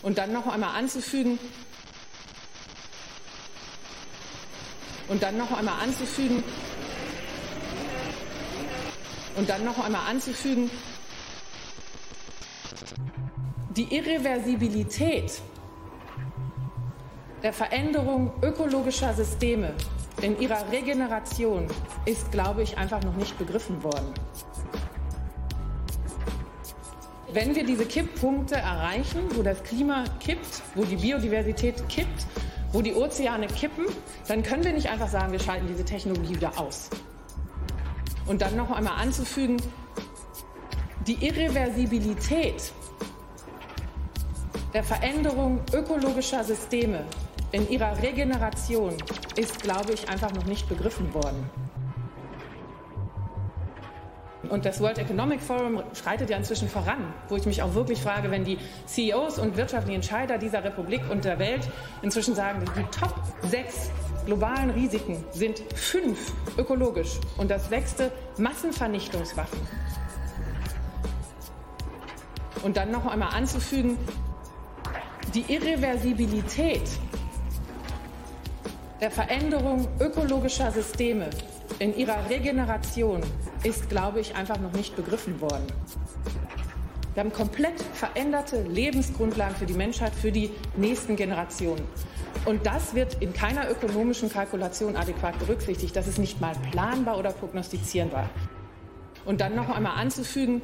Und dann noch einmal anzufügen, die Irreversibilität der Veränderung ökologischer Systeme in ihrer Regeneration ist, glaube ich, einfach noch nicht begriffen worden. Wenn wir diese Kipppunkte erreichen, wo das Klima kippt, wo die Biodiversität kippt, wo die Ozeane kippen, dann können wir nicht einfach sagen, wir schalten diese Technologie wieder aus. Und dann noch einmal anzufügen, die Irreversibilität der Veränderung ökologischer Systeme in ihrer Regeneration ist, glaube ich, einfach noch nicht begriffen worden. Und das World Economic Forum schreitet ja inzwischen voran, wo ich mich auch wirklich frage, wenn die CEOs und wirtschaftlichen Entscheider dieser Republik und der Welt inzwischen sagen, die Top 6 globalen Risiken sind 5 ökologisch und das 6. Massenvernichtungswaffen. Und dann noch einmal anzufügen, die Irreversibilität der Veränderung ökologischer Systeme in ihrer Regeneration ist, glaube ich, einfach noch nicht begriffen worden. Wir haben komplett veränderte Lebensgrundlagen für die Menschheit, für die nächsten Generationen. Und das wird in keiner ökonomischen Kalkulation adäquat berücksichtigt. Das ist nicht mal planbar oder prognostizierbar. Und dann noch einmal anzufügen,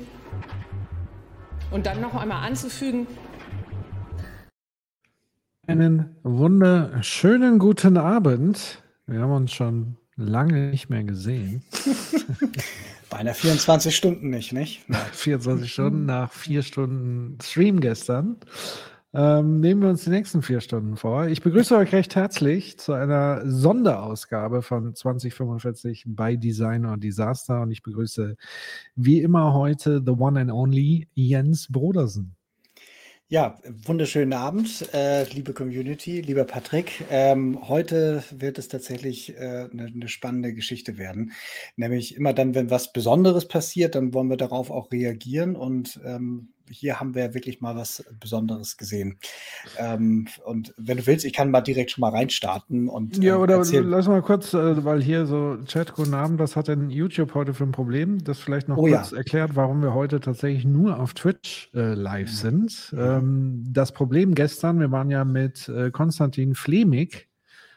einen wunderschönen guten Abend. Wir haben uns schon lange nicht mehr gesehen. Beinahe 24 Stunden nicht? 24 Stunden nach 4 Stunden Stream gestern. Nehmen wir uns die nächsten 4 Stunden vor. Ich begrüße euch recht herzlich zu einer Sonderausgabe von 2045 bei Design or Disaster und ich begrüße wie immer heute the one and only Jens Brodersen. Ja, wunderschönen Abend, liebe Community, lieber Patrick. Heute wird es tatsächlich eine spannende Geschichte werden. Nämlich immer dann, wenn was Besonderes passiert, dann wollen wir darauf auch reagieren. Und hier haben wir wirklich mal was Besonderes gesehen. Und wenn du willst, ich kann mal direkt schon mal reinstarten. Und, ja, oder erzählen. Lass mal kurz, weil hier so Chat, guten Abend, was hat denn YouTube heute für ein Problem? Das vielleicht noch kurz erklärt, warum wir heute tatsächlich nur auf Twitch live sind. Das Problem gestern, wir waren ja mit Konstantin Flemig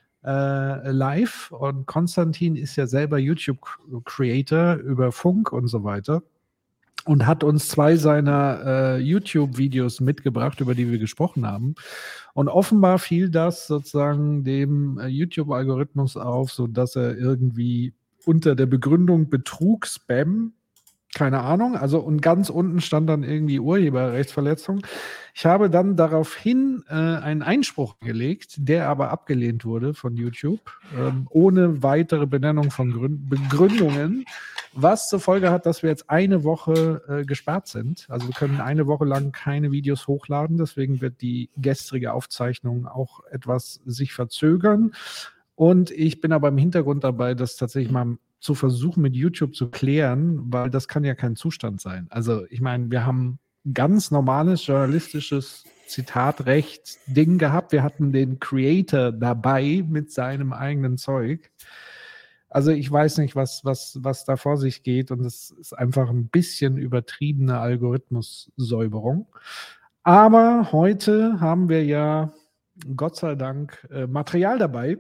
live und Konstantin ist ja selber YouTube-Creator über Funk und so weiter und hat uns 2 seiner YouTube-Videos mitgebracht, über die wir gesprochen haben. Und offenbar fiel das sozusagen dem YouTube-Algorithmus auf, sodass er irgendwie unter der Begründung Betrug, Spam, keine Ahnung, also und ganz unten stand dann irgendwie Urheberrechtsverletzung. Ich habe dann daraufhin einen Einspruch gelegt, der aber abgelehnt wurde von YouTube, ohne weitere Benennung von Begründungen, was zur Folge hat, dass wir jetzt eine Woche gesperrt sind. Also wir können eine Woche lang keine Videos hochladen, deswegen wird die gestrige Aufzeichnung auch etwas sich verzögern. Und ich bin aber im Hintergrund dabei, das tatsächlich mal zu versuchen, mit YouTube zu klären, weil das kann ja kein Zustand sein. Also ich meine, wir haben ganz normales journalistisches Zitatrecht-Ding gehabt. Wir hatten den Creator dabei mit seinem eigenen Zeug. Also ich weiß nicht, was da vor sich geht und es ist einfach ein bisschen übertriebene Algorithmussäuberung. Aber heute haben wir ja Gott sei Dank Material dabei,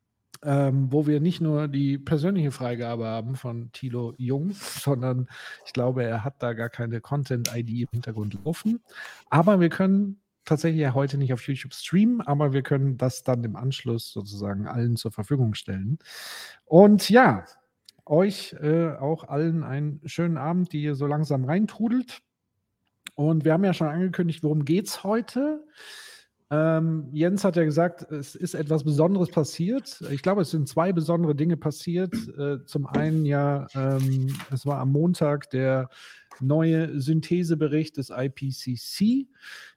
wo wir nicht nur die persönliche Freigabe haben von Thilo Jung, sondern ich glaube, er hat da gar keine Content-ID im Hintergrund laufen. Aber wir können tatsächlich ja heute nicht auf YouTube streamen, aber wir können das dann im Anschluss sozusagen allen zur Verfügung stellen. Und ja, euch auch allen einen schönen Abend, die ihr so langsam reintrudelt. Und wir haben ja schon angekündigt, worum geht's heute? Jens hat ja gesagt, es ist etwas Besonderes passiert. Ich glaube, es sind 2 besondere Dinge passiert. Zum einen ja, es war am Montag der neue Synthesebericht des IPCC,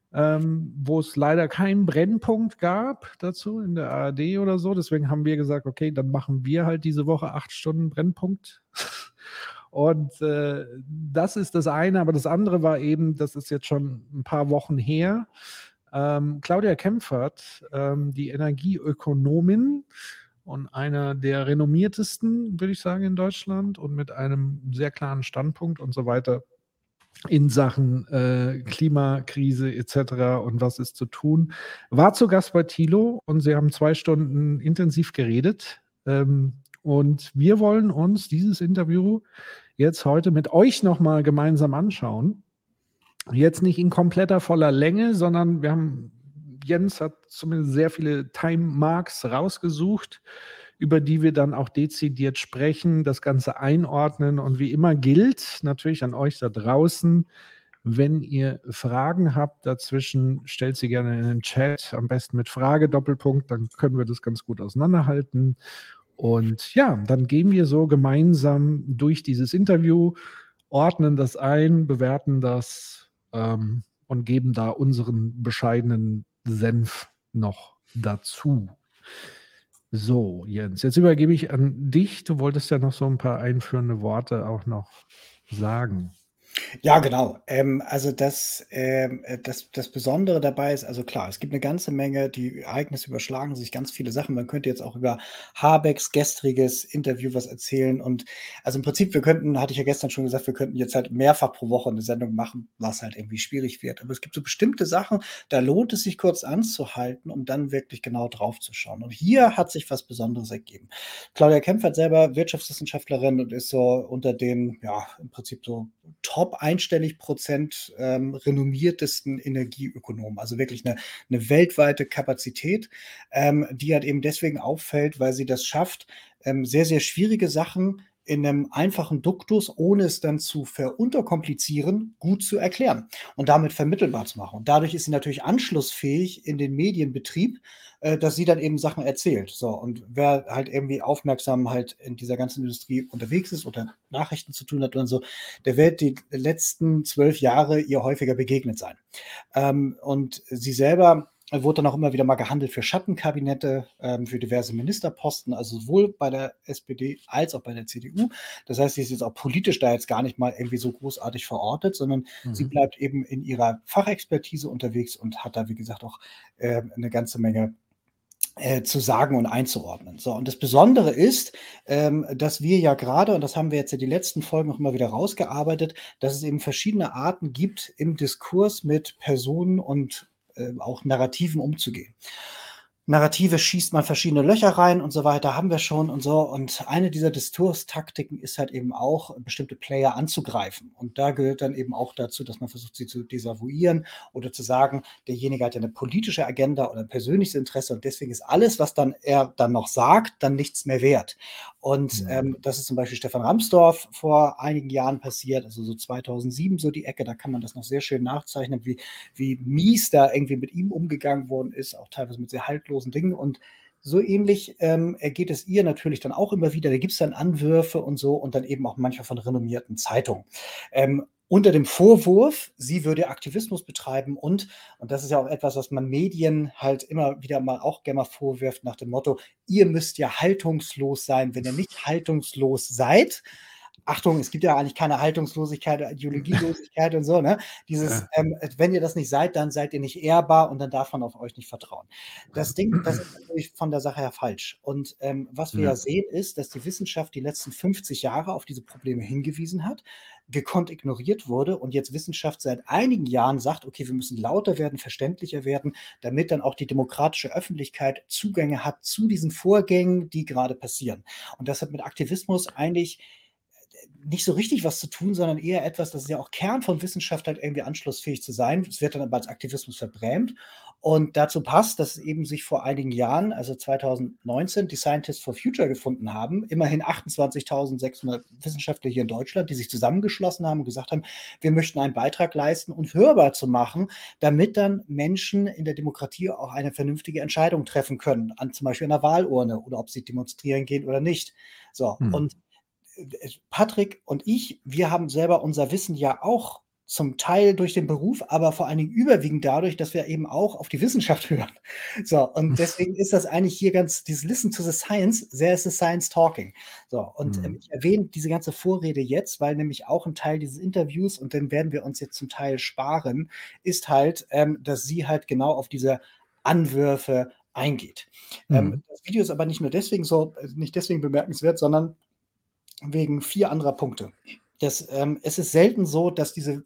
wo es leider keinen Brennpunkt gab dazu in der ARD oder so. Deswegen haben wir gesagt, okay, dann machen wir halt diese Woche 8 Stunden Brennpunkt. Und das ist das eine. Aber das andere war eben, das ist jetzt schon ein paar Wochen her, Claudia Kempfert, die Energieökonomin und einer der renommiertesten, würde ich sagen, in Deutschland und mit einem sehr klaren Standpunkt und so weiter in Sachen Klimakrise etc. und was ist zu tun, war zu Gast bei Thilo und sie haben 2 Stunden intensiv geredet. Und wir wollen uns dieses Interview jetzt heute mit euch nochmal gemeinsam anschauen. Jetzt nicht in kompletter voller Länge, sondern Jens hat zumindest sehr viele Time Marks rausgesucht, über die wir dann auch dezidiert sprechen, das Ganze einordnen. Und wie immer gilt natürlich an euch da draußen, wenn ihr Fragen habt dazwischen, stellt sie gerne in den Chat, am besten mit Frage, Doppelpunkt, dann können wir das ganz gut auseinanderhalten. Und ja, dann gehen wir so gemeinsam durch dieses Interview, ordnen das ein, bewerten das und geben da unseren bescheidenen Senf noch dazu. So, Jens, jetzt übergebe ich an dich. Du wolltest ja noch so ein paar einführende Worte auch noch sagen. Ja, genau. Also das Besondere dabei ist, also klar, es gibt eine ganze Menge, die Ereignisse überschlagen sich, ganz viele Sachen. Man könnte jetzt auch über Habecks gestriges Interview was erzählen. Und also im Prinzip, hatte ich ja gestern schon gesagt, wir könnten jetzt halt mehrfach pro Woche eine Sendung machen, was halt irgendwie schwierig wird. Aber es gibt so bestimmte Sachen, da lohnt es sich kurz anzuhalten, um dann wirklich genau drauf zu schauen. Und hier hat sich was Besonderes ergeben. Claudia Kempfert selber Wirtschaftswissenschaftlerin und ist so unter den, ja, im Prinzip so Top einstellig Prozent renommiertesten Energieökonomen. Also wirklich eine weltweite Kapazität, die halt eben deswegen auffällt, weil sie das schafft, sehr, sehr schwierige Sachen in einem einfachen Duktus, ohne es dann zu verunterkomplizieren, gut zu erklären und damit vermittelbar zu machen. Und dadurch ist sie natürlich anschlussfähig in den Medienbetrieb, dass sie dann eben Sachen erzählt. So, und wer halt irgendwie aufmerksam halt in dieser ganzen Industrie unterwegs ist oder Nachrichten zu tun hat und so, der wird die letzten 12 Jahre ihr häufiger begegnet sein. Und sie selber wurde dann auch immer wieder mal gehandelt für Schattenkabinette, für diverse Ministerposten, also sowohl bei der SPD als auch bei der CDU. Das heißt, sie ist jetzt auch politisch da jetzt gar nicht mal irgendwie so großartig verortet, sondern sie bleibt eben in ihrer Fachexpertise unterwegs und hat da, wie gesagt, auch eine ganze Menge zu sagen und einzuordnen. So, und das Besondere ist, dass wir ja gerade, und das haben wir jetzt in die letzten Folgen noch immer wieder rausgearbeitet, dass es eben verschiedene Arten gibt, im Diskurs mit Personen und auch Narrativen umzugehen. Narrative schießt man verschiedene Löcher rein und so weiter, haben wir schon und so. Und eine dieser Diskurstaktiken ist halt eben auch, bestimmte Player anzugreifen. Und da gehört dann eben auch dazu, dass man versucht, sie zu desavouieren oder zu sagen, derjenige hat ja eine politische Agenda oder ein persönliches Interesse und deswegen ist alles, was dann er dann noch sagt, dann nichts mehr wert. Und das ist zum Beispiel Stefan Ramsdorf vor einigen Jahren passiert, also so 2007 so die Ecke, da kann man das noch sehr schön nachzeichnen, wie mies da irgendwie mit ihm umgegangen worden ist, auch teilweise mit sehr haltlosen Dingen. Und so ähnlich ergeht es ihr natürlich dann auch immer wieder. Da gibt es dann Anwürfe und so und dann eben auch manchmal von renommierten Zeitungen. Unter dem Vorwurf, sie würde Aktivismus betreiben und das ist ja auch etwas, was man Medien halt immer wieder mal auch gerne mal vorwirft nach dem Motto, ihr müsst ja haltungslos sein. Wenn ihr nicht haltungslos seid, Achtung, es gibt ja eigentlich keine Haltungslosigkeit, Ideologielosigkeit und so, ne? Dieses, wenn ihr das nicht seid, dann seid ihr nicht ehrbar und dann darf man auf euch nicht vertrauen. Das ist natürlich von der Sache her falsch. Und was wir ja sehen, ist, dass die Wissenschaft die letzten 50 Jahre auf diese Probleme hingewiesen hat, gekonnt ignoriert wurde und jetzt Wissenschaft seit einigen Jahren sagt, okay, wir müssen lauter werden, verständlicher werden, damit dann auch die demokratische Öffentlichkeit Zugänge hat zu diesen Vorgängen, die gerade passieren. Und das hat mit Aktivismus eigentlich nicht so richtig was zu tun, sondern eher etwas, das ist ja auch Kern von Wissenschaft, halt irgendwie anschlussfähig zu sein. Es wird dann aber als Aktivismus verbrämt. Und dazu passt, dass eben sich vor einigen Jahren, also 2019, die Scientists for Future gefunden haben. Immerhin 28.600 Wissenschaftler hier in Deutschland, die sich zusammengeschlossen haben und gesagt haben, wir möchten einen Beitrag leisten, uns hörbar zu machen, damit dann Menschen in der Demokratie auch eine vernünftige Entscheidung treffen können, zum Beispiel an der Wahlurne oder ob sie demonstrieren gehen oder nicht. So, und Patrick und ich, wir haben selber unser Wissen ja auch zum Teil durch den Beruf, aber vor allen Dingen überwiegend dadurch, dass wir eben auch auf die Wissenschaft hören. So, und deswegen ist das eigentlich hier dieses Listen to the Science, there is the science talking. So, und ich erwähne diese ganze Vorrede jetzt, weil nämlich auch ein Teil dieses Interviews, und den werden wir uns jetzt zum Teil sparen, ist halt, dass sie halt genau auf diese Anwürfe eingeht. Das Video ist aber nicht deswegen bemerkenswert, sondern wegen 4 anderer Punkte. Es ist selten so, dass diese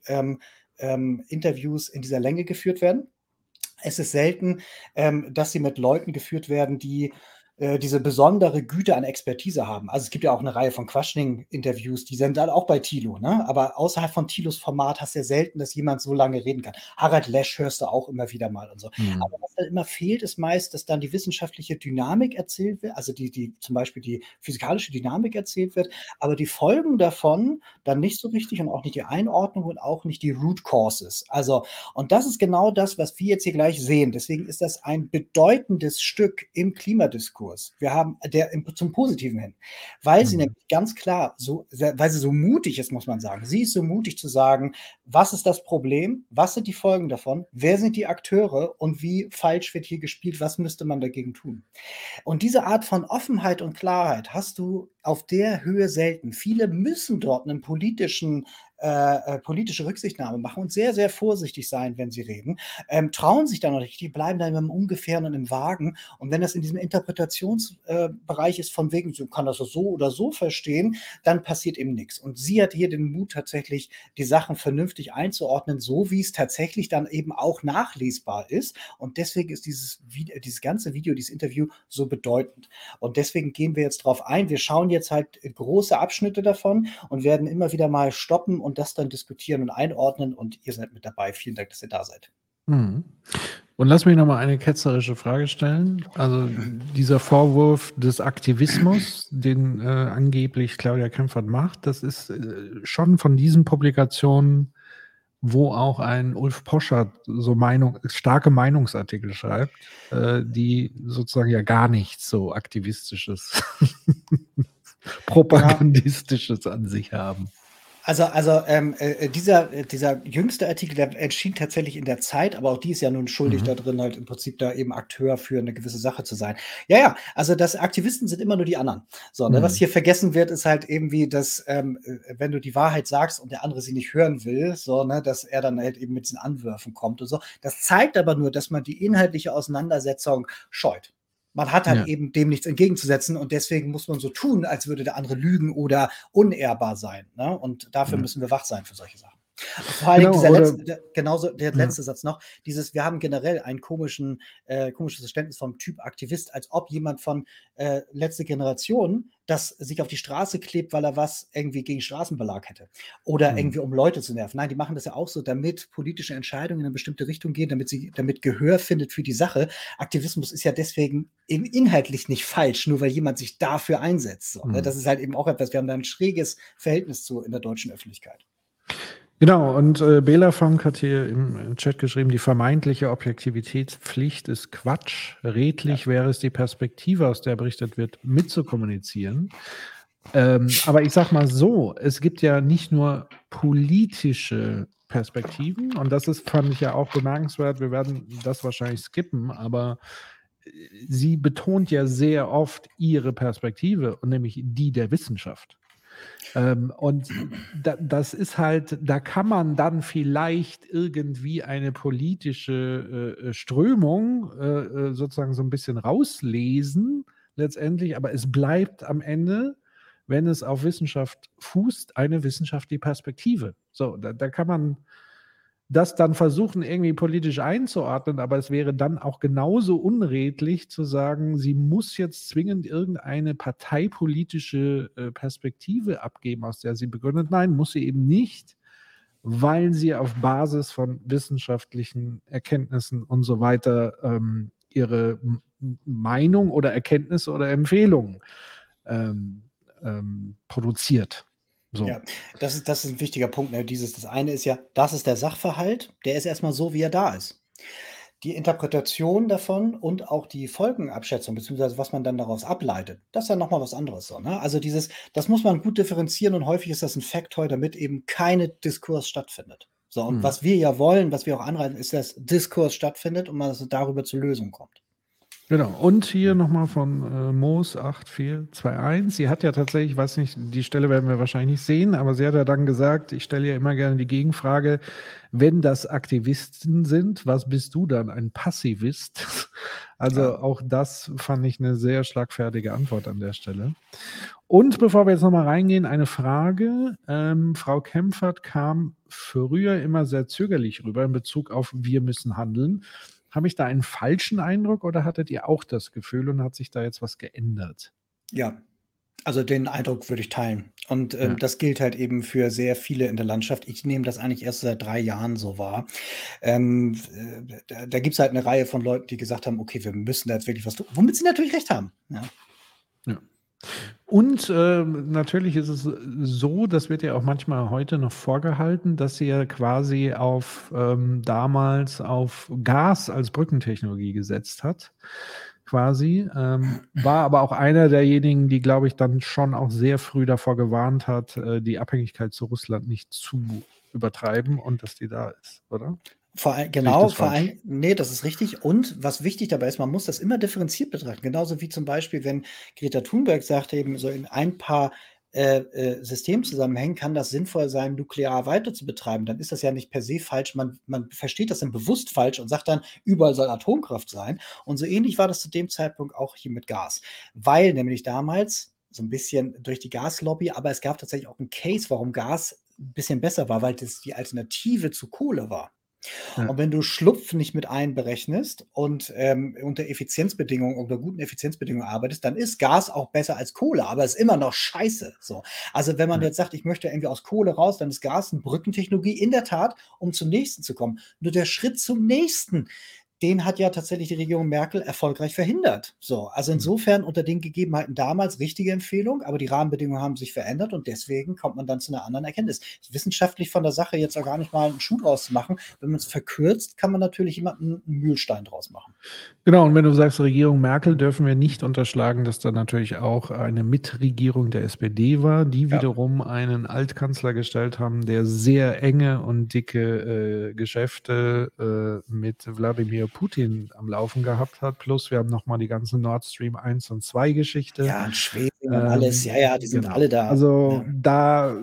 Interviews in dieser Länge geführt werden. Es ist selten, dass sie mit Leuten geführt werden, die diese besondere Güte an Expertise haben. Also es gibt ja auch eine Reihe von Questioning-Interviews, die sind dann auch bei Thilo, ne? Aber außerhalb von Thilos Format hast du ja selten, dass jemand so lange reden kann. Harald Lesch hörst du auch immer wieder mal und so. Aber was halt immer fehlt, ist meist, dass dann die wissenschaftliche Dynamik erzählt wird, also zum Beispiel die physikalische Dynamik erzählt wird, aber die Folgen davon dann nicht so richtig und auch nicht die Einordnung und auch nicht die Root Causes. Also, und das ist genau das, was wir jetzt hier gleich sehen. Deswegen ist das ein bedeutendes Stück im Klimadiskurs. Wir haben zum Positiven hin, weil sie nämlich ganz klar weil sie so mutig ist, muss man sagen. Sie ist so mutig zu sagen, was ist das Problem, was sind die Folgen davon, wer sind die Akteure und wie falsch wird hier gespielt, was müsste man dagegen tun. Und diese Art von Offenheit und Klarheit hast du auf der Höhe selten. Viele müssen dort einen politische Rücksichtnahme machen und sehr, sehr vorsichtig sein, wenn sie reden, trauen sich dann noch nicht, die bleiben dann im Ungefähren und im Vagen. Und wenn das in diesem Interpretationsbereich ist, von wegen, so kann das so oder so verstehen, dann passiert eben nichts. Und sie hat hier den Mut, tatsächlich die Sachen vernünftig einzuordnen, so wie es tatsächlich dann eben auch nachlesbar ist. Und deswegen ist dieses ganze Video, dieses Interview so bedeutend. Und deswegen gehen wir jetzt drauf ein. Wir schauen jetzt halt große Abschnitte davon und werden immer wieder mal stoppen und das dann diskutieren und einordnen, und ihr seid mit dabei. Vielen Dank, dass ihr da seid. Und lass mich noch mal eine ketzerische Frage stellen. Also dieser Vorwurf des Aktivismus, den angeblich Claudia Kempfert macht, das ist schon von diesen Publikationen, wo auch ein Ulf Poschardt so starke Meinungsartikel schreibt, die sozusagen ja gar nichts so Aktivistisches, Propagandistisches an sich haben. Also dieser jüngste Artikel, der erschien tatsächlich in der Zeit, aber auch die ist ja nun schuldig da drin, halt im Prinzip da eben Akteur für eine gewisse Sache zu sein. Ja, also Aktivisten sind immer nur die anderen. So, ne? Was hier vergessen wird, ist halt eben wie, dass wenn du die Wahrheit sagst und der andere sie nicht hören will, so, ne, dass er dann halt eben mit diesen Anwürfen kommt und so. Das zeigt aber nur, dass man die inhaltliche Auseinandersetzung scheut. Man hat halt eben dem nichts entgegenzusetzen und deswegen muss man so tun, als würde der andere lügen oder unehrbar sein. Ne? Und dafür müssen wir wach sein für solche Sachen. Vor allem der letzte Satz noch, wir haben generell ein komisches Verständnis vom Typ Aktivist, als ob jemand von letzte Generation, das sich auf die Straße klebt, weil er was irgendwie gegen Straßenbelag hätte oder irgendwie um Leute zu nerven. Nein, die machen das ja auch so, damit politische Entscheidungen in eine bestimmte Richtung gehen, damit Gehör findet für die Sache. Aktivismus ist ja deswegen eben inhaltlich nicht falsch, nur weil jemand sich dafür einsetzt. So, ne? Das ist halt eben auch etwas, wir haben da ein schräges Verhältnis zu in der deutschen Öffentlichkeit. Genau, und Bela Funk hat hier im Chat geschrieben, die vermeintliche Objektivitätspflicht ist Quatsch. Redlich wäre es, die Perspektive, aus der berichtet wird, mitzukommunizieren. Aber ich sag mal so, es gibt ja nicht nur politische Perspektiven, und das fand ich ja auch bemerkenswert, wir werden das wahrscheinlich skippen, aber sie betont ja sehr oft ihre Perspektive, und nämlich die der Wissenschaft. Und das ist halt, da kann man dann vielleicht irgendwie eine politische Strömung sozusagen so ein bisschen rauslesen, letztendlich, aber es bleibt am Ende, wenn es auf Wissenschaft fußt, eine wissenschaftliche Perspektive. So, da kann man das dann versuchen, irgendwie politisch einzuordnen, aber es wäre dann auch genauso unredlich zu sagen, sie muss jetzt zwingend irgendeine parteipolitische Perspektive abgeben, aus der sie begründet. Nein, muss sie eben nicht, weil sie auf Basis von wissenschaftlichen Erkenntnissen und so weiter ihre Meinung oder Erkenntnisse oder Empfehlungen produziert. So. Ja, das ist ein wichtiger Punkt. Ne? Das eine ist ja, das ist der Sachverhalt, der ist erstmal so, wie er da ist. Die Interpretation davon und auch die Folgenabschätzung, beziehungsweise was man dann daraus ableitet, das ist dann nochmal was anderes. So, ne? Also das muss man gut differenzieren, und häufig ist das ein Faktor, damit eben keine Diskurs stattfindet. So, und was wir ja wollen, was wir auch anreißen, ist, dass Diskurs stattfindet und man darüber zur Lösung kommt. Genau. Und hier nochmal von Moos 8421. Sie hat ja tatsächlich, weiß nicht, die Stelle werden wir wahrscheinlich nicht sehen, aber sie hat ja dann gesagt, ich stelle ja immer gerne die Gegenfrage, wenn das Aktivisten sind, was bist du dann, ein Passivist? Also auch das fand ich eine sehr schlagfertige Antwort an der Stelle. Und bevor wir jetzt nochmal reingehen, eine Frage. Frau Kempfert kam früher immer sehr zögerlich rüber in Bezug auf wir müssen handeln. Habe ich da einen falschen Eindruck oder hattet ihr auch das Gefühl und hat sich da jetzt was geändert? Ja, also den Eindruck würde ich teilen. Und das gilt halt eben für sehr viele in der Landschaft. Ich nehme das eigentlich erst seit 3 Jahren so wahr. Da gibt es halt eine Reihe von Leuten, die gesagt haben, okay, wir müssen da jetzt wirklich was tun, womit sie natürlich recht haben. Ja. Und natürlich ist es so, das wird ja auch manchmal heute noch vorgehalten, dass ihr quasi damals auf Gas als Brückentechnologie gesetzt hat. Quasi. War aber auch einer derjenigen, die, glaube ich, dann schon auch sehr früh davor gewarnt hat, die Abhängigkeit zu Russland nicht zu übertreiben und dass die da ist, oder? Nee, das ist richtig. Und was wichtig dabei ist, man muss das immer differenziert betrachten. Genauso wie zum Beispiel, wenn Greta Thunberg sagt, eben so in ein paar Systemzusammenhängen kann das sinnvoll sein, nuklear weiter zu betreiben. Dann ist das ja nicht per se falsch. Man versteht das dann bewusst falsch und sagt dann, überall soll Atomkraft sein. Und so ähnlich war das zu dem Zeitpunkt auch hier mit Gas. Weil nämlich damals so ein bisschen durch die Gaslobby, aber es gab tatsächlich auch einen Case, warum Gas ein bisschen besser war, weil das die Alternative zu Kohle war. Ja. Und wenn du Schlupf nicht mit einberechnest und unter Effizienzbedingungen, unter guten Effizienzbedingungen arbeitest, dann ist Gas auch besser als Kohle, aber ist immer noch scheiße. So. Also wenn man jetzt sagt, ich möchte irgendwie aus Kohle raus, dann ist Gas eine Brückentechnologie in der Tat, um zum nächsten zu kommen. Nur der Schritt zum nächsten, den hat ja tatsächlich die Regierung Merkel erfolgreich verhindert. So, also insofern unter den Gegebenheiten damals richtige Empfehlung, aber die Rahmenbedingungen haben sich verändert und deswegen kommt man dann zu einer anderen Erkenntnis. Wissenschaftlich von der Sache jetzt auch gar nicht mal einen Schuh draus zu machen. Wenn man es verkürzt, kann man natürlich jemanden einen Mühlstein draus machen. Genau, und wenn du sagst Regierung Merkel, dürfen wir nicht unterschlagen, dass da natürlich auch eine Mitregierung der SPD war, die wiederum einen Altkanzler gestellt haben, der sehr enge und dicke Geschäfte mit Wladimir Putin am Laufen gehabt hat. Plus wir haben nochmal die ganze Nord Stream 1 und 2 Geschichte. Ja, und Schweden und alles. Ja, die sind alle da. Also da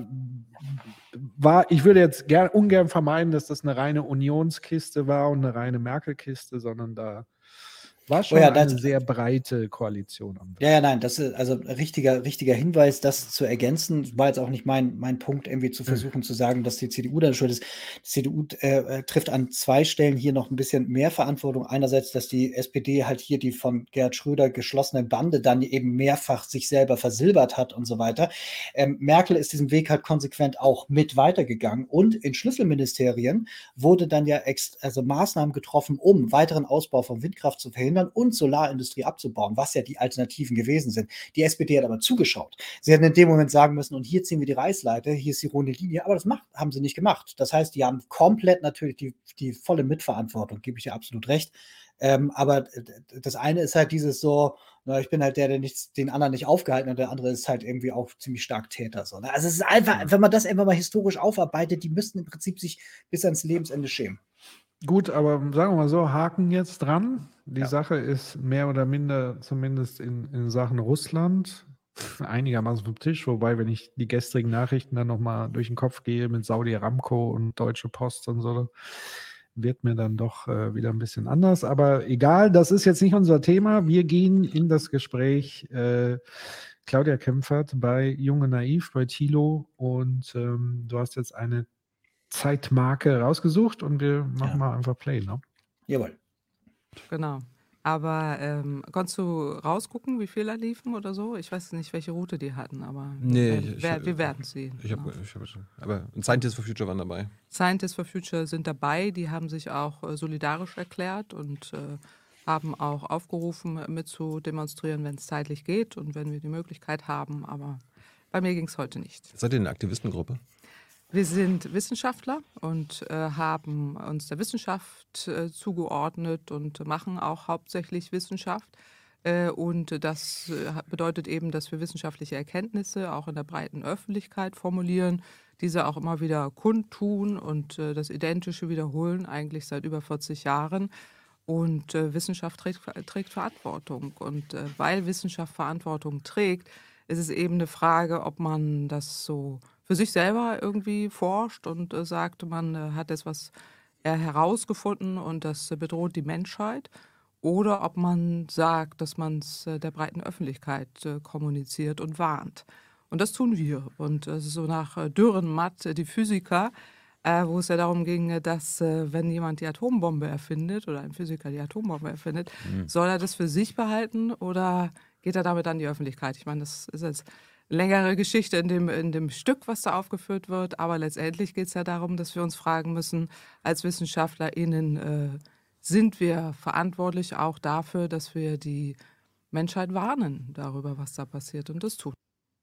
ich würde jetzt ungern vermeiden, dass das eine reine Unionskiste war und eine reine Merkel-Kiste, sondern da war schon eine sehr breite Koalition. Nein, das ist also richtiger Hinweis, das zu ergänzen. War jetzt auch nicht mein Punkt, irgendwie zu versuchen zu sagen, dass die CDU dann schuld ist. Die CDU trifft an 2 Stellen hier noch ein bisschen mehr Verantwortung. Einerseits, dass die SPD halt hier die von Gerhard Schröder geschlossene Bande dann eben mehrfach sich selber versilbert hat und so weiter. Merkel ist diesen Weg halt konsequent auch mit weitergegangen und in Schlüsselministerien wurde dann ja Maßnahmen getroffen, um weiteren Ausbau von Windkraft zu verhindern und Solarindustrie abzubauen, was ja die Alternativen gewesen sind. Die SPD hat aber zugeschaut. Sie hätten in dem Moment sagen müssen, und hier ziehen wir die Reißleite, hier ist die rote Linie, aber das haben sie nicht gemacht. Das heißt, die haben komplett natürlich die volle Mitverantwortung, gebe ich dir absolut recht. Aber das eine ist halt dieses so, ich bin halt der den anderen nicht aufgehalten hat, und der andere ist halt irgendwie auch ziemlich stark Täter. So, ne? Also es ist einfach, wenn man das einfach mal historisch aufarbeitet, die müssten im Prinzip sich bis ans Lebensende schämen. Gut, aber sagen wir mal so, Haken jetzt dran. Die Sache ist mehr oder minder, zumindest in Sachen Russland, einigermaßen vom Tisch. Wobei, wenn ich die gestrigen Nachrichten dann nochmal durch den Kopf gehe mit Saudi Aramco und Deutsche Post und so, wird mir dann doch wieder ein bisschen anders. Aber egal, das ist jetzt nicht unser Thema. Wir gehen in das Gespräch. Claudia Kempfert bei Jung und Naiv, bei Thilo. Und du hast jetzt eine Zeitmarke rausgesucht und wir machen mal einfach Play, ne? Jawohl. Genau. Aber konntest du rausgucken, wie viele liefen oder so? Ich weiß nicht, welche Route die hatten, aber wir werden sehen. Aber Scientists for Future waren dabei. Scientists for Future sind dabei, die haben sich auch solidarisch erklärt und haben auch aufgerufen, mit zu demonstrieren, wenn es zeitlich geht und wenn wir die Möglichkeit haben. Aber bei mir ging es heute nicht. Seid ihr eine Aktivistengruppe? Wir sind Wissenschaftler und haben uns der Wissenschaft zugeordnet und machen auch hauptsächlich Wissenschaft. Und das bedeutet eben, dass wir wissenschaftliche Erkenntnisse auch in der breiten Öffentlichkeit formulieren, diese auch immer wieder kundtun und das Identische wiederholen, eigentlich seit über 40 Jahren. Und Wissenschaft trägt Verantwortung. Und weil Wissenschaft Verantwortung trägt, ist es eben eine Frage, ob man das so für sich selber irgendwie forscht und sagt, man hat jetzt was herausgefunden und das bedroht die Menschheit. Oder ob man sagt, dass man es der breiten Öffentlichkeit kommuniziert und warnt. Und das tun wir. Und so nach Dürrenmatt, die Physiker, wo es ja darum ging, dass wenn jemand die Atombombe erfindet oder ein Physiker die Atombombe erfindet, soll er das für sich behalten oder geht er damit an die Öffentlichkeit? Ich meine, das ist jetzt eine längere Geschichte in dem Stück, was da aufgeführt wird, aber letztendlich geht es ja darum, dass wir uns fragen müssen, als WissenschaftlerInnen, sind wir verantwortlich auch dafür, dass wir die Menschheit warnen darüber, was da passiert, und das tun.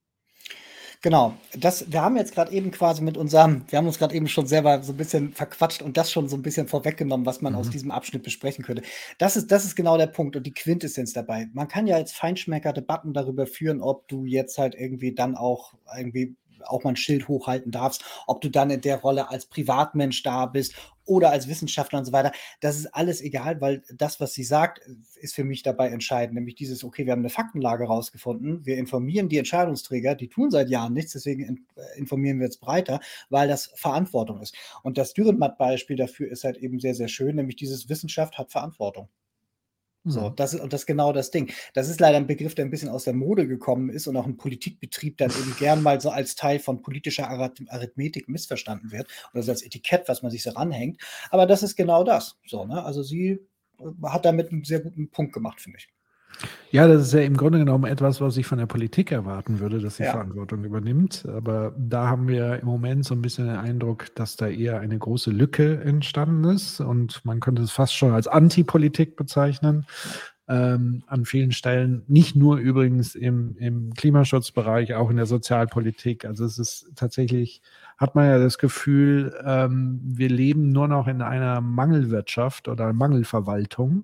Genau, wir haben jetzt gerade eben quasi wir haben uns gerade eben schon selber so ein bisschen verquatscht und das schon so ein bisschen vorweggenommen, was man aus diesem Abschnitt besprechen könnte. Das ist genau der Punkt und die Quintessenz dabei. Man kann ja jetzt Feinschmecker-Debatten darüber führen, ob du jetzt halt irgendwie dann auch mal ein Schild hochhalten darfst, ob du dann in der Rolle als Privatmensch da bist oder als Wissenschaftler und so weiter. Das ist alles egal, weil das, was sie sagt, ist für mich dabei entscheidend, nämlich dieses, okay, wir haben eine Faktenlage rausgefunden, wir informieren die Entscheidungsträger, die tun seit Jahren nichts, deswegen informieren wir jetzt breiter, weil das Verantwortung ist. Und das Dürrenmatt-Beispiel dafür ist halt eben sehr, sehr schön, nämlich dieses Wissenschaft hat Verantwortung. So, das ist genau das Ding. Das ist leider ein Begriff, der ein bisschen aus der Mode gekommen ist und auch im Politikbetrieb dann eben gern mal so als Teil von politischer Arithmetik missverstanden wird oder so als Etikett, was man sich so ranhängt. Aber das ist genau das. So, ne? Also sie hat damit einen sehr guten Punkt gemacht, finde ich. Ja, das ist ja im Grunde genommen etwas, was ich von der Politik erwarten würde, dass sie Verantwortung übernimmt. Aber da haben wir im Moment so ein bisschen den Eindruck, dass da eher eine große Lücke entstanden ist. Und man könnte es fast schon als Antipolitik bezeichnen. An vielen Stellen, nicht nur übrigens im Klimaschutzbereich, auch in der Sozialpolitik. Also es ist tatsächlich, hat man ja das Gefühl, wir leben nur noch in einer Mangelwirtschaft oder Mangelverwaltung.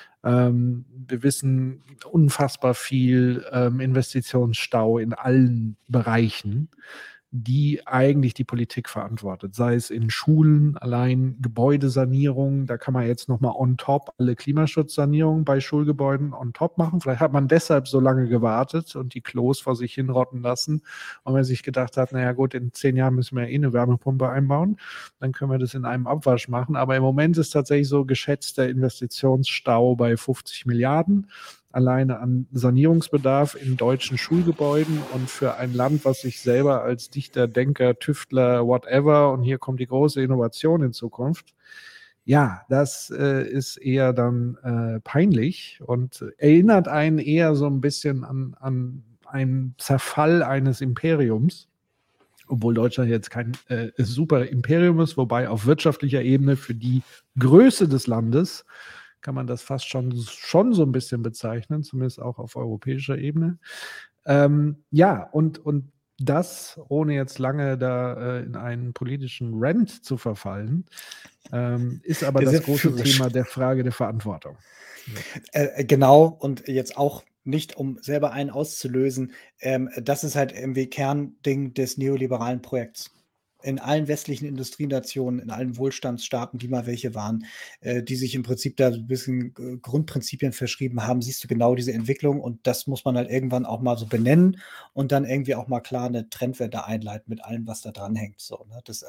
Wir wissen unfassbar viel Investitionsstau in allen Bereichen, die eigentlich die Politik verantwortet. Sei es in Schulen, allein Gebäudesanierung, da kann man jetzt nochmal on top alle Klimaschutzsanierungen bei Schulgebäuden on top machen. Vielleicht hat man deshalb so lange gewartet und die Klos vor sich hinrotten lassen. Und man sich gedacht hat, naja gut, in 10 Jahren müssen wir eine Wärmepumpe einbauen, dann können wir das in einem Abwasch machen. Aber im Moment ist tatsächlich so geschätzter Investitionsstau bei 50 Milliarden. Alleine an Sanierungsbedarf in deutschen Schulgebäuden und für ein Land, was sich selber als Dichter, Denker, Tüftler, whatever, und hier kommt die große Innovation in Zukunft. Ja, das ist eher dann peinlich und erinnert einen eher so ein bisschen an einen Zerfall eines Imperiums, obwohl Deutschland jetzt kein super Imperium ist, wobei auf wirtschaftlicher Ebene für die Größe des Landes kann man das fast schon so ein bisschen bezeichnen, zumindest auch auf europäischer Ebene. Ja, und das, ohne jetzt lange da in einen politischen Rant zu verfallen, ist aber das große Thema der Frage der Verantwortung. Genau, und jetzt auch nicht, um selber einen auszulösen, das ist halt irgendwie Kernding des neoliberalen Projekts. In allen westlichen Industrienationen, in allen Wohlstandsstaaten, die mal welche waren, die sich im Prinzip da so ein bisschen Grundprinzipien verschrieben haben, siehst du genau diese Entwicklung und das muss man halt irgendwann auch mal so benennen und dann irgendwie auch mal klar eine Trendwende einleiten mit allem, was da dran hängt. So, ne? Das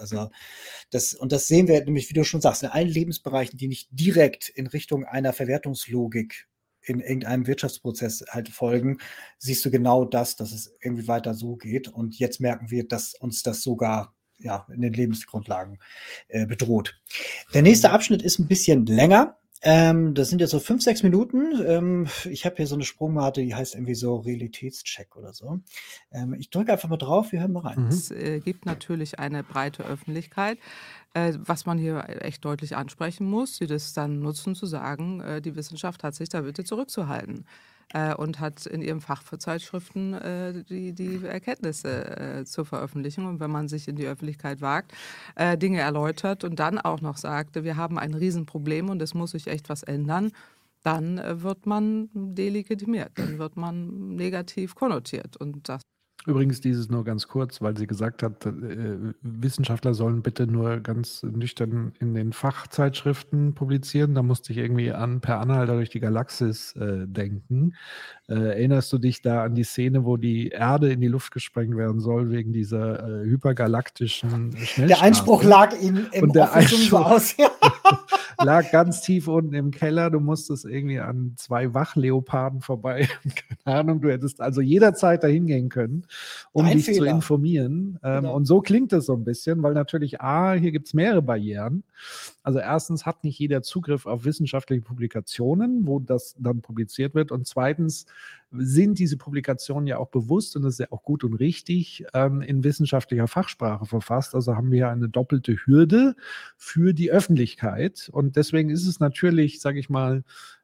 sehen wir nämlich, wie du schon sagst, in allen Lebensbereichen, die nicht direkt in Richtung einer Verwertungslogik in irgendeinem Wirtschaftsprozess halt folgen, siehst du genau das, dass es irgendwie weiter so geht und jetzt merken wir, dass uns das sogar in den Lebensgrundlagen bedroht. Der nächste Abschnitt ist ein bisschen länger. Das sind jetzt so 5, 6 Minuten. Ich habe hier so eine Sprungmarke, die heißt irgendwie so Realitätscheck oder so. Ich drücke einfach mal drauf, wir hören mal rein. Es gibt natürlich eine breite Öffentlichkeit, was man hier echt deutlich ansprechen muss, die das dann nutzen, zu sagen, die Wissenschaft hat sich da bitte zurückzuhalten. Und hat in ihren Fachzeitschriften die Erkenntnisse zu veröffentlichen. Und wenn man sich in die Öffentlichkeit wagt, Dinge erläutert und dann auch noch sagt, wir haben ein Riesenproblem und es muss sich echt was ändern, dann wird man delegitimiert, dann wird man negativ konnotiert. Und das Übrigens dieses nur ganz kurz, weil sie gesagt hat, Wissenschaftler sollen bitte nur ganz nüchtern in den Fachzeitschriften publizieren. Da musste ich irgendwie an Per Anhalter durch die Galaxis denken. Erinnerst du dich da an die Szene, wo die Erde in die Luft gesprengt werden soll wegen dieser hypergalaktischen Schnellstraße? Der Einspruch lag ihm im Office so aus. Lag ganz tief unten im Keller. Du musstest irgendwie an 2 Wachleoparden vorbei. Keine Ahnung, du hättest also jederzeit dahin gehen können, um dich zu informieren. Genau. Und so klingt es so ein bisschen, weil natürlich hier gibt es mehrere Barrieren. Also erstens hat nicht jeder Zugriff auf wissenschaftliche Publikationen, wo das dann publiziert wird. Und zweitens sind diese Publikationen ja auch bewusst, und das ist ja auch gut und richtig, in wissenschaftlicher Fachsprache verfasst. Also haben wir eine doppelte Hürde für die Öffentlichkeit. Und deswegen ist es natürlich, sage ich mal,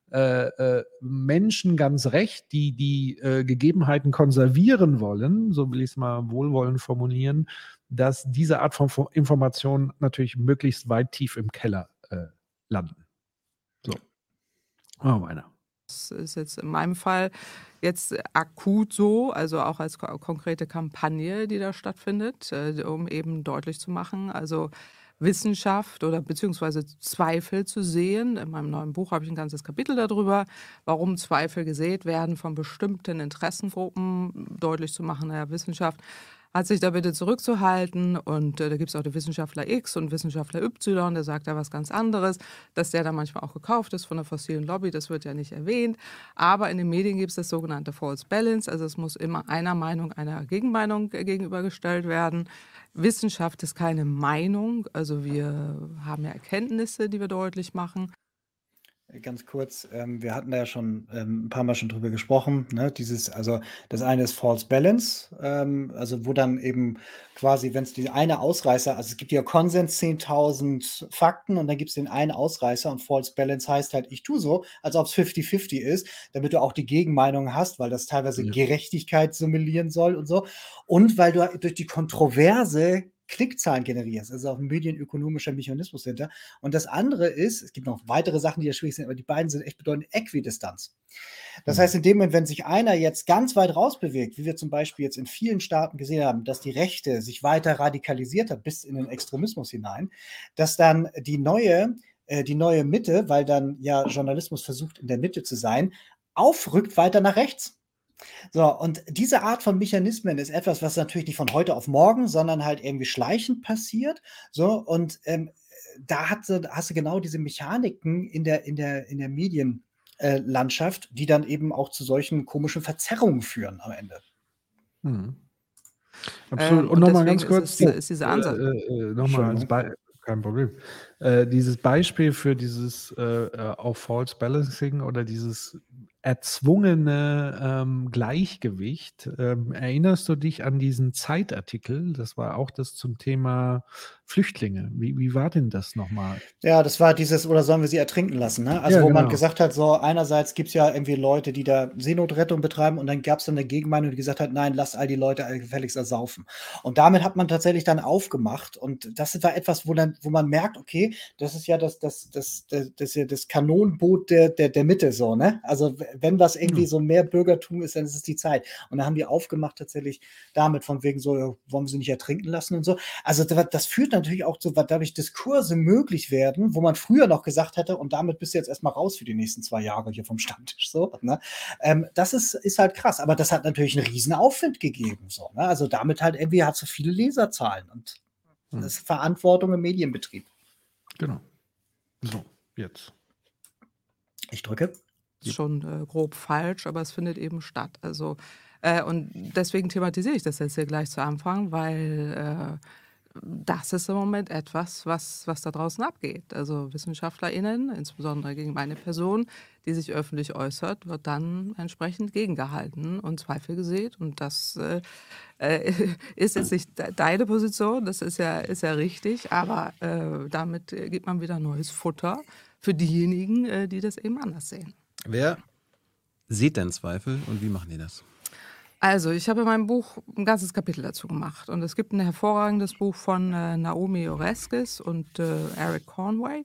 Menschen ganz recht, die Gegebenheiten konservieren wollen, so will ich es mal wohlwollend formulieren, dass diese Art von Informationen natürlich möglichst weit tief im Keller landen. So. Weiter. Das ist jetzt in meinem Fall jetzt akut so, also auch als konkrete Kampagne, die da stattfindet, um eben deutlich zu machen, also Wissenschaft oder beziehungsweise Zweifel zu sehen. In meinem neuen Buch habe ich ein ganzes Kapitel darüber, warum Zweifel gesät werden von bestimmten Interessengruppen, deutlich zu machen, naja, Wissenschaft hat sich da bitte zurückzuhalten und da gibt es auch den Wissenschaftler X und Wissenschaftler Y, der sagt da was ganz anderes, dass der da manchmal auch gekauft ist von der fossilen Lobby, das wird ja nicht erwähnt, aber in den Medien gibt es das sogenannte False Balance, also es muss immer einer Meinung einer Gegenmeinung gegenübergestellt werden. Wissenschaft ist keine Meinung, also wir haben ja Erkenntnisse, die wir deutlich machen. Ganz kurz, wir hatten da ja schon ein paar Mal schon drüber gesprochen, ne? Also das eine ist False Balance, also wo dann eben quasi, wenn es die eine Ausreißer, also es gibt ja Konsens 10.000 Fakten und dann gibt es den einen Ausreißer und False Balance heißt halt, ich tue so, als ob es 50-50 ist, damit du auch die Gegenmeinung hast, weil das teilweise Gerechtigkeit simulieren soll und so und weil du durch die Kontroverse Klickzahlen generierst. Also auch ein medienökonomischer Mechanismus hinter. Und das andere ist, es gibt noch weitere Sachen, die ja schwierig sind, aber die beiden sind echt bedeutend Äquidistanz. Das heißt, in dem Moment, wenn sich einer jetzt ganz weit rausbewegt, wie wir zum Beispiel jetzt in vielen Staaten gesehen haben, dass die Rechte sich weiter radikalisiert hat, bis in den Extremismus hinein, dass dann die neue Mitte, weil dann ja Journalismus versucht, in der Mitte zu sein, aufrückt weiter nach rechts. So, und diese Art von Mechanismen ist etwas, was natürlich nicht von heute auf morgen, sondern halt irgendwie schleichend passiert. So, und da hast du genau diese Mechaniken in der Medienlandschaft, die dann eben auch zu solchen komischen Verzerrungen führen am Ende. Absolut. Und nochmal ganz kurz, ist dieser Ansatz. Kein Problem. Dieses Beispiel für dieses auf False Balancing oder dieses erzwungene Gleichgewicht. Erinnerst du dich an diesen Zeitartikel? Das war auch das zum Thema Flüchtlinge. Wie war denn das nochmal? Ja, das war dieses, oder sollen wir sie ertrinken lassen, ne? Also, wo man gesagt hat, so einerseits gibt es ja irgendwie Leute, die da Seenotrettung betreiben und dann gab es dann eine Gegenmeinung, die gesagt hat, nein, lasst all die Leute gefälligst ersaufen. Und damit hat man tatsächlich dann aufgemacht und das war etwas, wo man merkt, okay, das ist ja das Kanonboot der Mitte so, ne? Also wenn was irgendwie so mehr Bürgertum ist, dann ist es die Zeit. Und da haben die aufgemacht tatsächlich damit von wegen so, wollen wir sie nicht ertrinken lassen und so. Also das führt natürlich auch zu, weil dadurch Diskurse möglich werden, wo man früher noch gesagt hätte, und damit bist du jetzt erstmal raus für die nächsten 2 Jahre hier vom Stammtisch. So, ne? Das ist halt krass, aber das hat natürlich einen riesen Aufwind gegeben. So, ne? Also damit halt irgendwie hat so viele Leserzahlen und das ist Verantwortung im Medienbetrieb. Genau. So, jetzt. Ich drücke. Ist schon grob falsch, aber es findet eben statt. Also, und deswegen thematisiere ich das jetzt hier gleich zu Anfang, weil das ist im Moment etwas, was da draußen abgeht. Also WissenschaftlerInnen, insbesondere gegen meine Person, die sich öffentlich äußert, wird dann entsprechend gegengehalten und Zweifel gesät. Und das ist jetzt nicht deine Position, das ist ja richtig, aber damit gibt man wieder neues Futter für diejenigen, die das eben anders sehen. Wer sieht denn Zweifel und wie machen die das? Also, ich habe in meinem Buch ein ganzes Kapitel dazu gemacht. Und es gibt ein hervorragendes Buch von Naomi Oreskes und Eric Conway.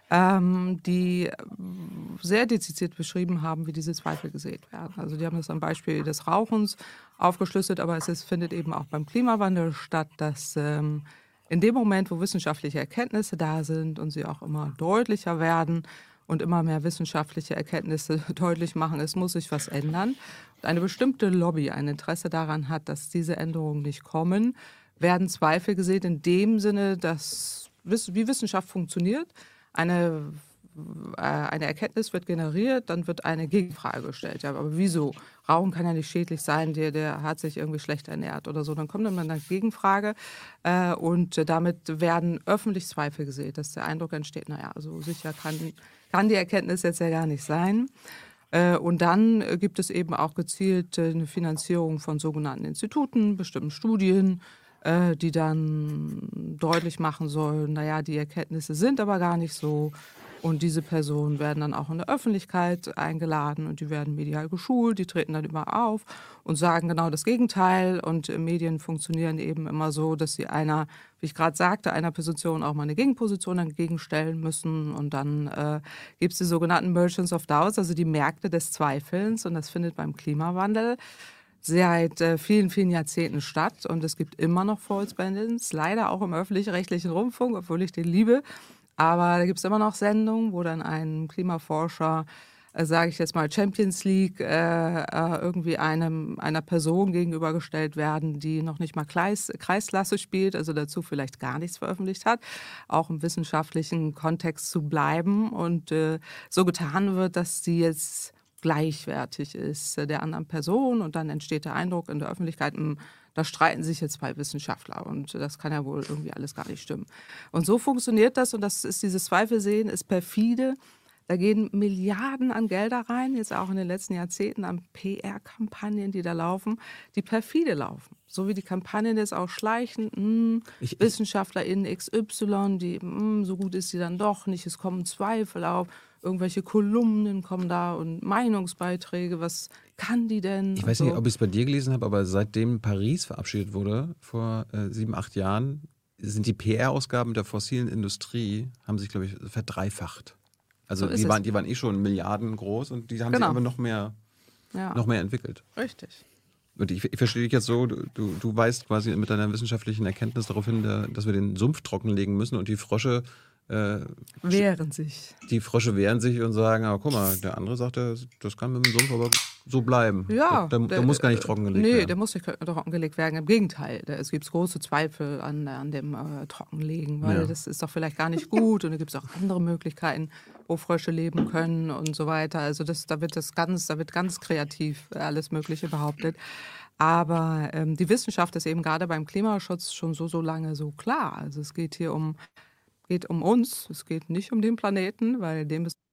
die sehr dezidiert beschrieben haben, wie diese Zweifel gesät werden. Also die haben das am Beispiel des Rauchens aufgeschlüsselt, aber findet eben auch beim Klimawandel statt, dass in dem Moment, wo wissenschaftliche Erkenntnisse da sind und sie auch immer deutlicher werden und immer mehr wissenschaftliche Erkenntnisse deutlich machen, es muss sich was ändern und eine bestimmte Lobby ein Interesse daran hat, dass diese Änderungen nicht kommen, werden Zweifel gesät in dem Sinne, dass wie Wissenschaft funktioniert. Eine Erkenntnis wird generiert, dann wird eine Gegenfrage gestellt. Ja, aber wieso? Rauchen kann ja nicht schädlich sein, der hat sich irgendwie schlecht ernährt oder so. Dann kommt dann eine Gegenfrage und damit werden öffentlich Zweifel gesät, dass der Eindruck entsteht, naja, so sicher kann die Erkenntnis jetzt ja gar nicht sein. Und dann gibt es eben auch gezielt eine Finanzierung von sogenannten Instituten, bestimmten Studien, die dann deutlich machen sollen, naja, die Erkenntnisse sind aber gar nicht so. Und diese Personen werden dann auch in der Öffentlichkeit eingeladen und die werden medial geschult, die treten dann immer auf und sagen genau das Gegenteil. Und Medien funktionieren eben immer so, dass sie wie ich gerade sagte, einer Position auch mal eine Gegenposition entgegenstellen müssen. Und dann gibt es die sogenannten Merchants of Doubt, also die Märkte des Zweifelns. Und das findet beim Klimawandel seit vielen, vielen Jahrzehnten statt. Und es gibt immer noch False Bandits, leider auch im öffentlich-rechtlichen Rundfunk, obwohl ich den liebe. Aber da gibt es immer noch Sendungen, wo dann ein Klimaforscher, sage ich jetzt mal Champions League, irgendwie einer Person gegenübergestellt werden, die noch nicht mal Kreisklasse spielt, also dazu vielleicht gar nichts veröffentlicht hat, auch im wissenschaftlichen Kontext zu bleiben und so getan wird, dass sie jetzt gleichwertig ist der anderen Person und dann entsteht der Eindruck in der Öffentlichkeit, da streiten sich jetzt zwei Wissenschaftler und das kann ja wohl irgendwie alles gar nicht stimmen. Und so funktioniert das und das ist dieses Zweifelsehen, ist perfide. Da gehen Milliarden an Gelder rein, jetzt auch in den letzten Jahrzehnten an PR-Kampagnen, die da laufen, die perfide laufen. So wie die Kampagnen jetzt auch schleichen, WissenschaftlerInnen XY, die, so gut ist sie dann doch nicht, es kommen Zweifel auf. Irgendwelche Kolumnen kommen da und Meinungsbeiträge, was kann die denn? Ich weiß nicht, ob ich es bei dir gelesen habe, aber seitdem Paris verabschiedet wurde, vor 7, 8 Jahren, sind die PR-Ausgaben der fossilen Industrie, haben sich, glaube ich, verdreifacht. Also so die waren eh schon Milliarden groß und die haben sich aber noch mehr entwickelt. Richtig. Und ich verstehe dich jetzt so, du weist quasi mit deiner wissenschaftlichen Erkenntnis darauf hin, dass wir den Sumpf trockenlegen müssen und die Frösche wehren sich. Die Frösche wehren sich und sagen, guck mal, der andere sagt, das kann mit dem Sumpf aber so bleiben. Ja, der muss gar nicht trockengelegt werden. Nee, der muss nicht trockengelegt werden. Im Gegenteil, es gibt große Zweifel an dem Trockenlegen, weil das ist doch vielleicht gar nicht gut und da gibt es auch andere Möglichkeiten, wo Frösche leben können und so weiter. Also da wird ganz kreativ alles Mögliche behauptet. Aber die Wissenschaft ist eben gerade beim Klimaschutz schon so lange so klar. Also es geht hier um uns, es geht nicht um den Planeten, weil dem ist.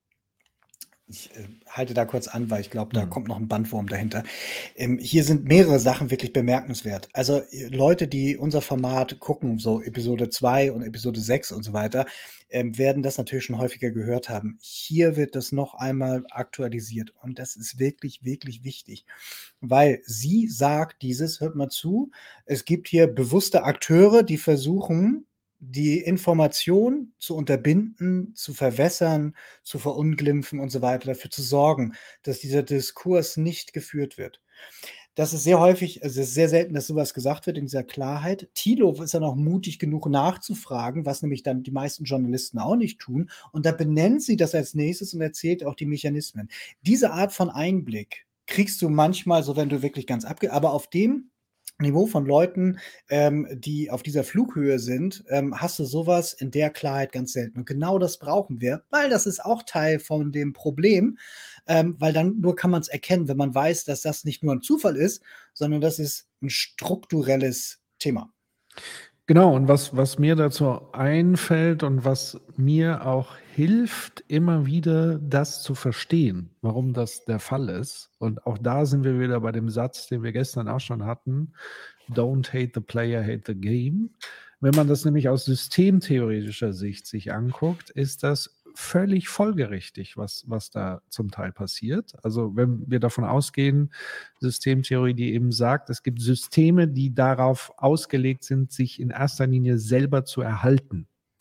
Ich halte da kurz an, weil ich glaube, da kommt noch ein Bandwurm dahinter. Hier sind mehrere Sachen wirklich bemerkenswert. Also Leute, die unser Format gucken, so Episode 2 und Episode 6 und so weiter, werden das natürlich schon häufiger gehört haben. Hier wird das noch einmal aktualisiert und das ist wirklich, wirklich wichtig, weil sie sagt hört mal zu, es gibt hier bewusste Akteure, die versuchen, die Information zu unterbinden, zu verwässern, zu verunglimpfen und so weiter, dafür zu sorgen, dass dieser Diskurs nicht geführt wird. Das ist sehr häufig, also es ist sehr selten, dass sowas gesagt wird in dieser Klarheit. Thilo ist dann auch mutig genug nachzufragen, was nämlich dann die meisten Journalisten auch nicht tun. Und da benennt sie das als nächstes und erzählt auch die Mechanismen. Diese Art von Einblick kriegst du manchmal so, wenn du wirklich ganz aber auf dem Niveau von Leuten, die auf dieser Flughöhe sind, hast du sowas in der Klarheit ganz selten. Und genau das brauchen wir, weil das ist auch Teil von dem Problem, weil dann nur kann man es erkennen, wenn man weiß, dass das nicht nur ein Zufall ist, sondern das ist ein strukturelles Thema. Genau, und was mir dazu einfällt und was mir auch hilft, immer wieder das zu verstehen, warum das der Fall ist. Und auch da sind wir wieder bei dem Satz, den wir gestern auch schon hatten, don't hate the player, hate the game. Wenn man das nämlich aus systemtheoretischer Sicht sich anguckt, ist das völlig folgerichtig, was da zum Teil passiert. Also wenn wir davon ausgehen, Systemtheorie, die eben sagt, es gibt Systeme, die darauf ausgelegt sind, sich in erster Linie selber zu erhalten.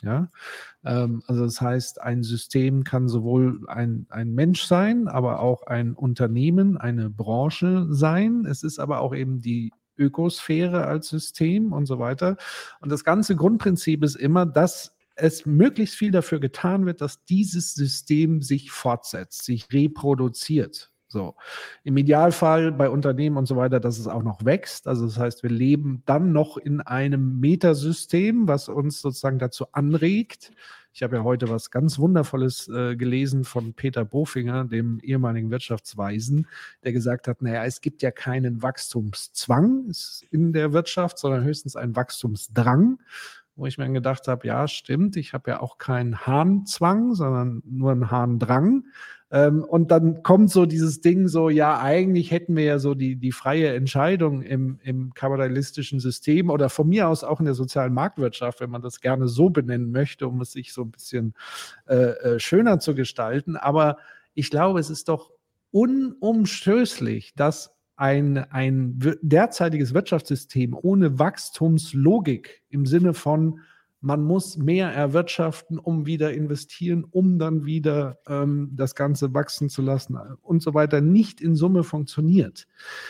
Ja? Also das heißt, ein System kann sowohl ein Mensch sein, aber auch ein Unternehmen, eine Branche sein. Es ist aber auch eben die Ökosphäre als System und so weiter. Und das ganze Grundprinzip ist immer, dass es möglichst viel dafür getan wird, dass dieses System sich fortsetzt, sich reproduziert. So. Im Idealfall bei Unternehmen und so weiter, dass es auch noch wächst. Also das heißt, wir leben dann noch in einem Metasystem, was uns sozusagen dazu anregt. Ich habe ja heute was ganz Wundervolles gelesen von Peter Bofinger, dem ehemaligen Wirtschaftsweisen, der gesagt hat, naja, es gibt ja keinen Wachstumszwang in der Wirtschaft, sondern höchstens einen Wachstumsdrang. Wo ich mir dann gedacht habe, ja, stimmt, ich habe ja auch keinen Harnzwang, sondern nur einen Harndrang. Und dann kommt so dieses Ding so, ja, eigentlich hätten wir ja so die freie Entscheidung im kapitalistischen System oder von mir aus auch in der sozialen Marktwirtschaft, wenn man das gerne so benennen möchte, um es sich so ein bisschen schöner zu gestalten. Aber ich glaube, es ist doch unumstößlich, dass ein derzeitiges Wirtschaftssystem ohne Wachstumslogik im Sinne von, man muss mehr erwirtschaften, um wieder investieren, um dann wieder das Ganze wachsen zu lassen und so weiter, nicht in Summe funktioniert.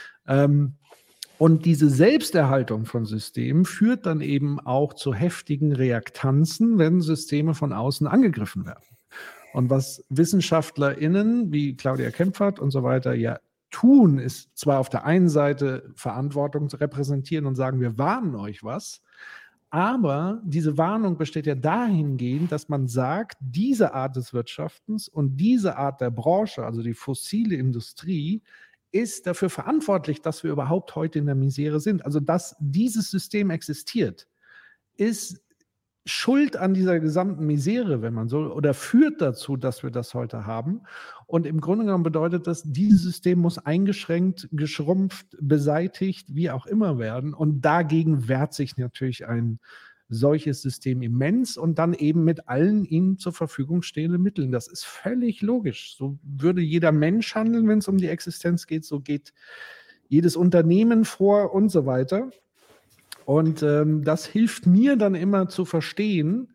Und diese Selbsterhaltung von Systemen führt dann eben auch zu heftigen Reaktanzen, wenn Systeme von außen angegriffen werden. Und was WissenschaftlerInnen wie Claudia Kempfert und so weiter ja tun, ist zwar auf der einen Seite Verantwortung zu repräsentieren und sagen, wir warnen euch was, aber diese Warnung besteht ja dahingehend, dass man sagt, diese Art des Wirtschaftens und diese Art der Branche, also die fossile Industrie, ist dafür verantwortlich, dass wir überhaupt heute in der Misere sind. Also dass dieses System existiert, ist schuld an dieser gesamten Misere, wenn man so, oder führt dazu, dass wir das heute haben. Und im Grunde genommen bedeutet das, dieses System muss eingeschränkt, geschrumpft, beseitigt, wie auch immer werden. Und dagegen wehrt sich natürlich ein solches System immens und dann eben mit allen ihm zur Verfügung stehenden Mitteln. Das ist völlig logisch. So würde jeder Mensch handeln, wenn es um die Existenz geht. So geht jedes Unternehmen vor und so weiter. Und das hilft mir dann immer zu verstehen,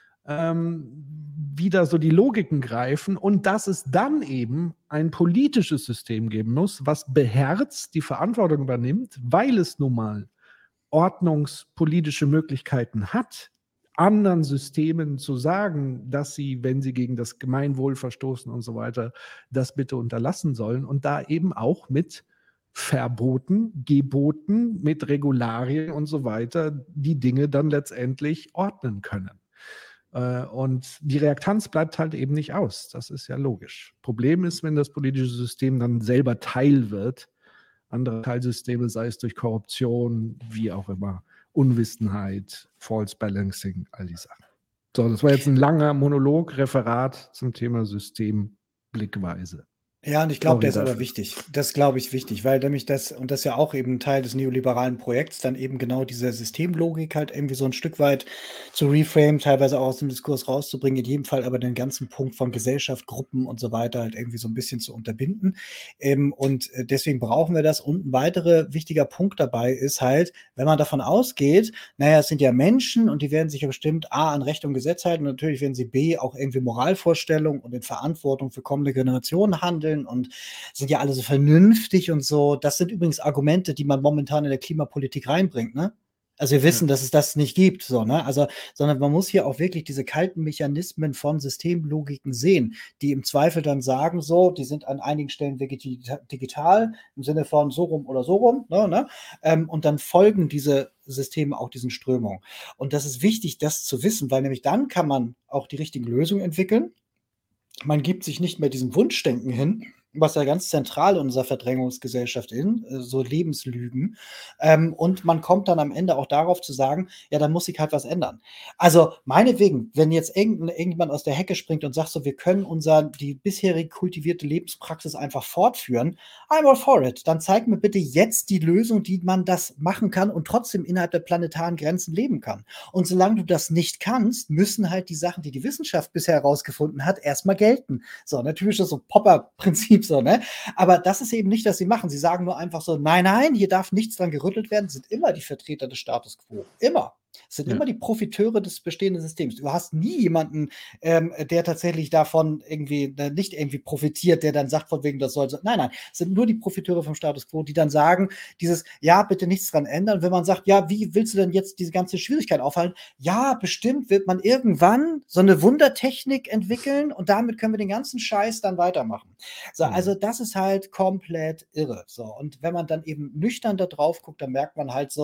wie da so die Logiken greifen und dass es dann eben ein politisches System geben muss, was beherzt die Verantwortung übernimmt, weil es nun mal ordnungspolitische Möglichkeiten hat, anderen Systemen zu sagen, dass sie, wenn sie gegen das Gemeinwohl verstoßen und so weiter, das bitte unterlassen sollen und da eben auch mit Verboten, Geboten, mit Regularien und so weiter die Dinge dann letztendlich ordnen können. Und die Reaktanz bleibt halt eben nicht aus. Das ist ja logisch. Problem ist, wenn das politische System dann selber Teil wird, andere Teilsysteme, sei es durch Korruption, wie auch immer, Unwissenheit, False Balancing, all die Sachen. So, das war jetzt ein langer Monolog, Referat zum Thema Systemblickweise. Ja, und ich glaube, der ist aber wichtig. Das glaube ich wichtig, weil nämlich das, und das ist ja auch eben Teil des neoliberalen Projekts, dann eben genau diese Systemlogik halt irgendwie so ein Stück weit zu reframe, teilweise auch aus dem Diskurs rauszubringen, in jedem Fall aber den ganzen Punkt von Gesellschaft, Gruppen und so weiter halt irgendwie so ein bisschen zu unterbinden. Und deswegen brauchen wir das. Und ein weiterer wichtiger Punkt dabei ist halt, wenn man davon ausgeht, naja, es sind ja Menschen und die werden sich ja bestimmt A, an Recht und Gesetz halten und natürlich werden sie B, auch irgendwie Moralvorstellungen und in Verantwortung für kommende Generationen handeln und sind ja alle so vernünftig und so. Das sind übrigens Argumente, die man momentan in der Klimapolitik reinbringt, ne? Also wir wissen, dass es das nicht gibt, so, ne? Also, sondern man muss hier auch wirklich diese kalten Mechanismen von Systemlogiken sehen, die im Zweifel dann sagen, so, die sind an einigen Stellen digital, im Sinne von so rum oder so rum, ne? Und dann folgen diese Systeme auch diesen Strömungen. Und das ist wichtig, das zu wissen, weil nämlich dann kann man auch die richtigen Lösungen entwickeln. Man gibt sich nicht mehr diesem Wunschdenken hin, was ja ganz zentral in unserer Verdrängungsgesellschaft ist, so Lebenslügen. Und man kommt dann am Ende auch darauf zu sagen, ja, dann muss sich halt was ändern. Also meinetwegen, wenn jetzt irgendjemand aus der Hecke springt und sagt so, wir können die bisherig kultivierte Lebenspraxis einfach fortführen, I'm all for it. Dann zeig mir bitte jetzt die Lösung, die man das machen kann und trotzdem innerhalb der planetaren Grenzen leben kann. Und solange du das nicht kannst, müssen halt die Sachen, die die Wissenschaft bisher herausgefunden hat, erstmal gelten. So, natürlich ist das so ein Popper-Prinzip, so, ne? Aber das ist eben nicht, was sie machen. Sie sagen nur einfach so, nein, hier darf nichts dran gerüttelt werden, sind immer die Vertreter des Status quo. Immer. Es sind immer die Profiteure des bestehenden Systems. Du hast nie jemanden, der tatsächlich davon irgendwie nicht irgendwie profitiert, der dann sagt, von wegen, das soll so. Nein, es sind nur die Profiteure vom Status quo, die dann sagen, ja, bitte nichts dran ändern. Wenn man sagt, ja, wie willst du denn jetzt diese ganze Schwierigkeit aufhalten? Ja, bestimmt wird man irgendwann so eine Wundertechnik entwickeln und damit können wir den ganzen Scheiß dann weitermachen. So, also das ist halt komplett irre. So, und wenn man dann eben nüchtern da drauf guckt, dann merkt man halt so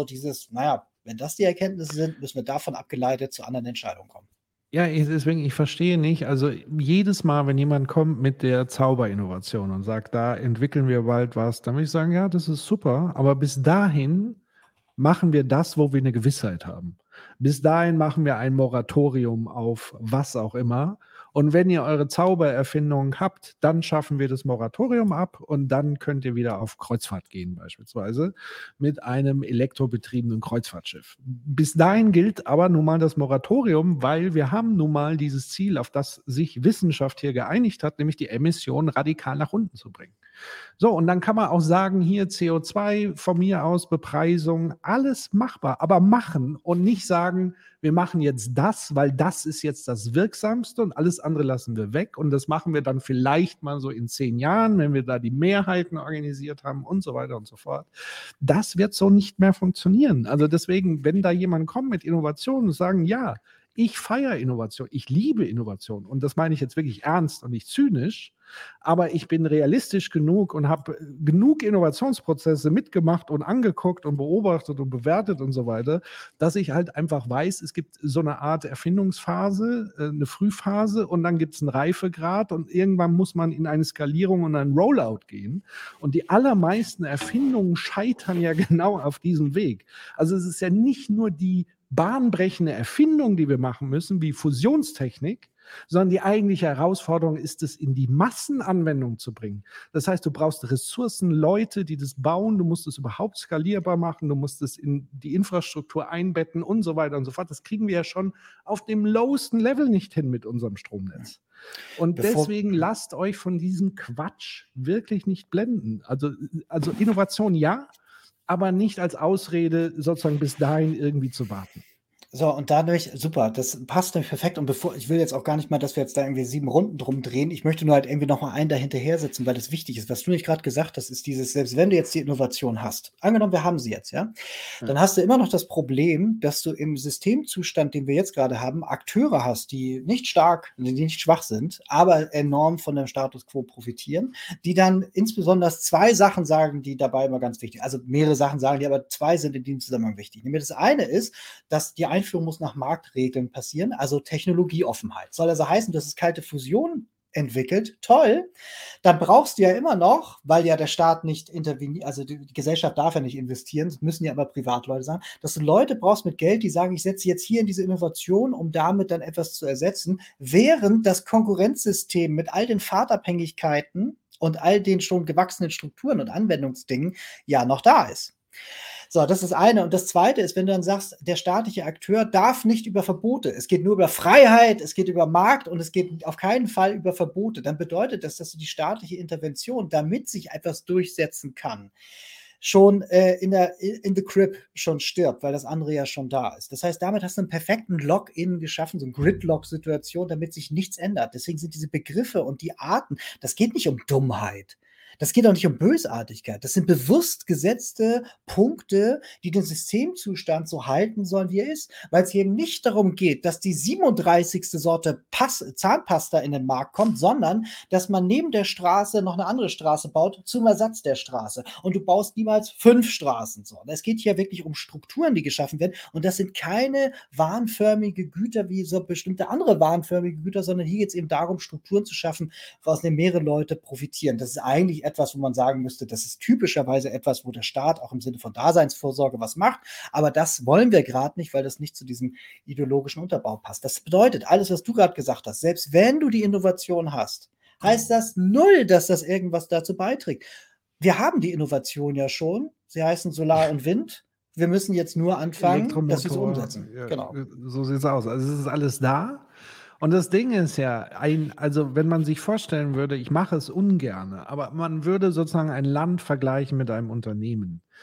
wenn das die Erkenntnisse sind, müssen wir davon abgeleitet zu anderen Entscheidungen kommen. Ja, deswegen, ich verstehe nicht, also jedes Mal, wenn jemand kommt mit der Zauberinnovation und sagt, da entwickeln wir bald was, dann würde ich sagen, ja, das ist super, aber bis dahin machen wir das, wo wir eine Gewissheit haben. Bis dahin machen wir ein Moratorium auf was auch immer. Und wenn ihr eure Zaubererfindungen habt, dann schaffen wir das Moratorium ab und dann könnt ihr wieder auf Kreuzfahrt gehen, beispielsweise mit einem elektrobetriebenen Kreuzfahrtschiff. Bis dahin gilt aber nun mal das Moratorium, weil wir haben nun mal dieses Ziel, auf das sich Wissenschaft hier geeinigt hat, nämlich die Emissionen radikal nach unten zu bringen. So, und dann kann man auch sagen, hier CO2 von mir aus, Bepreisung, alles machbar, aber machen und nicht sagen, wir machen jetzt das, weil das ist jetzt das Wirksamste und alles andere lassen wir weg und das machen wir dann vielleicht mal so in 10 Jahren, wenn wir da die Mehrheiten organisiert haben und so weiter und so fort. Das wird so nicht mehr funktionieren. Also deswegen, wenn da jemand kommt mit Innovationen und sagen, ja, ich feiere Innovation, ich liebe Innovation und das meine ich jetzt wirklich ernst und nicht zynisch, aber ich bin realistisch genug und habe genug Innovationsprozesse mitgemacht und angeguckt und beobachtet und bewertet und so weiter, dass ich halt einfach weiß, es gibt so eine Art Erfindungsphase, eine Frühphase und dann gibt es einen Reifegrad und irgendwann muss man in eine Skalierung und einen Rollout gehen. Und die allermeisten Erfindungen scheitern ja genau auf diesem Weg. Also es ist ja nicht nur die bahnbrechende Erfindung, die wir machen müssen, wie Fusionstechnik, sondern die eigentliche Herausforderung ist es, in die Massenanwendung zu bringen. Das heißt, du brauchst Ressourcen, Leute, die das bauen, du musst es überhaupt skalierbar machen, du musst es in die Infrastruktur einbetten und so weiter und so fort. Das kriegen wir ja schon auf dem lowsten Level nicht hin mit unserem Stromnetz. Und deswegen lasst euch von diesem Quatsch wirklich nicht blenden. Also Innovation ja, aber nicht als Ausrede, sozusagen bis dahin irgendwie zu warten. So, und dadurch, super, das passt nämlich perfekt. Und ich will jetzt auch gar nicht mal, dass wir jetzt da irgendwie 7 Runden drum drehen. Ich möchte nur halt irgendwie noch mal einen dahinterher setzen, weil das wichtig ist. Was du nicht gerade gesagt hast, ist dieses, selbst wenn du jetzt die Innovation hast, angenommen, wir haben sie jetzt, ja, dann hast du immer noch das Problem, dass du im Systemzustand, den wir jetzt gerade haben, Akteure hast, die nicht stark, die nicht schwach sind, aber enorm von dem Status quo profitieren, die dann insbesondere 2 Sachen sagen, die dabei immer ganz wichtig sind. Also mehrere Sachen sagen die, aber 2 sind in diesem Zusammenhang wichtig. Nämlich das eine ist, dass die Einführung muss nach Marktregeln passieren, also Technologieoffenheit. Soll also heißen, dass es kalte Fusion entwickelt, toll, dann brauchst du ja immer noch, weil ja der Staat nicht interveniert, also die Gesellschaft darf ja nicht investieren, das müssen ja aber Privatleute sagen, dass du Leute brauchst mit Geld, die sagen, ich setze jetzt hier in diese Innovation, um damit dann etwas zu ersetzen, während das Konkurrenzsystem mit all den Fahrtabhängigkeiten und all den schon gewachsenen Strukturen und Anwendungsdingen ja noch da ist. So, das ist das eine. Und das zweite ist, wenn du dann sagst, der staatliche Akteur darf nicht über Verbote. Es geht nur über Freiheit, es geht über Markt und es geht auf keinen Fall über Verbote. Dann bedeutet das, dass du die staatliche Intervention, damit sich etwas durchsetzen kann, schon in the crib schon stirbt, weil das andere ja schon da ist. Das heißt, damit hast du einen perfekten Lock-in geschaffen, so eine Gridlock-Situation, damit sich nichts ändert. Deswegen sind diese Begriffe und die Arten, das geht nicht um Dummheit. Das geht auch nicht um Bösartigkeit. Das sind bewusst gesetzte Punkte, die den Systemzustand so halten sollen, wie er ist. Weil es hier nicht darum geht, dass die 37. Sorte Zahnpasta in den Markt kommt, sondern dass man neben der Straße noch eine andere Straße baut zum Ersatz der Straße. Und du baust niemals 5 Straßen. So. Es geht hier wirklich um Strukturen, die geschaffen werden. Und das sind keine wahnförmige Güter wie so bestimmte andere wahnförmige Güter, sondern hier geht es eben darum, Strukturen zu schaffen, aus denen mehrere Leute profitieren. Das ist eigentlich etwas, wo man sagen müsste, das ist typischerweise etwas, wo der Staat auch im Sinne von Daseinsvorsorge was macht, aber das wollen wir gerade nicht, weil das nicht zu diesem ideologischen Unterbau passt. Das bedeutet, alles, was du gerade gesagt hast, selbst wenn du die Innovation hast, heißt das null, dass das irgendwas dazu beiträgt. Wir haben die Innovation ja schon, sie heißen Solar und Wind, wir müssen jetzt nur anfangen, dass wir es umsetzen. Ja, genau. So sieht es aus. Also es ist alles da. Und das Ding ist ja, also wenn man sich vorstellen würde, ich mache es ungern, aber man würde sozusagen ein Land vergleichen mit einem Unternehmen.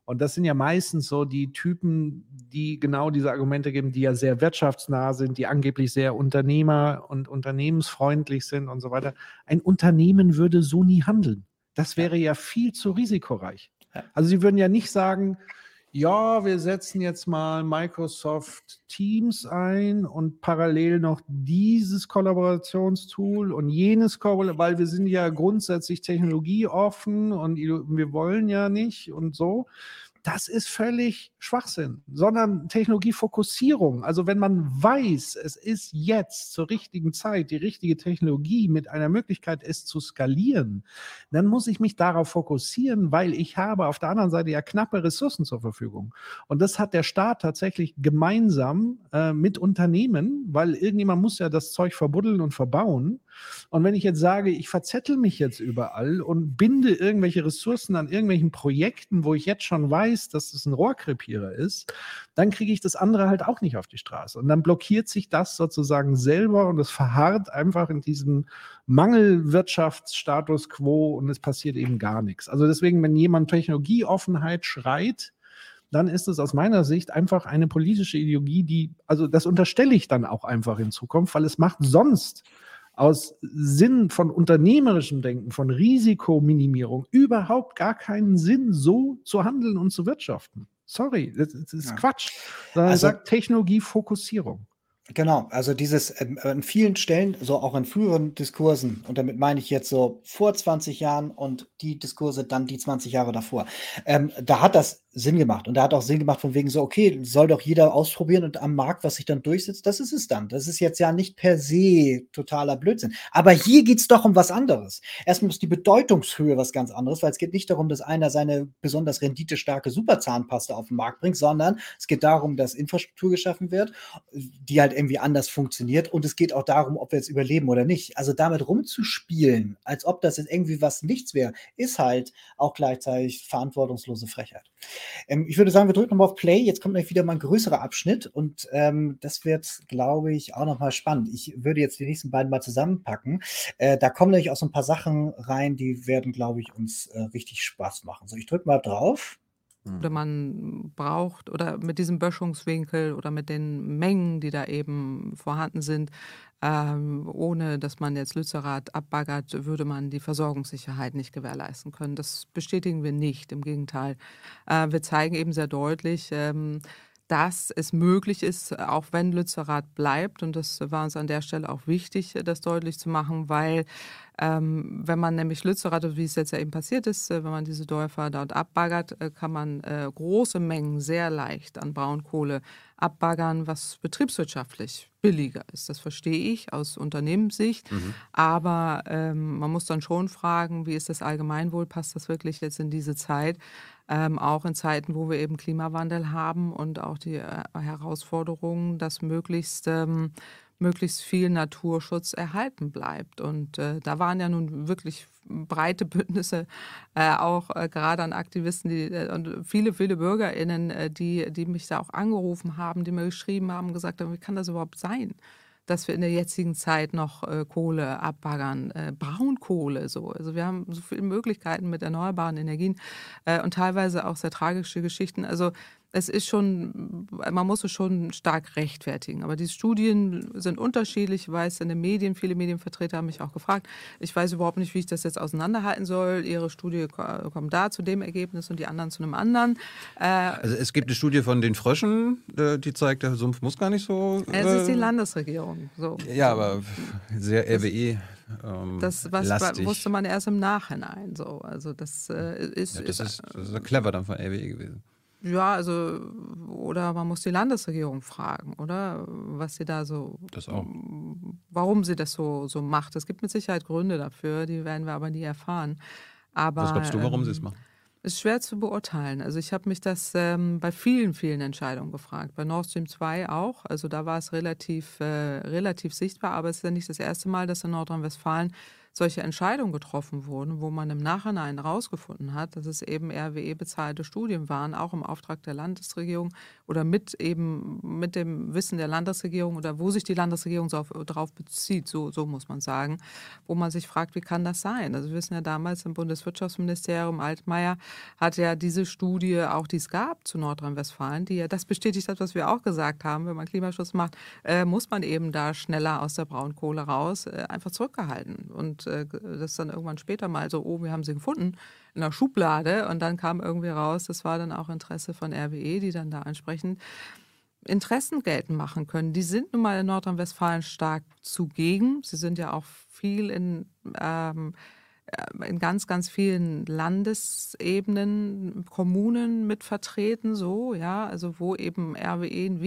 Und das sind ja meistens so die Typen, die genau diese Argumente geben, die ja sehr wirtschaftsnah sind, die angeblich sehr unternehmer- und unternehmensfreundlich sind und so weiter. Ein Unternehmen würde so nie handeln. Das wäre ja viel zu risikoreich. Also sie würden ja nicht sagen, ja, wir setzen jetzt mal Microsoft Teams ein und parallel noch dieses Kollaborationstool und jenes, weil wir sind ja grundsätzlich technologieoffen und wir wollen ja nicht und so. Das ist völlig Schwachsinn, sondern Technologiefokussierung. Also wenn man weiß, es ist jetzt zur richtigen Zeit die richtige Technologie mit einer Möglichkeit, es zu skalieren, dann muss ich mich darauf fokussieren, weil ich habe auf der anderen Seite ja knappe Ressourcen zur Verfügung. Und das hat der Staat tatsächlich gemeinsam mit Unternehmen, weil irgendjemand muss ja das Zeug verbuddeln und verbauen. Und wenn ich jetzt sage, ich verzettel mich jetzt überall und binde irgendwelche Ressourcen an irgendwelchen Projekten, wo ich jetzt schon weiß, dass es ein Rohrkrepierer ist, dann kriege ich das andere halt auch nicht auf die Straße. Und dann blockiert sich das sozusagen selber und es verharrt einfach in diesem Mangelwirtschaftsstatus quo und es passiert eben gar nichts. Also deswegen, wenn jemand Technologieoffenheit schreit, dann ist es aus meiner Sicht einfach eine politische Ideologie, also das unterstelle ich dann auch einfach in Zukunft, weil es macht sonst aus Sinn von unternehmerischem Denken, von Risikominimierung überhaupt gar keinen Sinn, so zu handeln und zu wirtschaften. Sorry, das ist Quatsch. Sondern er sagt Technologiefokussierung. Genau, also dieses an vielen Stellen, so auch in früheren Diskursen, und damit meine ich jetzt so vor 20 Jahren und die Diskurse dann die 20 Jahre davor, da hat das Sinn gemacht. Und da hat auch Sinn gemacht von wegen so, okay, soll doch jeder ausprobieren und am Markt, was sich dann durchsetzt, das ist es dann. Das ist jetzt ja nicht per se totaler Blödsinn. Aber hier geht es doch um was anderes. Erstmal ist die Bedeutungshöhe was ganz anderes, weil es geht nicht darum, dass einer seine besonders renditestarke Superzahnpasta auf den Markt bringt, sondern es geht darum, dass Infrastruktur geschaffen wird, die halt irgendwie anders funktioniert. Und es geht auch darum, ob wir jetzt überleben oder nicht. Also damit rumzuspielen, als ob das jetzt irgendwie was nichts wäre, ist halt auch gleichzeitig verantwortungslose Frechheit. Ich würde sagen, wir drücken nochmal auf Play. Jetzt kommt nämlich wieder mal ein größerer Abschnitt und das wird, glaube ich, auch nochmal spannend. Ich würde jetzt die nächsten beiden mal zusammenpacken. Da kommen nämlich auch so ein paar Sachen rein, die werden, glaube ich, uns richtig Spaß machen. So, ich drücke mal drauf. Oder man braucht, oder mit diesem Böschungswinkel oder mit den Mengen, die da eben vorhanden sind, ohne dass man jetzt Lützerath abbaggert, würde man die Versorgungssicherheit nicht gewährleisten können. Das bestätigen wir nicht, im Gegenteil. Wir zeigen eben sehr deutlich, dass es möglich ist, auch wenn Lützerath bleibt. Und das war uns an der Stelle auch wichtig, das deutlich zu machen, weil wenn man nämlich Lützerath, wie es jetzt ja eben passiert ist, wenn man diese Dörfer dort abbaggert, kann man große Mengen sehr leicht an Braunkohle abbaggern, was betriebswirtschaftlich billiger ist. Das verstehe ich aus Unternehmenssicht. Aber man muss dann schon fragen, wie ist das Allgemeinwohl? Passt das wirklich jetzt in diese Zeit? Auch in Zeiten, wo wir eben Klimawandel haben und auch die Herausforderungen, dass möglichst viel Naturschutz erhalten bleibt. Und da waren ja nun wirklich breite Bündnisse, auch gerade an Aktivisten und viele BürgerInnen, die mich da auch angerufen haben, die mir geschrieben haben, gesagt haben, wie kann das überhaupt sein, dass wir in der jetzigen Zeit noch Kohle abbaggern, Braunkohle so. Also wir haben so viele Möglichkeiten mit erneuerbaren Energien und teilweise auch sehr tragische Geschichten. Also es ist schon, man muss es schon stark rechtfertigen. Aber die Studien sind unterschiedlich. Ich weiß, in den Medien, viele Medienvertreter haben mich auch gefragt. Ich weiß überhaupt nicht, wie ich das jetzt auseinanderhalten soll. Ihre Studie kommt da zu dem Ergebnis und die anderen zu einem anderen. Also es gibt eine Studie von den Fröschen, die zeigt, der Sumpf muss gar nicht so... Es ist die Landesregierung. So. Ja, aber sehr RWE. Das wusste man erst im Nachhinein. So. Also das ist clever dann von RWE gewesen. Ja, also, oder man muss die Landesregierung fragen, oder? Was sie da so. Das auch. Warum sie das so macht. Es gibt mit Sicherheit Gründe dafür, die werden wir aber nie erfahren. Aber, was glaubst du, warum sie es macht? Ist schwer zu beurteilen. Also ich habe mich das bei vielen Entscheidungen gefragt. Bei Nord Stream 2 auch. Also da war es relativ sichtbar, aber es ist ja nicht das erste Mal, dass in Nordrhein-Westfalen solche Entscheidungen getroffen wurden, wo man im Nachhinein herausgefunden hat, dass es eben RWE-bezahlte Studien waren, auch im Auftrag der Landesregierung oder mit dem Wissen der Landesregierung oder wo sich die Landesregierung darauf bezieht, so muss man sagen, wo man sich fragt, wie kann das sein? Also wir wissen ja damals im Bundeswirtschaftsministerium, Altmaier hat ja diese Studie, auch die es gab zu Nordrhein-Westfalen, die ja das bestätigt hat, was wir auch gesagt haben, wenn man Klimaschutz macht, muss man eben da schneller aus der Braunkohle raus, einfach zurückgehalten. Und das dann irgendwann später mal so, wir haben sie gefunden in der Schublade. Und dann kam irgendwie raus, das war dann auch Interesse von RWE, die dann da entsprechend Interessen geltend machen können. Die sind nun mal in Nordrhein-Westfalen stark zugegen. Sie sind ja auch viel in ganz, ganz vielen Landesebenen, Kommunen mit vertreten, so, ja, also wo eben RWE ein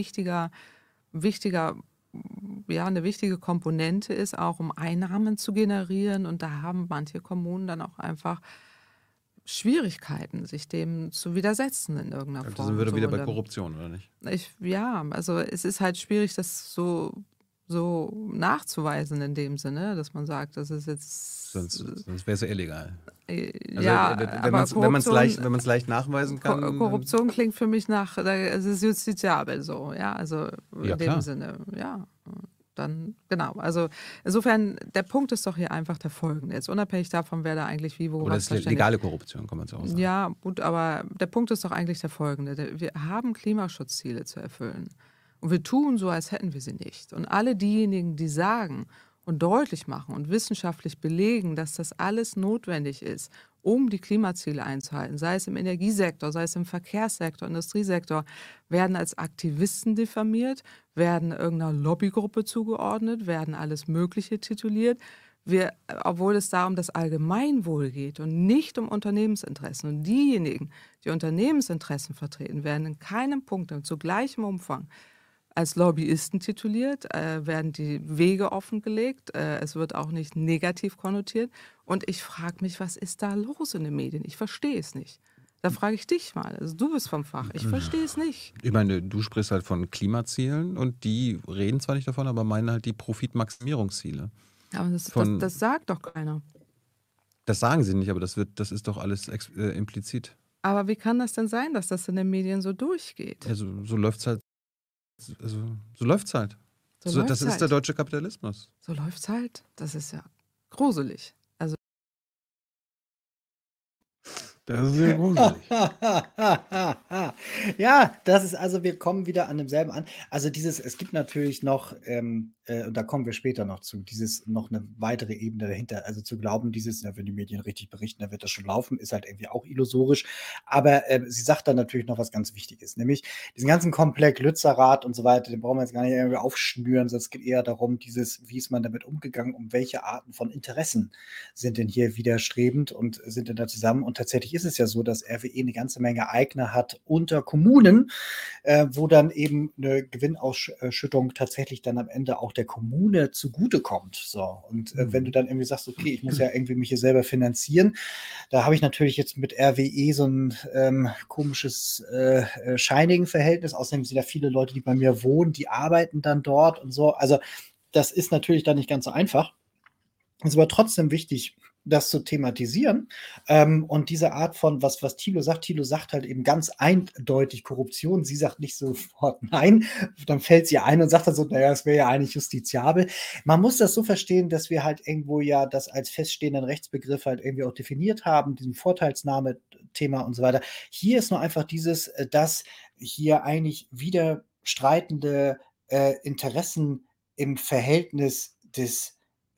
eine wichtige Komponente ist, auch um Einnahmen zu generieren. Und da haben manche Kommunen dann auch einfach Schwierigkeiten, sich dem zu widersetzen in irgendeiner Form. Da sind wir wieder bei Korruption, oder nicht? Also es ist halt schwierig, das so nachzuweisen in dem Sinne, dass man sagt, das ist jetzt... Sonst wäre es ja illegal. Ja, wenn man es leicht nachweisen kann. Korruption klingt für mich nach, es ist justiziabel so, ja, also in dem Sinne, ja. Dann, genau, also insofern, der Punkt ist doch hier einfach der folgende, jetzt unabhängig davon, wer da eigentlich wie, wo... Oder das ist legale Korruption, kann man es auch sagen. Ja, gut, aber der Punkt ist doch eigentlich der folgende, wir haben Klimaschutzziele zu erfüllen und wir tun so, als hätten wir sie nicht. Und alle diejenigen, die sagen und deutlich machen und wissenschaftlich belegen, dass das alles notwendig ist, um die Klimaziele einzuhalten, sei es im Energiesektor, sei es im Verkehrssektor, Industriesektor, werden als Aktivisten diffamiert, werden irgendeiner Lobbygruppe zugeordnet, werden alles Mögliche tituliert. Obwohl es da um das Allgemeinwohl geht und nicht um Unternehmensinteressen. Und diejenigen, die Unternehmensinteressen vertreten, werden in keinem Punkt und zu gleichem Umfang als Lobbyisten tituliert, werden die Wege offengelegt, es wird auch nicht negativ konnotiert. Und ich frage mich, was ist da los in den Medien? Ich verstehe es nicht. Da frage ich dich mal. Also du bist vom Fach. Ich verstehe es nicht. Ich meine, du sprichst halt von Klimazielen und die reden zwar nicht davon, aber meinen halt die Profitmaximierungsziele. Aber das sagt doch keiner. Das sagen sie nicht, aber das ist doch alles implizit. Aber wie kann das denn sein, dass das in den Medien so durchgeht? Also, so läuft es halt. So läuft's halt. Das ist der deutsche Kapitalismus. So läuft's halt. Das ist ja gruselig. Also das ist sehr gruselig. Ja, das ist also, wir kommen wieder an demselben an. Also es gibt natürlich noch, und da kommen wir später noch zu, noch eine weitere Ebene dahinter. Also zu glauben, wenn die Medien richtig berichten, dann wird das schon laufen, ist halt irgendwie auch illusorisch. Aber sie sagt dann natürlich noch was ganz Wichtiges, nämlich diesen ganzen Komplex Lützerath und so weiter, den brauchen wir jetzt gar nicht irgendwie aufschnüren, sondern es geht eher darum, wie ist man damit umgegangen, um welche Arten von Interessen sind denn hier widerstrebend und sind denn da zusammen. Und tatsächlich ist es ja so, dass RWE eine ganze Menge Eigner hat unter Kommunen, wo dann eben eine Gewinnausschüttung tatsächlich dann am Ende auch der Kommune zugutekommt. So. Und wenn du dann irgendwie sagst, okay, ich muss ja irgendwie mich hier selber finanzieren, da habe ich natürlich jetzt mit RWE so ein komisches Shining-Verhältnis. Außerdem sind ja viele Leute, die bei mir wohnen, die arbeiten dann dort und so. Also das ist natürlich dann nicht ganz so einfach. Es ist aber trotzdem wichtig, das zu thematisieren. Und diese Art von, was Thilo sagt halt eben ganz eindeutig Korruption. Sie sagt nicht sofort nein, dann fällt sie ein und sagt dann so, naja, es wäre ja eigentlich justiziabel. Man muss das so verstehen, dass wir halt irgendwo ja das als feststehenden Rechtsbegriff halt irgendwie auch definiert haben, diesen Vorteilsnahme-Thema und so weiter. Hier ist nur einfach dass hier eigentlich widerstreitende Interessen im Verhältnis des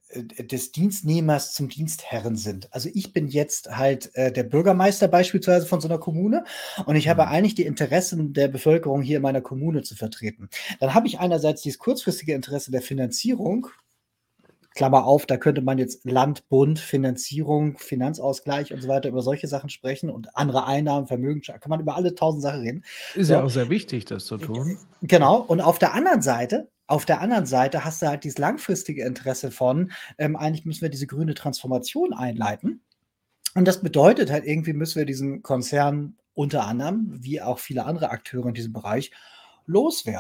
Dienstnehmers zum Dienstherren sind. Also ich bin jetzt halt der Bürgermeister beispielsweise von so einer Kommune und ich habe eigentlich die Interessen der Bevölkerung hier in meiner Kommune zu vertreten. Dann habe ich einerseits dieses kurzfristige Interesse der Finanzierung, Klammer auf, da könnte man jetzt Land, Bund, Finanzierung, Finanzausgleich und so weiter über solche Sachen sprechen und andere Einnahmen, Vermögen, kann man über alle 1000 Sachen reden. Ist ja auch sehr wichtig, das zu tun. Genau, und auf der anderen Seite hast du halt dieses langfristige Interesse von, eigentlich müssen wir diese grüne Transformation einleiten. Und das bedeutet halt, irgendwie müssen wir diesen Konzern unter anderem, wie auch viele andere Akteure in diesem Bereich, loswerden.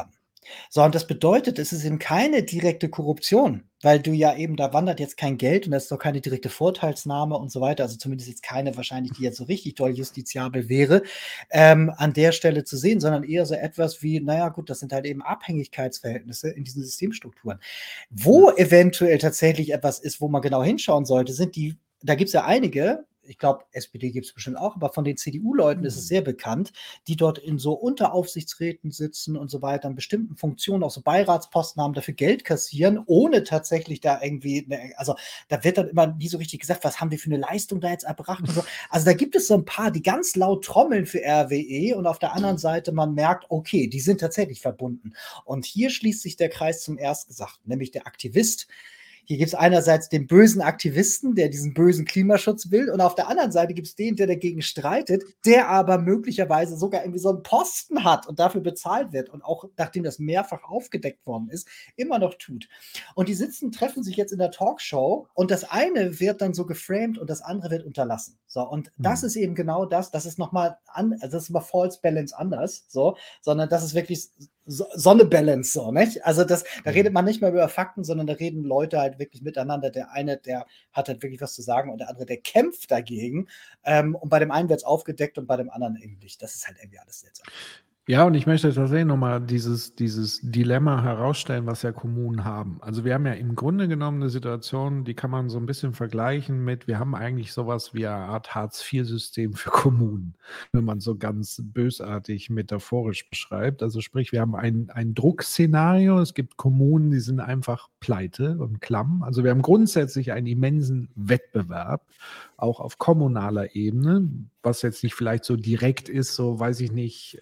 So, und das bedeutet, es ist eben keine direkte Korruption, weil du ja eben da wandert jetzt kein Geld und das ist doch keine direkte Vorteilsnahme und so weiter. Also zumindest jetzt keine wahrscheinlich, die jetzt so richtig doll justiziabel wäre, an der Stelle zu sehen, sondern eher so etwas wie, naja gut, das sind halt eben Abhängigkeitsverhältnisse in diesen Systemstrukturen. Wo eventuell tatsächlich etwas ist, wo man genau hinschauen sollte, da gibt es ja einige, ich glaube, SPD gibt es bestimmt auch, aber von den CDU-Leuten ist es sehr bekannt, die dort in so Unteraufsichtsräten sitzen und so weiter, in bestimmten Funktionen auch so Beiratsposten haben, dafür Geld kassieren, ohne tatsächlich da irgendwie, also da wird dann immer nie so richtig gesagt, was haben wir für eine Leistung da jetzt erbracht und so. Also da gibt es so ein paar, die ganz laut trommeln für RWE und auf der anderen Seite man merkt, okay, die sind tatsächlich verbunden. Und hier schließt sich der Kreis zum Erstgesagten, nämlich der Aktivist. Hier gibt es einerseits den bösen Aktivisten, der diesen bösen Klimaschutz will, und auf der anderen Seite gibt es den, der dagegen streitet, der aber möglicherweise sogar irgendwie so einen Posten hat und dafür bezahlt wird und auch, nachdem das mehrfach aufgedeckt worden ist, immer noch tut. Und die treffen sich jetzt in der Talkshow und das eine wird dann so geframed und das andere wird unterlassen. So, und das ist eben genau das ist nochmal also das ist immer False Balance anders, so, sondern das ist wirklich Sonne Balance, so, nicht? Also da redet man nicht mehr über Fakten, sondern da reden Leute halt wirklich miteinander. Der eine, der hat halt wirklich was zu sagen und der andere, der kämpft dagegen. Und bei dem einen wird es aufgedeckt und bei dem anderen eben nicht. Das ist halt irgendwie alles seltsam. Ja, und ich möchte tatsächlich nochmal dieses Dilemma herausstellen, was ja Kommunen haben. Also wir haben ja im Grunde genommen eine Situation, die kann man so ein bisschen vergleichen mit, wir haben eigentlich sowas wie eine Art Hartz-IV-System für Kommunen, wenn man so ganz bösartig metaphorisch beschreibt. Also sprich, wir haben ein Druckszenario, es gibt Kommunen, die sind einfach pleite und klamm. Also wir haben grundsätzlich einen immensen Wettbewerb, auch auf kommunaler Ebene, was jetzt nicht vielleicht so direkt ist, so weiß ich nicht,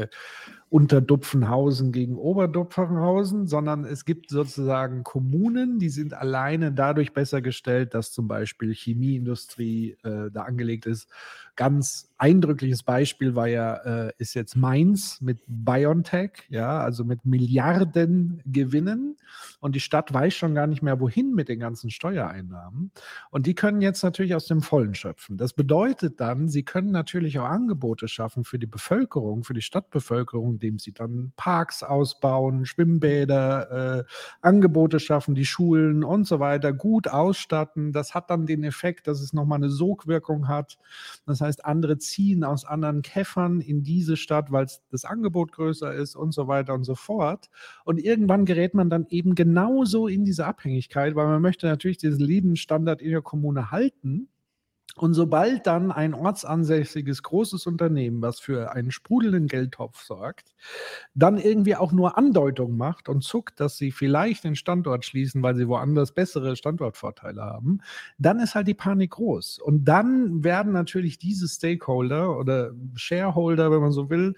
Unterdupfenhausen gegen Oberdupfenhausen, sondern es gibt sozusagen Kommunen, die sind alleine dadurch besser gestellt, dass zum Beispiel Chemieindustrie da angelegt ist. Ganz eindrückliches Beispiel ist jetzt Mainz mit BioNTech, ja, also mit Milliarden Gewinnen, und die Stadt weiß schon gar nicht mehr, wohin mit den ganzen Steuereinnahmen, und die können jetzt natürlich aus dem Vollen schöpfen. Das bedeutet dann, sie können natürlich auch Angebote schaffen für die Bevölkerung, für die Stadtbevölkerung, indem sie dann Parks ausbauen, Schwimmbäder, Angebote schaffen, die Schulen und so weiter gut ausstatten. Das hat dann den Effekt, dass es nochmal eine Sogwirkung hat. Das heißt, andere ziehen aus anderen Käffern in diese Stadt, weil das Angebot größer ist und so weiter und so fort. Und irgendwann gerät man dann eben genauso in diese Abhängigkeit, weil man möchte natürlich diesen Lebensstandard in der Kommune halten. Und sobald dann ein ortsansässiges großes Unternehmen, was für einen sprudelnden Geldtopf sorgt, dann irgendwie auch nur Andeutungen macht und zuckt, dass sie vielleicht den Standort schließen, weil sie woanders bessere Standortvorteile haben, dann ist halt die Panik groß. Und dann werden natürlich diese Stakeholder oder Shareholder, wenn man so will,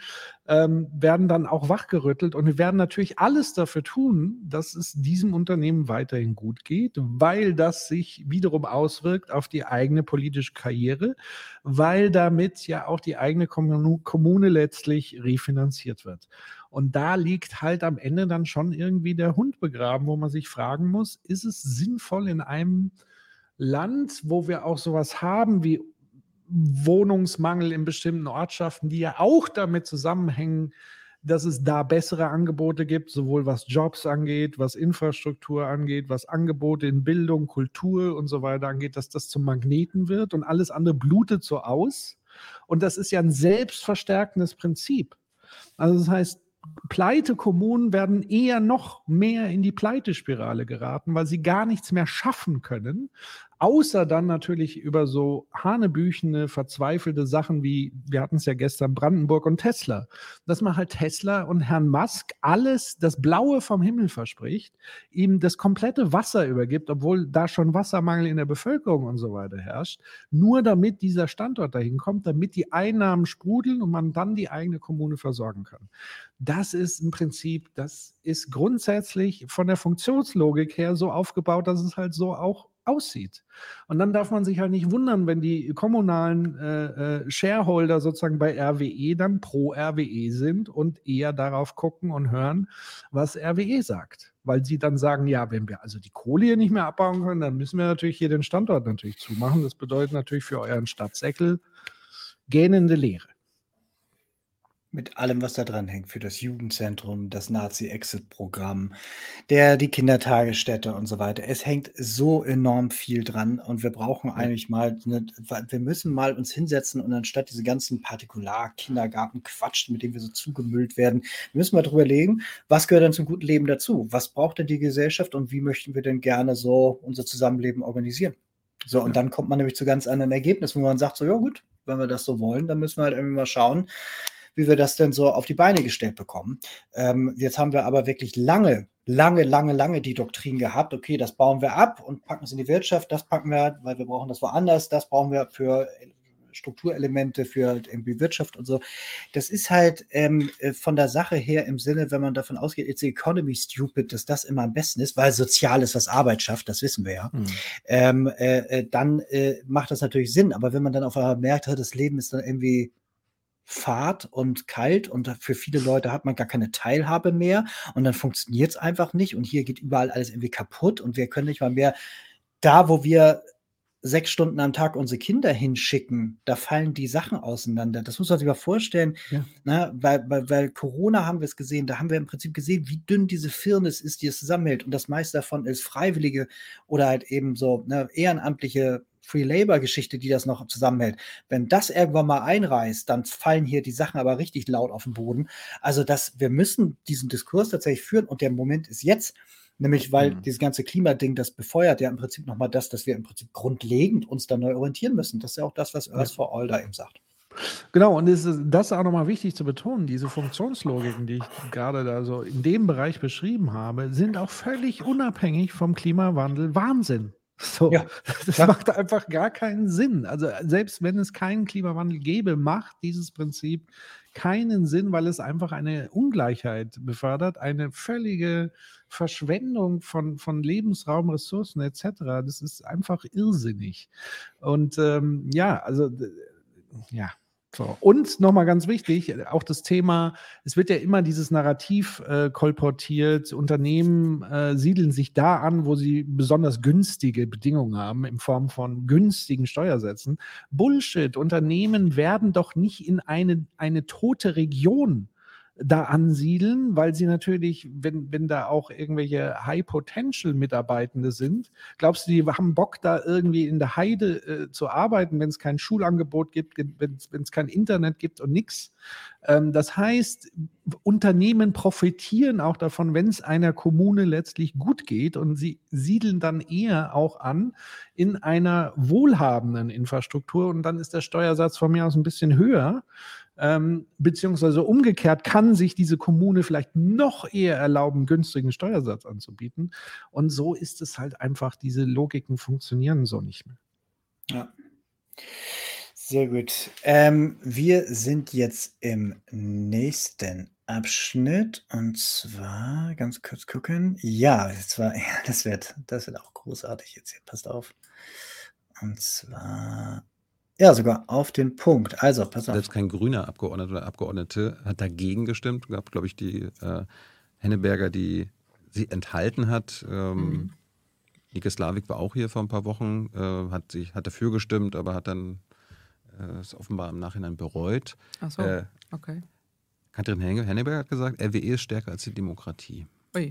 werden dann auch wachgerüttelt, und wir werden natürlich alles dafür tun, dass es diesem Unternehmen weiterhin gut geht, weil das sich wiederum auswirkt auf die eigene politische Karriere, weil damit ja auch die eigene Kommune letztlich refinanziert wird. Und da liegt halt am Ende dann schon irgendwie der Hund begraben, wo man sich fragen muss, ist es sinnvoll in einem Land, wo wir auch sowas haben wie Wohnungsmangel in bestimmten Ortschaften, die ja auch damit zusammenhängen, dass es da bessere Angebote gibt, sowohl was Jobs angeht, was Infrastruktur angeht, was Angebote in Bildung, Kultur und so weiter angeht, dass das zum Magneten wird, und alles andere blutet so aus. Und das ist ja ein selbstverstärkendes Prinzip. Also das heißt, Pleite-Kommunen werden eher noch mehr in die Pleitespirale geraten, weil sie gar nichts mehr schaffen können, außer dann natürlich über so hanebüchene, verzweifelte Sachen wie, wir hatten es ja gestern, Brandenburg und Tesla. Dass man halt Tesla und Herrn Musk alles, das Blaue vom Himmel verspricht, ihm das komplette Wasser übergibt, obwohl da schon Wassermangel in der Bevölkerung und so weiter herrscht, nur damit dieser Standort dahin kommt, damit die Einnahmen sprudeln und man dann die eigene Kommune versorgen kann. Das ist im Prinzip, das ist grundsätzlich von der Funktionslogik her so aufgebaut, dass es halt so auch aussieht. Und dann darf man sich halt nicht wundern, wenn die kommunalen Shareholder sozusagen bei RWE dann pro RWE sind und eher darauf gucken und hören, was RWE sagt. Weil sie dann sagen, ja, wenn wir also die Kohle hier nicht mehr abbauen können, dann müssen wir natürlich hier den Standort natürlich zumachen. Das bedeutet natürlich für euren Stadtsäckel gähnende Leere. Mit allem, was da dran hängt, für das Jugendzentrum, das Nazi-Exit-Programm, die Kindertagesstätte und so weiter. Es hängt so enorm viel dran und wir brauchen eigentlich mal, wir müssen mal uns hinsetzen und anstatt diese ganzen Partikular-Kindergarten-Quatsch, mit dem wir so zugemüllt werden, müssen wir drüber legen, was gehört denn zum guten Leben dazu? Was braucht denn die Gesellschaft und wie möchten wir denn gerne so unser Zusammenleben organisieren? So, und dann kommt man nämlich zu ganz anderen Ergebnissen, wo man sagt so, ja gut, wenn wir das so wollen, dann müssen wir halt irgendwie mal schauen, wie wir das denn so auf die Beine gestellt bekommen. Jetzt haben wir aber wirklich lange die Doktrin gehabt, okay, das bauen wir ab und packen es in die Wirtschaft, das packen wir, weil wir brauchen das woanders, das brauchen wir für Strukturelemente, für irgendwie Wirtschaft und so. Das ist halt von der Sache her im Sinne, wenn man davon ausgeht, it's the economy stupid, dass das immer am besten ist, weil sozial ist, was Arbeit schafft, das wissen wir ja. Dann macht das natürlich Sinn, aber wenn man dann auf einmal merkt, das Leben ist dann irgendwie fad und kalt und für viele Leute hat man gar keine Teilhabe mehr und dann funktioniert es einfach nicht und hier geht überall alles irgendwie kaputt und wir können nicht mal mehr da, wo wir 6 Stunden am Tag unsere Kinder hinschicken, da fallen die Sachen auseinander. Das muss man sich mal vorstellen, ne? Weil Corona haben wir es gesehen, da haben wir im Prinzip gesehen, wie dünn diese Firnis ist, die es zusammenhält und das meiste davon ist Freiwillige oder halt eben so ehrenamtliche Free-Labor-Geschichte, die das noch zusammenhält. Wenn das irgendwann mal einreißt, dann fallen hier die Sachen aber richtig laut auf den Boden. Also wir müssen diesen Diskurs tatsächlich führen und der Moment ist jetzt, nämlich weil dieses ganze Klimading, das befeuert ja im Prinzip nochmal das, dass wir im Prinzip grundlegend uns da neu orientieren müssen. Das ist ja auch das, was Earth for All da eben sagt. Genau, und das ist auch nochmal wichtig zu betonen, diese Funktionslogiken, die ich gerade da so in dem Bereich beschrieben habe, sind auch völlig unabhängig vom Klimawandel Wahnsinn. So, das macht einfach gar keinen Sinn. Also selbst wenn es keinen Klimawandel gäbe, macht dieses Prinzip keinen Sinn, weil es einfach eine Ungleichheit befördert, eine völlige Verschwendung von Lebensraum, Ressourcen etc. Das ist einfach irrsinnig. Und so. Und nochmal ganz wichtig, auch das Thema, es wird ja immer dieses Narrativ kolportiert, Unternehmen siedeln sich da an, wo sie besonders günstige Bedingungen haben, in Form von günstigen Steuersätzen. Bullshit, Unternehmen werden doch nicht in eine tote Region da ansiedeln, weil sie natürlich, wenn da auch irgendwelche High-Potential-Mitarbeitende sind, glaubst du, die haben Bock, da irgendwie in der Heide zu arbeiten, wenn es kein Schulangebot gibt, wenn es kein Internet gibt und nichts? Das heißt, Unternehmen profitieren auch davon, wenn es einer Kommune letztlich gut geht und sie siedeln dann eher auch an in einer wohlhabenden Infrastruktur und dann ist der Steuersatz von mir aus ein bisschen höher. Beziehungsweise umgekehrt kann sich diese Kommune vielleicht noch eher erlauben, günstigen Steuersatz anzubieten. Und so ist es halt einfach, diese Logiken funktionieren so nicht mehr. Ja. Sehr gut. Wir sind jetzt im nächsten Abschnitt und zwar, ganz kurz gucken. Ja, das wird auch großartig jetzt hier. Passt auf. Und zwar, ja, sogar auf den Punkt. Also, pass auf. Selbst kein grüner Abgeordneter oder Abgeordnete hat dagegen gestimmt. Gab, glaube ich, die Henneberger, die sie enthalten hat. Nike Slavik war auch hier vor ein paar Wochen, hat dafür gestimmt, aber hat dann es offenbar im Nachhinein bereut. Ach so, okay. Katrin Henneberger hat gesagt, RWE ist stärker als die Demokratie. Ui.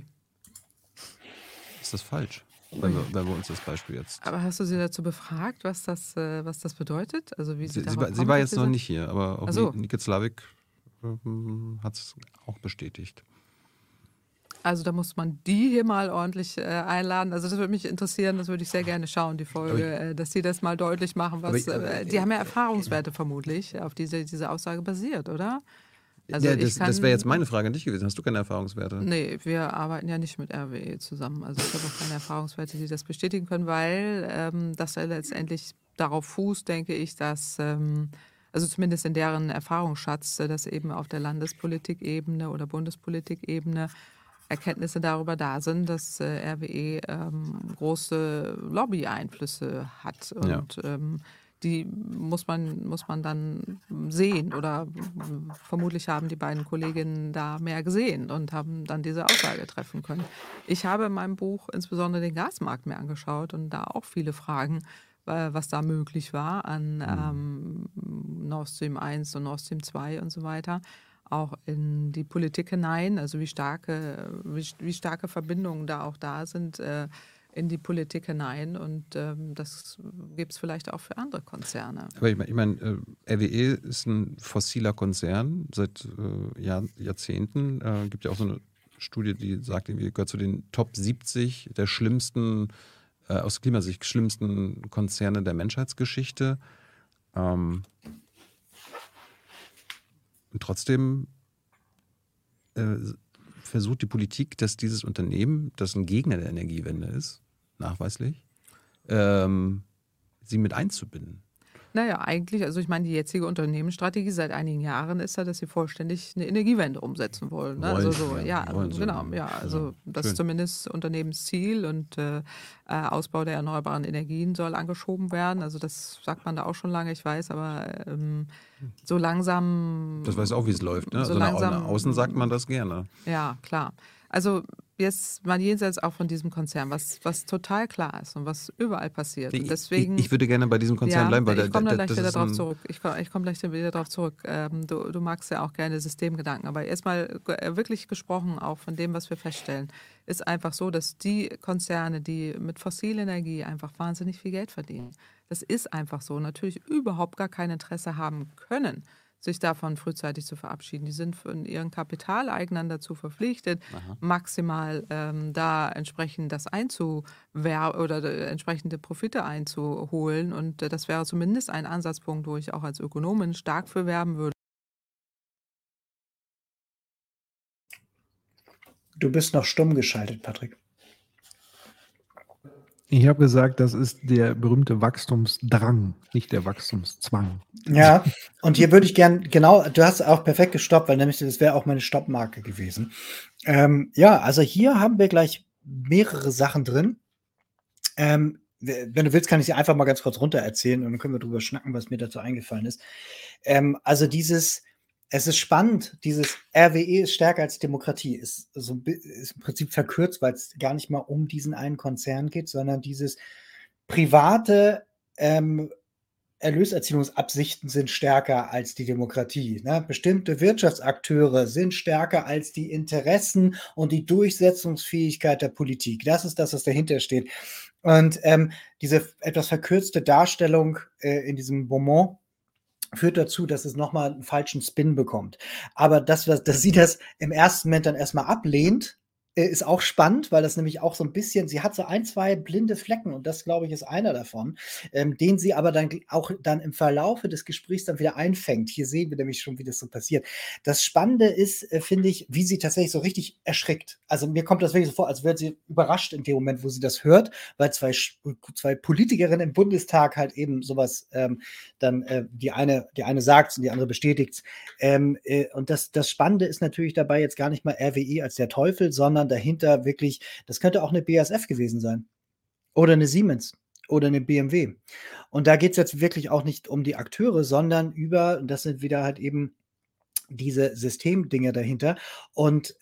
Ist das falsch? Wenn wir uns das Beispiel jetzt... Aber hast du sie dazu befragt, was das bedeutet? Also wie sie war jetzt noch nicht hier, aber auch so. Nike Slavik hat es auch bestätigt. Also da muss man die hier mal ordentlich einladen. Also das würde mich interessieren, das würde ich sehr gerne schauen, die Folge, dass sie das mal deutlich machen. Die haben ja Erfahrungswerte vermutlich, auf die diese Aussage basiert, oder? Also ja, das wäre jetzt meine Frage an dich gewesen. Hast du keine Erfahrungswerte? Nee, wir arbeiten ja nicht mit RWE zusammen. Also ich habe auch keine Erfahrungswerte, die das bestätigen können, weil das ja letztendlich darauf fußt, denke ich, dass... also zumindest in deren Erfahrungsschatz, dass eben auf der Landespolitikebene oder Bundespolitikebene Erkenntnisse darüber da sind, dass RWE große Lobby-Einflüsse hat. Und die muss man dann sehen. Oder vermutlich haben die beiden Kolleginnen da mehr gesehen und haben dann diese Aussage treffen können. Ich habe in meinem Buch insbesondere den Gasmarkt mir angeschaut und da auch viele Fragen, was da möglich war an Nord Stream 1 und Nord Stream 2 und so weiter. auch in die Politik hinein, also wie starke Verbindungen da auch da sind in die Politik hinein. Und das gibt es vielleicht auch für andere Konzerne. Aber ich meine, RWE ist ein fossiler Konzern seit Jahrzehnten. Gibt ja auch so eine Studie, die sagt, irgendwie gehört zu den Top 70 der schlimmsten, aus Klimasicht schlimmsten Konzerne der Menschheitsgeschichte. Und trotzdem versucht die Politik, dass dieses Unternehmen, das ein Gegner der Energiewende ist, nachweislich, sie mit einzubinden. Naja, eigentlich, also ich meine, die jetzige Unternehmensstrategie seit einigen Jahren ist ja, dass sie vollständig eine Energiewende umsetzen wollen. Ne? Also so, das ist zumindest Unternehmensziel und Ausbau der erneuerbaren Energien soll angeschoben werden. Also das sagt man da auch schon lange, ich weiß, aber so langsam. Das weiß auch, wie es läuft. Ne? So nach außen sagt man das gerne. Ja, klar. Also jetzt mal jenseits auch von diesem Konzern, was total klar ist und was überall passiert. Und deswegen, ich würde gerne bei diesem Konzern bleiben, weil ich komme gleich wieder darauf zurück. Ich komme gleich wieder darauf zurück. Du magst ja auch gerne Systemgedanken, aber erstmal wirklich gesprochen auch von dem, was wir feststellen, ist einfach so, dass die Konzerne, die mit fossiler Energie einfach wahnsinnig viel Geld verdienen, das ist einfach so, natürlich überhaupt gar kein Interesse haben können, sich davon frühzeitig zu verabschieden. Die sind von ihren Kapitaleignern dazu verpflichtet, maximal da entsprechend das oder entsprechende Profite einzuholen. Und das wäre zumindest ein Ansatzpunkt, wo ich auch als Ökonomin stark für werben würde. Du bist noch stumm geschaltet, Patrick. Ich habe gesagt, das ist der berühmte Wachstumsdrang, nicht der Wachstumszwang. Ja, und hier würde ich gern, genau, du hast auch perfekt gestoppt, weil nämlich das wäre auch meine Stoppmarke gewesen. Also hier haben wir gleich mehrere Sachen drin. Wenn du willst, kann ich sie einfach mal ganz kurz runter erzählen und dann können wir drüber schnacken, was mir dazu eingefallen ist. Es ist spannend, dieses RWE ist stärker als Demokratie, ist im Prinzip verkürzt, weil es gar nicht mal um diesen einen Konzern geht, sondern dieses private Erlöserzielungsabsichten sind stärker als die Demokratie. Ne? Bestimmte Wirtschaftsakteure sind stärker als die Interessen und die Durchsetzungsfähigkeit der Politik. Das ist das, was dahinter steht. Und diese etwas verkürzte Darstellung in diesem Bonbon führt dazu, dass es nochmal einen falschen Spin bekommt. Aber dass sie das im ersten Moment dann erstmal ablehnt, ist auch spannend, weil das nämlich auch so ein bisschen, sie hat so 1, 2 blinde Flecken und das, glaube ich, ist einer davon, den sie aber dann auch dann im Verlaufe des Gesprächs dann wieder einfängt. Hier sehen wir nämlich schon, wie das so passiert. Das Spannende ist, finde ich, wie sie tatsächlich so richtig erschrickt. Also mir kommt das wirklich so vor, als wäre sie überrascht in dem Moment, wo sie das hört, weil zwei Politikerinnen im Bundestag halt eben sowas die eine sagt und die andere bestätigt. Und das Spannende ist natürlich dabei jetzt gar nicht mal RWE als der Teufel, sondern dahinter wirklich, das könnte auch eine BASF gewesen sein oder eine Siemens oder eine BMW. Und da geht es jetzt wirklich auch nicht um die Akteure, sondern das sind wieder halt eben diese Systemdinge dahinter. Und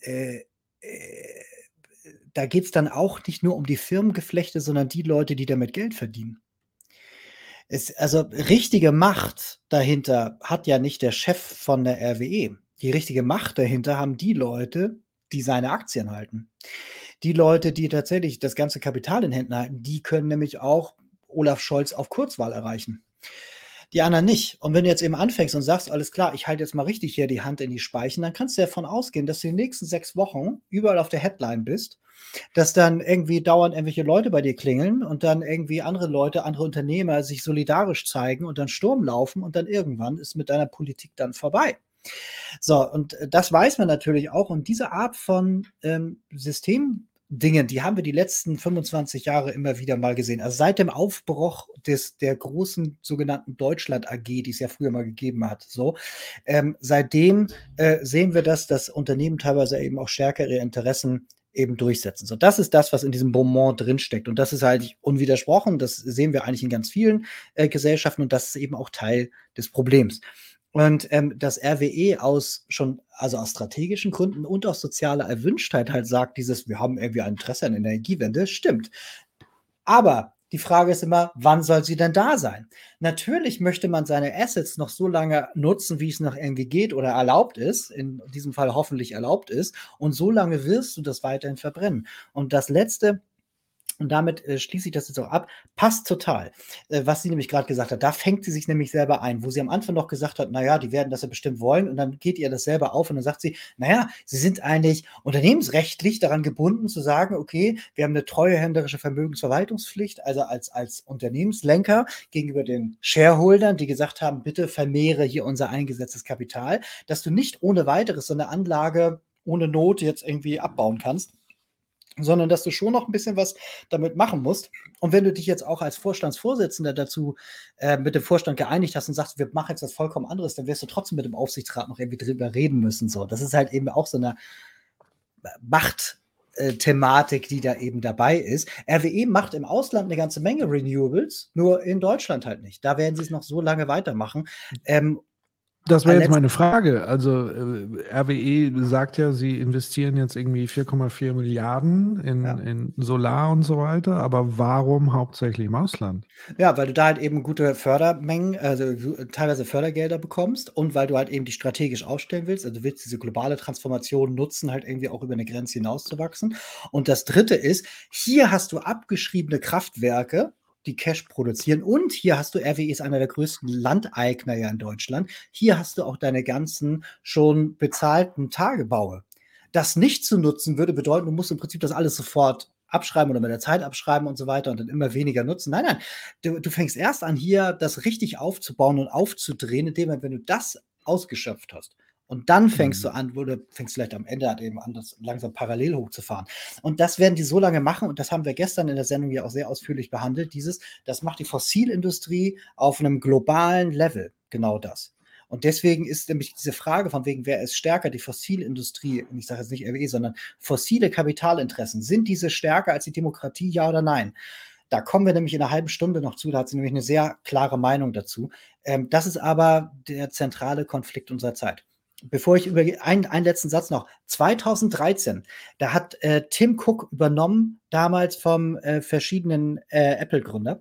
da geht es dann auch nicht nur um die Firmengeflechte, sondern die Leute, die damit Geld verdienen. Also richtige Macht dahinter hat ja nicht der Chef von der RWE. Die richtige Macht dahinter haben die Leute, die seine Aktien halten. Die Leute, die tatsächlich das ganze Kapital in Händen halten, die können nämlich auch Olaf Scholz auf Kurzwahl erreichen. Die anderen nicht. Und wenn du jetzt eben anfängst und sagst, alles klar, ich halte jetzt mal richtig hier die Hand in die Speichen, dann kannst du davon ausgehen, dass du die nächsten 6 Wochen überall auf der Headline bist, dass dann irgendwie dauernd irgendwelche Leute bei dir klingeln und dann irgendwie andere Leute, andere Unternehmer sich solidarisch zeigen und dann Sturm laufen und dann irgendwann ist mit deiner Politik dann vorbei. So, und das weiß man natürlich auch. Und diese Art von Systemdingen, die haben wir die letzten 25 Jahre immer wieder mal gesehen. Also seit dem Aufbruch der großen sogenannten Deutschland AG, die es ja früher mal gegeben hat. Seitdem sehen wir dass Unternehmen teilweise eben auch stärker ihre Interessen eben durchsetzen. So, das ist das, was in diesem Bonbon drinsteckt. Und das ist halt unwidersprochen. Das sehen wir eigentlich in ganz vielen Gesellschaften. Und das ist eben auch Teil des Problems. Und dass RWE aus strategischen Gründen und aus sozialer Erwünschtheit halt sagt, wir haben irgendwie ein Interesse an Energiewende, stimmt. Aber Die Frage ist immer, wann soll sie denn da sein? Natürlich möchte man seine Assets noch so lange nutzen, wie es noch irgendwie geht oder erlaubt ist, in diesem Fall hoffentlich erlaubt ist, und so lange wirst du das weiterhin verbrennen. Und das Letzte, und damit schließe ich das jetzt auch ab, passt total. Was sie nämlich gerade gesagt hat, da fängt sie sich nämlich selber ein, wo sie am Anfang noch gesagt hat, naja, die werden das ja bestimmt wollen, und dann geht ihr das selber auf und dann sagt sie, naja, sie sind eigentlich unternehmensrechtlich daran gebunden zu sagen, okay, wir haben eine treuhänderische Vermögensverwaltungspflicht, also als Unternehmenslenker gegenüber den Shareholdern, die gesagt haben, bitte vermehre hier unser eingesetztes Kapital, dass du nicht ohne weiteres so eine Anlage ohne Not jetzt irgendwie abbauen kannst, sondern dass du schon noch ein bisschen was damit machen musst. Und wenn du dich jetzt auch als Vorstandsvorsitzender dazu mit dem Vorstand geeinigt hast und sagst, wir machen jetzt was vollkommen anderes, dann wirst du trotzdem mit dem Aufsichtsrat noch irgendwie drüber reden müssen. So, das ist halt eben auch so eine Machtthematik, die da eben dabei ist. RWE macht im Ausland eine ganze Menge Renewables, nur in Deutschland halt nicht. Da werden sie es noch so lange weitermachen. Das wäre jetzt meine Frage. Also RWE sagt ja, sie investieren jetzt irgendwie 4,4 Milliarden in Solar und so weiter, aber warum hauptsächlich im Ausland? Ja, weil du da halt eben gute Fördermengen, also teilweise Fördergelder bekommst und weil du halt eben die strategisch aufstellen willst. Also du willst diese globale Transformation nutzen, halt irgendwie auch über eine Grenze hinauszuwachsen. Und das Dritte ist, hier hast du abgeschriebene Kraftwerke, die Cash produzieren. Und hier hast du, RWE ist einer der größten Landeigner ja in Deutschland. Hier hast du auch deine ganzen schon bezahlten Tagebaue. Das nicht zu nutzen würde bedeuten, du musst im Prinzip das alles sofort abschreiben oder mit der Zeit abschreiben und so weiter und dann immer weniger nutzen. Nein, nein, du fängst erst an, hier das richtig aufzubauen und aufzudrehen, indem, wenn du das ausgeschöpft hast, und dann fängst du an, oder fängst vielleicht am Ende halt eben an, das langsam parallel hochzufahren. Und das werden die so lange machen, und das haben wir gestern in der Sendung ja auch sehr ausführlich behandelt, das macht die Fossilindustrie auf einem globalen Level, genau das. Und deswegen ist nämlich diese Frage von wegen, wer ist stärker, die Fossilindustrie, und ich sage jetzt nicht RWE, sondern fossile Kapitalinteressen, sind diese stärker als die Demokratie, ja oder nein? Da kommen wir nämlich in einer halben Stunde noch zu, da hat sie nämlich eine sehr klare Meinung dazu. Das ist aber der zentrale Konflikt unserer Zeit. Bevor ich über einen letzten Satz noch. 2013, da hat Tim Cook übernommen, damals vom verschiedenen Apple-Gründer.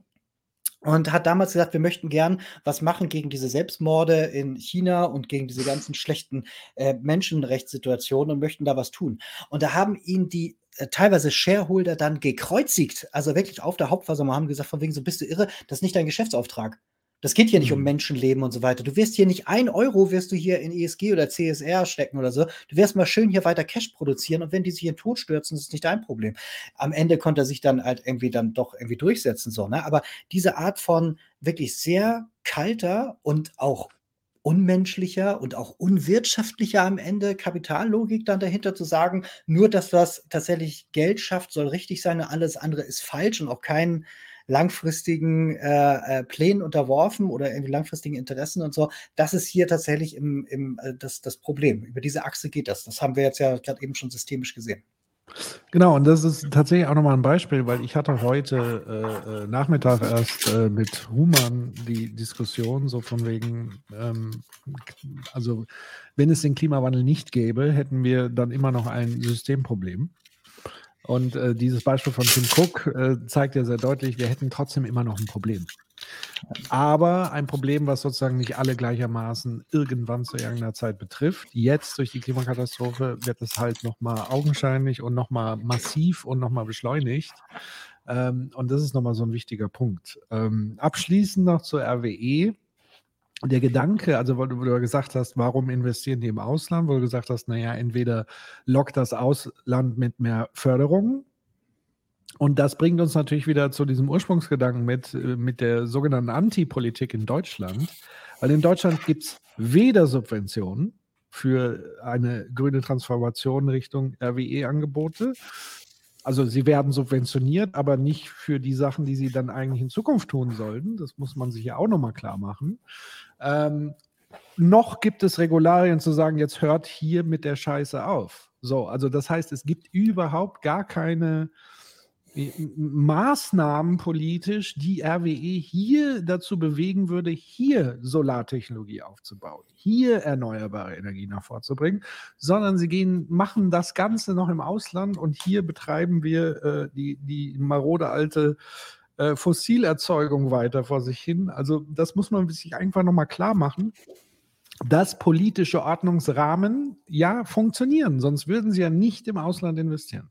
Und hat damals gesagt, wir möchten gern was machen gegen diese Selbstmorde in China und gegen diese ganzen schlechten Menschenrechtssituationen und möchten da was tun. Und da haben ihn die teilweise Shareholder dann gekreuzigt, also wirklich auf der Hauptversammlung, haben gesagt, von wegen, so bist du irre, das ist nicht dein Geschäftsauftrag. Das geht hier nicht um Menschenleben und so weiter. Du wirst hier nicht 1 Euro wirst du hier in ESG oder CSR stecken oder so. Du wirst mal schön hier weiter Cash produzieren, und wenn die sich in den Tod stürzen, ist es nicht dein Problem. Am Ende konnte er sich dann halt irgendwie dann doch irgendwie durchsetzen, so, ne? Aber diese Art von wirklich sehr kalter und auch unmenschlicher und auch unwirtschaftlicher am Ende Kapitallogik dann dahinter zu sagen, nur das, was tatsächlich Geld schafft, soll richtig sein und alles andere ist falsch und auch keinen langfristigen Plänen unterworfen oder irgendwie langfristigen Interessen und so. Das ist hier tatsächlich das Problem. Über diese Achse geht das. Das haben wir jetzt ja gerade eben schon systemisch gesehen. Genau, und das ist tatsächlich auch nochmal ein Beispiel, weil ich hatte heute Nachmittag erst mit Humann die Diskussion so von wegen, also wenn es den Klimawandel nicht gäbe, hätten wir dann immer noch ein Systemproblem. Und dieses Beispiel von Tim Cook zeigt ja sehr deutlich, wir hätten trotzdem immer noch ein Problem. Aber ein Problem, was sozusagen nicht alle gleichermaßen irgendwann zu irgendeiner Zeit betrifft. Jetzt durch die Klimakatastrophe wird es halt nochmal augenscheinlich und nochmal massiv und nochmal beschleunigt. Und das ist nochmal so ein wichtiger Punkt. Abschließend noch zur RWE. Der Gedanke, also weil du gesagt hast, warum investieren die im Ausland, wo du gesagt hast, naja, entweder lockt das Ausland mit mehr Förderung, und das bringt uns natürlich wieder zu diesem Ursprungsgedanken mit der sogenannten Antipolitik in Deutschland, weil in Deutschland gibt es weder Subventionen für eine grüne Transformation Richtung RWE-Angebote, also sie werden subventioniert, aber nicht für die Sachen, die sie dann eigentlich in Zukunft tun sollten. Das muss man sich ja auch nochmal klar machen. Noch gibt es Regularien zu sagen, jetzt hört hier mit der Scheiße auf. So, also das heißt, es gibt überhaupt gar keine Maßnahmen politisch, die RWE hier dazu bewegen würde, hier Solartechnologie aufzubauen, hier erneuerbare Energie nach vorzubringen, sondern sie machen das Ganze noch im Ausland, und hier betreiben wir die marode alte Fossilerzeugung weiter vor sich hin. Also das muss man sich einfach nochmal klar machen, dass politische Ordnungsrahmen ja funktionieren, sonst würden sie ja nicht im Ausland investieren.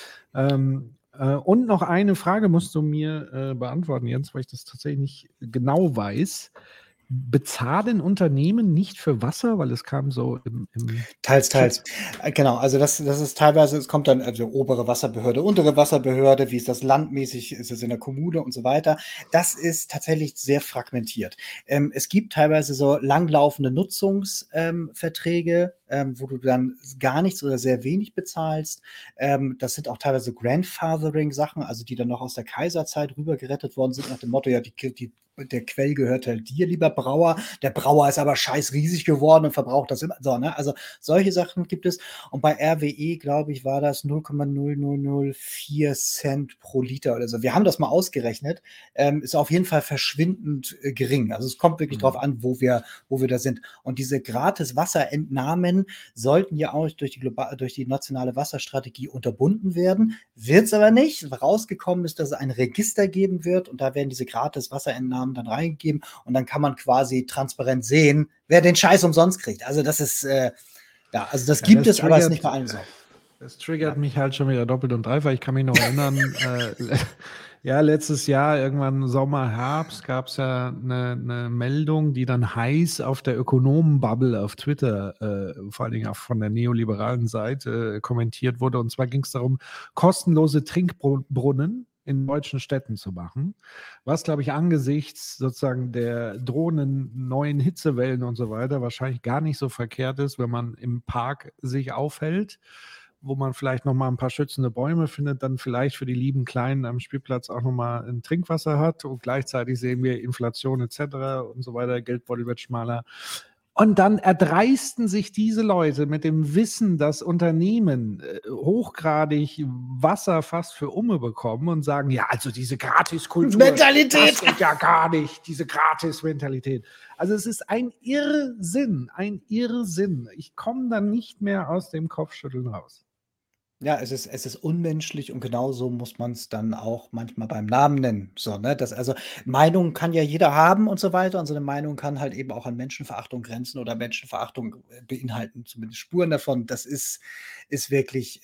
Und noch eine Frage musst du mir beantworten, Jens, weil ich das tatsächlich nicht genau weiß. Bezahlen Unternehmen nicht für Wasser, weil es kam so im Teils. Genau, also das ist teilweise, es kommt dann also obere Wasserbehörde, untere Wasserbehörde, wie ist das landmäßig, ist es in der Kommune und so weiter. Das ist tatsächlich sehr fragmentiert. Es gibt teilweise so langlaufende Nutzungsverträge, wo du dann gar nichts oder sehr wenig bezahlst. Das sind auch teilweise Grandfathering-Sachen, also die dann noch aus der Kaiserzeit rübergerettet worden sind, nach dem Motto, ja, der Quell gehört halt dir, lieber Brauer. Der Brauer ist aber scheiß riesig geworden und verbraucht das immer. So, ne? Also solche Sachen gibt es. Und bei RWE, glaube ich, war das 0,0004 Cent pro Liter oder so. Wir haben das mal ausgerechnet. Ist auf jeden Fall verschwindend gering. Also es kommt wirklich drauf an, wo wir da sind. Und diese gratis Wasserentnahmen sollten ja auch durch die nationale Wasserstrategie unterbunden werden. Wird es aber nicht. Rausgekommen ist, dass es ein Register geben wird und da werden diese gratis Wasserentnahmen dann reingegeben und dann kann man quasi transparent sehen, wer den Scheiß umsonst kriegt. Also das ist, also das gibt es, aber es ist nicht bei allen so. Das triggert mich halt schon wieder doppelt und dreifach. Ich kann mich noch erinnern, ja, letztes Jahr, irgendwann Sommer, Herbst, gab es ja eine Meldung, die dann heiß auf der Ökonomen-Bubble auf Twitter, vor allen Dingen auch von der neoliberalen Seite, kommentiert wurde. Und zwar ging es darum, kostenlose Trinkbrunnen in deutschen Städten zu machen, was, glaube ich, angesichts sozusagen der drohenden neuen Hitzewellen und so weiter wahrscheinlich gar nicht so verkehrt ist, wenn man im Park sich aufhält, wo man vielleicht noch mal ein paar schützende Bäume findet, dann vielleicht für die lieben Kleinen am Spielplatz auch noch mal ein Trinkwasser hat und gleichzeitig sehen wir Inflation etc. und so weiter, Geldbeutel wird schmaler. Und dann erdreisten sich diese Leute mit dem Wissen, dass Unternehmen hochgradig Wasser fast für Umme bekommen und sagen, ja, also diese Gratiskultur, Mentalität, das geht ja gar nicht, diese Gratis-Mentalität. Also es ist ein Irrsinn. Ich komme dann nicht mehr aus dem Kopfschütteln raus. Ja, es ist unmenschlich und genauso muss man es dann auch manchmal beim Namen nennen. So, ne? Also Meinungen kann ja jeder haben und so weiter. Und so eine Meinung kann halt eben auch an Menschenverachtung grenzen oder Menschenverachtung beinhalten, zumindest Spuren davon. Das ist wirklich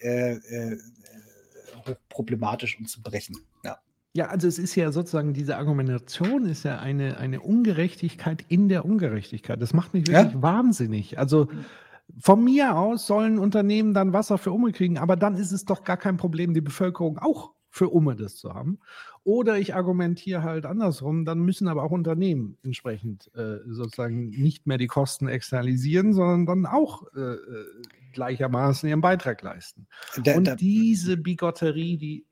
hochproblematisch und zu brechen. Ja. Ja, also es ist ja sozusagen, diese Argumentation ist ja eine Ungerechtigkeit in der Ungerechtigkeit. Das macht mich wirklich wahnsinnig. Also von mir aus sollen Unternehmen dann Wasser für Umme kriegen, aber dann ist es doch gar kein Problem, die Bevölkerung auch für Umme das zu haben. Oder ich argumentiere halt andersrum, dann müssen aber auch Unternehmen entsprechend sozusagen nicht mehr die Kosten externalisieren, sondern dann auch gleichermaßen ihren Beitrag leisten. Und diese Bigotterie,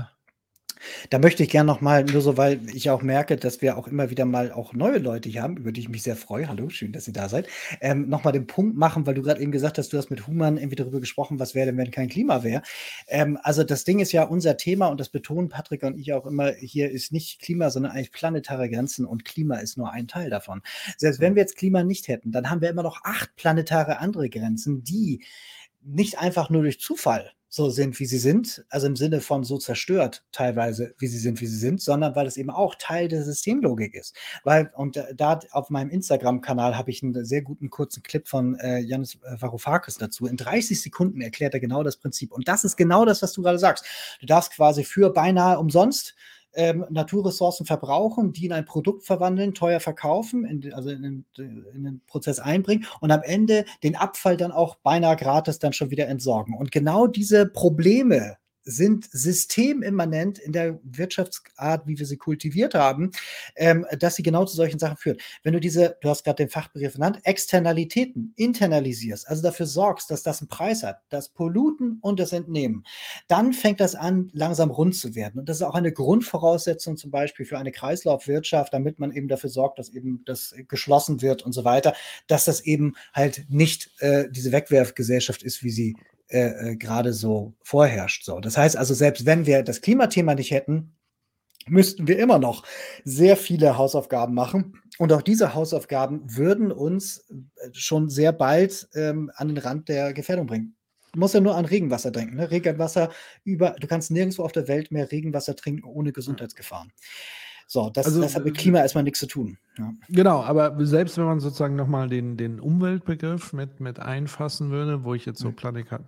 da möchte ich gerne noch mal, nur so, weil ich auch merke, dass wir auch immer wieder mal auch neue Leute hier haben, über die ich mich sehr freue. Hallo, schön, dass ihr da seid. Noch mal den Punkt machen, weil du gerade eben gesagt hast, du hast mit Humann irgendwie darüber gesprochen, was wäre denn, wenn kein Klima wäre. Also das Ding ist ja unser Thema und das betonen Patrick und ich auch immer, hier ist nicht Klima, sondern eigentlich planetare Grenzen und Klima ist nur ein Teil davon. Selbst wenn wir jetzt Klima nicht hätten, dann haben wir immer noch 8 planetare andere Grenzen, die nicht einfach nur durch Zufall so sind, wie sie sind, also im Sinne von so zerstört teilweise, wie sie sind, sondern weil es eben auch Teil der Systemlogik ist. Und da auf meinem Instagram-Kanal habe ich einen sehr guten kurzen Clip von Yanis Varoufakis dazu. In 30 Sekunden erklärt er genau das Prinzip. Und das ist genau das, was du gerade sagst. Du darfst quasi für beinahe umsonst Naturressourcen verbrauchen, die in ein Produkt verwandeln, teuer verkaufen, in den Prozess einbringen und am Ende den Abfall dann auch beinahe gratis dann schon wieder entsorgen. Und genau diese Probleme sind systemimmanent in der Wirtschaftsart, wie wir sie kultiviert haben, dass sie genau zu solchen Sachen führen. Wenn du hast gerade den Fachbegriff genannt, Externalitäten internalisierst, also dafür sorgst, dass das einen Preis hat, das Polluten und das Entnehmen, dann fängt das an, langsam rund zu werden. Und das ist auch eine Grundvoraussetzung zum Beispiel für eine Kreislaufwirtschaft, damit man eben dafür sorgt, dass eben das geschlossen wird und so weiter, dass das eben halt nicht diese Wegwerfgesellschaft ist, wie sie gerade so vorherrscht. So. Das heißt also, selbst wenn wir das Klimathema nicht hätten, müssten wir immer noch sehr viele Hausaufgaben machen. Und auch diese Hausaufgaben würden uns schon sehr bald an den Rand der Gefährdung bringen. Du musst ja nur an Regenwasser denken. Ne? Regenwasser du kannst nirgendwo auf der Welt mehr Regenwasser trinken ohne Gesundheitsgefahren. So, das hat mit Klima erstmal nichts zu tun. Ja. Genau, aber selbst wenn man sozusagen nochmal den Umweltbegriff mit einfassen würde, wo ich jetzt so planetare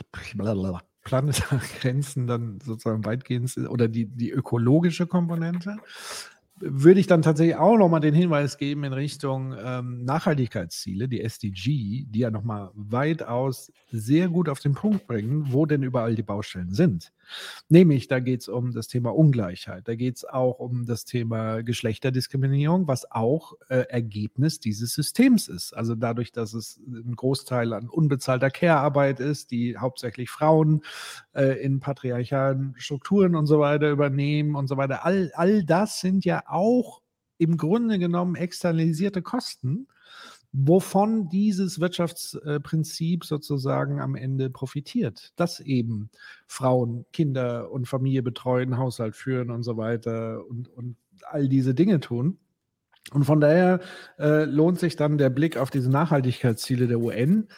Grenzen dann sozusagen weitgehend oder die ökologische Komponente, würde ich dann tatsächlich auch nochmal den Hinweis geben in Richtung Nachhaltigkeitsziele, die SDG, die ja nochmal weitaus sehr gut auf den Punkt bringen, wo denn überall die Baustellen sind. Nämlich, da geht es um das Thema Ungleichheit, da geht es auch um das Thema Geschlechterdiskriminierung, was auch Ergebnis dieses Systems ist. Also dadurch, dass es ein Großteil an unbezahlter Care-Arbeit ist, die hauptsächlich Frauen in patriarchalen Strukturen und so weiter übernehmen und so weiter. All das sind ja auch im Grunde genommen externalisierte Kosten, wovon dieses Wirtschaftsprinzip sozusagen am Ende profitiert, dass eben Frauen Kinder und Familie betreuen, Haushalt führen und so weiter und all diese Dinge tun. Und von daher lohnt sich dann der Blick auf diese Nachhaltigkeitsziele der UN.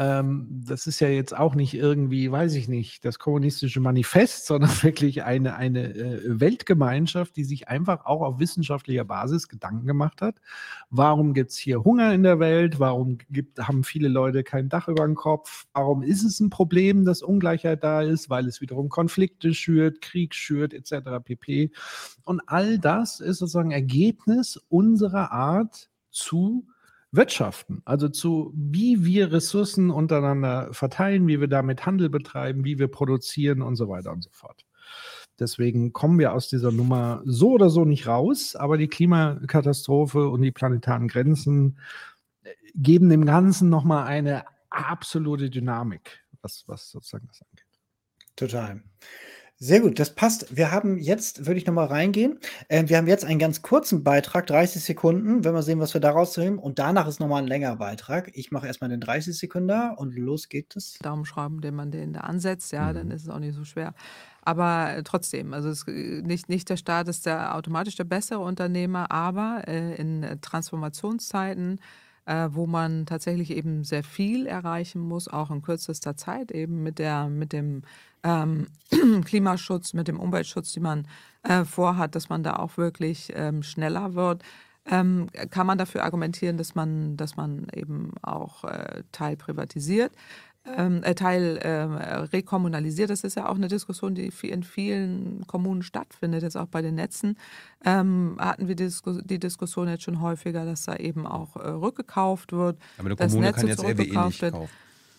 Das ist ja jetzt auch nicht irgendwie, weiß ich nicht, das kommunistische Manifest, sondern wirklich eine Weltgemeinschaft, die sich einfach auch auf wissenschaftlicher Basis Gedanken gemacht hat. Warum gibt es hier Hunger in der Welt? Warum haben viele Leute kein Dach über dem Kopf? Warum ist es ein Problem, dass Ungleichheit da ist? Weil es wiederum Konflikte schürt, Krieg schürt, etc. pp. Und all das ist sozusagen Ergebnis unserer Art zu wirtschaften, also zu, wie wir Ressourcen untereinander verteilen, wie wir damit Handel betreiben, wie wir produzieren und so weiter und so fort. Deswegen kommen wir aus dieser Nummer so oder so nicht raus, aber die Klimakatastrophe und die planetaren Grenzen geben dem Ganzen nochmal eine absolute Dynamik, was sozusagen das angeht. Total. Sehr gut, das passt. Wir haben jetzt, würde ich nochmal reingehen, wir haben jetzt einen ganz kurzen Beitrag, 30 Sekunden, wenn wir sehen, was wir daraus nehmen. Und danach ist nochmal ein längerer Beitrag. Ich mache erstmal den 30 Sekunden und los geht es. Daumenschrauben, den man den da ansetzt, ja, dann ist es auch nicht so schwer. Aber trotzdem, also nicht der Staat ist automatisch der bessere Unternehmer, aber in Transformationszeiten, wo man tatsächlich eben sehr viel erreichen muss, auch in kürzester Zeit eben mit dem Klimaschutz, mit dem Umweltschutz, die man vorhat, dass man da auch wirklich schneller wird, kann man dafür argumentieren, dass man eben auch Teil privatisiert, Teil rekommunalisiert. Das ist ja auch eine Diskussion, die in vielen Kommunen stattfindet, jetzt auch bei den Netzen. Hatten wir die Diskussion jetzt schon häufiger, dass da eben auch rückgekauft wird. Aber eine Kommune kann jetzt RWE nicht kaufen.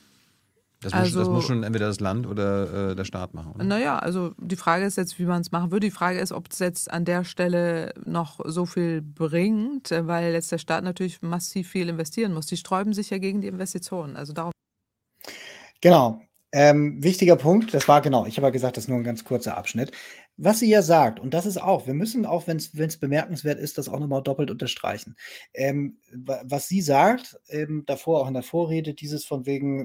Das muss schon entweder das Land oder der Staat machen, oder? Naja, also die Frage ist jetzt, wie man es machen würde. Die Frage ist, ob es jetzt an der Stelle noch so viel bringt, weil jetzt der Staat natürlich massiv viel investieren muss. Die sträuben sich ja gegen die Investitionen. Also darum. Genau. Wichtiger Punkt, ich habe ja gesagt, das ist nur ein ganz kurzer Abschnitt. Was sie ja sagt, und das ist auch, wir müssen auch, wenn es bemerkenswert ist, das auch nochmal doppelt unterstreichen. Was sie sagt, davor auch in der Vorrede, dieses von wegen,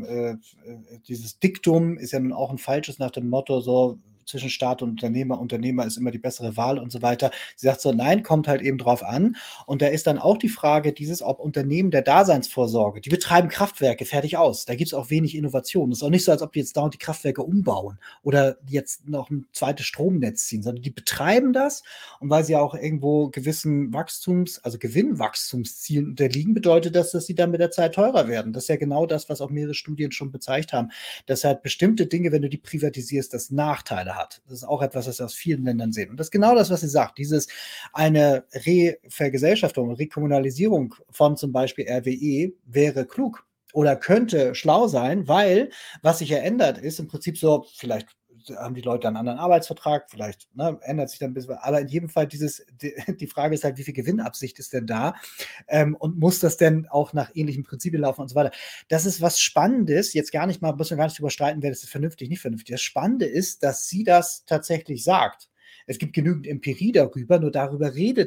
dieses Diktum ist ja nun auch ein falsches nach dem Motto, so zwischen Staat und Unternehmer ist immer die bessere Wahl und so weiter. Sie sagt so, nein, kommt halt eben drauf an. Und da ist dann auch die Frage, ob Unternehmen der Daseinsvorsorge, die betreiben Kraftwerke, fertig aus. Da gibt es auch wenig Innovation. Es ist auch nicht so, als ob die jetzt dauernd die Kraftwerke umbauen oder jetzt noch ein zweites Stromnetz ziehen, sondern die betreiben das. Und weil sie auch irgendwo gewissen Gewinnwachstumszielen unterliegen, bedeutet das, dass sie dann mit der Zeit teurer werden. Das ist ja genau das, was auch mehrere Studien schon gezeigt haben, dass halt bestimmte Dinge, wenn du die privatisierst, das Nachteile hat. Das ist auch etwas, was wir aus vielen Ländern sehen. Und das ist genau das, was sie sagt. Eine Revergesellschaftung, Rekommunalisierung von zum Beispiel RWE wäre klug oder könnte schlau sein, weil was sich ja ändert, ist im Prinzip so, vielleicht haben die Leute einen anderen Arbeitsvertrag, vielleicht ändert sich dann ein bisschen, aber in jedem Fall die Frage ist halt, wie viel Gewinnabsicht ist denn da und muss das denn auch nach ähnlichen Prinzipien laufen und so weiter. Das ist was Spannendes, jetzt müssen wir gar nicht drüber streiten, wer das ist vernünftig, nicht vernünftig. Das Spannende ist, dass sie das tatsächlich sagt. Es gibt genügend Empirie darüber, nur darüber redet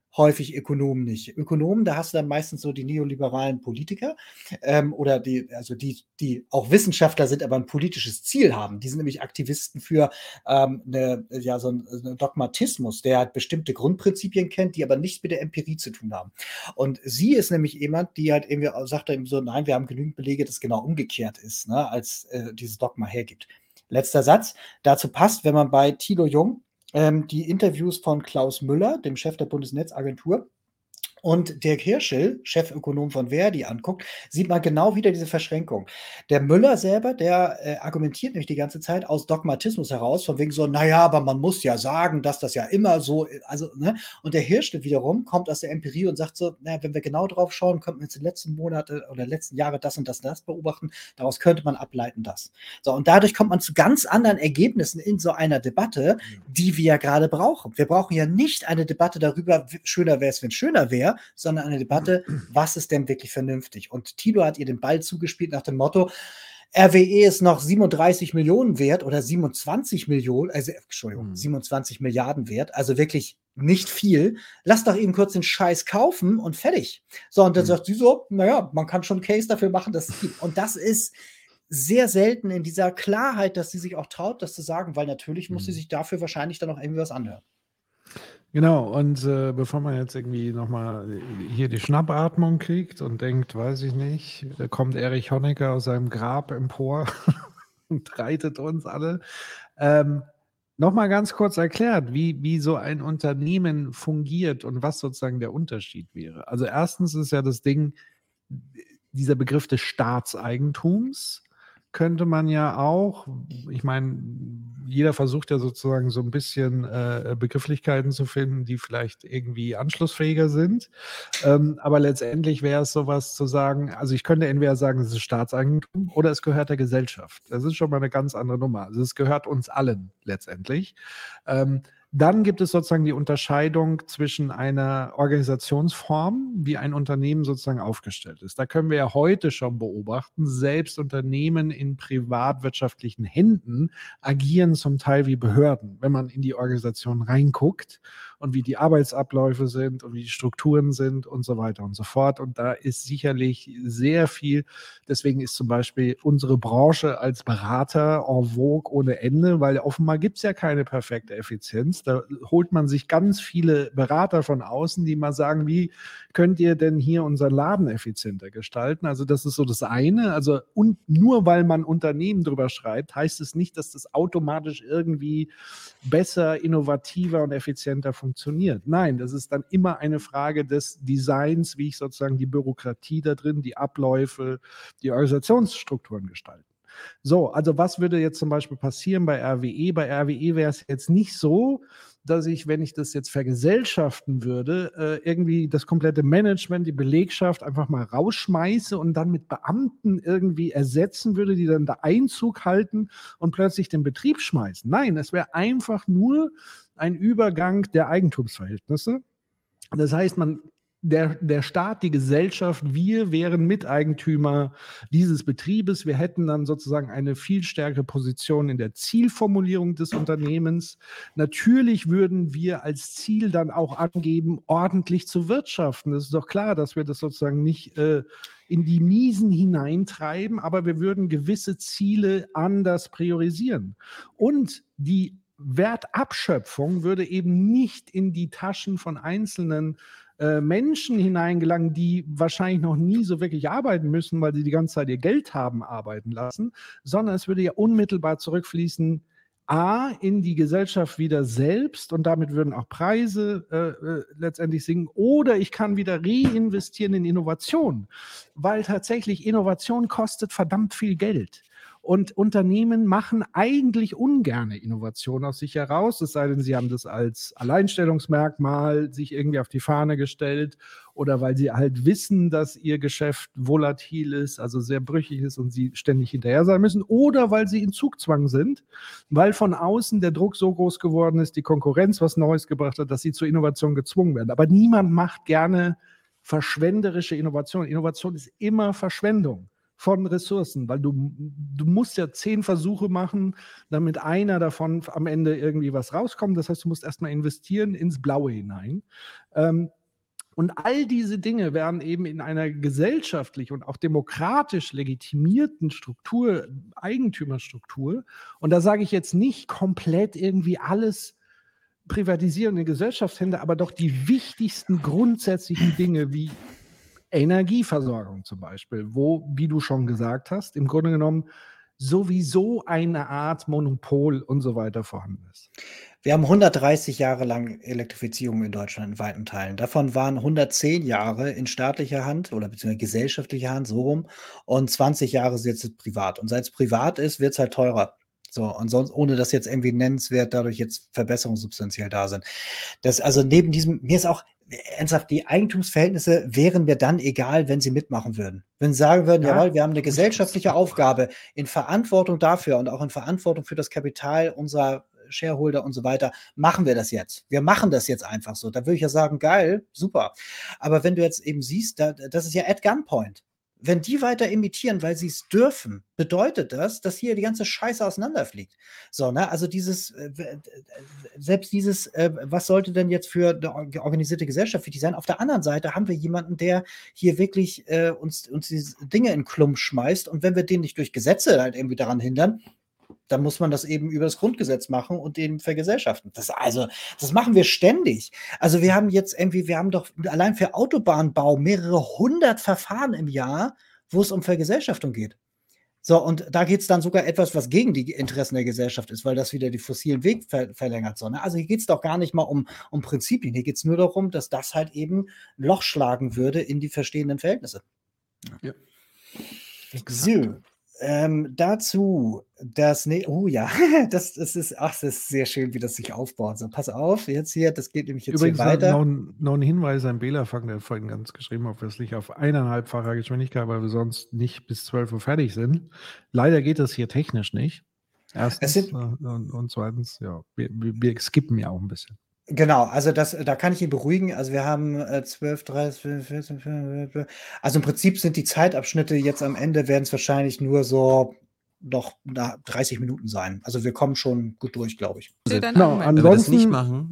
häufig Ökonomen nicht. Ökonomen, da hast du dann meistens so die neoliberalen Politiker oder die auch Wissenschaftler sind, aber ein politisches Ziel haben. Die sind nämlich Aktivisten für so einen Dogmatismus, der halt bestimmte Grundprinzipien kennt, die aber nichts mit der Empirie zu tun haben. Und sie ist nämlich jemand, die halt irgendwie sagt eben so, nein, wir haben genügend Belege, dass es genau umgekehrt ist, ne, als dieses Dogma hergibt. Letzter Satz. Dazu passt, wenn man bei Thilo Jung die Interviews von Klaus Müller, dem Chef der Bundesnetzagentur, und Dirk Hirschel, Chefökonom von Verdi, anguckt, sieht man genau wieder diese Verschränkung. Der Müller selber, der argumentiert nämlich die ganze Zeit aus Dogmatismus heraus, von wegen so, naja, aber man muss ja sagen, dass das ja immer so, also, ne? Und der Hirschel wiederum kommt aus der Empirie und sagt so, naja, wenn wir genau drauf schauen, könnten wir jetzt die letzten Monate oder letzten Jahre das und das beobachten, daraus könnte man ableiten das. So, und dadurch kommt man zu ganz anderen Ergebnissen in so einer Debatte, die wir ja gerade brauchen. Wir brauchen ja nicht eine Debatte darüber, schöner wäre es, wenn es schöner wäre, sondern eine Debatte, was ist denn wirklich vernünftig? Und Thilo hat ihr den Ball zugespielt nach dem Motto, RWE ist noch 37 Millionen wert oder 27 Millionen, 27 Milliarden wert, also wirklich nicht viel. Lass doch eben kurz den Scheiß kaufen und fertig. So, und dann sagt sie so, naja, man kann schon einen Case dafür machen, dass es gibt. Und das ist sehr selten in dieser Klarheit, dass sie sich auch traut, das zu sagen, weil natürlich muss sie sich dafür wahrscheinlich dann auch irgendwie was anhören. Genau, und bevor man jetzt irgendwie nochmal hier die Schnappatmung kriegt und denkt, weiß ich nicht, kommt Erich Honecker aus seinem Grab empor und reitet uns alle. Nochmal ganz kurz erklärt, wie so ein Unternehmen fungiert und was sozusagen der Unterschied wäre. Also erstens ist ja das Ding, dieser Begriff des Staatseigentums könnte man ja auch, ich meine, jeder versucht ja sozusagen so ein bisschen Begrifflichkeiten zu finden, die vielleicht irgendwie anschlussfähiger sind. Aber letztendlich wäre es sowas zu sagen, also ich könnte entweder sagen, es ist Staatseigentum oder es gehört der Gesellschaft. Das ist schon mal eine ganz andere Nummer. Also es gehört uns allen letztendlich. Dann gibt es sozusagen die Unterscheidung zwischen einer Organisationsform, wie ein Unternehmen sozusagen aufgestellt ist. Da können wir ja heute schon beobachten, selbst Unternehmen in privatwirtschaftlichen Händen agieren zum Teil wie Behörden, wenn man in die Organisation reinguckt und wie die Arbeitsabläufe sind und wie die Strukturen sind und so weiter und so fort. Und da ist sicherlich sehr viel, deswegen ist zum Beispiel unsere Branche als Berater en vogue ohne Ende, weil offenbar gibt es ja keine perfekte Effizienz. Da holt man sich ganz viele Berater von außen, die mal sagen, wie könnt ihr denn hier unseren Laden effizienter gestalten? Also das ist so das eine. Also und nur weil man Unternehmen drüber schreibt, heißt es nicht, dass das automatisch irgendwie besser, innovativer und effizienter funktioniert. Nein, das ist dann immer eine Frage des Designs, wie ich sozusagen die Bürokratie da drin, die Abläufe, die Organisationsstrukturen gestalten. So, also was würde jetzt zum Beispiel passieren bei RWE? Bei RWE wäre es jetzt nicht so, dass ich, wenn ich das jetzt vergesellschaften würde, irgendwie das komplette Management, die Belegschaft einfach mal rausschmeiße und dann mit Beamten irgendwie ersetzen würde, die dann da Einzug halten und plötzlich den Betrieb schmeißen. Nein, es wäre einfach nur ein Übergang der Eigentumsverhältnisse. Das heißt, der Staat, die Gesellschaft, wir wären Miteigentümer dieses Betriebes. Wir hätten dann sozusagen eine viel stärkere Position in der Zielformulierung des Unternehmens. Natürlich würden wir als Ziel dann auch angeben, ordentlich zu wirtschaften. Das ist doch klar, dass wir das sozusagen nicht in die Miesen hineintreiben, aber wir würden gewisse Ziele anders priorisieren. Und die Wertabschöpfung würde eben nicht in die Taschen von einzelnen Menschen hineingelangen, die wahrscheinlich noch nie so wirklich arbeiten müssen, weil sie die ganze Zeit ihr Geld haben arbeiten lassen, sondern es würde ja unmittelbar zurückfließen, A, in die Gesellschaft wieder selbst und damit würden auch Preise letztendlich sinken, oder ich kann wieder reinvestieren in Innovation, weil tatsächlich Innovation kostet verdammt viel Geld. Und Unternehmen machen eigentlich ungerne Innovation aus sich heraus, es sei denn, sie haben das als Alleinstellungsmerkmal sich irgendwie auf die Fahne gestellt oder weil sie halt wissen, dass ihr Geschäft volatil ist, also sehr brüchig ist und sie ständig hinterher sein müssen, oder weil sie in Zugzwang sind, weil von außen der Druck so groß geworden ist, die Konkurrenz was Neues gebracht hat, dass sie zur Innovation gezwungen werden. Aber niemand macht gerne verschwenderische Innovation. Innovation ist immer Verschwendung von Ressourcen, weil du musst ja 10 Versuche machen, damit einer davon am Ende irgendwie was rauskommt. Das heißt, du musst erstmal investieren ins Blaue hinein. Und all diese Dinge werden eben in einer gesellschaftlich und auch demokratisch legitimierten Struktur, Eigentümerstruktur, und da sage ich jetzt nicht komplett irgendwie alles privatisieren in Gesellschaftshände, aber doch die wichtigsten grundsätzlichen Dinge wie Energieversorgung zum Beispiel, wo, wie du schon gesagt hast, im Grunde genommen sowieso eine Art Monopol und so weiter vorhanden ist. Wir haben 130 Jahre lang Elektrifizierung in Deutschland in weiten Teilen. Davon waren 110 Jahre in staatlicher Hand oder beziehungsweise gesellschaftlicher Hand, so rum, und 20 Jahre ist jetzt privat. Und seit es privat ist, wird es halt teurer. So, und sonst, ohne dass jetzt irgendwie nennenswert dadurch jetzt Verbesserungen substanziell da sind. Das, also neben diesem, mir ist auch ernsthaft, die Eigentumsverhältnisse wären mir dann egal, wenn sie mitmachen würden. Wenn sie sagen würden, Ja, jawohl, wir haben eine gesellschaftliche Aufgabe in Verantwortung dafür und auch in Verantwortung für das Kapital unserer Shareholder und so weiter, machen wir das jetzt. Wir machen das jetzt einfach so. Da würde ich ja sagen, geil, super. Aber wenn du jetzt eben siehst, das ist ja at gunpoint. Wenn die weiter imitieren, weil sie es dürfen, bedeutet das, dass hier die ganze Scheiße auseinanderfliegt. So, ne? Also selbst dieses, was sollte denn jetzt für eine organisierte Gesellschaft wichtig sein? Auf der anderen Seite haben wir jemanden, der hier wirklich uns diese Dinge in Klump schmeißt, und wenn wir den nicht durch Gesetze halt irgendwie daran hindern, dann muss man das eben über das Grundgesetz machen und den vergesellschaften. Das machen wir ständig. Also wir haben doch allein für Autobahnbau mehrere 100 Verfahren im Jahr, wo es um Vergesellschaftung geht. So, und da geht es dann sogar etwas, was gegen die Interessen der Gesellschaft ist, weil das wieder die fossilen Weg verlängert. So, ne? Also hier geht es doch gar nicht mal um Prinzipien. Hier geht es nur darum, dass das halt eben ein Loch schlagen würde in die verstehenden Verhältnisse. Ja. So. Dazu das das ist sehr schön, wie das sich aufbaut. So, pass auf, jetzt hier, das geht nämlich jetzt übrigens hier weiter. Noch ein Hinweis an Belafang, der vorhin ganz geschrieben hat, wir liegt auf 1,5-facher Geschwindigkeit, weil wir sonst nicht bis 12 Uhr fertig sind. Leider geht das hier technisch nicht. Erstens und zweitens, ja, wir skippen ja auch ein bisschen. Genau, also da kann ich ihn beruhigen. Also wir haben 12, 13, 14, 15, also im Prinzip sind die Zeitabschnitte jetzt am Ende, werden es wahrscheinlich nur so noch 30 Minuten sein. Also wir kommen schon gut durch, glaube ich. Genau, wenn wir das nicht machen,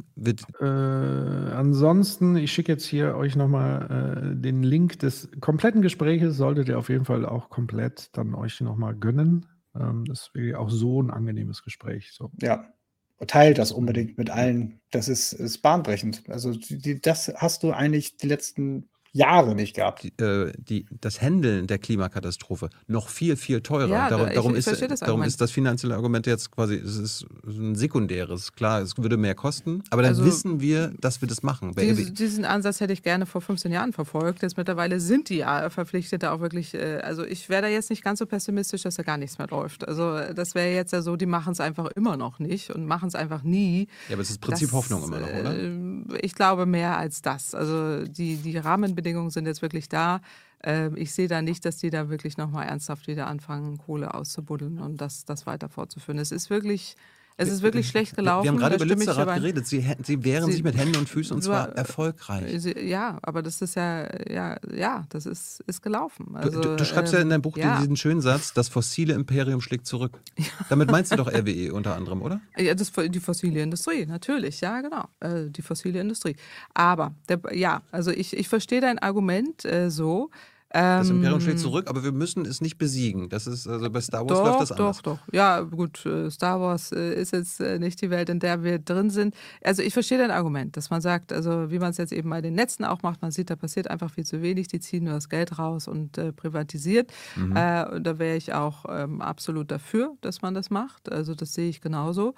ansonsten, ich schicke jetzt hier euch nochmal den Link des kompletten Gespräches, solltet ihr auf jeden Fall auch komplett dann euch nochmal gönnen. Das ist wirklich auch so ein angenehmes Gespräch. So. Ja. Teilt das unbedingt mit allen. Das ist bahnbrechend. Also das hast du eigentlich die letzten Jahre nicht gehabt. Das Handeln der Klimakatastrophe noch viel, viel teurer. Ja, darum ist das finanzielle Argument jetzt quasi, es ist ein sekundäres. Klar, es würde mehr kosten, aber dann wissen wir, dass wir das machen. Diesen Ansatz hätte ich gerne vor 15 Jahren verfolgt. Jetzt mittlerweile sind die verpflichtet, da auch wirklich, also ich wäre da jetzt nicht ganz so pessimistisch, dass da gar nichts mehr läuft. Also das wäre jetzt ja so, die machen es einfach immer noch nicht und machen es einfach nie. Ja, aber es ist Prinzip Hoffnung immer noch, oder? Ich glaube mehr als das. Also die Rahmenbedingungen sind jetzt wirklich da. Ich sehe da nicht, dass die da wirklich nochmal ernsthaft wieder anfangen, Kohle auszubuddeln und das weiter fortzuführen. Es ist wirklich schlecht gelaufen. Wir haben gerade über Lützerath geredet. Sie wehren sich mit Händen und Füßen und zwar erfolgreich. Ja, aber das ist das ist gelaufen. Also, du schreibst ja in deinem Buch diesen schönen Satz, das fossile Imperium schlägt zurück. Ja. Damit meinst du doch RWE unter anderem, oder? Ja, die fossile Industrie, natürlich, ja, genau. Die fossile Industrie. Aber, also ich verstehe dein Argument so. Das Imperium schlägt zurück, aber wir müssen es nicht besiegen. Das ist, also bei Star Wars läuft das anders. Doch. Ja, gut, Star Wars ist jetzt nicht die Welt, in der wir drin sind. Also ich verstehe dein Argument, dass man sagt, also wie man es jetzt eben bei den Netzen auch macht, man sieht, da passiert einfach viel zu wenig, die ziehen nur das Geld raus und privatisiert. Und da wäre ich auch absolut dafür, dass man das macht. Also das sehe ich genauso.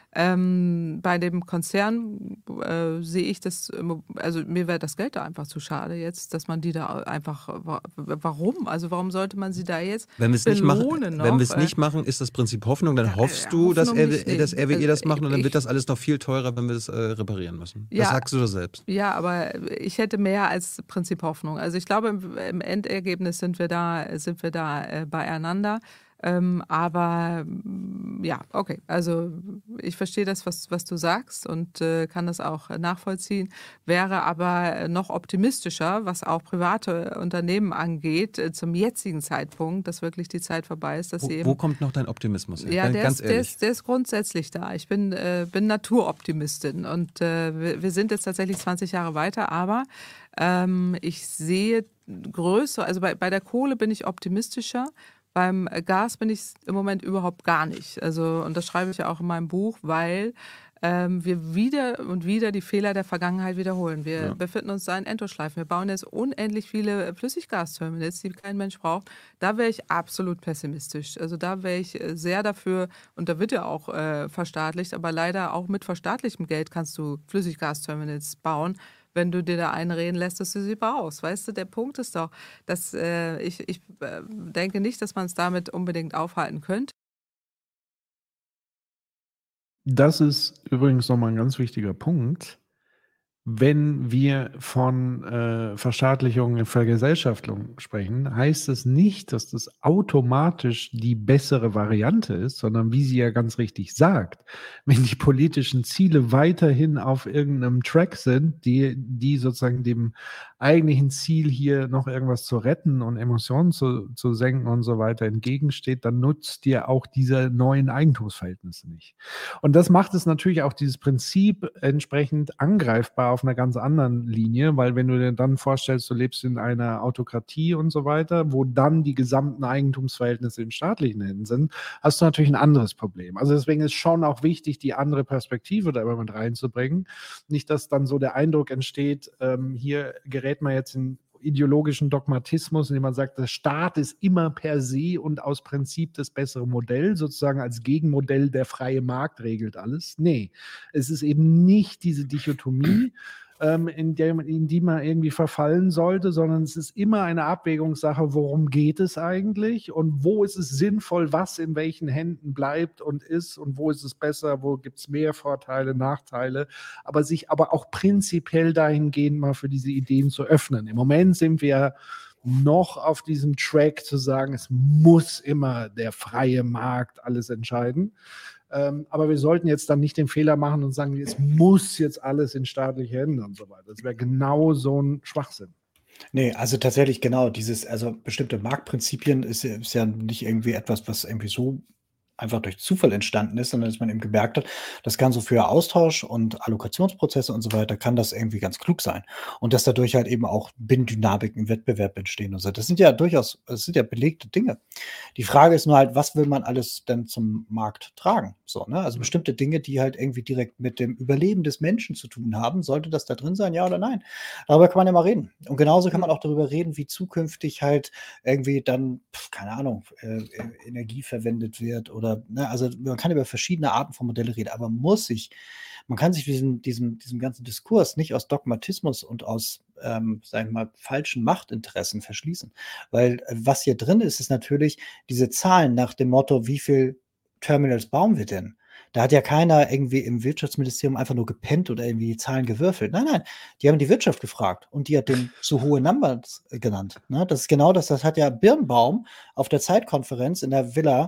Bei dem Konzern sehe ich das, also mir wäre das Geld da einfach zu schade jetzt, dass man die da einfach, warum? Also warum sollte man sie da jetzt belohnen? Wenn wir es nicht machen, ist das Prinzip Hoffnung, dann hoffst du, dass RWE das macht und dann wird das alles noch viel teurer, wenn wir es reparieren müssen. Das sagst du doch selbst. Ja, aber ich hätte mehr als Prinzip Hoffnung. Also ich glaube, im Endergebnis sind wir da beieinander. Aber ja, okay. Also ich verstehe das, was du sagst und kann das auch nachvollziehen. Wäre aber noch optimistischer, was auch private Unternehmen angeht, zum jetzigen Zeitpunkt, dass wirklich die Zeit vorbei ist, dass sie eben. Wo kommt noch dein Optimismus her? Ja, Ganz ehrlich. der ist grundsätzlich da. Ich bin Naturoptimistin und wir sind jetzt tatsächlich 20 Jahre weiter, aber ich sehe größere, also bei der Kohle bin ich optimistischer. Beim Gas bin ich im Moment überhaupt gar nicht. Also, und das schreibe ich ja auch in meinem Buch, weil wir wieder und wieder die Fehler der Vergangenheit wiederholen. Wir befinden uns da in Endlosschleifen. Wir bauen jetzt unendlich viele Flüssiggasterminals, die kein Mensch braucht. Da wäre ich absolut pessimistisch. Also da wäre ich sehr dafür, und da wird ja auch verstaatlicht, aber leider auch mit verstaatlichtem Geld kannst du Flüssiggasterminals bauen, wenn du dir da einreden lässt, dass du sie brauchst. Weißt du, der Punkt ist doch, dass ich denke nicht, dass man es damit unbedingt aufhalten könnte. Das ist übrigens nochmal ein ganz wichtiger Punkt. Wenn wir von Verstaatlichung, Vergesellschaftung sprechen, heißt es nicht, dass das automatisch die bessere Variante ist, sondern wie sie ja ganz richtig sagt, wenn die politischen Ziele weiterhin auf irgendeinem Track sind, die sozusagen dem eigentlichen Ziel hier noch irgendwas zu retten und Emotionen zu senken und so weiter entgegensteht, dann nutzt dir auch diese neuen Eigentumsverhältnisse nicht. Und das macht es natürlich auch dieses Prinzip entsprechend angreifbar auf einer ganz anderen Linie, weil wenn du dir dann vorstellst, du lebst in einer Autokratie und so weiter, wo dann die gesamten Eigentumsverhältnisse in staatlichen Händen sind, hast du natürlich ein anderes Problem. Also deswegen ist schon auch wichtig, die andere Perspektive da immer mit reinzubringen. Nicht, dass dann so der Eindruck entsteht, hier gerät man jetzt in ideologischen Dogmatismus, indem man sagt, der Staat ist immer per se und aus Prinzip das bessere Modell, sozusagen als Gegenmodell, der freie Markt regelt alles. Nee, es ist eben nicht diese Dichotomie, in die man irgendwie verfallen sollte, sondern es ist immer eine Abwägungssache, worum geht es eigentlich und wo ist es sinnvoll, was in welchen Händen bleibt und ist und wo ist es besser, wo gibt es mehr Vorteile, Nachteile, aber sich aber auch prinzipiell dahingehend mal für diese Ideen zu öffnen. Im Moment sind wir noch auf diesem Track zu sagen, es muss immer der freie Markt alles entscheiden. Aber wir sollten jetzt dann nicht den Fehler machen und sagen, es muss jetzt alles in staatliche Hände und so weiter. Das wäre genau so ein Schwachsinn. Nee, also tatsächlich genau also bestimmte Marktprinzipien ist ja nicht irgendwie etwas, was irgendwie so einfach durch Zufall entstanden ist, sondern dass man eben gemerkt hat, das kann so für Austausch und Allokationsprozesse und so weiter kann das irgendwie ganz klug sein. Und dass dadurch halt eben auch Binnendynamiken im Wettbewerb entstehen und so. Das sind ja belegte Dinge. Die Frage ist nur halt, was will man alles denn zum Markt tragen? So, ne? Also bestimmte Dinge, die halt irgendwie direkt mit dem Überleben des Menschen zu tun haben, sollte das da drin sein, ja oder nein? Darüber kann man ja mal reden. Und genauso kann man auch darüber reden, wie zukünftig halt irgendwie dann, keine Ahnung, Energie verwendet wird oder also man kann über verschiedene Arten von Modelle reden, aber man kann sich diesem ganzen Diskurs nicht aus Dogmatismus und aus, sagen wir mal, falschen Machtinteressen verschließen. Weil was hier drin ist, ist natürlich diese Zahlen nach dem Motto, wie viel Terminals bauen wir denn? Da hat ja keiner irgendwie im Wirtschaftsministerium einfach nur gepennt oder irgendwie die Zahlen gewürfelt. Nein, die haben die Wirtschaft gefragt und die hat den zu hohe Numbers genannt. Ne? Das ist genau das hat ja Birnbaum auf der Zeitkonferenz in der Villa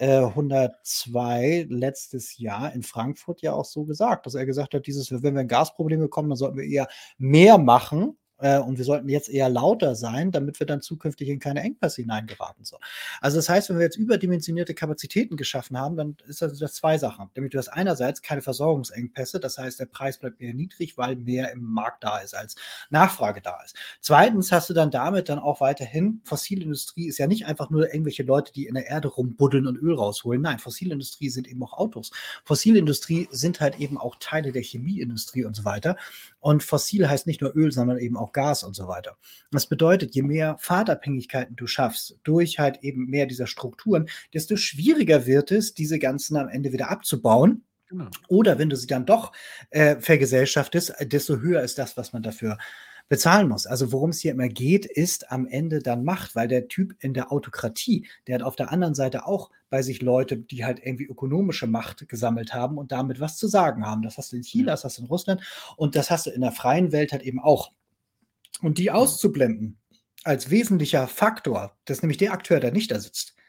102 letztes Jahr in Frankfurt ja auch so gesagt, dass er gesagt hat, wenn wir in Gasprobleme kommen, dann sollten wir eher mehr machen und wir sollten jetzt eher lauter sein, damit wir dann zukünftig in keine Engpässe hineingeraten. So. Also das heißt, wenn wir jetzt überdimensionierte Kapazitäten geschaffen haben, dann ist das zwei Sachen. Nämlich du hast einerseits keine Versorgungsengpässe, das heißt, der Preis bleibt eher niedrig, weil mehr im Markt da ist, als Nachfrage da ist. Zweitens hast du dann damit dann auch weiterhin, Fossilindustrie ist ja nicht einfach nur irgendwelche Leute, die in der Erde rumbuddeln und Öl rausholen. Nein, Fossilindustrie sind eben auch Autos. Fossilindustrie sind halt eben auch Teile der Chemieindustrie und so weiter. Und fossil heißt nicht nur Öl, sondern eben auch Gas und so weiter. Das bedeutet, je mehr Fahrtabhängigkeiten du schaffst, durch halt eben mehr dieser Strukturen, desto schwieriger wird es, diese ganzen am Ende wieder abzubauen. Genau. Oder wenn du sie dann doch vergesellschaftest, desto höher ist das, was man dafür bezahlen muss. Also worum es hier immer geht, ist am Ende dann Macht, weil der Typ in der Autokratie, der hat auf der anderen Seite auch bei sich Leute, die halt irgendwie ökonomische Macht gesammelt haben und damit was zu sagen haben. Das hast du in China, das hast du in Russland und das hast du in der freien Welt halt eben auch. Und die auszublenden als wesentlicher Faktor, das ist nämlich der Akteur, der nicht da sitzt,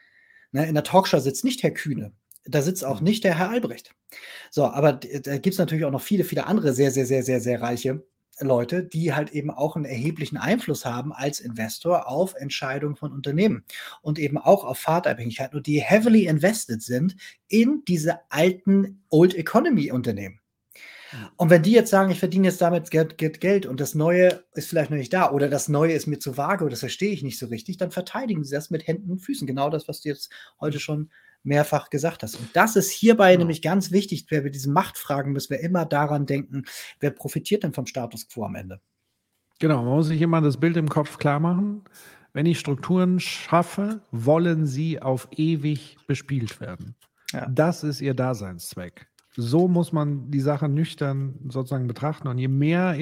Ne? In der Talkshow sitzt nicht Herr Kühne. Da sitzt auch nicht der Herr Albrecht. So, aber da gibt es natürlich auch noch viele, viele andere sehr, sehr, sehr, sehr, sehr reiche Leute, die halt eben auch einen erheblichen Einfluss haben als Investor auf Entscheidungen von Unternehmen und eben auch auf Fahrtabhängigkeiten und die heavily invested sind in diese alten Old Economy Unternehmen. Und wenn die jetzt sagen, ich verdiene jetzt damit Geld und das Neue ist vielleicht noch nicht da oder das Neue ist mir zu vage oder das verstehe ich nicht so richtig, dann verteidigen sie das mit Händen und Füßen. Genau das, was du jetzt heute schon mehrfach gesagt hast. Und das ist hierbei nämlich ganz wichtig. Bei diesen Machtfragen müssen wir immer daran denken, wer profitiert denn vom Status quo am Ende? Genau, man muss sich immer das Bild im Kopf klar machen. Wenn ich Strukturen schaffe, wollen sie auf ewig bespielt werden. Ja. Das ist ihr Daseinszweck. So muss man die Sache nüchtern sozusagen betrachten. Und je mehr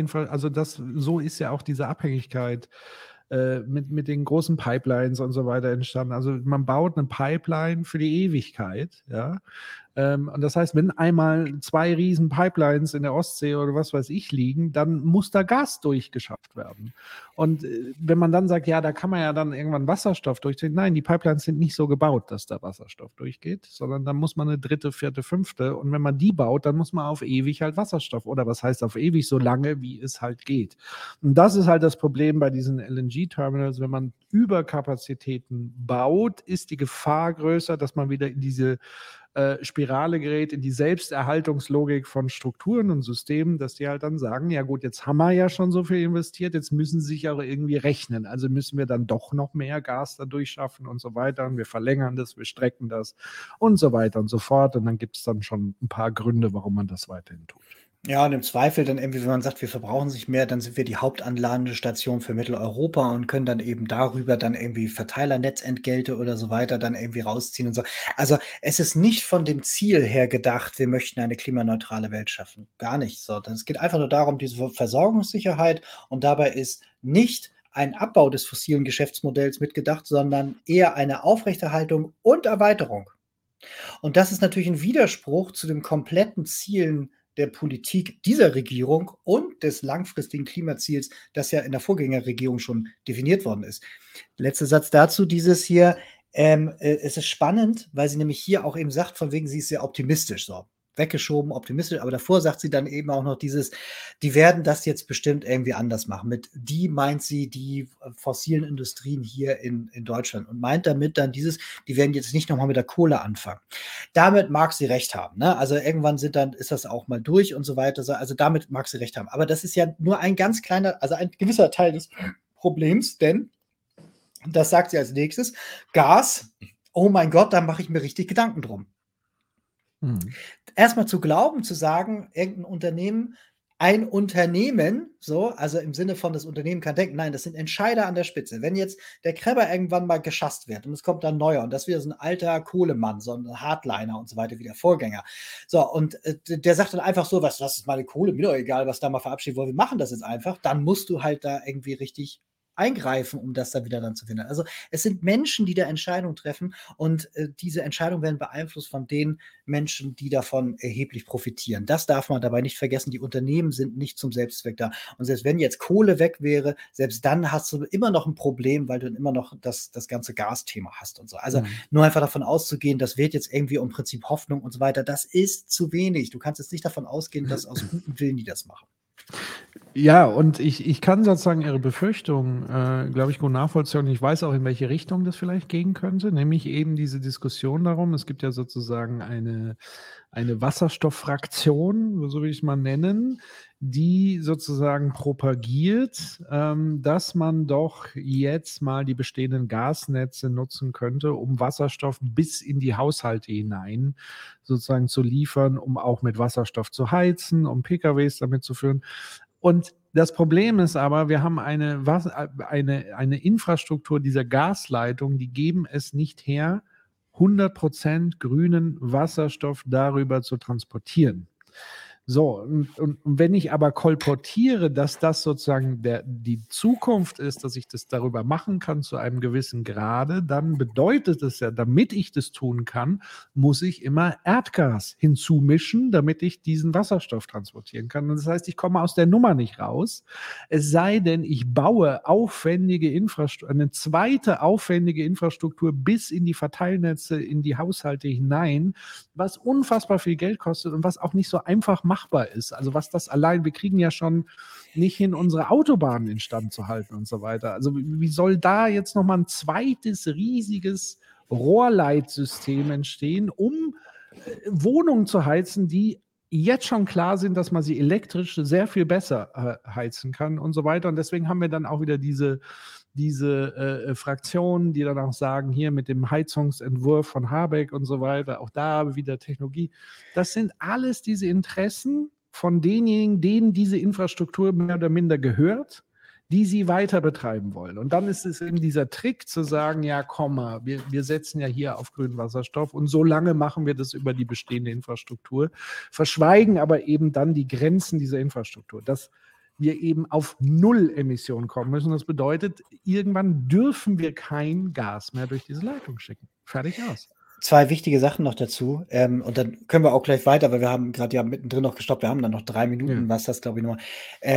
so ist ja auch diese Abhängigkeit mit den großen Pipelines und so weiter entstanden. Also man baut eine Pipeline für die Ewigkeit, ja. Und das heißt, wenn einmal 2 riesen Pipelines in der Ostsee oder was weiß ich liegen, dann muss da Gas durchgeschafft werden. Und wenn man dann sagt, ja, da kann man ja dann irgendwann Wasserstoff durchziehen. Nein, die Pipelines sind nicht so gebaut, dass da Wasserstoff durchgeht, sondern dann muss man eine 3., 4., 5. Und wenn man die baut, dann muss man auf ewig halt Wasserstoff. Oder was heißt auf ewig? So lange, wie es halt geht. Und das ist halt das Problem bei diesen LNG-Terminals. Wenn man Überkapazitäten baut, ist die Gefahr größer, dass man wieder in diese Spirale gerät, in die Selbsterhaltungslogik von Strukturen und Systemen, dass die halt dann sagen, ja gut, jetzt haben wir ja schon so viel investiert, jetzt müssen sie sich auch irgendwie rechnen. Also müssen wir dann doch noch mehr Gas dadurch schaffen und so weiter. Und wir verlängern das, wir strecken das und so weiter und so fort. Und dann gibt es dann schon ein paar Gründe, warum man das weiterhin tut. Ja, und im Zweifel dann irgendwie, wenn man sagt, wir verbrauchen sich mehr, dann sind wir die Hauptanladestation für Mitteleuropa und können dann eben darüber dann irgendwie Verteilernetzentgelte oder so weiter dann irgendwie rausziehen und so. Also es ist nicht von dem Ziel her gedacht, wir möchten eine klimaneutrale Welt schaffen. Gar nicht so. Es geht einfach nur darum, diese Versorgungssicherheit, und dabei ist nicht ein Abbau des fossilen Geschäftsmodells mitgedacht, sondern eher eine Aufrechterhaltung und Erweiterung. Und das ist natürlich ein Widerspruch zu den kompletten Zielen der Politik dieser Regierung und des langfristigen Klimaziels, das ja in der Vorgängerregierung schon definiert worden ist. Letzter Satz dazu, dieses hier, es ist spannend, weil sie nämlich hier auch eben sagt, von wegen, sie ist sehr optimistisch, so weggeschoben, optimistisch, aber davor sagt sie dann eben auch noch dieses, die werden das jetzt bestimmt irgendwie anders machen. Mit die meint sie die fossilen Industrien hier in Deutschland und meint damit dann dieses, die werden jetzt nicht nochmal mit der Kohle anfangen. Damit mag sie recht haben, ne? Also irgendwann ist das auch mal durch und so weiter. Also damit mag sie recht haben. Aber das ist ja nur ein ganz kleiner, also ein gewisser Teil des Problems, denn, das sagt sie als nächstes, Gas, oh mein Gott, da mache ich mir richtig Gedanken drum. Erstmal zu glauben, zu sagen, ein Unternehmen, so, also im Sinne von, das Unternehmen kann denken, nein, das sind Entscheider an der Spitze. Wenn jetzt der Krebber irgendwann mal geschasst wird und es kommt dann neuer und das ist wieder so ein alter Kohlemann, so ein Hardliner und so weiter wie der Vorgänger. So, und der sagt dann einfach so, was ist meine Kohle, mir doch egal, was da mal verabschiedet wurde, wir machen das jetzt einfach, dann musst du halt da irgendwie richtig eingreifen, um das da wieder dann zu finden. Also es sind Menschen, die da Entscheidungen treffen und diese Entscheidungen werden beeinflusst von den Menschen, die davon erheblich profitieren. Das darf man dabei nicht vergessen. Die Unternehmen sind nicht zum Selbstzweck da. Und selbst wenn jetzt Kohle weg wäre, selbst dann hast du immer noch ein Problem, weil du dann immer noch das ganze Gasthema hast und so. Also nur einfach davon auszugehen, das wird jetzt irgendwie im Prinzip Hoffnung und so weiter, das ist zu wenig. Du kannst jetzt nicht davon ausgehen, dass aus gutem Willen die das machen. Ja, und ich kann sozusagen Ihre Befürchtung, glaube ich, gut nachvollziehen. Und ich weiß auch, in welche Richtung das vielleicht gehen könnte, nämlich eben diese Diskussion darum. Es gibt ja sozusagen eine Wasserstofffraktion, so will ich es mal nennen, die sozusagen propagiert, dass man doch jetzt mal die bestehenden Gasnetze nutzen könnte, um Wasserstoff bis in die Haushalte hinein sozusagen zu liefern, um auch mit Wasserstoff zu heizen, um PKWs damit zu führen. Und das Problem ist aber, wir haben eine Infrastruktur dieser Gasleitung, die geben es nicht her, 100% grünen Wasserstoff darüber zu transportieren. So, und wenn ich aber kolportiere, dass das sozusagen die Zukunft ist, dass ich das darüber machen kann zu einem gewissen Grade, dann bedeutet es ja, damit ich das tun kann, muss ich immer Erdgas hinzumischen, damit ich diesen Wasserstoff transportieren kann. Und das heißt, ich komme aus der Nummer nicht raus. Es sei denn, ich baue aufwendige Infrastruktur, eine zweite aufwendige Infrastruktur bis in die Verteilnetze, in die Haushalte hinein, was unfassbar viel Geld kostet und was auch nicht so einfach machbar ist. Also was das allein, wir kriegen ja schon nicht hin, unsere Autobahnen instand zu halten und so weiter. Also wie soll da jetzt nochmal ein zweites riesiges Rohrleitsystem entstehen, um Wohnungen zu heizen, die jetzt schon klar sind, dass man sie elektrisch sehr viel besser heizen kann und so weiter. Und deswegen haben wir dann auch wieder diese Fraktionen, die dann auch sagen, hier mit dem Heizungsentwurf von Habeck und so weiter, auch da wieder Technologie. Das sind alles diese Interessen von denjenigen, denen diese Infrastruktur mehr oder minder gehört, die sie weiter betreiben wollen. Und dann ist es eben dieser Trick zu sagen, ja komm mal, wir setzen ja hier auf grünen Wasserstoff und so lange machen wir das über die bestehende Infrastruktur, verschweigen aber eben dann die Grenzen dieser Infrastruktur. Dass wir eben auf Null Emissionen kommen müssen. Das bedeutet, irgendwann dürfen wir kein Gas mehr durch diese Leitung schicken. Fertig aus. Zwei wichtige Sachen noch dazu. Und dann können wir auch gleich weiter, weil wir haben gerade ja mittendrin noch gestoppt. Wir haben dann noch 3 Minuten, was das, glaube ich, nochmal.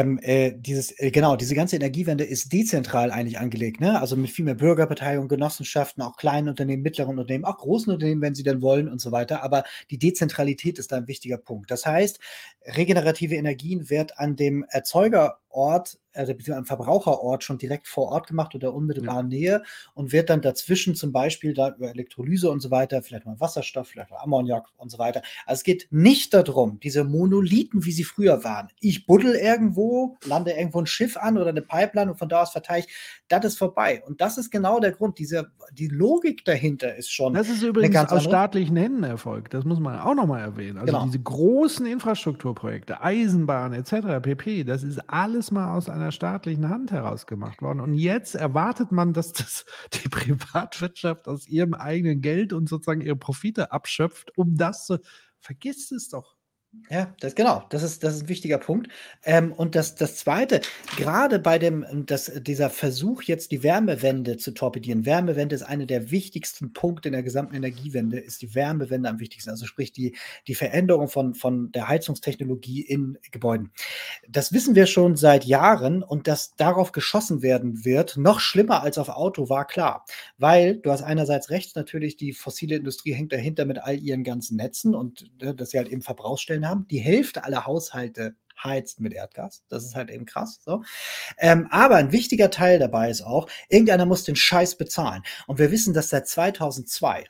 Diese ganze Energiewende ist dezentral eigentlich angelegt, ne? Also mit viel mehr Bürgerbeteiligung, Genossenschaften, auch kleinen Unternehmen, mittleren Unternehmen, auch großen Unternehmen, wenn sie denn wollen und so weiter. Aber die Dezentralität ist da ein wichtiger Punkt. Das heißt, regenerative Energien wird an dem Erzeugerort, beziehungsweise am Verbraucherort schon direkt vor Ort gemacht oder unmittelbaren Nähe und wird dann dazwischen zum Beispiel da über Elektrolyse und so weiter, vielleicht mal Wasserstoff, vielleicht mal Ammoniak und so weiter. Also es geht nicht darum, diese Monolithen, wie sie früher waren. Ich buddel irgendwo, lande irgendwo ein Schiff an oder eine Pipeline und von da aus verteile ich. Das ist vorbei. Und das ist genau der Grund. Die Logik dahinter ist schon. Das ist übrigens aus staatlichen Händen erfolgt. Das muss man auch nochmal erwähnen. Also diese großen Infrastrukturprojekte, Eisenbahn etc. pp., das ist alles mal aus einer staatlichen Hand heraus gemacht worden. Und jetzt erwartet man, dass das die Privatwirtschaft aus ihrem eigenen Geld und sozusagen ihre Profite abschöpft, um das zu. Vergisst es doch. Ja, das ist ein wichtiger Punkt. Und das Zweite, gerade bei dieser Versuch, jetzt die Wärmewende zu torpedieren. Wärmewende ist einer der wichtigsten Punkte in der gesamten Energiewende, ist die Wärmewende am wichtigsten. Also sprich die Veränderung von der Heizungstechnologie in Gebäuden. Das wissen wir schon seit Jahren und dass darauf geschossen werden wird, noch schlimmer als auf Auto, war klar. Weil du hast einerseits recht, natürlich die fossile Industrie hängt dahinter mit all ihren ganzen Netzen und dass sie halt eben Verbrauchsstellen haben. Die Hälfte aller Haushalte heizt mit Erdgas. Das ist halt eben krass. So. Aber ein wichtiger Teil dabei ist auch, irgendeiner muss den Scheiß bezahlen. Und wir wissen, dass seit 2002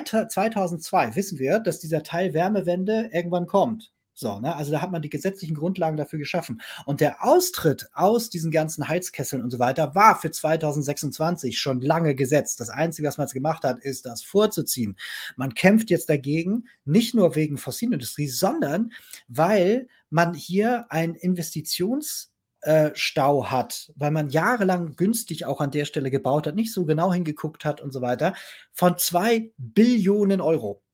wissen wir, dass dieser Teil Wärmewende irgendwann kommt. So, ne? Also da hat man die gesetzlichen Grundlagen dafür geschaffen. Und der Austritt aus diesen ganzen Heizkesseln und so weiter war für 2026 schon lange gesetzt. Das Einzige, was man jetzt gemacht hat, ist, das vorzuziehen. Man kämpft jetzt dagegen, nicht nur wegen Fossilindustrie, sondern weil man hier ein Investitionsstau hat, weil man jahrelang günstig auch an der Stelle gebaut hat, nicht so genau hingeguckt hat und so weiter, von 2 Billionen Euro.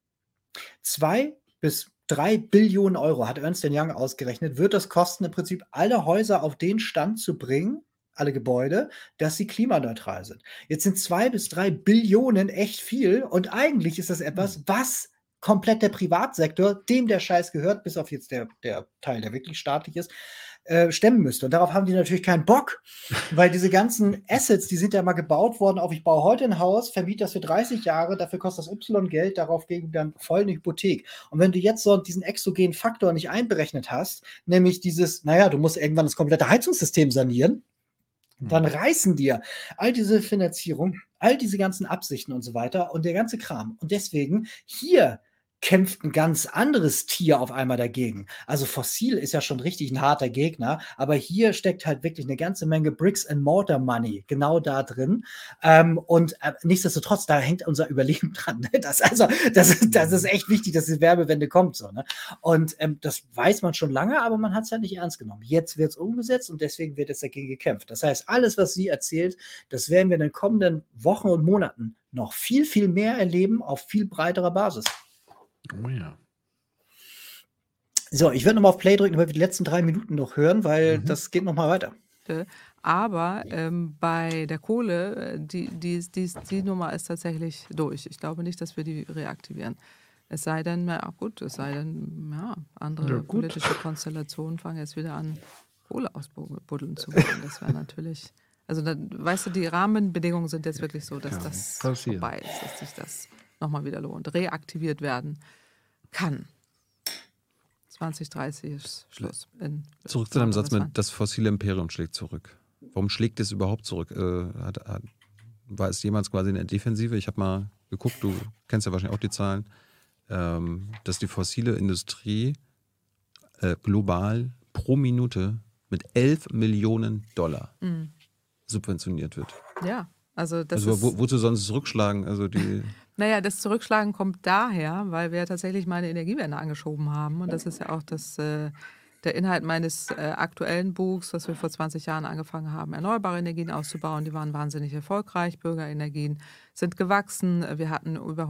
2 bis 3 Billionen Euro, hat Ernst Young ausgerechnet, wird das kosten, im Prinzip alle Häuser auf den Stand zu bringen, alle Gebäude, dass sie klimaneutral sind. Jetzt sind 2 bis 3 Billionen echt viel und eigentlich ist das etwas, was komplett der Privatsektor, dem der Scheiß gehört, bis auf jetzt der Teil, der wirklich staatlich ist, stemmen müsste. Und darauf haben die natürlich keinen Bock, weil diese ganzen Assets, die sind ja mal gebaut worden auf, ich baue heute ein Haus, vermiete das für 30 Jahre, dafür kostet das Y Geld, darauf gegen dann voll eine Hypothek. Und wenn du jetzt so diesen exogenen Faktor nicht einberechnet hast, nämlich dieses, du musst irgendwann das komplette Heizungssystem sanieren, dann reißen dir all diese Finanzierung, all diese ganzen Absichten und so weiter und der ganze Kram. Und deswegen hier kämpft ein ganz anderes Tier auf einmal dagegen. Also Fossil ist ja schon richtig ein harter Gegner, aber hier steckt halt wirklich eine ganze Menge Bricks and Mortar Money genau da drin. Und nichtsdestotrotz, da hängt unser Überleben dran. Ne? Das ist echt wichtig, dass die Wärmewende kommt. So, ne? Und das weiß man schon lange, aber man hat es halt nicht ernst genommen. Jetzt wird es umgesetzt und deswegen wird jetzt dagegen gekämpft. Das heißt, alles, was sie erzählt, das werden wir in den kommenden Wochen und Monaten noch viel, viel mehr erleben auf viel breiterer Basis. Oh ja. So, ich würde nochmal auf Play drücken, damit wir die letzten 3 Minuten noch hören, weil das geht nochmal weiter. Aber bei der Kohle, die Nummer ist tatsächlich durch. Ich glaube nicht, dass wir die reaktivieren. Es sei denn, andere politische Konstellationen fangen jetzt wieder an, Kohle ausbuddeln zu wollen. Das wäre natürlich, also weißt du, die Rahmenbedingungen sind jetzt wirklich so, dass das vorbei ist, dass sich das nochmal wieder lohnt. Reaktiviert werden kann. 2030 ist Schluss. Zurück zu deinem Satz mit, das fossile Imperium schlägt zurück. Warum schlägt es überhaupt zurück? War es jemals quasi in der Defensive? Ich habe mal geguckt, du kennst ja wahrscheinlich auch die Zahlen, dass die fossile Industrie global pro Minute mit 11 Millionen Dollar subventioniert wird. Ja, also das wozu sonst zurückschlagen? Also Naja, das Zurückschlagen kommt daher, weil wir tatsächlich mal eine Energiewende angeschoben haben. Und das ist ja auch der Inhalt meines aktuellen Buchs, was wir vor 20 Jahren angefangen haben, erneuerbare Energien auszubauen. Die waren wahnsinnig erfolgreich. Bürgerenergien sind gewachsen. Wir hatten über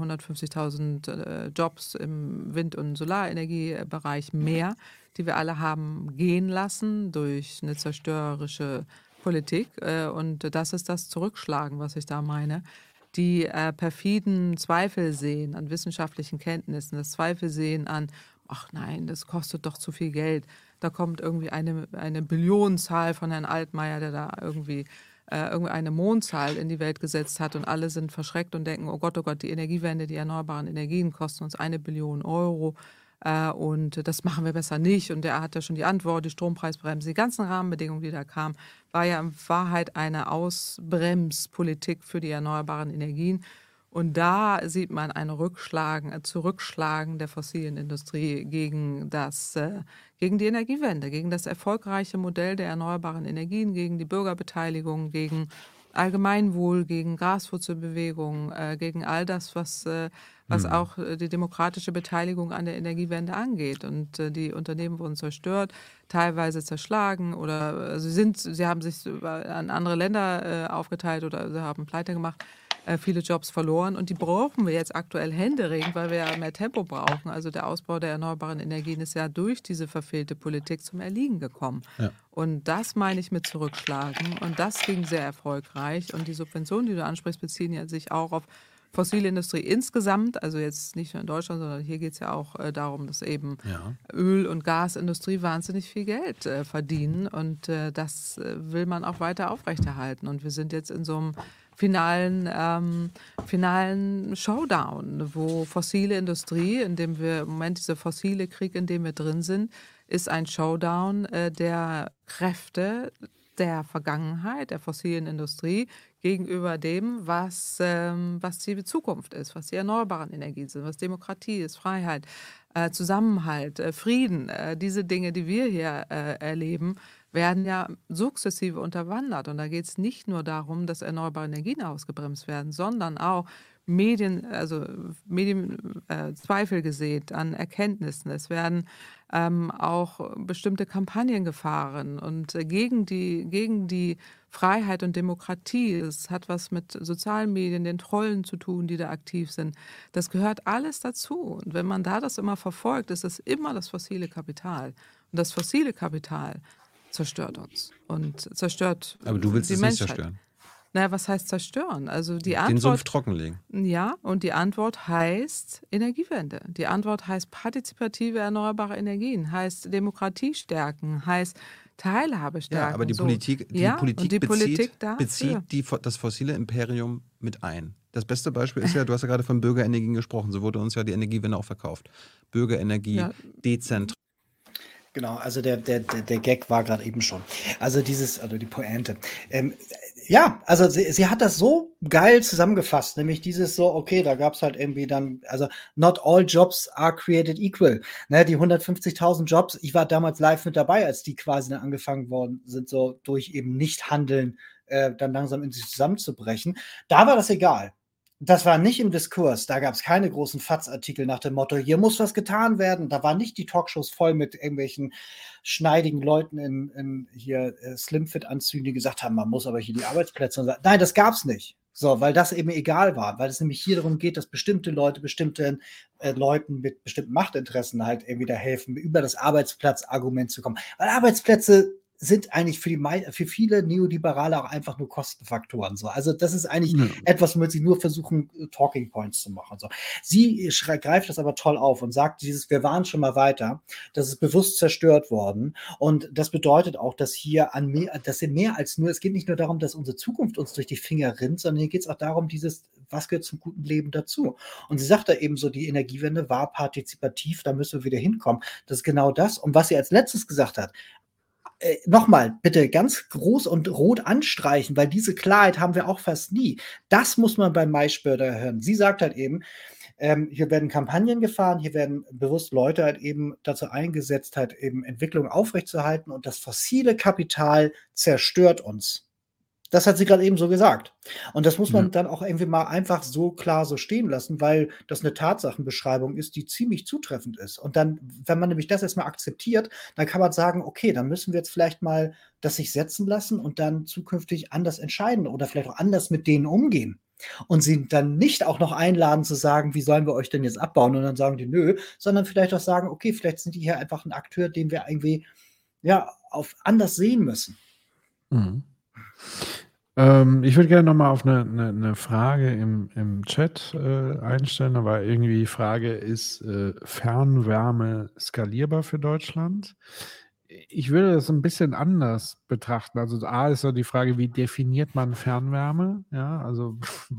150.000 Jobs im Wind- und Solarenergiebereich mehr, die wir alle haben gehen lassen durch eine zerstörerische Politik. Und das ist das Zurückschlagen, was ich da meine. Die perfiden Zweifel sehen an wissenschaftlichen Kenntnissen, das Zweifel sehen an, ach nein, das kostet doch zu viel Geld. Da kommt irgendwie eine Billionenzahl von Herrn Altmaier, der da irgendwie eine Mondzahl in die Welt gesetzt hat und alle sind verschreckt und denken, oh Gott, die Energiewende, die erneuerbaren Energien kosten uns 1 Billion Euro. Und das machen wir besser nicht. Und er hat ja schon die Antwort, die Strompreisbremse, die ganzen Rahmenbedingungen, die da kamen, war ja in Wahrheit eine Ausbremspolitik für die erneuerbaren Energien. Und da sieht man ein Zurückschlagen der fossilen Industrie gegen die Energiewende, gegen das erfolgreiche Modell der erneuerbaren Energien, gegen die Bürgerbeteiligung, gegen Allgemeinwohl, gegen Graswurzelbewegung, gegen all das, was auch die demokratische Beteiligung an der Energiewende angeht. Und die Unternehmen wurden zerstört, teilweise zerschlagen oder sie haben sich an andere Länder aufgeteilt oder sie haben Pleite gemacht. Viele Jobs verloren und die brauchen wir jetzt aktuell händeringend, weil wir ja mehr Tempo brauchen. Also der Ausbau der erneuerbaren Energien ist ja durch diese verfehlte Politik zum Erliegen gekommen. Ja. Und das meine ich mit Zurückschlagen und das ging sehr erfolgreich und die Subventionen, die du ansprichst, beziehen ja sich auch auf fossile Industrie insgesamt, also jetzt nicht nur in Deutschland, sondern hier geht es ja auch darum, dass eben Öl- und Gasindustrie wahnsinnig viel Geld verdienen und das will man auch weiter aufrechterhalten und wir sind jetzt in so einem finalen Showdown, wo fossile Industrie, in dem wir im Moment dieser fossile Krieg, in dem wir drin sind, ist ein Showdown der Kräfte der Vergangenheit, der fossilen Industrie gegenüber dem, was die Zukunft ist, was die erneuerbaren Energien sind, was Demokratie ist, Freiheit, Zusammenhalt, Frieden, diese Dinge, die wir hier erleben, werden ja sukzessive unterwandert. Und da geht es nicht nur darum, dass erneuerbare Energien ausgebremst werden, sondern auch Zweifel gesät an Erkenntnissen. Es werden auch bestimmte Kampagnen gefahren und gegen die Freiheit und Demokratie. Es hat was mit sozialen Medien, den Trollen zu tun, die da aktiv sind. Das gehört alles dazu. Und wenn man da das immer verfolgt, ist es immer das fossile Kapital. Und das fossile Kapital zerstört uns und zerstört die Menschheit. Aber du willst es nicht zerstören. Naja, was heißt zerstören? Also die Den Antwort, Sumpf trockenlegen. Ja, und die Antwort heißt Energiewende. Die Antwort heißt partizipative erneuerbare Energien, heißt Demokratie stärken, heißt Teilhabe stärken. Ja, aber die Politik bezieht das fossile Imperium mit ein. Das beste Beispiel ist ja, du hast ja gerade von Bürgerenergien gesprochen, so wurde uns ja die Energiewende auch verkauft. Bürgerenergie, dezentral. Genau, also der Gag war gerade eben schon. Also die Pointe. Ja, also sie hat das so geil zusammengefasst, nämlich dieses so, okay, da gab's halt irgendwie dann, also not all jobs are created equal. Ne, die 150.000 Jobs, ich war damals live mit dabei, als die quasi dann angefangen worden sind, so durch eben Nichthandeln dann langsam in sich zusammenzubrechen. Da war das egal. Das war nicht im Diskurs, da gab es keine großen FAZ-Artikel nach dem Motto, hier muss was getan werden. Da waren nicht die Talkshows voll mit irgendwelchen schneidigen Leuten in hier Slimfit-Anzügen, die gesagt haben, man muss aber hier die Arbeitsplätze und so. Nein, das gab's nicht. So, weil das eben egal war, weil es nämlich hier darum geht, dass bestimmte Leute bestimmten Leuten mit bestimmten Machtinteressen halt irgendwie da helfen, über das Arbeitsplatzargument zu kommen. Weil Arbeitsplätze sind eigentlich für viele Neoliberale auch einfach nur Kostenfaktoren. So. Also das ist eigentlich etwas, womit sie nur versuchen, Talking Points zu machen. So. Sie greift das aber toll auf und sagt wir waren schon mal weiter, das ist bewusst zerstört worden. Und das bedeutet auch, dass hier mehr als nur, es geht nicht nur darum, dass unsere Zukunft uns durch die Finger rinnt, sondern hier geht es auch darum, was gehört zum guten Leben dazu? Und sie sagt da eben so, die Energiewende war partizipativ, da müssen wir wieder hinkommen. Das ist genau das. Und was sie als letztes gesagt hat, nochmal, bitte ganz groß und rot anstreichen, weil diese Klarheit haben wir auch fast nie. Das muss man bei Maischberger hören. Sie sagt halt eben, hier werden Kampagnen gefahren, hier werden bewusst Leute halt eben dazu eingesetzt, halt eben Entwicklung aufrechtzuerhalten und das fossile Kapital zerstört uns. Das hat sie gerade eben so gesagt. Und das muss man dann auch irgendwie mal einfach so klar so stehen lassen, weil das eine Tatsachenbeschreibung ist, die ziemlich zutreffend ist. Und dann, wenn man nämlich das erstmal akzeptiert, dann kann man sagen, okay, dann müssen wir jetzt vielleicht mal das sich setzen lassen und dann zukünftig anders entscheiden oder vielleicht auch anders mit denen umgehen. Und sie dann nicht auch noch einladen zu sagen, wie sollen wir euch denn jetzt abbauen? Und dann sagen die, nö, sondern vielleicht auch sagen, okay, vielleicht sind die hier einfach ein Akteur, den wir irgendwie anders sehen müssen. Mhm. Ich würde gerne nochmal auf eine Frage im Chat einstellen. Da war irgendwie die Frage, ist Fernwärme skalierbar für Deutschland? Ich würde das ein bisschen anders betrachten. Also A ist so die Frage, wie definiert man Fernwärme? Ja, also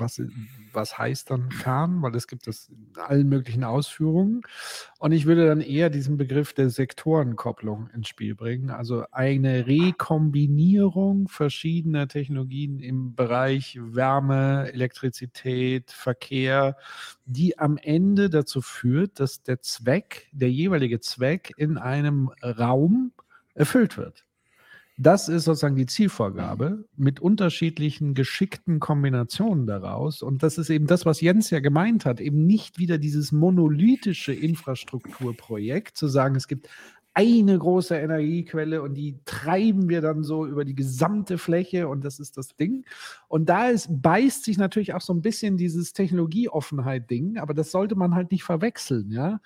was heißt dann fern? Weil es gibt das in allen möglichen Ausführungen. Und ich würde dann eher diesen Begriff der Sektorenkopplung ins Spiel bringen. Also eine Rekombinierung verschiedener Technologien im Bereich Wärme, Elektrizität, Verkehr, die am Ende dazu führt, dass der jeweilige Zweck in einem Raum erfüllt wird. Das ist sozusagen die Zielvorgabe mit unterschiedlichen geschickten Kombinationen daraus. Und das ist eben das, was Jens ja gemeint hat, eben nicht wieder dieses monolithische Infrastrukturprojekt, zu sagen, es gibt eine große Energiequelle und die treiben wir dann so über die gesamte Fläche und das ist das Ding. Und da beißt sich natürlich auch so ein bisschen dieses Technologieoffenheit-Ding, aber das sollte man halt nicht verwechseln, ja,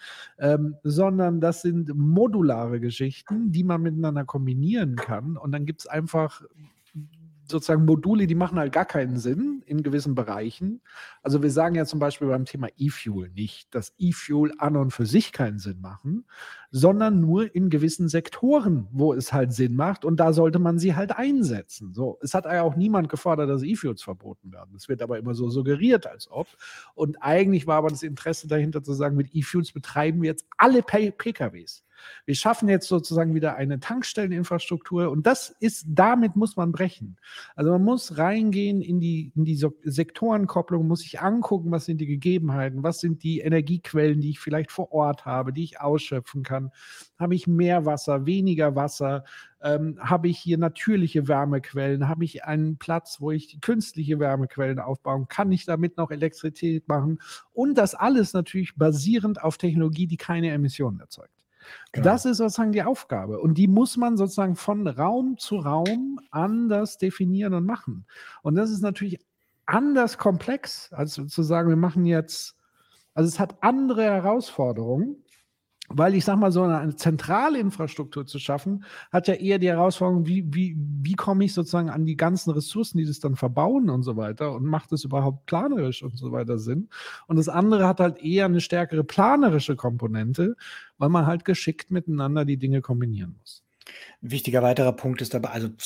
sondern das sind modulare Geschichten, die man miteinander kombinieren kann und dann gibt es einfach sozusagen Module, die machen halt gar keinen Sinn in gewissen Bereichen. Also wir sagen ja zum Beispiel beim Thema E-Fuel nicht, dass E-Fuel an und für sich keinen Sinn machen, sondern nur in gewissen Sektoren, wo es halt Sinn macht und da sollte man sie halt einsetzen. So, es hat ja auch niemand gefordert, dass E-Fuels verboten werden. Es wird aber immer so suggeriert, als ob. Und eigentlich war aber das Interesse dahinter zu sagen, mit E-Fuels betreiben wir jetzt alle PKWs. Wir schaffen jetzt sozusagen wieder eine Tankstelleninfrastruktur und damit muss man brechen. Also man muss reingehen in die Sektorenkopplung, muss sich angucken, was sind die Gegebenheiten, was sind die Energiequellen, die ich vielleicht vor Ort habe, die ich ausschöpfen kann. Habe ich mehr Wasser, weniger Wasser? Habe ich hier natürliche Wärmequellen? Habe ich einen Platz, wo ich künstliche Wärmequellen aufbauen? Kann ich damit noch Elektrizität machen? Und das alles natürlich basierend auf Technologie, die keine Emissionen erzeugt. Genau. Das ist sozusagen die Aufgabe und die muss man sozusagen von Raum zu Raum anders definieren und machen. Und das ist natürlich anders komplex, als zu sagen, wir machen jetzt, also es hat andere Herausforderungen, weil ich sage mal, so eine zentrale Infrastruktur zu schaffen, hat ja eher die Herausforderung, wie komme ich sozusagen an die ganzen Ressourcen, die das dann verbauen und so weiter und macht es überhaupt planerisch und so weiter Sinn. Und das andere hat halt eher eine stärkere planerische Komponente, weil man halt geschickt miteinander die Dinge kombinieren muss. Ein wichtiger weiterer Punkt ist dabei, also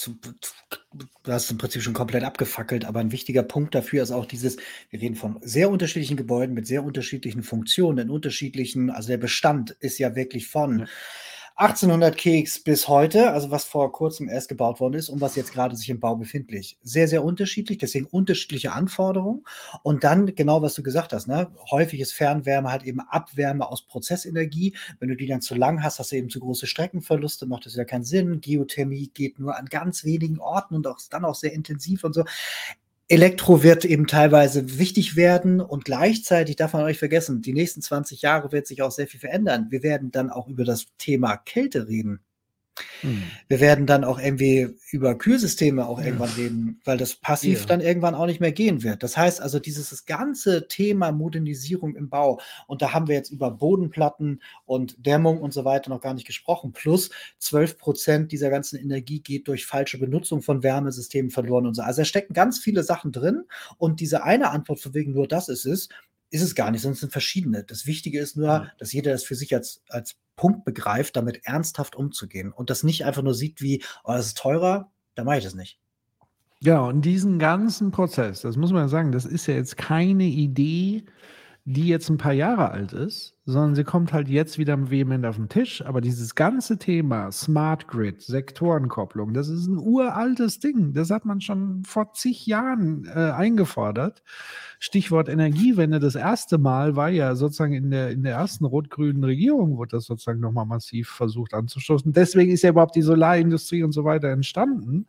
du hast im Prinzip schon komplett abgefackelt, aber ein wichtiger Punkt dafür ist auch wir reden von sehr unterschiedlichen Gebäuden mit sehr unterschiedlichen Funktionen, also der Bestand ist ja wirklich von 1800 Keks bis heute, also was vor kurzem erst gebaut worden ist und was jetzt gerade sich im Bau befindlich. Sehr, sehr unterschiedlich, deswegen unterschiedliche Anforderungen. Und dann genau, was du gesagt hast, ne? Häufig ist Fernwärme halt eben Abwärme aus Prozessenergie. Wenn du die dann zu lang hast, hast du eben zu große Streckenverluste, macht das ja keinen Sinn. Geothermie geht nur an ganz wenigen Orten und dann auch sehr intensiv und so. Elektro wird eben teilweise wichtig werden und gleichzeitig darf man auch nicht vergessen, die nächsten 20 Jahre wird sich auch sehr viel verändern. Wir werden dann auch über das Thema Kälte reden. Wir werden dann auch irgendwie über Kühlsysteme auch irgendwann reden, weil das passiv dann irgendwann auch nicht mehr gehen wird. Das heißt also, dieses ganze Thema Modernisierung im Bau, und da haben wir jetzt über Bodenplatten und Dämmung und so weiter noch gar nicht gesprochen, plus 12% dieser ganzen Energie geht durch falsche Benutzung von Wärmesystemen verloren und so. Also da stecken ganz viele Sachen drin, und diese eine Antwort von wegen nur das ist es gar nicht, sondern es sind verschiedene. Das Wichtige ist nur, dass jeder das für sich als Punkt begreift, damit ernsthaft umzugehen und das nicht einfach nur sieht wie, oh, das ist teurer, da mache ich das nicht. Ja, und diesen ganzen Prozess, das muss man sagen, das ist ja jetzt keine Idee, die jetzt ein paar Jahre alt ist, sondern sie kommt halt jetzt wieder vehement auf den Tisch. Aber dieses ganze Thema Smart Grid, Sektorenkopplung, das ist ein uraltes Ding. Das hat man schon vor zig Jahren eingefordert. Stichwort Energiewende. Das erste Mal war ja sozusagen in der ersten rot-grünen Regierung, wurde das sozusagen nochmal massiv versucht anzustoßen. Deswegen ist ja überhaupt die Solarindustrie und so weiter entstanden.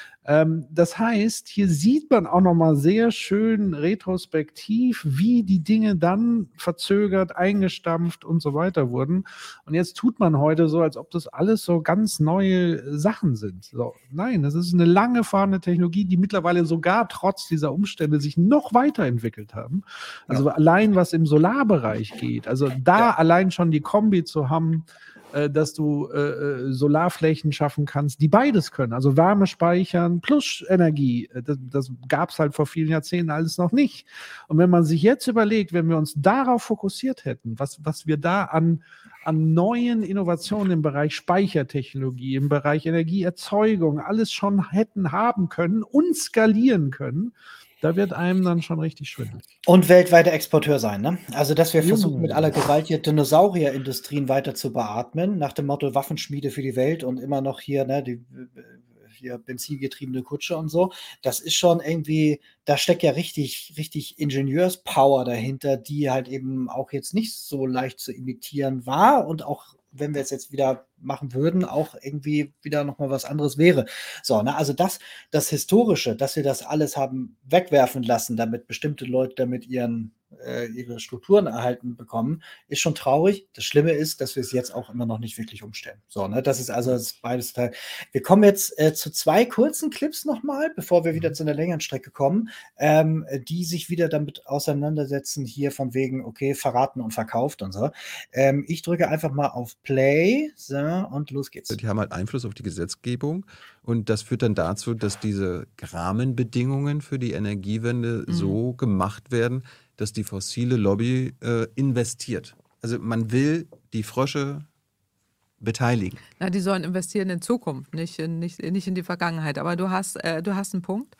Das heißt, hier sieht man auch nochmal sehr schön retrospektiv, wie die Dinge dann verzögert, eingestampft und so weiter wurden. Und jetzt tut man heute so, als ob das alles so ganz neue Sachen sind. So, nein, das ist eine lange fahrende Technologie, die mittlerweile sogar trotz dieser Umstände sich noch weiterentwickelt haben. Also allein was im Solarbereich geht, also da allein schon die Kombi zu haben, dass du Solarflächen schaffen kannst, die beides können. Also Wärme speichern plus Energie. Das gab es halt vor vielen Jahrzehnten alles noch nicht. Und wenn man sich jetzt überlegt, wenn wir uns darauf fokussiert hätten, was wir da an neuen Innovationen im Bereich Speichertechnologie, im Bereich Energieerzeugung, alles schon hätten haben können und skalieren können, da wird einem dann schon richtig schwindelig. Und weltweiter Exporteur sein, ne? Also, dass wir versuchen, mit aller Gewalt hier Dinosaurierindustrien weiter zu beatmen, nach dem Motto Waffenschmiede für die Welt und immer noch hier, ne, hier benzingetriebene Kutsche und so. Das ist schon irgendwie, da steckt ja richtig Ingenieurspower dahinter, die halt eben auch jetzt nicht so leicht zu imitieren war und auch, wenn wir es jetzt wieder machen würden, auch irgendwie wieder nochmal was anderes wäre. So, ne, also das Historische, dass wir das alles haben wegwerfen lassen, damit bestimmte Leute damit ihre Strukturen erhalten bekommen, ist schon traurig. Das Schlimme ist, dass wir es jetzt auch immer noch nicht wirklich umstellen. So, ne, das ist also das beides Teil. Wir kommen jetzt zu 2 kurzen Clips nochmal, bevor wir wieder zu einer längeren Strecke kommen, die sich wieder damit auseinandersetzen, hier von wegen, okay, verraten und verkauft und so. Ich drücke einfach mal auf Play, so, und los geht's. Die haben halt Einfluss auf die Gesetzgebung und das führt dann dazu, dass diese Rahmenbedingungen für die Energiewende so gemacht werden, dass die fossile Lobby investiert. Also man will die Frösche beteiligen. Na, die sollen investieren in Zukunft, nicht in die Vergangenheit. Aber du hast einen Punkt,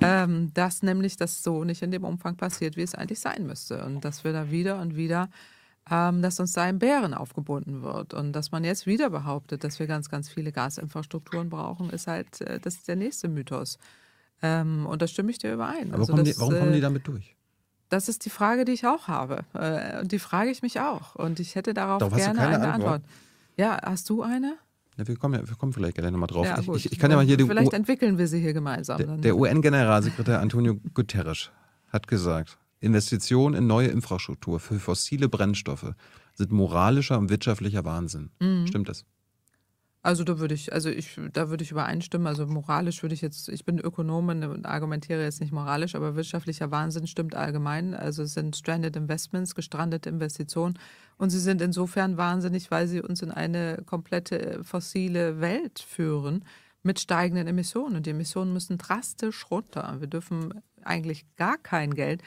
dass nämlich das so nicht in dem Umfang passiert, wie es eigentlich sein müsste. Und dass wir da wieder und wieder, dass uns da im Bären aufgebunden wird. Und dass man jetzt wieder behauptet, dass wir ganz, ganz viele Gasinfrastrukturen brauchen, ist halt, das ist der nächste Mythos. Und da stimme ich dir überein. Aber warum kommen die damit durch? Das ist die Frage, die ich auch habe. Und die frage ich mich auch. Und ich hätte darauf gerne eine Antwort. Ja, hast du eine? Ja, wir kommen vielleicht gleich nochmal drauf. Ja, ich kann ja mal hier vielleicht entwickeln wir sie hier gemeinsam. Der UN-Generalsekretär Antonio Guterres hat gesagt, Investitionen in neue Infrastruktur für fossile Brennstoffe sind moralischer und wirtschaftlicher Wahnsinn. Stimmt das? Also da würde ich übereinstimmen. Also moralisch ich bin Ökonomin und argumentiere jetzt nicht moralisch, aber wirtschaftlicher Wahnsinn stimmt allgemein. Also es sind stranded investments, gestrandete Investitionen, und sie sind insofern wahnsinnig, weil sie uns in eine komplette fossile Welt führen mit steigenden Emissionen. Und die Emissionen müssen drastisch runter. Wir dürfen eigentlich gar kein Geld,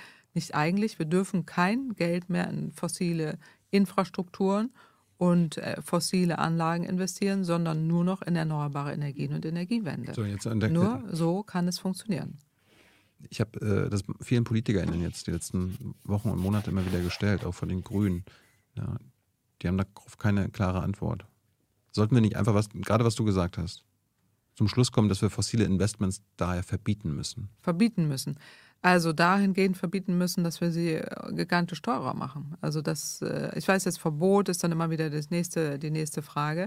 wir dürfen kein Geld mehr in fossile Infrastrukturen und fossile Anlagen investieren, sondern nur noch in erneuerbare Energien und Energiewende. Nur so kann es funktionieren. Ich habe das vielen PolitikerInnen jetzt die letzten Wochen und Monate immer wieder gestellt, auch von den Grünen. Ja, die haben darauf keine klare Antwort. Sollten wir nicht einfach, gerade was du gesagt hast, zum Schluss kommen, dass wir fossile Investments daher verbieten müssen? Verbieten müssen. Also dahingehend verbieten müssen, dass wir sie gigantisch teurer machen. Also ich weiß jetzt, Verbot ist dann immer wieder die nächste Frage.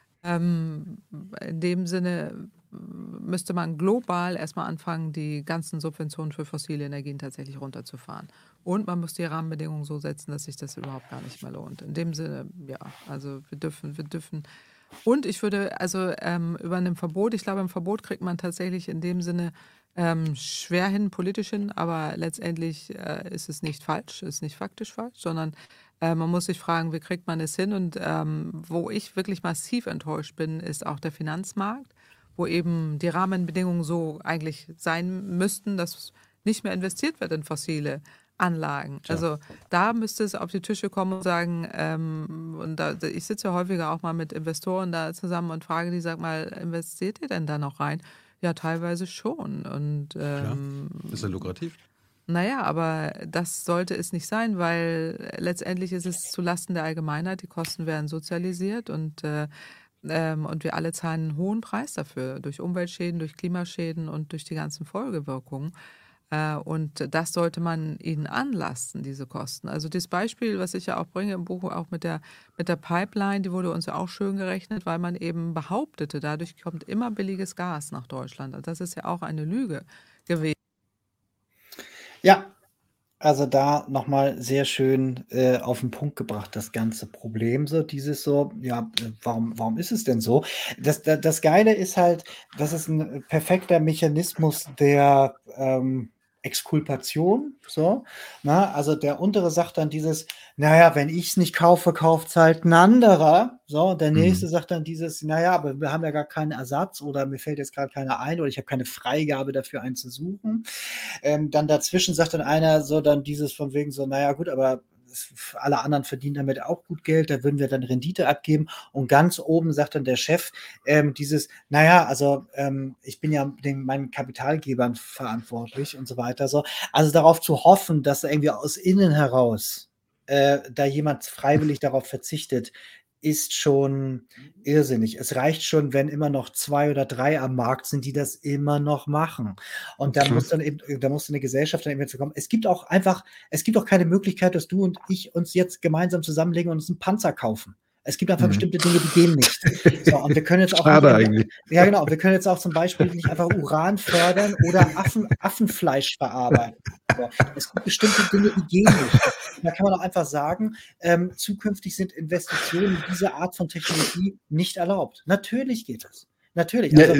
In dem Sinne müsste man global erstmal anfangen, die ganzen Subventionen für fossile Energien tatsächlich runterzufahren. Und man muss die Rahmenbedingungen so setzen, dass sich das überhaupt gar nicht mehr lohnt. In dem Sinne, ja, also wir dürfen Und ich würde also über einem Verbot, ich glaube, ein Verbot kriegt man tatsächlich in dem Sinne schwer hin, politisch hin, aber letztendlich ist es nicht falsch, ist nicht faktisch falsch, sondern man muss sich fragen, wie kriegt man es hin? Und wo ich wirklich massiv enttäuscht bin, ist auch der Finanzmarkt, wo eben die Rahmenbedingungen so eigentlich sein müssten, dass nicht mehr investiert wird in fossile Anlagen. Tja. Also da müsste es auf die Tische kommen und sagen, ich sitze ja häufiger auch mal mit Investoren da zusammen und frage die, sag mal, investiert ihr denn da noch rein? Ja, teilweise schon. Und Klar, ist ja lukrativ. naja, aber das sollte es nicht sein, weil letztendlich ist es zulasten der Allgemeinheit, die Kosten werden sozialisiert und wir alle zahlen einen hohen Preis dafür, durch Umweltschäden, durch Klimaschäden und durch die ganzen Folgewirkungen. Und das sollte man ihnen anlasten, diese Kosten. Also das Beispiel, was ich ja auch bringe im Buch, auch mit der Pipeline, die wurde uns ja auch schön gerechnet, weil man eben behauptete, dadurch kommt immer billiges Gas nach Deutschland. Also das ist ja auch eine Lüge gewesen. Ja, also da nochmal sehr schön auf den Punkt gebracht, das ganze Problem, so dieses so, ja, warum ist es denn so? Das Geile ist halt, das ist ein perfekter Mechanismus der Exkulpation, so, na, also der untere sagt dann dieses, naja, wenn ich es nicht kaufe, kauft es halt ein anderer, so, der nächste sagt dann dieses, naja, aber wir haben ja gar keinen Ersatz oder mir fällt jetzt gerade keiner ein oder ich habe keine Freigabe dafür, einen zu suchen. Dann dazwischen sagt dann einer so dann dieses von wegen so, naja gut, aber alle anderen verdienen damit auch gut Geld, da würden wir dann Rendite abgeben. Und ganz oben sagt dann der Chef dieses, naja, also ich bin ja meinen Kapitalgebern verantwortlich und so weiter. So. Also darauf zu hoffen, dass irgendwie aus innen heraus da jemand freiwillig darauf verzichtet, ist schon irrsinnig. Es reicht schon, wenn immer noch 2 oder 3 am Markt sind, die das immer noch machen. Und da muss dann eben, da muss eine Gesellschaft dann eben zu kommen. Es gibt auch keine Möglichkeit, dass du und ich uns jetzt gemeinsam zusammenlegen und uns einen Panzer kaufen. Es gibt einfach bestimmte Dinge, die gehen nicht. So, und wir können jetzt auch Schade eigentlich. Ja, genau. Wir können jetzt auch zum Beispiel nicht einfach Uran fördern oder Affenfleisch verarbeiten. So. Es gibt bestimmte Dinge, die gehen nicht. Da kann man auch einfach sagen, zukünftig sind Investitionen in diese Art von Technologie nicht erlaubt. Natürlich geht das. Natürlich. Also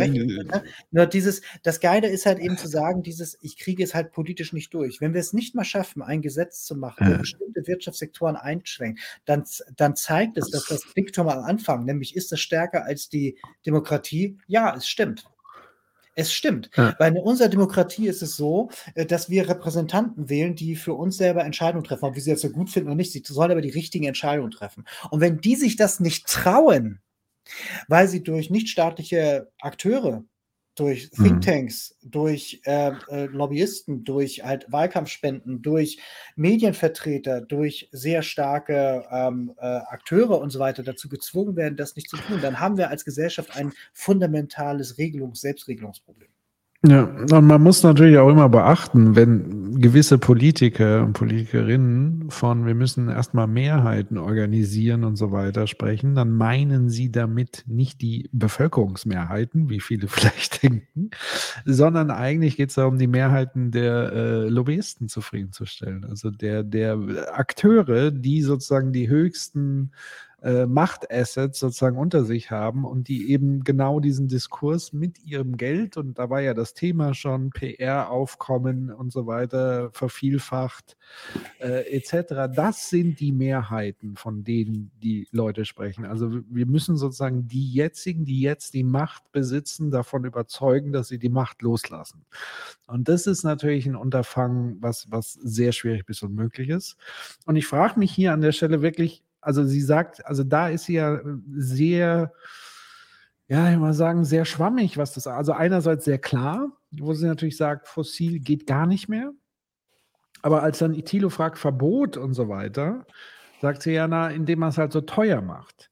nur das Geile ist halt eben zu sagen, ich kriege es halt politisch nicht durch. Wenn wir es nicht mal schaffen, ein Gesetz zu machen, wo bestimmte Wirtschaftssektoren einschränkt, dann zeigt es, dass das Diktum am Anfang, nämlich ist das stärker als die Demokratie? Ja, es stimmt. Es stimmt, weil in unserer Demokratie ist es so, dass wir Repräsentanten wählen, die für uns selber Entscheidungen treffen, ob wir sie jetzt so gut finden oder nicht. Sie sollen aber die richtigen Entscheidungen treffen. Und wenn die sich das nicht trauen, weil sie durch nichtstaatliche Akteure, durch Thinktanks, durch Lobbyisten, durch halt Wahlkampfspenden, durch Medienvertreter, durch sehr starke Akteure und so weiter dazu gezwungen werden, das nicht zu tun, dann haben wir als Gesellschaft ein fundamentales Selbstregelungsproblem. Ja, und man muss natürlich auch immer beachten, wenn gewisse Politiker und Politikerinnen von wir müssen erstmal Mehrheiten organisieren und so weiter sprechen, dann meinen sie damit nicht die Bevölkerungsmehrheiten, wie viele vielleicht denken, sondern eigentlich geht es darum, die Mehrheiten der Lobbyisten zufriedenzustellen. Also der Akteure, die sozusagen die höchsten Machtassets sozusagen unter sich haben und die eben genau diesen Diskurs mit ihrem Geld, und da war ja das Thema schon, PR-Aufkommen und so weiter, vervielfacht etc., das sind die Mehrheiten, von denen die Leute sprechen. Also wir müssen sozusagen die jetzigen, die jetzt die Macht besitzen, davon überzeugen, dass sie die Macht loslassen. Und das ist natürlich ein Unterfangen, was sehr schwierig bis unmöglich ist. Und ich frage mich hier an der Stelle wirklich, also sie sagt, also da ist sie ja sehr, ja, ich mal sagen, sehr schwammig, was das, also einerseits sehr klar, wo sie natürlich sagt, fossil geht gar nicht mehr. Aber als dann Thilo fragt, Verbot und so weiter, sagt sie ja, indem man es halt so teuer macht.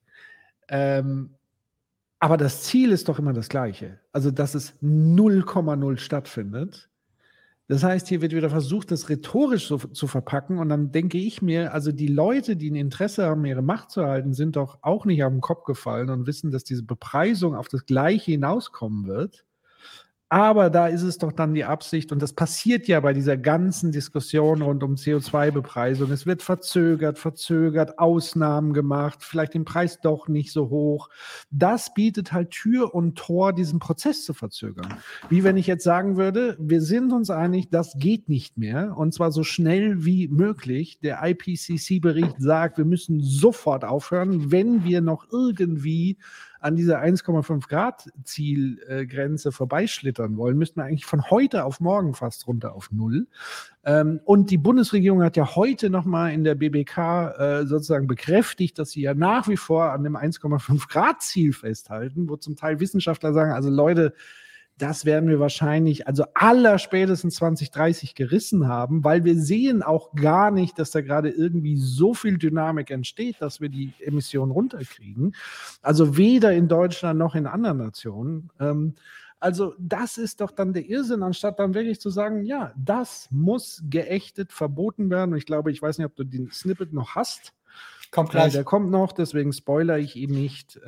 Aber das Ziel ist doch immer das gleiche. Also, dass es 0,0 stattfindet. Das heißt, hier wird wieder versucht, das rhetorisch so zu verpacken. Und dann denke ich mir, also die Leute, die ein Interesse haben, ihre Macht zu erhalten, sind doch auch nicht auf den Kopf gefallen und wissen, dass diese Bepreisung auf das Gleiche hinauskommen wird. Aber da ist es doch dann die Absicht, und das passiert ja bei dieser ganzen Diskussion rund um CO2-Bepreisung. Es wird verzögert, Ausnahmen gemacht, vielleicht den Preis doch nicht so hoch. Das bietet halt Tür und Tor, diesen Prozess zu verzögern. Wie wenn ich jetzt sagen würde, wir sind uns einig, das geht nicht mehr, und zwar so schnell wie möglich. Der IPCC-Bericht sagt, wir müssen sofort aufhören, wenn wir noch irgendwie an dieser 1,5 Grad Zielgrenze vorbeischlittern wollen, müssten wir eigentlich von heute auf morgen fast runter auf 0. Und die Bundesregierung hat ja heute nochmal in der BBK sozusagen bekräftigt, dass sie ja nach wie vor an dem 1,5 Grad Ziel festhalten, wo zum Teil Wissenschaftler sagen, also Leute, das werden wir wahrscheinlich, also allerspätestens 2030 gerissen haben, weil wir sehen auch gar nicht, dass da gerade irgendwie so viel Dynamik entsteht, dass wir die Emissionen runterkriegen. Also weder in Deutschland noch in anderen Nationen. Also das ist doch dann der Irrsinn, anstatt dann wirklich zu sagen, ja, das muss geächtet verboten werden. Und ich glaube, ich weiß nicht, ob du den Snippet noch hast. Kommt gleich. Der kommt noch, deswegen spoilere ich ihn nicht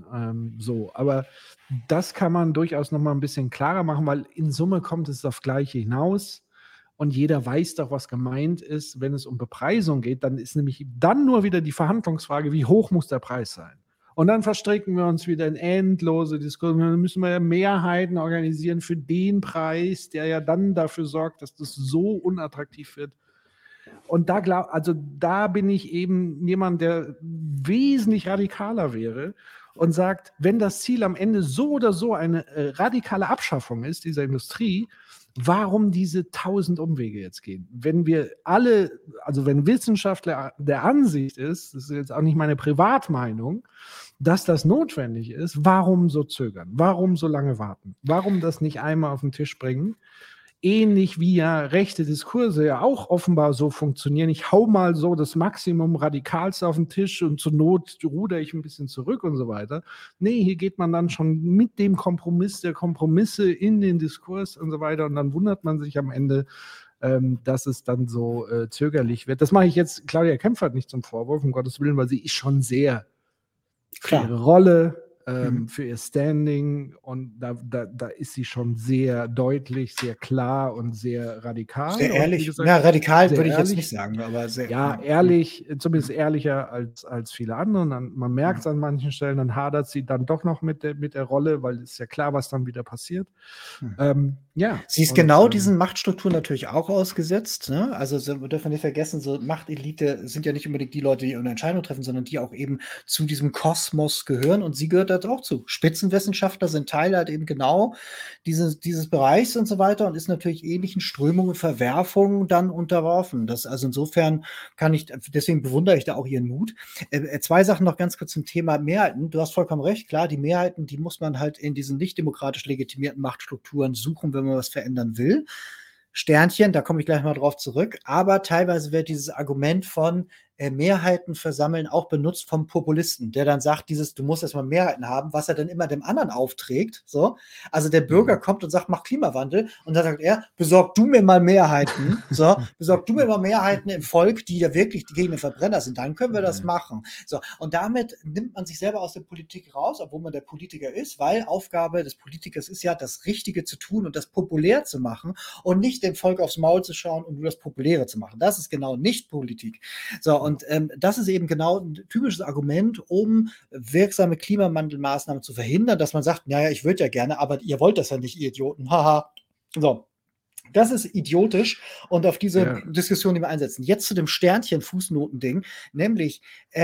so. Aber das kann man durchaus noch mal ein bisschen klarer machen, weil in Summe kommt es auf Gleiche hinaus. Und jeder weiß doch, was gemeint ist, wenn es um Bepreisung geht. Dann ist nämlich dann nur wieder die Verhandlungsfrage, wie hoch muss der Preis sein? Und dann verstricken wir uns wieder in endlose Diskussionen. Dann müssen wir ja Mehrheiten organisieren für den Preis, der ja dann dafür sorgt, dass das so unattraktiv wird. Und da bin ich eben jemand, der wesentlich radikaler wäre und sagt, wenn das Ziel am Ende so oder so eine radikale Abschaffung ist, dieser Industrie, warum diese 1000 Umwege jetzt gehen? Wenn wir alle, also wenn Wissenschaftler der Ansicht ist, das ist jetzt auch nicht meine Privatmeinung, dass das notwendig ist, warum so zögern? Warum so lange warten? Warum das nicht einmal auf den Tisch bringen? Ähnlich wie ja rechte Diskurse ja auch offenbar so funktionieren. Ich hau mal so das Maximum Radikalste auf den Tisch und zur Not rudere ich ein bisschen zurück und so weiter. Nee, hier geht man dann schon mit dem Kompromiss der Kompromisse in den Diskurs und so weiter, und dann wundert man sich am Ende, dass es dann so zögerlich wird. Das mache ich jetzt Claudia Kempfert nicht zum Vorwurf, um Gottes Willen, weil sie ist schon sehr für ihre Rolle, für ihr Standing, und da ist sie schon sehr deutlich, sehr klar und sehr radikal. Sehr ehrlich. Gesagt, ja, radikal würde ich ehrlich, jetzt nicht sagen, aber sehr. Ja, ehrlich, zumindest ehrlicher als viele andere. Und man merkt es an manchen Stellen, dann hadert sie dann doch noch mit der Rolle, weil es ist ja klar, was dann wieder passiert. Ja. Sie ist genau diesen Machtstrukturen natürlich auch ausgesetzt. Ne? Also wir dürfen nicht vergessen, so Machtelite sind ja nicht unbedingt die Leute, die eine Entscheidung treffen, sondern die auch eben zu diesem Kosmos gehören, und sie gehört da auch zu. Spitzenwissenschaftler sind Teil halt eben genau dieses Bereichs und so weiter, und ist natürlich ähnlichen Strömungen, Verwerfungen dann unterworfen. Also insofern deswegen bewundere ich da auch ihren Mut. 2 Sachen noch ganz kurz zum Thema Mehrheiten. Du hast vollkommen recht, klar, die Mehrheiten, die muss man halt in diesen nicht demokratisch legitimierten Machtstrukturen suchen, wenn man was verändern will. Sternchen, da komme ich gleich mal drauf zurück, aber teilweise wird dieses Argument von Mehrheiten versammeln auch benutzt vom Populisten, der dann sagt, du musst erstmal Mehrheiten haben, was er dann immer dem anderen aufträgt. So. Also der Bürger kommt und sagt, mach Klimawandel, und dann sagt er, besorg du mir mal Mehrheiten, besorg du mir mal Mehrheiten im Volk, die ja wirklich gegen den Verbrenner sind, dann können wir das machen. So. Und damit nimmt man sich selber aus der Politik raus, obwohl man der Politiker ist, weil Aufgabe des Politikers ist ja, das Richtige zu tun und das populär zu machen und nicht dem Volk aufs Maul zu schauen und nur das Populäre zu machen. Das ist genau nicht Politik. So, und das ist eben genau ein typisches Argument, um wirksame Klimawandelmaßnahmen zu verhindern, dass man sagt, naja, ich würde ja gerne, aber ihr wollt das ja nicht, ihr Idioten. Haha. So. Das ist idiotisch, und auf diese Diskussion, die wir einsetzen. Jetzt zu dem Sternchen-Fußnoten-Ding, nämlich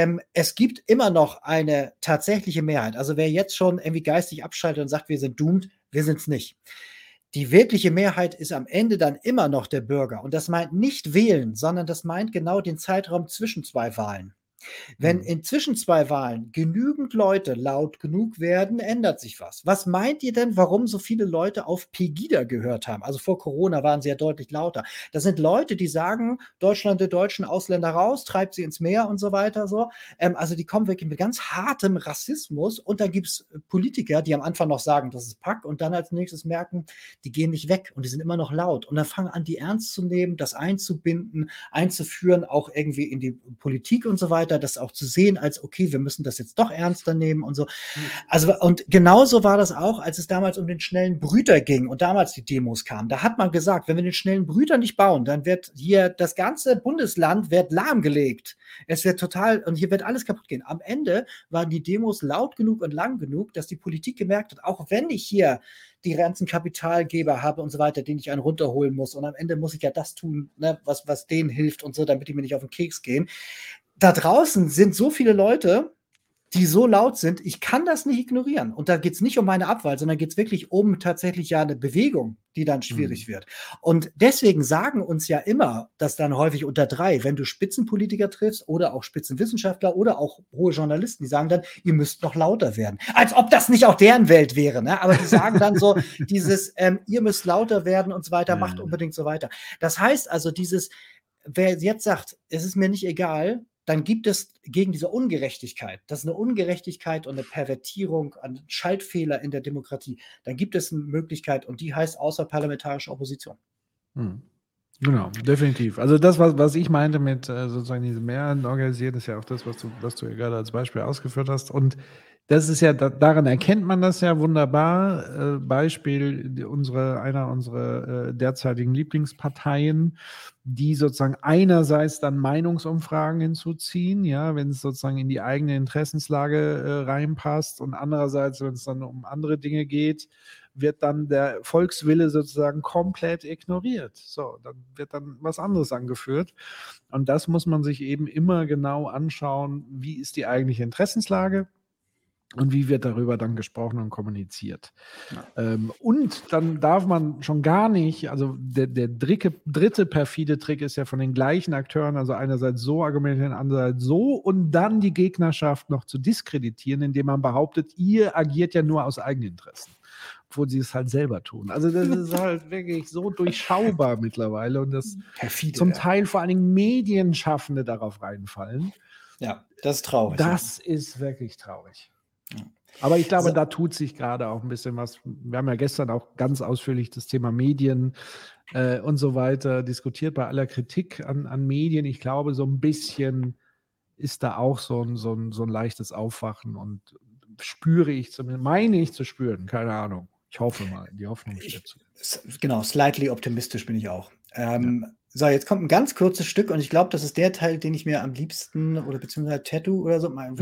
es gibt immer noch eine tatsächliche Mehrheit. Also wer jetzt schon irgendwie geistig abschaltet und sagt, wir sind doomed, wir sind es nicht. Die wirkliche Mehrheit ist am Ende dann immer noch der Bürger. Und das meint nicht wählen, sondern das meint genau den Zeitraum zwischen 2 Wahlen. Wenn inzwischen 2 Wahlen genügend Leute laut genug werden, ändert sich was. Was meint ihr denn, warum so viele Leute auf Pegida gehört haben? Also vor Corona waren sie ja deutlich lauter. Das sind Leute, die sagen, Deutschland, der deutschen Ausländer raus, treibt sie ins Meer und so weiter. So. Also die kommen wirklich mit ganz hartem Rassismus, und dann gibt es Politiker, die am Anfang noch sagen, das ist Pack, und dann als nächstes merken, die gehen nicht weg und die sind immer noch laut. Und dann fangen an, die ernst zu nehmen, das einzubinden, einzuführen, auch irgendwie in die Politik und so weiter. weiter, das auch zu sehen als, okay, wir müssen das jetzt doch ernster nehmen und so. Also, und genauso war das auch, als es damals um den schnellen Brüter ging und damals die Demos kamen. Da hat man gesagt, wenn wir den schnellen Brüter nicht bauen, dann wird hier das ganze Bundesland wird lahmgelegt. Es wird total, und hier wird alles kaputt gehen. Am Ende waren die Demos laut genug und lang genug, dass die Politik gemerkt hat, auch wenn ich hier die ganzen Kapitalgeber habe und so weiter, denen ich einen runterholen muss. Und am Ende muss ich ja das tun, ne, was denen hilft und so, damit die mir nicht auf den Keks gehen. Da draußen sind so viele Leute, die so laut sind, ich kann das nicht ignorieren. Und da geht es nicht um meine Abwahl, sondern geht es wirklich um tatsächlich ja eine Bewegung, die dann schwierig wird. Und deswegen sagen uns ja immer, dass dann häufig unter 3, wenn du Spitzenpolitiker triffst oder auch Spitzenwissenschaftler oder auch hohe Journalisten, die sagen dann, ihr müsst noch lauter werden. Als ob das nicht auch deren Welt wäre, ne? Aber die sagen dann so dieses, ihr müsst lauter werden und so weiter, macht unbedingt so weiter. Das heißt also wer jetzt sagt, es ist mir nicht egal, dann gibt es gegen diese Ungerechtigkeit, das ist eine Ungerechtigkeit und eine Pervertierung, ein Schaltfehler in der Demokratie, dann gibt es eine Möglichkeit und die heißt außerparlamentarische Opposition. Genau, definitiv. Also das, was ich meinte mit sozusagen diese Mehrheiten organisiert, ist ja auch das, was du ja gerade als Beispiel ausgeführt hast. Und das ist ja, daran erkennt man das ja wunderbar. Beispiel einer unserer derzeitigen Lieblingsparteien, die sozusagen einerseits dann Meinungsumfragen hinzuziehen, ja, wenn es sozusagen in die eigene Interessenslage reinpasst und andererseits, wenn es dann um andere Dinge geht, wird dann der Volkswille sozusagen komplett ignoriert. So, dann wird dann was anderes angeführt. Und das muss man sich eben immer genau anschauen, wie ist die eigentliche Interessenslage und wie wird darüber dann gesprochen und kommuniziert. Ja. Und dann darf man schon gar nicht, also der dritte perfide Trick ist ja von den gleichen Akteuren, also einerseits so argumentieren, andererseits so und dann die Gegnerschaft noch zu diskreditieren, indem man behauptet, ihr agiert ja nur aus Eigeninteressen, obwohl sie es halt selber tun. Also das ist halt wirklich so durchschaubar mittlerweile und das perfide, zum Teil vor allen Dingen Medienschaffende darauf reinfallen. Ja, das ist traurig. Das ist wirklich traurig. Aber ich glaube, da tut sich gerade auch ein bisschen was. Wir haben ja gestern auch ganz ausführlich das Thema Medien und so weiter diskutiert, bei aller Kritik an Medien. Ich glaube, so ein bisschen ist da auch so ein leichtes Aufwachen und spüre ich zumindest, meine ich zu spüren, keine Ahnung. Ich hoffe mal, die Hoffnung steht zu. Genau, slightly optimistisch bin ich auch. So, jetzt kommt ein ganz kurzes Stück und ich glaube, das ist der Teil, den ich mir am liebsten oder beziehungsweise Tattoo oder so mal rein.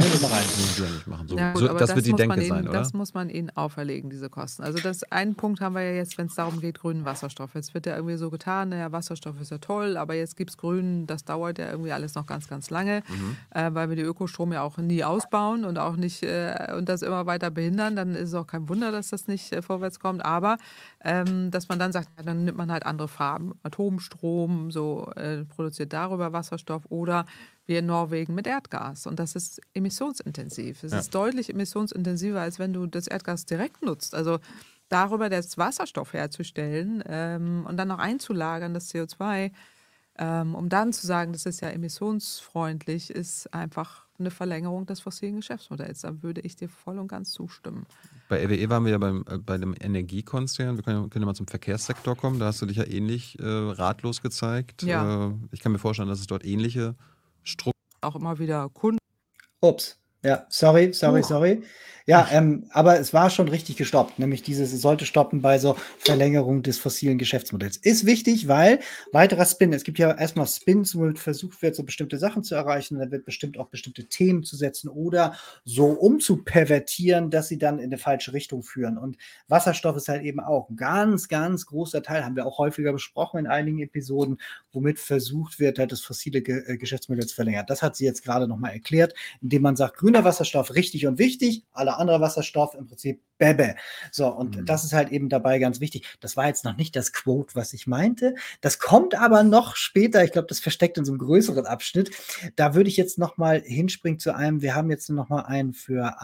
Das wird die Denke sein, oder? Das muss man ihnen auferlegen, diese Kosten. Also einen Punkt haben wir ja jetzt, wenn es darum geht, grünen Wasserstoff. Jetzt wird ja irgendwie so getan, naja, Wasserstoff ist ja toll, aber jetzt gibt es grünen, das dauert ja irgendwie alles noch ganz, ganz lange, weil wir die Ökostrom ja auch nie ausbauen und auch nicht und das immer weiter behindern. Dann ist es auch kein Wunder, dass das nicht vorwärts kommt. Aber dass man dann sagt, ja, dann nimmt man halt andere Farben. Atomstrom, so produziert darüber Wasserstoff oder wie in Norwegen mit Erdgas. Und das ist emissionsintensiv. Es ist deutlich emissionsintensiver, als wenn du das Erdgas direkt nutzt. Also darüber das Wasserstoff herzustellen und dann noch einzulagern, das CO2, um dann zu sagen, das ist ja emissionsfreundlich, ist einfach eine Verlängerung des fossilen Geschäftsmodells. Da würde ich dir voll und ganz zustimmen. Bei RWE waren wir ja bei dem Energiekonzern. Wir können ja mal zum Verkehrssektor kommen. Da hast du dich ja ähnlich ratlos gezeigt. Ja. Ich kann mir vorstellen, dass es dort ähnliche Strukturen. Auch immer wieder Kunden. Ups. Ja, sorry. Ja, aber es war schon richtig gestoppt, nämlich es sollte stoppen bei so Verlängerung des fossilen Geschäftsmodells. Ist wichtig, weil weiterer Spin, es gibt ja erstmal Spins, wo versucht wird, so bestimmte Sachen zu erreichen, dann wird bestimmt auch bestimmte Themen zu setzen oder so umzupervertieren, dass sie dann in eine falsche Richtung führen. Und Wasserstoff ist halt eben auch ein ganz, ganz großer Teil, haben wir auch häufiger besprochen in einigen Episoden, womit versucht wird, halt das fossile Geschäftsmodell zu verlängern. Das hat sie jetzt gerade nochmal erklärt, indem man sagt, grüner Wasserstoff richtig und wichtig, alle andere Wasserstoff im Prinzip Bäbe. So, und das ist halt eben dabei ganz wichtig. Das war jetzt noch nicht das Quote, was ich meinte. Das kommt aber noch später. Ich glaube, das versteckt in so einem größeren Abschnitt. Da würde ich jetzt noch mal hinspringen zu einem. Wir haben jetzt noch mal einen für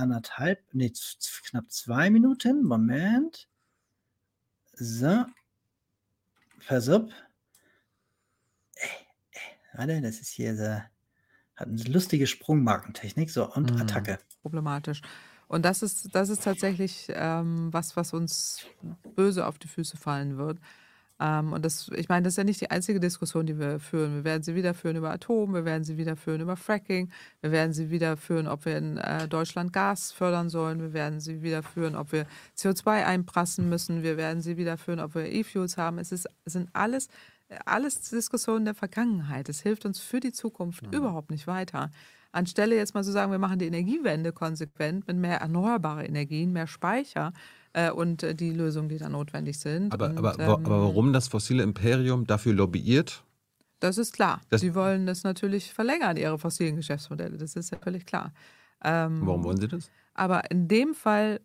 knapp 2 Minuten. Moment. So. Pass auf. Warte, das ist hier so. Hat eine lustige Sprungmarkentechnik. So, und Attacke. Problematisch. Und das ist tatsächlich was uns böse auf die Füße fallen wird. Und ich meine, das ist ja nicht die einzige Diskussion, die wir führen. Wir werden sie wieder führen über Atom, wir werden sie wieder führen über Fracking, wir werden sie wieder führen, ob wir in Deutschland Gas fördern sollen, wir werden sie wieder führen, ob wir CO2 einprassen müssen, wir werden sie wieder führen, ob wir E-Fuels haben. Es sind alles Diskussionen der Vergangenheit. Es hilft uns für die Zukunft überhaupt nicht weiter. Anstelle jetzt mal zu sagen, wir machen die Energiewende konsequent mit mehr erneuerbare Energien, mehr Speicher und die Lösungen, die da notwendig sind. Aber warum das fossile Imperium dafür lobbyiert? Das ist klar. Sie wollen das natürlich verlängern, ihre fossilen Geschäftsmodelle. Das ist ja völlig klar. Warum wollen sie das? Aber in dem Fall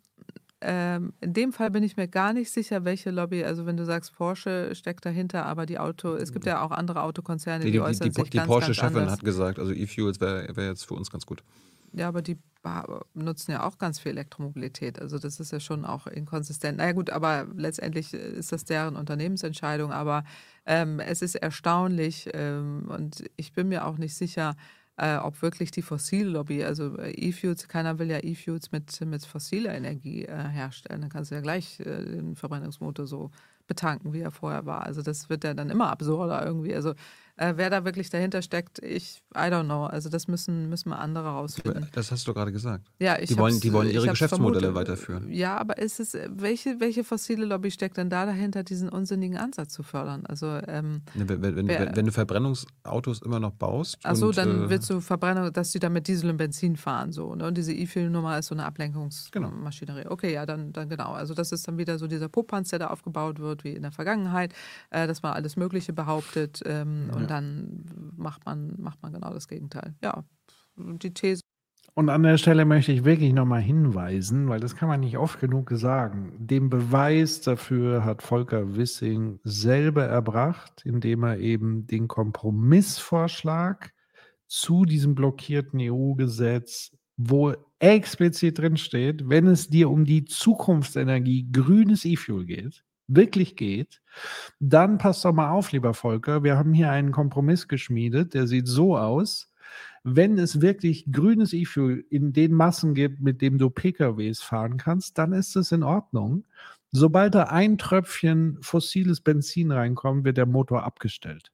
bin ich mir gar nicht sicher, welche Lobby, also wenn du sagst, Porsche steckt dahinter, aber es gibt ja auch andere Autokonzerne, die äußern sich die ganz Porsche-Chefin anders. hat gesagt, also E-Fuels wäre jetzt für uns ganz gut. Ja, aber die nutzen ja auch ganz viel Elektromobilität. Also das ist ja schon auch inkonsistent. Naja gut, aber letztendlich ist das deren Unternehmensentscheidung. Aber es ist erstaunlich und ich bin mir auch nicht sicher, ob wirklich die Fossillobby, also E-Fuels, keiner will ja E-Fuels mit fossiler Energie herstellen. Dann kannst du ja gleich den Verbrennungsmotor so betanken, wie er vorher war. Also das wird ja dann immer absurder irgendwie. Also wer da wirklich dahinter steckt, I don't know. Also das müssen wir andere rausfinden. Das hast du gerade gesagt. Ja, die wollen ihre Geschäftsmodelle weiterführen. Ja, aber welche fossile Lobby steckt denn da dahinter, diesen unsinnigen Ansatz zu fördern? Also wenn du Verbrennungsautos immer noch baust. Achso, dann willst du Verbrennung, dass die dann mit Diesel und Benzin fahren. So, ne? Und diese E-Fuel-Nummer ist so eine Ablenkungsmaschinerie. Genau. Okay, ja, dann genau. Also das ist dann wieder so dieser Popanz, der da aufgebaut wird, wie in der Vergangenheit, dass man alles Mögliche behauptet und dann macht man genau das Gegenteil. Ja, die These. Und an der Stelle möchte ich wirklich nochmal hinweisen, weil das kann man nicht oft genug sagen. Den Beweis dafür hat Volker Wissing selber erbracht, indem er eben den Kompromissvorschlag zu diesem blockierten EU-Gesetz, wo explizit drin steht, wenn es dir um die Zukunftsenergie grünes E-Fuel geht, wirklich geht, dann passt doch mal auf, lieber Volker, wir haben hier einen Kompromiss geschmiedet, der sieht so aus: Wenn es wirklich grünes E-Fuel in den Massen gibt, mit dem du PKWs fahren kannst, dann ist es in Ordnung. Sobald da ein Tröpfchen fossiles Benzin reinkommt, wird der Motor abgestellt.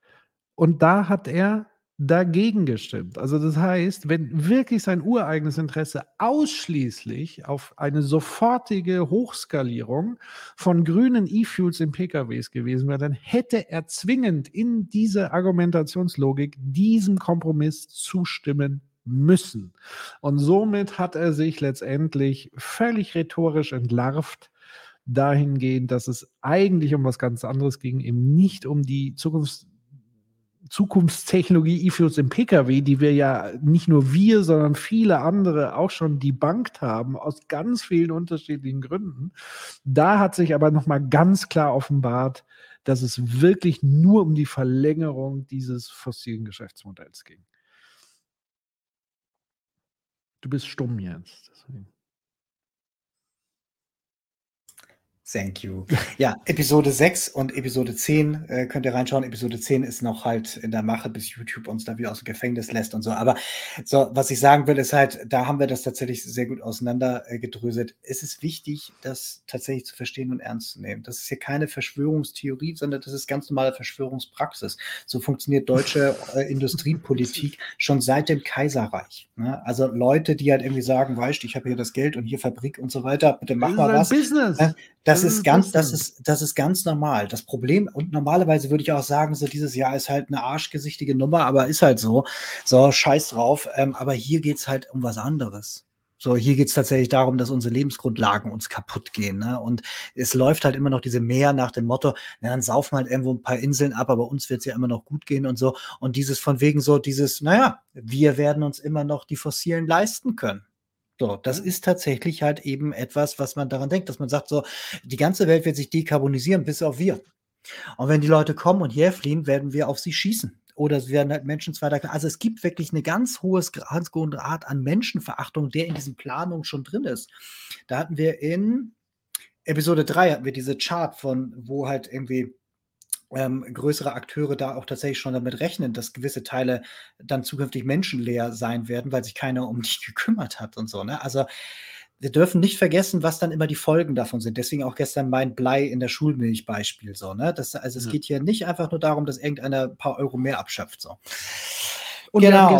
Und da hat er dagegen gestimmt. Also das heißt, wenn wirklich sein ureigenes Interesse ausschließlich auf eine sofortige Hochskalierung von grünen E-Fuels in PKWs gewesen wäre, dann hätte er zwingend in diese Argumentationslogik diesem Kompromiss zustimmen müssen. Und somit hat er sich letztendlich völlig rhetorisch entlarvt, dahingehend, dass es eigentlich um was ganz anderes ging, eben nicht um die Zukunftstechnologie E-Fuels im Pkw, die wir ja nicht nur wir, sondern viele andere auch schon debunked haben, aus ganz vielen unterschiedlichen Gründen. Da hat sich aber nochmal ganz klar offenbart, dass es wirklich nur um die Verlängerung dieses fossilen Geschäftsmodells ging. Du bist stumm jetzt. Deswegen. Thank you. Ja, Episode 6 und Episode 10 könnt ihr reinschauen. Episode 10 ist noch halt in der Mache, bis YouTube uns da wieder aus dem Gefängnis lässt und so. Aber so, was ich sagen will, ist halt, da haben wir das tatsächlich sehr gut auseinandergedröselt. Es ist wichtig, das tatsächlich zu verstehen und ernst zu nehmen. Das ist hier keine Verschwörungstheorie, sondern das ist ganz normale Verschwörungspraxis. So funktioniert deutsche Industriepolitik schon seit dem Kaiserreich. Ne? Also Leute, die halt irgendwie sagen, weißt du, ich habe hier das Geld und hier Fabrik und so weiter, bitte mach mal was. Business. Das ist ganz normal. Das Problem, und normalerweise würde ich auch sagen, so dieses Jahr ist halt eine arschgesichtige Nummer, aber ist halt so. So, scheiß drauf. Aber hier geht es halt um was anderes. So, hier geht es tatsächlich darum, dass unsere Lebensgrundlagen uns kaputt gehen. Ne? Und es läuft halt immer noch diese Mehr nach dem Motto, na, dann saufen halt irgendwo ein paar Inseln ab, aber uns wird es ja immer noch gut gehen und so. Und dieses von wegen so, naja, wir werden uns immer noch die Fossilen leisten können. So, das ist tatsächlich halt eben etwas, was man daran denkt, dass man sagt, so, die ganze Welt wird sich dekarbonisieren, bis auf wir. Und wenn die Leute kommen und herfliehen, werden wir auf sie schießen. Oder es werden halt Menschen zweiter. Also es gibt wirklich eine ganz hohe Grad an Menschenverachtung, der in diesen Planungen schon drin ist. Da hatten wir in Episode 3 hatten wir diese Chart von, wo halt irgendwie größere Akteure da auch tatsächlich schon damit rechnen, dass gewisse Teile dann zukünftig menschenleer sein werden, weil sich keiner um die gekümmert hat und so. Ne? Also wir dürfen nicht vergessen, was dann immer die Folgen davon sind. Deswegen auch gestern mein Blei in der Schulmilch Beispiel. So, ne? Es geht hier nicht einfach nur darum, dass irgendeiner ein paar Euro mehr abschöpft. So. Und wir haben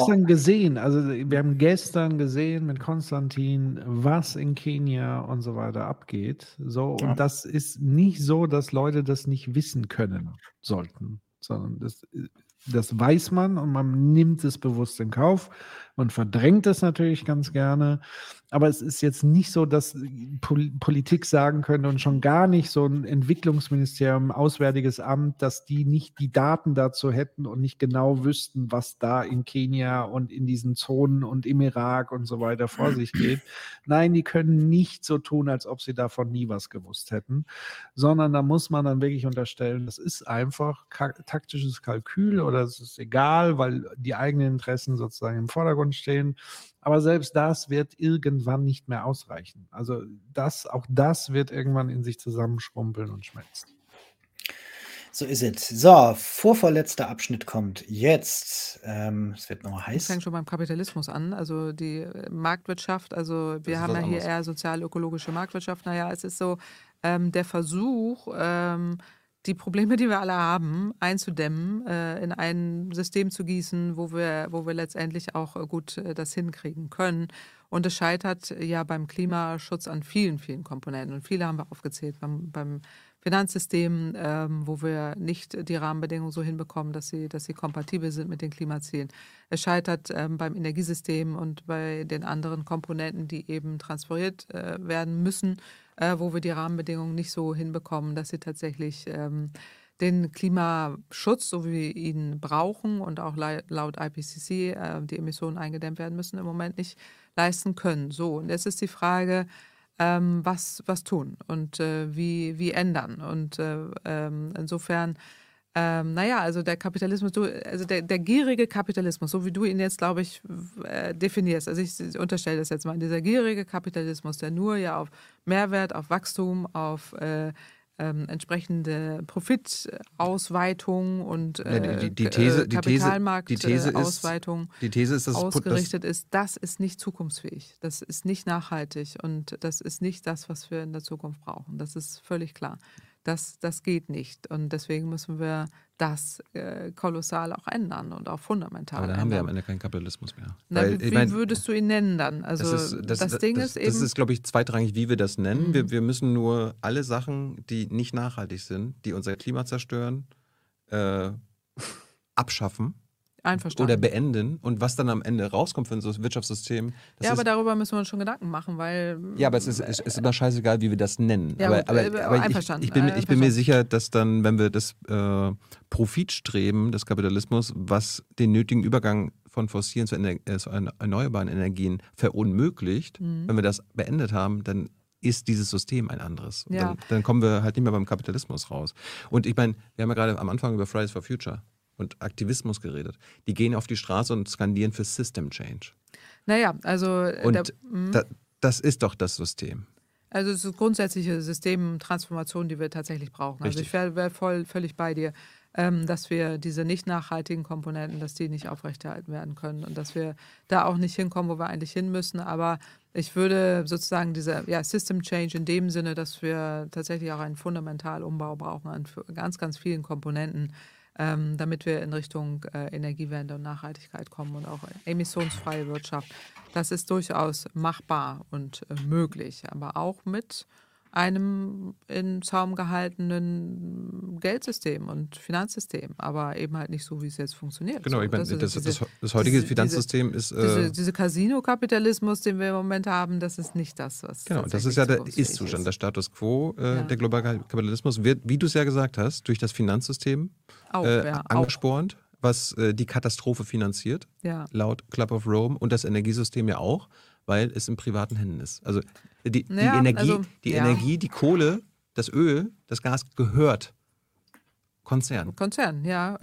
gestern gesehen mit Konstantin, was in Kenia und so weiter abgeht. So, und das ist nicht so, dass Leute das nicht wissen können sollten, sondern das weiß man und man nimmt es bewusst in Kauf und verdrängt es natürlich ganz gerne. Aber es ist jetzt nicht so, dass Politik sagen könnte und schon gar nicht so ein Entwicklungsministerium, Auswärtiges Amt, dass die nicht die Daten dazu hätten und nicht genau wüssten, was da in Kenia und in diesen Zonen und im Irak und so weiter vor sich geht. Nein, die können nicht so tun, als ob sie davon nie was gewusst hätten, sondern da muss man dann wirklich unterstellen, das ist einfach taktisches Kalkül oder es ist egal, weil die eigenen Interessen sozusagen im Vordergrund stehen. Aber selbst das wird irgendwann nicht mehr ausreichen. Also auch das wird irgendwann in sich zusammenschrumpeln und schmelzen. So ist es. So, vorvorletzter Abschnitt kommt jetzt. Es wird noch heiß. Das fängt schon beim Kapitalismus an. Also die Marktwirtschaft, also wir haben ja hier eher sozial-ökologische Marktwirtschaft. Naja, es ist so der Versuch, die Probleme, die wir alle haben, einzudämmen, in ein System zu gießen, wo wir letztendlich auch gut das hinkriegen können. Und es scheitert ja beim Klimaschutz an vielen, vielen Komponenten. Und viele haben wir aufgezählt. Beim Finanzsystem, wo wir nicht die Rahmenbedingungen so hinbekommen, dass sie kompatibel sind mit den Klimazielen. Es scheitert beim Energiesystem und bei den anderen Komponenten, die eben transferiert werden müssen, wo wir die Rahmenbedingungen nicht so hinbekommen, dass sie tatsächlich den Klimaschutz, so wie wir ihn brauchen und auch laut IPCC die Emissionen eingedämmt werden müssen, im Moment nicht leisten können. So, und jetzt ist die Frage, was tun und wie ändern. Und insofern, also der Kapitalismus, der gierige Kapitalismus, so wie du ihn jetzt, glaube ich, definierst, also ich unterstelle das jetzt mal, dieser gierige Kapitalismus, der nur ja auf Mehrwert, auf Wachstum, auf entsprechende Profitausweitung und Kapitalmarktausweitung ausgerichtet ist, das ist nicht zukunftsfähig. Das ist nicht nachhaltig und das ist nicht das, was wir in der Zukunft brauchen. Das ist völlig klar. Das geht nicht. Und deswegen müssen wir das kolossal auch ändern und auch fundamental ändern. Aber dann haben wir am Ende keinen Kapitalismus mehr. Wie würdest du ihn nennen dann? Also das Ding ist eben... Das ist, glaube ich, zweitrangig, wie wir das nennen. Wir müssen nur alle Sachen, die nicht nachhaltig sind, die unser Klima zerstören, abschaffen. Oder beenden. Und was dann am Ende rauskommt für ein Wirtschaftssystem. Aber darüber müssen wir uns schon Gedanken machen, weil... Ja, aber es ist immer scheißegal, wie wir das nennen. Ja, aber ich bin mir sicher, dass dann, wenn wir das Profitstreben des Kapitalismus, was den nötigen Übergang von fossilen zu erneuerbaren Energien verunmöglicht, wenn wir das beendet haben, dann ist dieses System ein anderes. Ja. Dann kommen wir halt nicht mehr beim Kapitalismus raus. Und ich meine, wir haben ja gerade am Anfang über Fridays for Future und Aktivismus geredet. Die gehen auf die Straße und skandieren für System Change. Naja, also... Und das ist doch das System. Also es ist grundsätzliche Systemtransformation, die wir tatsächlich brauchen. Richtig. Also ich wäre völlig bei dir, dass wir diese nicht nachhaltigen Komponenten, dass die nicht aufrechterhalten werden können und dass wir da auch nicht hinkommen, wo wir eigentlich hin müssen. Aber ich würde sozusagen diese System Change in dem Sinne, dass wir tatsächlich auch einen fundamentalen Umbau brauchen an ganz, ganz vielen Komponenten, damit wir in Richtung Energiewende und Nachhaltigkeit kommen und auch emissionsfreie Wirtschaft. Das ist durchaus machbar und möglich, aber auch mit einem in Zaum gehaltenen Geldsystem und Finanzsystem, aber eben halt nicht so, wie es jetzt funktioniert. Genau, so, ich meine, das heutige Finanzsystem ist... Diese Casino-Kapitalismus, den wir im Moment haben, das ist nicht das, was... Genau, das ist ja der Ist-Zustand, der Status quo, der globale Kapitalismus wird, wie du es ja gesagt hast, durch das Finanzsystem angespornt, was die Katastrophe finanziert, laut Club of Rome, und das Energiesystem ja auch, weil es in privaten Händen ist. Also die Energie, die Kohle, das Öl, das Gas gehört Konzernen. Ja.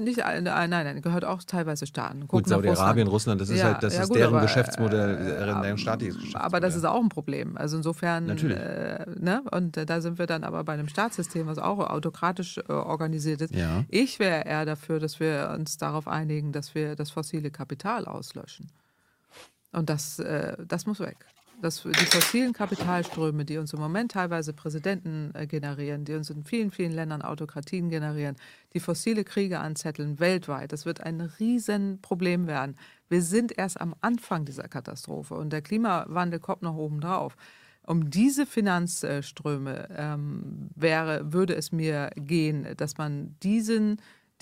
Nein, gehört auch teilweise Staaten. Gut, Saudi-Arabien, Russland, das ist halt deren Geschäftsmodell, deren staatliches Geschäftsmodell. Aber das ist auch ein Problem. Also insofern, natürlich. Und da sind wir dann aber bei einem Staatssystem, was auch autokratisch organisiert ist. Ja. Ich wäre eher dafür, dass wir uns darauf einigen, dass wir das fossile Kapital auslöschen. Und das muss weg. die fossilen Kapitalströme, die uns im Moment teilweise Präsidenten generieren, die uns in vielen, vielen Ländern Autokratien generieren, die fossile Kriege anzetteln weltweit, das wird ein Riesenproblem werden. Wir sind erst am Anfang dieser Katastrophe und der Klimawandel kommt noch oben drauf. Um diese Finanzströme würde es mir gehen, dass man diese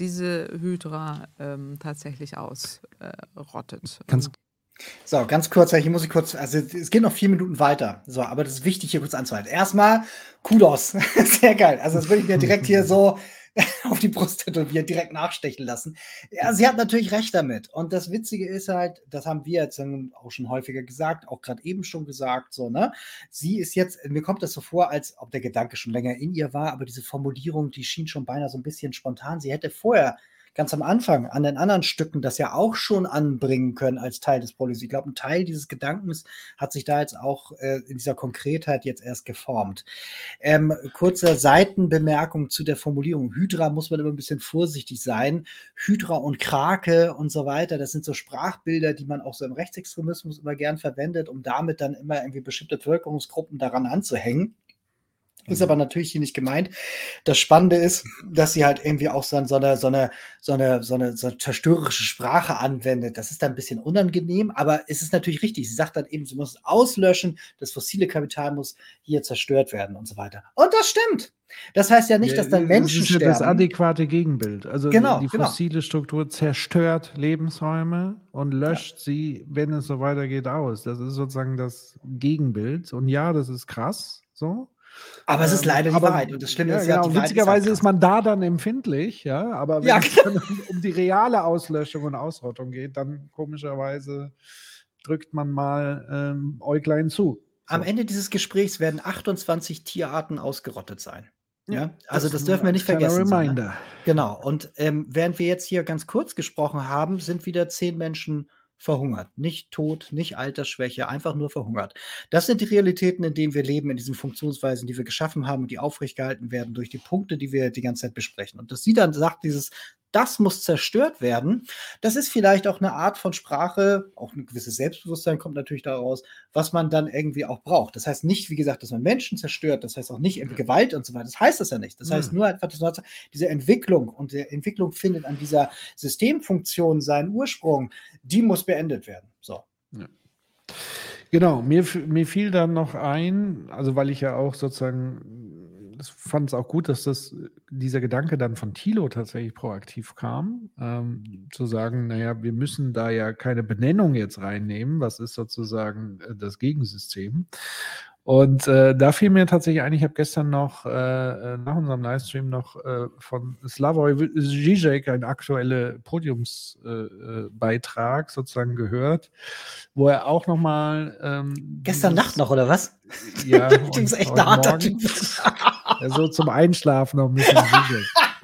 Hydra tatsächlich ausrottet. So, ganz kurz, also es geht noch 4 Minuten weiter. So, aber das ist wichtig, hier kurz anzuhalten. Erstmal Kudos. Sehr geil. Also, das würde ich mir direkt hier so auf die Brust tätowieren, direkt nachstechen lassen. Ja, sie hat natürlich recht damit. Und das Witzige ist halt, das haben wir jetzt auch schon häufiger gesagt, auch gerade eben schon gesagt, so, ne? Sie ist jetzt, mir kommt das so vor, als ob der Gedanke schon länger in ihr war, aber diese Formulierung, die schien schon beinahe so ein bisschen spontan. Sie hätte vorher ganz am Anfang an den anderen Stücken das ja auch schon anbringen können als Teil des Policy. Ich glaube, ein Teil dieses Gedankens hat sich da jetzt auch in dieser Konkretheit jetzt erst geformt. Kurze Seitenbemerkung zu der Formulierung. Hydra muss man immer ein bisschen vorsichtig sein. Hydra und Krake und so weiter, das sind so Sprachbilder, die man auch so im Rechtsextremismus immer gern verwendet, um damit dann immer irgendwie bestimmte Bevölkerungsgruppen daran anzuhängen. Ist aber natürlich hier nicht gemeint. Das Spannende ist, dass sie halt irgendwie auch so eine zerstörerische Sprache anwendet. Das ist dann ein bisschen unangenehm, aber es ist natürlich richtig. Sie sagt dann eben, sie muss auslöschen, das fossile Kapital muss hier zerstört werden und so weiter. Und das stimmt. Das heißt ja nicht, dass dann Menschen sterben. Das ist ja das adäquate Gegenbild. Also die fossile Struktur zerstört Lebensräume und löscht sie, wenn es so weitergeht, aus. Das ist sozusagen das Gegenbild. Und ja, das ist krass, so. Aber es ist leider die Wahrheit. Und das Schlimme ist ja, die witzigerweise ist man da dann empfindlich, ja. Aber wenn es dann um die reale Auslöschung und Ausrottung geht, dann komischerweise drückt man mal Äuglein zu. So. Am Ende dieses Gesprächs werden 28 Tierarten ausgerottet sein. Ja, also das dürfen wir nicht vergessen. Reminder. So, ne? Genau. Und während wir jetzt hier ganz kurz gesprochen haben, sind wieder 10 Menschen verhungert. Nicht tot, nicht Altersschwäche, einfach nur verhungert. Das sind die Realitäten, in denen wir leben, in diesen Funktionsweisen, die wir geschaffen haben und die aufrechtgehalten werden durch die Punkte, die wir die ganze Zeit besprechen. Und dass sie dann sagt, das muss zerstört werden, das ist vielleicht auch eine Art von Sprache, auch ein gewisses Selbstbewusstsein kommt natürlich daraus, was man dann irgendwie auch braucht. Das heißt nicht, wie gesagt, dass man Menschen zerstört, das heißt auch nicht irgendwie Gewalt und so weiter, das heißt das ja nicht. Das heißt nur einfach, dass diese Entwicklung und die Entwicklung findet an dieser Systemfunktion seinen Ursprung, die muss beendet werden. So. Ja. Genau, mir fiel dann noch ein, also weil ich ja auch sozusagen fand es auch gut, dass dieser Gedanke dann von Thilo tatsächlich proaktiv kam, zu sagen, naja, wir müssen da ja keine Benennung jetzt reinnehmen, was ist sozusagen das Gegensystem. Und da fiel mir tatsächlich ein, ich habe gestern noch nach unserem Livestream noch von Slavoj Žižek einen aktuellen Podiumsbeitrag sozusagen gehört, wo er auch nochmal gestern Nacht noch, oder was? Ja, du bist echt ein harter Typ. So zum Einschlafen noch ein bisschen Žižek.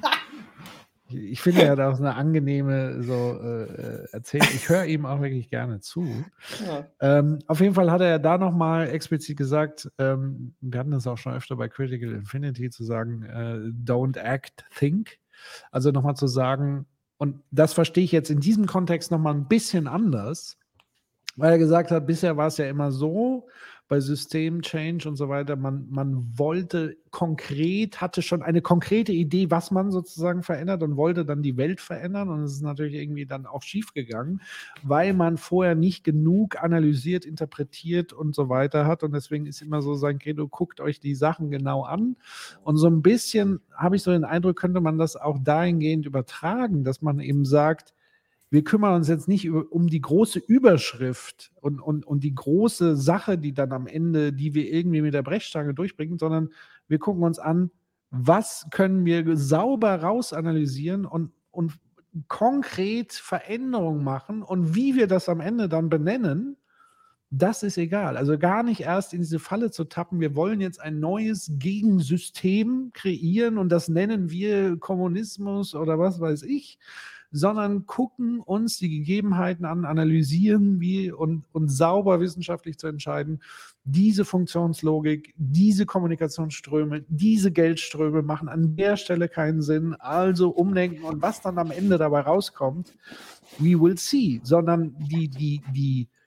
Ich finde, er hat auch eine angenehme Erzählung. Ich höre ihm auch wirklich gerne zu. Ja. Auf jeden Fall hat er da nochmal explizit gesagt, wir hatten das auch schon öfter bei Critical Infinity, zu sagen, don't act, think. Also nochmal zu sagen, und das verstehe ich jetzt in diesem Kontext nochmal ein bisschen anders, weil er gesagt hat, bisher war es ja immer so, bei System-Change und so weiter, man wollte hatte schon eine konkrete Idee, was man sozusagen verändert und wollte dann die Welt verändern, und es ist natürlich irgendwie dann auch schief gegangen, weil man vorher nicht genug analysiert, interpretiert und so weiter hat, und deswegen ist immer so sein Credo, guckt euch die Sachen genau an, und so ein bisschen habe ich so den Eindruck, könnte man das auch dahingehend übertragen, dass man eben sagt, wir kümmern uns jetzt nicht um die große Überschrift und die große Sache, die dann am Ende, die wir irgendwie mit der Brechstange durchbringen, sondern wir gucken uns an, was können wir sauber rausanalysieren und konkret Veränderungen machen, und wie wir das am Ende dann benennen, das ist egal. Also gar nicht erst in diese Falle zu tappen, wir wollen jetzt ein neues Gegensystem kreieren und das nennen wir Kommunismus oder was weiß ich, sondern gucken uns die Gegebenheiten an, analysieren und sauber wissenschaftlich zu entscheiden, diese Funktionslogik, diese Kommunikationsströme, diese Geldströme machen an der Stelle keinen Sinn, also umdenken, und was dann am Ende dabei rauskommt, we will see, sondern die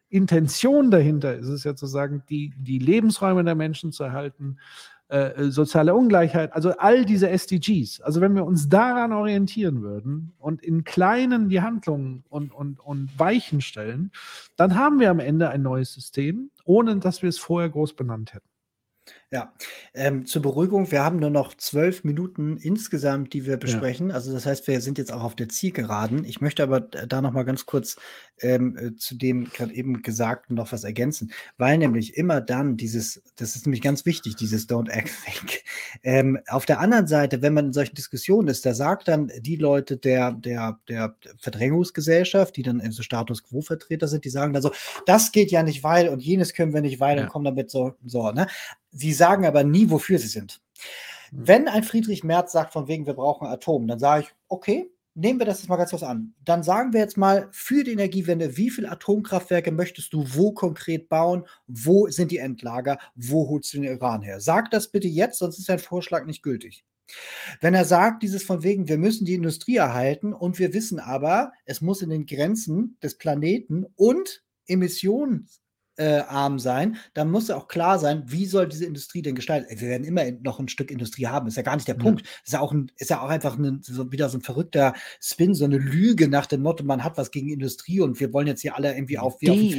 Intention dahinter ist es ja zu sagen, die Lebensräume der Menschen zu erhalten, soziale Ungleichheit, also all diese SDGs. Also wenn wir uns daran orientieren würden und in Kleinen die Handlungen und Weichen stellen, dann haben wir am Ende ein neues System, ohne dass wir es vorher groß benannt hätten. Ja, zur Beruhigung, wir haben nur noch 12 Minuten insgesamt, die wir besprechen. Also das heißt, wir sind jetzt auch auf der Zielgeraden. Ich möchte aber da noch mal ganz kurz zu dem gerade eben Gesagten noch was ergänzen, weil nämlich immer dann das ist nämlich ganz wichtig, dieses Don't Act, Think. Auf der anderen Seite, wenn man in solchen Diskussionen ist, da sagt dann die Leute der Verdrängungsgesellschaft, die dann so Status-Quo-Vertreter sind, die sagen dann so, das geht ja nicht, weil und jenes können wir nicht, weil und kommen damit so, ne? Sie sagen aber nie, wofür sie sind. Wenn ein Friedrich Merz sagt, von wegen, wir brauchen Atom, dann sage ich, okay, nehmen wir das jetzt mal ganz kurz an. Dann sagen wir jetzt mal, für die Energiewende, wie viele Atomkraftwerke möchtest du wo konkret bauen? Wo sind die Endlager? Wo holst du den Iran her? Sag das bitte jetzt, sonst ist dein Vorschlag nicht gültig. Wenn er sagt, dieses von wegen, wir müssen die Industrie erhalten und wir wissen aber, es muss in den Grenzen des Planeten und Emissionen arm sein, dann muss ja auch klar sein, wie soll diese Industrie denn gestaltet. Wir werden immer noch ein Stück Industrie haben, ist ja gar nicht der Punkt. Ist ja auch einfach wieder so ein verrückter Spin, so eine Lüge nach dem Motto, man hat was gegen Industrie und wir wollen jetzt hier alle irgendwie auf dem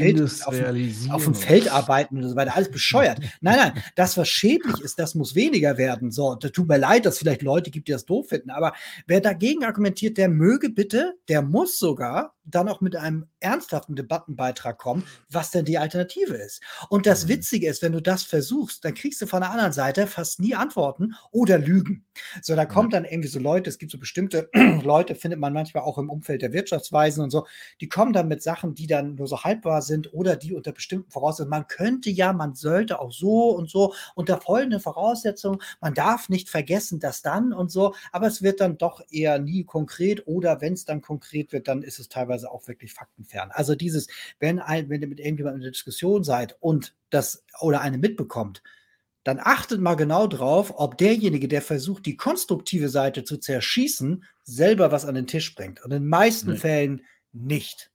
Feld arbeiten und so weiter. Alles bescheuert. Nein, das, was schädlich ist, das muss weniger werden. So, das tut mir leid, dass es vielleicht Leute gibt, die das doof finden, aber wer dagegen argumentiert, der möge bitte, der muss sogar dann auch mit einem ernsthaften Debattenbeitrag kommen, was denn die Alternative ist. Und das Witzige ist, wenn du das versuchst, dann kriegst du von der anderen Seite fast nie Antworten oder Lügen. So, da kommt dann irgendwie so Leute, es gibt so bestimmte Leute, findet man manchmal auch im Umfeld der Wirtschaftsweisen und so, die kommen dann mit Sachen, die dann nur so halbwahr sind oder die unter bestimmten Voraussetzungen, man sollte auch so und so unter folgenden Voraussetzungen, man darf nicht vergessen, dass dann und so, aber es wird dann doch eher nie konkret oder wenn es dann konkret wird, dann ist es teilweise auch wirklich faktenfern. Also dieses, wenn ihr mit irgendjemandem in der Diskussion seid und das oder eine mitbekommt, dann achtet mal genau drauf, ob derjenige, der versucht, die konstruktive Seite zu zerschießen, selber was an den Tisch bringt. Und in den meisten Fällen nicht.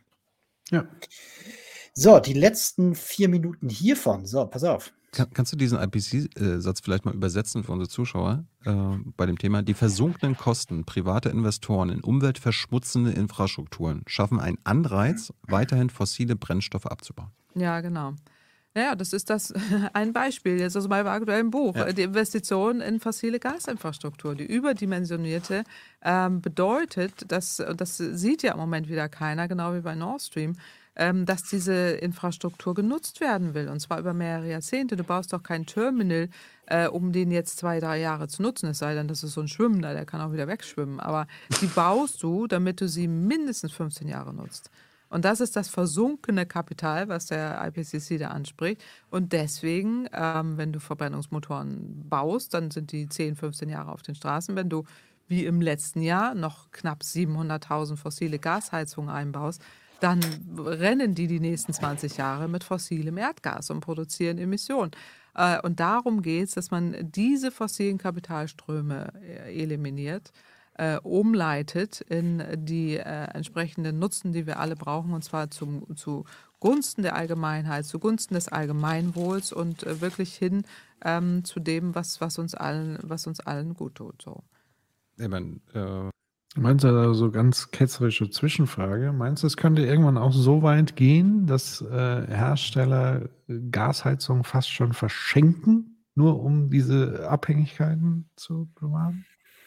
Ja. So, die letzten 4 Minuten hiervon. So, pass auf. Kannst du diesen IPCC-Satz vielleicht mal übersetzen für unsere Zuschauer bei dem Thema? Die versunkenen Kosten privater Investoren in umweltverschmutzende Infrastrukturen schaffen einen Anreiz, weiterhin fossile Brennstoffe abzubauen. Ja, genau. Ja, das ist ein Beispiel jetzt aus meinem aktuellen Buch. Ja. Die Investition in fossile Gasinfrastruktur, die überdimensionierte, bedeutet, das sieht ja im Moment wieder keiner, genau wie bei Nord Stream, dass diese Infrastruktur genutzt werden will, und zwar über mehrere Jahrzehnte. Du baust doch kein Terminal, um den jetzt 2-3 Jahre zu nutzen, es sei denn, das ist so ein Schwimmender, der kann auch wieder wegschwimmen. Aber die baust du, damit du sie mindestens 15 Jahre nutzt. Und das ist das versunkene Kapital, was der IPCC da anspricht. Und deswegen, wenn du Verbrennungsmotoren baust, dann sind die 10, 15 Jahre auf den Straßen. Wenn du, wie im letzten Jahr, noch knapp 700.000 fossile Gasheizungen einbaust, dann rennen die nächsten 20 Jahre mit fossilem Erdgas und produzieren Emissionen. Und darum geht es, dass man diese fossilen Kapitalströme eliminiert, umleitet in die entsprechenden Nutzen, die wir alle brauchen, und zwar zugunsten der Allgemeinheit, zugunsten des Allgemeinwohls und wirklich hin zu dem, was uns allen gut tut. So. Meinst du da so ganz ketzerische Zwischenfrage? Meinst du, es könnte irgendwann auch so weit gehen, dass Hersteller Gasheizung fast schon verschenken, nur um diese Abhängigkeiten zu bewahren?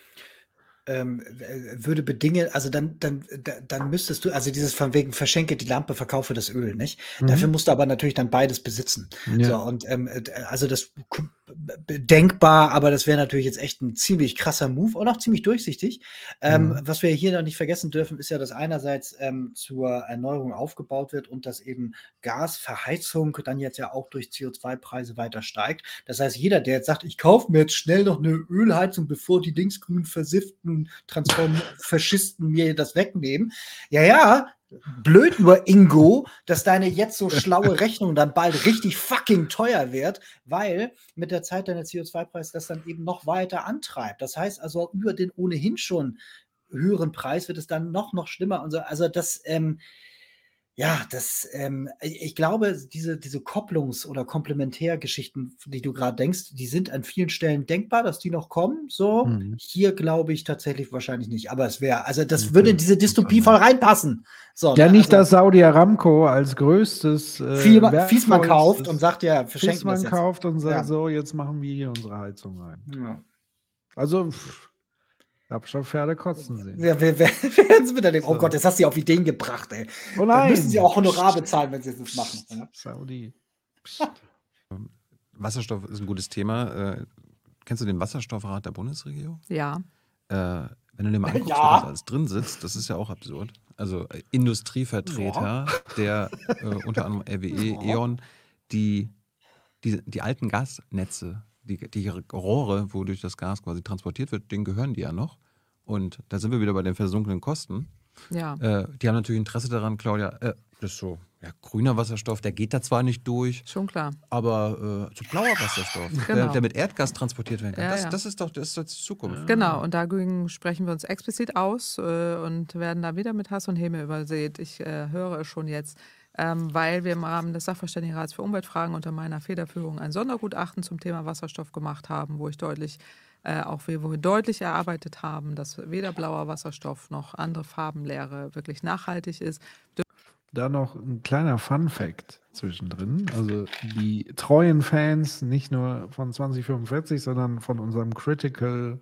Würde bedingen, also dann müsstest du, also dieses von wegen verschenke die Lampe, verkaufe das Öl, nicht? Dafür musst du aber natürlich dann beides besitzen. Ja. So, und also das denkbar, aber das wäre natürlich jetzt echt ein ziemlich krasser Move und auch ziemlich durchsichtig. Was wir hier noch nicht vergessen dürfen, ist ja, dass einerseits zur Erneuerung aufgebaut wird und dass eben Gasverheizung dann jetzt ja auch durch CO2-Preise weiter steigt. Das heißt, jeder, der jetzt sagt, ich kaufe mir jetzt schnell noch eine Ölheizung, bevor die linksgrün versifften Transform-Faschisten mir das wegnehmen. Ja, blöd nur, Ingo, dass deine jetzt so schlaue Rechnung dann bald richtig fucking teuer wird, weil mit der Zeit deiner CO2-Preis das dann eben noch weiter antreibt. Das heißt also, über den ohnehin schon höheren Preis wird es dann noch schlimmer und so. Also das, Ja, ich glaube, diese Kopplungs- oder Komplementärgeschichten, die du gerade denkst, die sind an vielen Stellen denkbar, dass die noch kommen. So, hier glaube ich tatsächlich wahrscheinlich nicht. Aber das würde in diese Dystopie voll reinpassen. So, ja, ne? nicht, dass Saudi Aramco als größtes Fiesmann kauft und sagt, ja, verschenken Fiesmann das jetzt. kauft und sagt, Ja. so, jetzt machen wir hier unsere Heizung rein. Ja. Also, ich habe schon Pferde kotzen sehen. Ja, wer werden sie wieder dem? Oh Gott, jetzt hast du sie auf Ideen gebracht, ey. Oh Dann nein. müssen sie auch Honorar bezahlen, wenn sie es nicht machen. Ja? Saudi. Wasserstoff ist ein gutes Thema. Kennst du den Wasserstoffrat der Bundesregierung? Ja. Wenn du dir mal anguckst, wer da alles drin sitzt, das ist ja auch absurd. Also Industrievertreter, der unter anderem RWE, E.ON, die alten Gasnetze, die Rohre, wodurch das Gas quasi transportiert wird, denen gehören die ja noch. Und da sind wir wieder bei den versunkenen Kosten. Ja. Die haben natürlich Interesse daran, Claudia, das ist so, ja, grüner Wasserstoff, der geht da zwar nicht durch. Schon klar. Aber so blauer Wasserstoff, Genau. der mit Erdgas transportiert werden kann, Ja, das ist doch die Zukunft. Genau, und dagegen sprechen wir uns explizit aus und werden da wieder mit Hass und Häme übersät. Ich höre es schon jetzt. Weil wir im Rahmen des Sachverständigenrats für Umweltfragen unter meiner Federführung ein Sondergutachten zum Thema Wasserstoff gemacht haben, wo wir deutlich erarbeitet haben, dass weder blauer Wasserstoff noch andere Farbenlehre wirklich nachhaltig ist. Da noch ein kleiner Fun-Fact zwischendrin. Also die treuen Fans, nicht nur von 2045, sondern von unserem Critical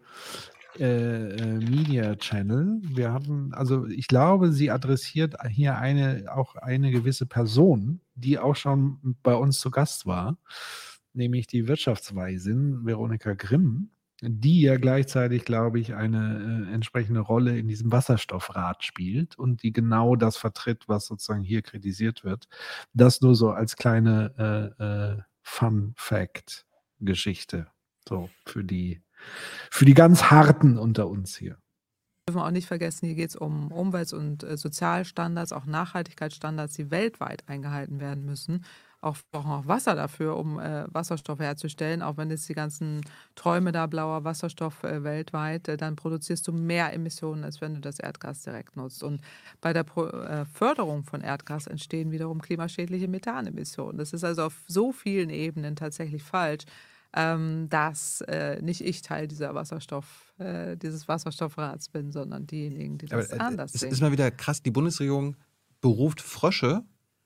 Media Channel. Wir hatten, also ich glaube, sie adressiert hier auch eine gewisse Person, die auch schon bei uns zu Gast war, nämlich die Wirtschaftsweisin Veronika Grimm, die ja gleichzeitig, glaube ich, eine entsprechende Rolle in diesem Wasserstoffrat spielt und die genau das vertritt, was sozusagen hier kritisiert wird. Das nur so als kleine Fun-Fact-Geschichte. So für die ganz Harten unter uns hier. Wir dürfen auch nicht vergessen, hier geht es um Umwelt- und Sozialstandards, auch Nachhaltigkeitsstandards, die weltweit eingehalten werden müssen. Wir brauchen auch Wasser dafür, um Wasserstoff herzustellen. Auch wenn jetzt die ganzen Träume da, blauer Wasserstoff weltweit, dann produzierst du mehr Emissionen, als wenn du das Erdgas direkt nutzt. Und bei der Förderung von Erdgas entstehen wiederum klimaschädliche Methanemissionen. Das ist also auf so vielen Ebenen tatsächlich falsch, dass nicht ich Teil dieses Wasserstoffrats bin, sondern diejenigen, die das anders sehen. Es ist mal wieder krass, die Bundesregierung beruft Frösche,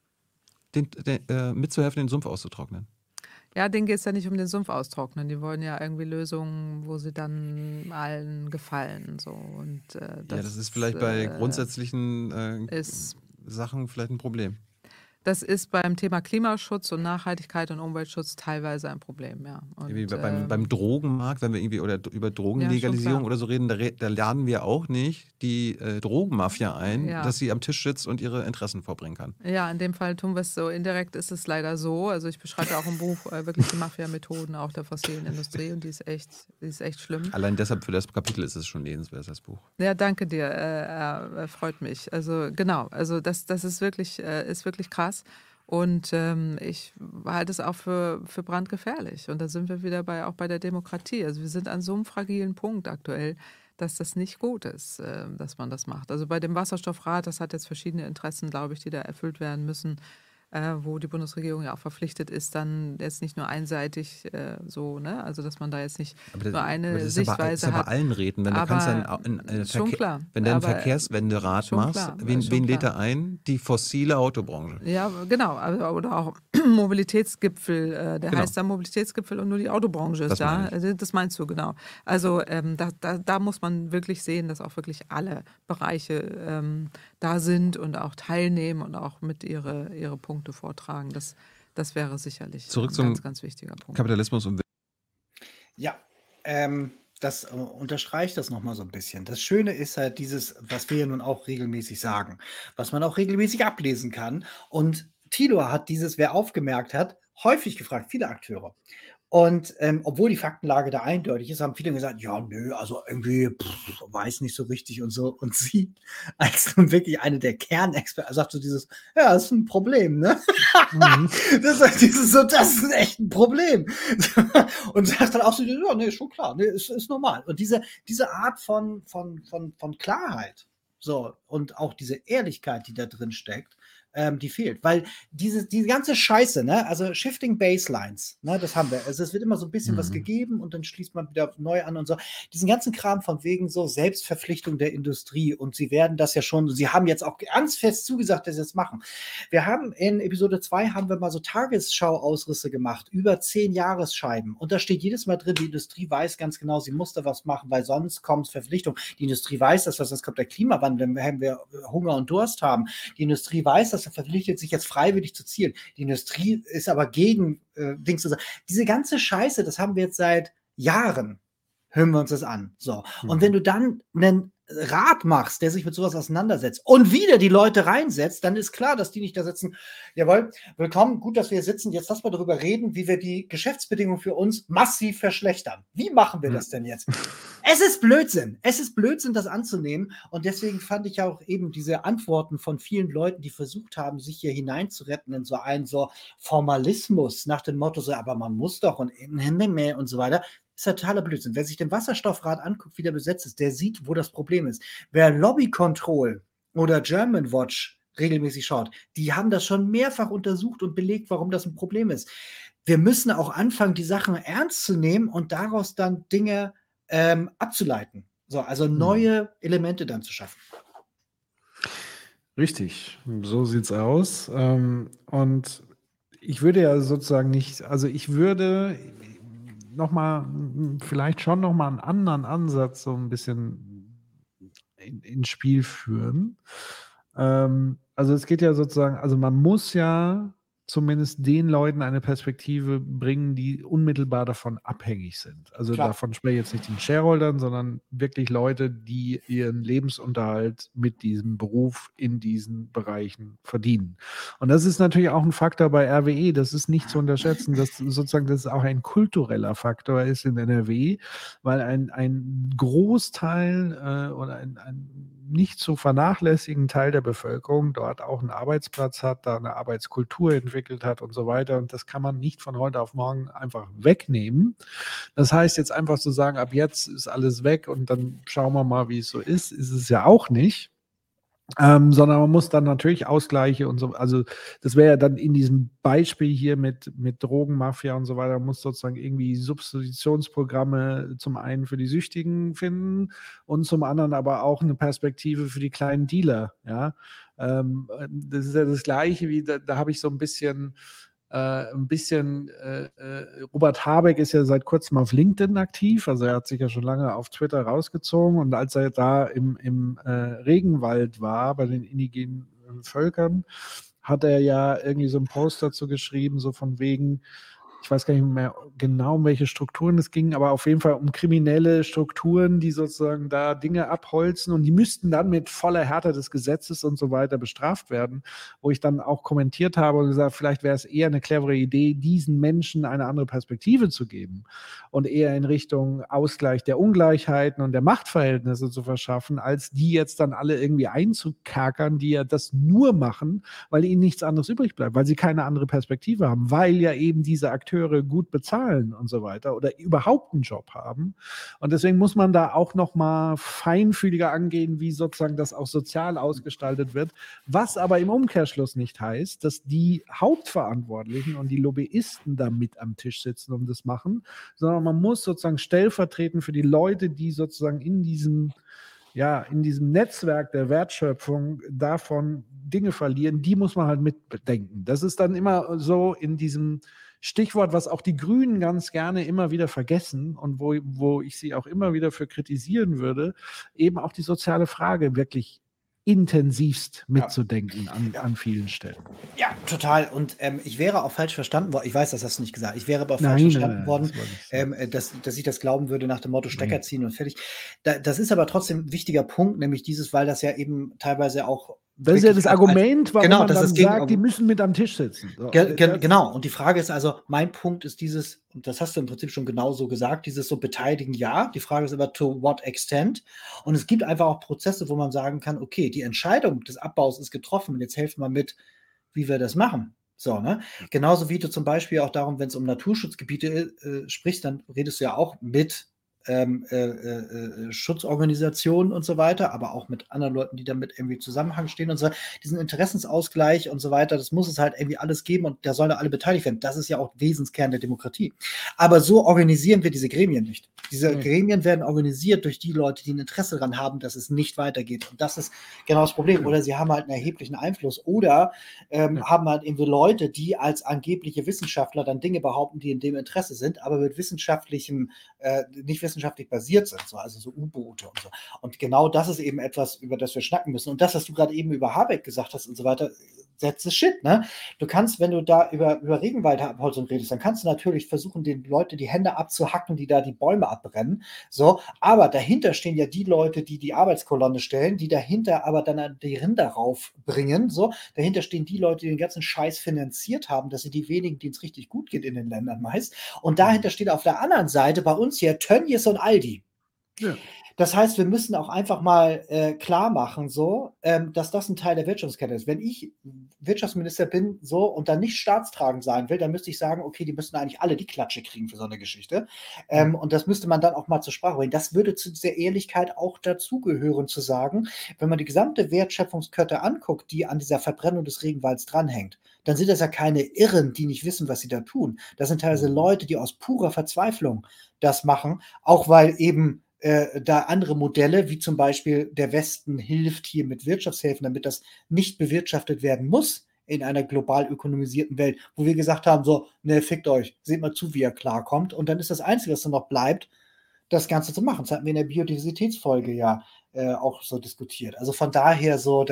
mitzuhelfen, den Sumpf auszutrocknen. Ja, denen geht es ja nicht um den Sumpf austrocknen. Die wollen ja irgendwie Lösungen, wo sie dann allen gefallen. So. Und, das ist vielleicht bei grundsätzlichen Sachen vielleicht ein Problem. Das ist beim Thema Klimaschutz und Nachhaltigkeit und Umweltschutz teilweise ein Problem, ja. Und, wie beim Drogenmarkt, wenn wir irgendwie oder über Drogenlegalisierung oder so reden, da laden wir auch nicht die Drogenmafia ein, dass sie am Tisch sitzt und ihre Interessen vorbringen kann. Ja, in dem Fall tun wir es so. Indirekt ist es leider so. Also ich beschreibe auch im Buch wirklich die Mafia-Methoden auch der fossilen Industrie und die ist echt schlimm. Allein deshalb für das Kapitel ist es schon lesenswert, das Buch. Ja, danke dir. Freut mich. Also genau, also das ist wirklich krass. Und ich halte es auch für brandgefährlich. Und da sind wir wieder auch bei der Demokratie. Also wir sind an so einem fragilen Punkt aktuell, dass das nicht gut ist, dass man das macht. Also bei dem Wasserstoffrat, das hat jetzt verschiedene Interessen, glaube ich, die da erfüllt werden müssen, wo die Bundesregierung ja auch verpflichtet ist, dann jetzt nicht nur einseitig so, ne? Also dass man da jetzt nicht nur eine Sichtweise hat. Das ist ja bei allen Räten. Wenn du einen Verkehrswenderat machst, wen lädt er ein? Die fossile Autobranche. Ja, genau. Oder auch Mobilitätsgipfel. Der heißt dann Mobilitätsgipfel und nur die Autobranche ist da. Das meinst du, genau. Also da muss man wirklich sehen, dass auch wirklich alle Bereiche da sind und auch teilnehmen und auch mit ihre Punkte vortragen. Das wäre sicherlich ein ganz wichtiger Punkt. Kapitalismus und Ja, das unterstreicht das nochmal so ein bisschen. Das Schöne ist halt dieses, was wir ja nun auch regelmäßig sagen, was man auch regelmäßig ablesen kann. Und Thilo hat dieses, wer aufgemerkt hat, häufig gefragt, viele Akteure. Und obwohl die Faktenlage da eindeutig ist, haben viele gesagt, ja, nö, also irgendwie weiß nicht so richtig und so. Und sie, als nun wirklich eine der Kernexperten, sagt so dieses, ja, das ist ein Problem, ne? Das ist echt ein Problem. Und sagt dann auch so, ja, nee, schon klar, nee, ist normal. Und diese Art von Klarheit, so, und auch diese Ehrlichkeit, die da drin steckt, die fehlt. Weil diese ganze Scheiße, ne, also Shifting Baselines, ne, das haben wir. Also es wird immer so ein bisschen was gegeben und dann schließt man wieder neu an und so. Diesen ganzen Kram von wegen so Selbstverpflichtung der Industrie und sie werden das ja schon, sie haben jetzt auch ganz fest zugesagt, dass sie das machen. Wir haben in Episode 2 haben wir mal so Tagesschau-Ausrisse gemacht, über 10 Jahresscheiben und da steht jedes Mal drin, die Industrie weiß ganz genau, sie muss da was machen, weil sonst kommt Verpflichtung. Die Industrie weiß das, sonst kommt der Klimawandel, wenn wir Hunger und Durst haben. Die Industrie weiß das, verpflichtet sich jetzt freiwillig zu zielen. Die Industrie ist aber gegen Dings. Diese ganze Scheiße, das haben wir jetzt seit Jahren. Hören wir uns das an. So. Und wenn du dann einen Rat machst, der sich mit sowas auseinandersetzt und wieder die Leute reinsetzt, dann ist klar, dass die nicht da sitzen. Jawohl, willkommen, gut, dass wir hier sitzen. Jetzt lass mal darüber reden, wie wir die Geschäftsbedingungen für uns massiv verschlechtern. Wie machen wir das denn jetzt? Es ist Blödsinn. Es ist Blödsinn, das anzunehmen. Und deswegen fand ich auch eben diese Antworten von vielen Leuten, die versucht haben, sich hier hineinzuretten in so einen Formalismus nach dem Motto, so, aber man muss doch und so weiter. Ist ja totaler Blödsinn. Wer sich den Wasserstoffrat anguckt, wie der besetzt ist, der sieht, wo das Problem ist. Wer Lobby Control oder German Watch regelmäßig schaut, die haben das schon mehrfach untersucht und belegt, warum das ein Problem ist. Wir müssen auch anfangen, die Sachen ernst zu nehmen und daraus dann Dinge abzuleiten. So, also neue Elemente dann zu schaffen. Richtig, so sieht's aus. Und ich würde ja sozusagen nicht, also ich würde vielleicht schon nochmal einen anderen Ansatz so ein bisschen ins Spiel führen. Also es geht ja sozusagen, also man muss ja zumindest den Leuten eine Perspektive bringen, die unmittelbar davon abhängig sind. Also davon spreche ich jetzt nicht den Shareholdern, sondern wirklich Leute, die ihren Lebensunterhalt mit diesem Beruf in diesen Bereichen verdienen. Und das ist natürlich auch ein Faktor bei RWE, das ist nicht zu unterschätzen, dass sozusagen das auch ein kultureller Faktor ist in NRW, weil ein Großteil oder ein nicht zu vernachlässigen Teil der Bevölkerung dort auch einen Arbeitsplatz hat, da eine Arbeitskultur entwickelt hat und so weiter. Und das kann man nicht von heute auf morgen einfach wegnehmen. Das heißt, jetzt einfach zu sagen, ab jetzt ist alles weg und dann schauen wir mal, wie es so ist es ja auch nicht. Sondern man muss dann natürlich Ausgleiche und so, also das wäre ja dann in diesem Beispiel hier mit Drogenmafia und so weiter, man muss sozusagen irgendwie Substitutionsprogramme zum einen für die Süchtigen finden und zum anderen aber auch eine Perspektive für die kleinen Dealer, ja. Das ist ja das Gleiche wie, da habe ich so ein bisschen Robert Habeck ist ja seit kurzem auf LinkedIn aktiv, also er hat sich ja schon lange auf Twitter rausgezogen und als er da im Regenwald war, bei den indigenen Völkern, hat er ja irgendwie so einen Post dazu geschrieben, so von wegen, ich weiß gar nicht mehr genau, um welche Strukturen es ging, aber auf jeden Fall um kriminelle Strukturen, die sozusagen da Dinge abholzen und die müssten dann mit voller Härte des Gesetzes und so weiter bestraft werden, wo ich dann auch kommentiert habe und gesagt, vielleicht wäre es eher eine clevere Idee, diesen Menschen eine andere Perspektive zu geben und eher in Richtung Ausgleich der Ungleichheiten und der Machtverhältnisse zu verschaffen, als die jetzt dann alle irgendwie einzukerkern, die ja das nur machen, weil ihnen nichts anderes übrig bleibt, weil sie keine andere Perspektive haben, weil ja eben diese Akteure gut bezahlen und so weiter oder überhaupt einen Job haben. Und deswegen muss man da auch noch mal feinfühliger angehen, wie sozusagen das auch sozial ausgestaltet wird, was aber im Umkehrschluss nicht heißt, dass die Hauptverantwortlichen und die Lobbyisten da mit am Tisch sitzen und das machen, sondern man muss sozusagen stellvertretend für die Leute, die sozusagen in diesem Netzwerk der Wertschöpfung davon Dinge verlieren, die muss man halt mitbedenken. Das ist dann immer so in diesem Stichwort, was auch die Grünen ganz gerne immer wieder vergessen und wo ich sie auch immer wieder für kritisieren würde, eben auch die soziale Frage wirklich intensivst mitzudenken an vielen Stellen. Ja, total. Und ich wäre auch falsch verstanden worden. Ich weiß, das hast du nicht gesagt. Ich wäre aber auch falsch verstanden worden, dass ich das glauben würde nach dem Motto Stecker ziehen und fertig. Das ist aber trotzdem ein wichtiger Punkt, nämlich weil das ja eben teilweise auch das ist ja das Argument, warum man dann sagt, die müssen mit am Tisch sitzen. So, genau. Und die Frage ist also, mein Punkt ist dieses, und das hast du im Prinzip schon genauso gesagt, dieses so beteiligen, ja. Die Frage ist aber, to what extent? Und es gibt einfach auch Prozesse, wo man sagen kann, okay, die Entscheidung des Abbaus ist getroffen und jetzt helfen wir mit, wie wir das machen. So, ne? Genauso wie du zum Beispiel auch darum, wenn es um Naturschutzgebiete sprichst, dann redest du ja auch mit Schutzorganisationen und so weiter, aber auch mit anderen Leuten, die damit irgendwie im Zusammenhang stehen und so. Diesen Interessensausgleich und so weiter, das muss es halt irgendwie alles geben und da sollen da alle beteiligt werden. Das ist ja auch Wesenskern der Demokratie. Aber so organisieren wir diese Gremien nicht. Diese Gremien werden organisiert durch die Leute, die ein Interesse daran haben, dass es nicht weitergeht. Und das ist genau das Problem. Oder sie haben halt einen erheblichen Einfluss oder haben halt irgendwie Leute, die als angebliche Wissenschaftler dann Dinge behaupten, die in dem Interesse sind, aber mit wissenschaftlichem, nicht wissenschaftlich basiert sind, so, also so U-Boote und so. Und genau das ist eben etwas, über das wir schnacken müssen. Und das, was du gerade eben über Habeck gesagt hast und so weiter, that's the shit, ne? Du kannst, wenn du da über Regenwaldabholzung redest, dann kannst du natürlich versuchen, den Leuten die Hände abzuhacken, die da die Bäume abbrennen, so, aber dahinter stehen ja die Leute, die die Arbeitskolonne stellen, die dahinter aber dann die Rinder raufbringen, so, dahinter stehen die Leute, die den ganzen Scheiß finanziert haben, das sind die wenigen, denen es richtig gut geht in den Ländern meist, und dahinter steht auf der anderen Seite bei uns hier Tönnies und Aldi. Ja. Das heißt, wir müssen auch einfach mal klar machen, so, dass das ein Teil der Wirtschaftskette ist. Wenn ich Wirtschaftsminister bin so und dann nicht staatstragend sein will, dann müsste ich sagen, okay, die müssten eigentlich alle die Klatsche kriegen für so eine Geschichte. Und das müsste man dann auch mal zur Sprache bringen. Das würde zu dieser Ehrlichkeit auch dazugehören, zu sagen, wenn man die gesamte Wertschöpfungskette anguckt, die an dieser Verbrennung des Regenwalds dranhängt, dann sind das ja keine Irren, die nicht wissen, was sie da tun. Das sind teilweise Leute, die aus purer Verzweiflung das machen, auch weil eben da andere Modelle, wie zum Beispiel der Westen hilft hier mit Wirtschaftshilfen, damit das nicht bewirtschaftet werden muss in einer global ökonomisierten Welt, wo wir gesagt haben, so, ne, fickt euch, seht mal zu, wie ihr klarkommt. Und dann ist das Einzige, was dann noch bleibt, das Ganze zu machen. Das hatten wir in der Biodiversitätsfolge ja auch so diskutiert. Also von daher so,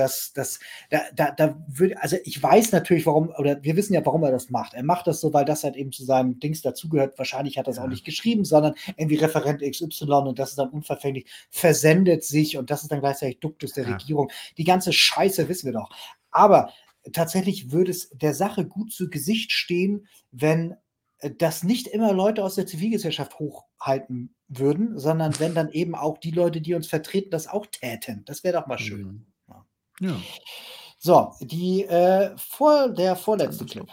also ich weiß natürlich, warum, oder wir wissen ja, warum er das macht. Er macht das so, weil das halt eben zu seinem Dings dazugehört. Wahrscheinlich hat er es auch nicht geschrieben, sondern irgendwie Referent XY und das ist dann unverfänglich, versendet sich und das ist dann gleichzeitig Duktus der Regierung. Die ganze Scheiße wissen wir doch. Aber tatsächlich würde es der Sache gut zu Gesicht stehen, wenn das nicht immer Leute aus der Zivilgesellschaft hochhalten würden, sondern wenn dann eben auch die Leute, die uns vertreten, das auch täten. Das wäre doch mal schön. Ja. So, der vorletzte Club.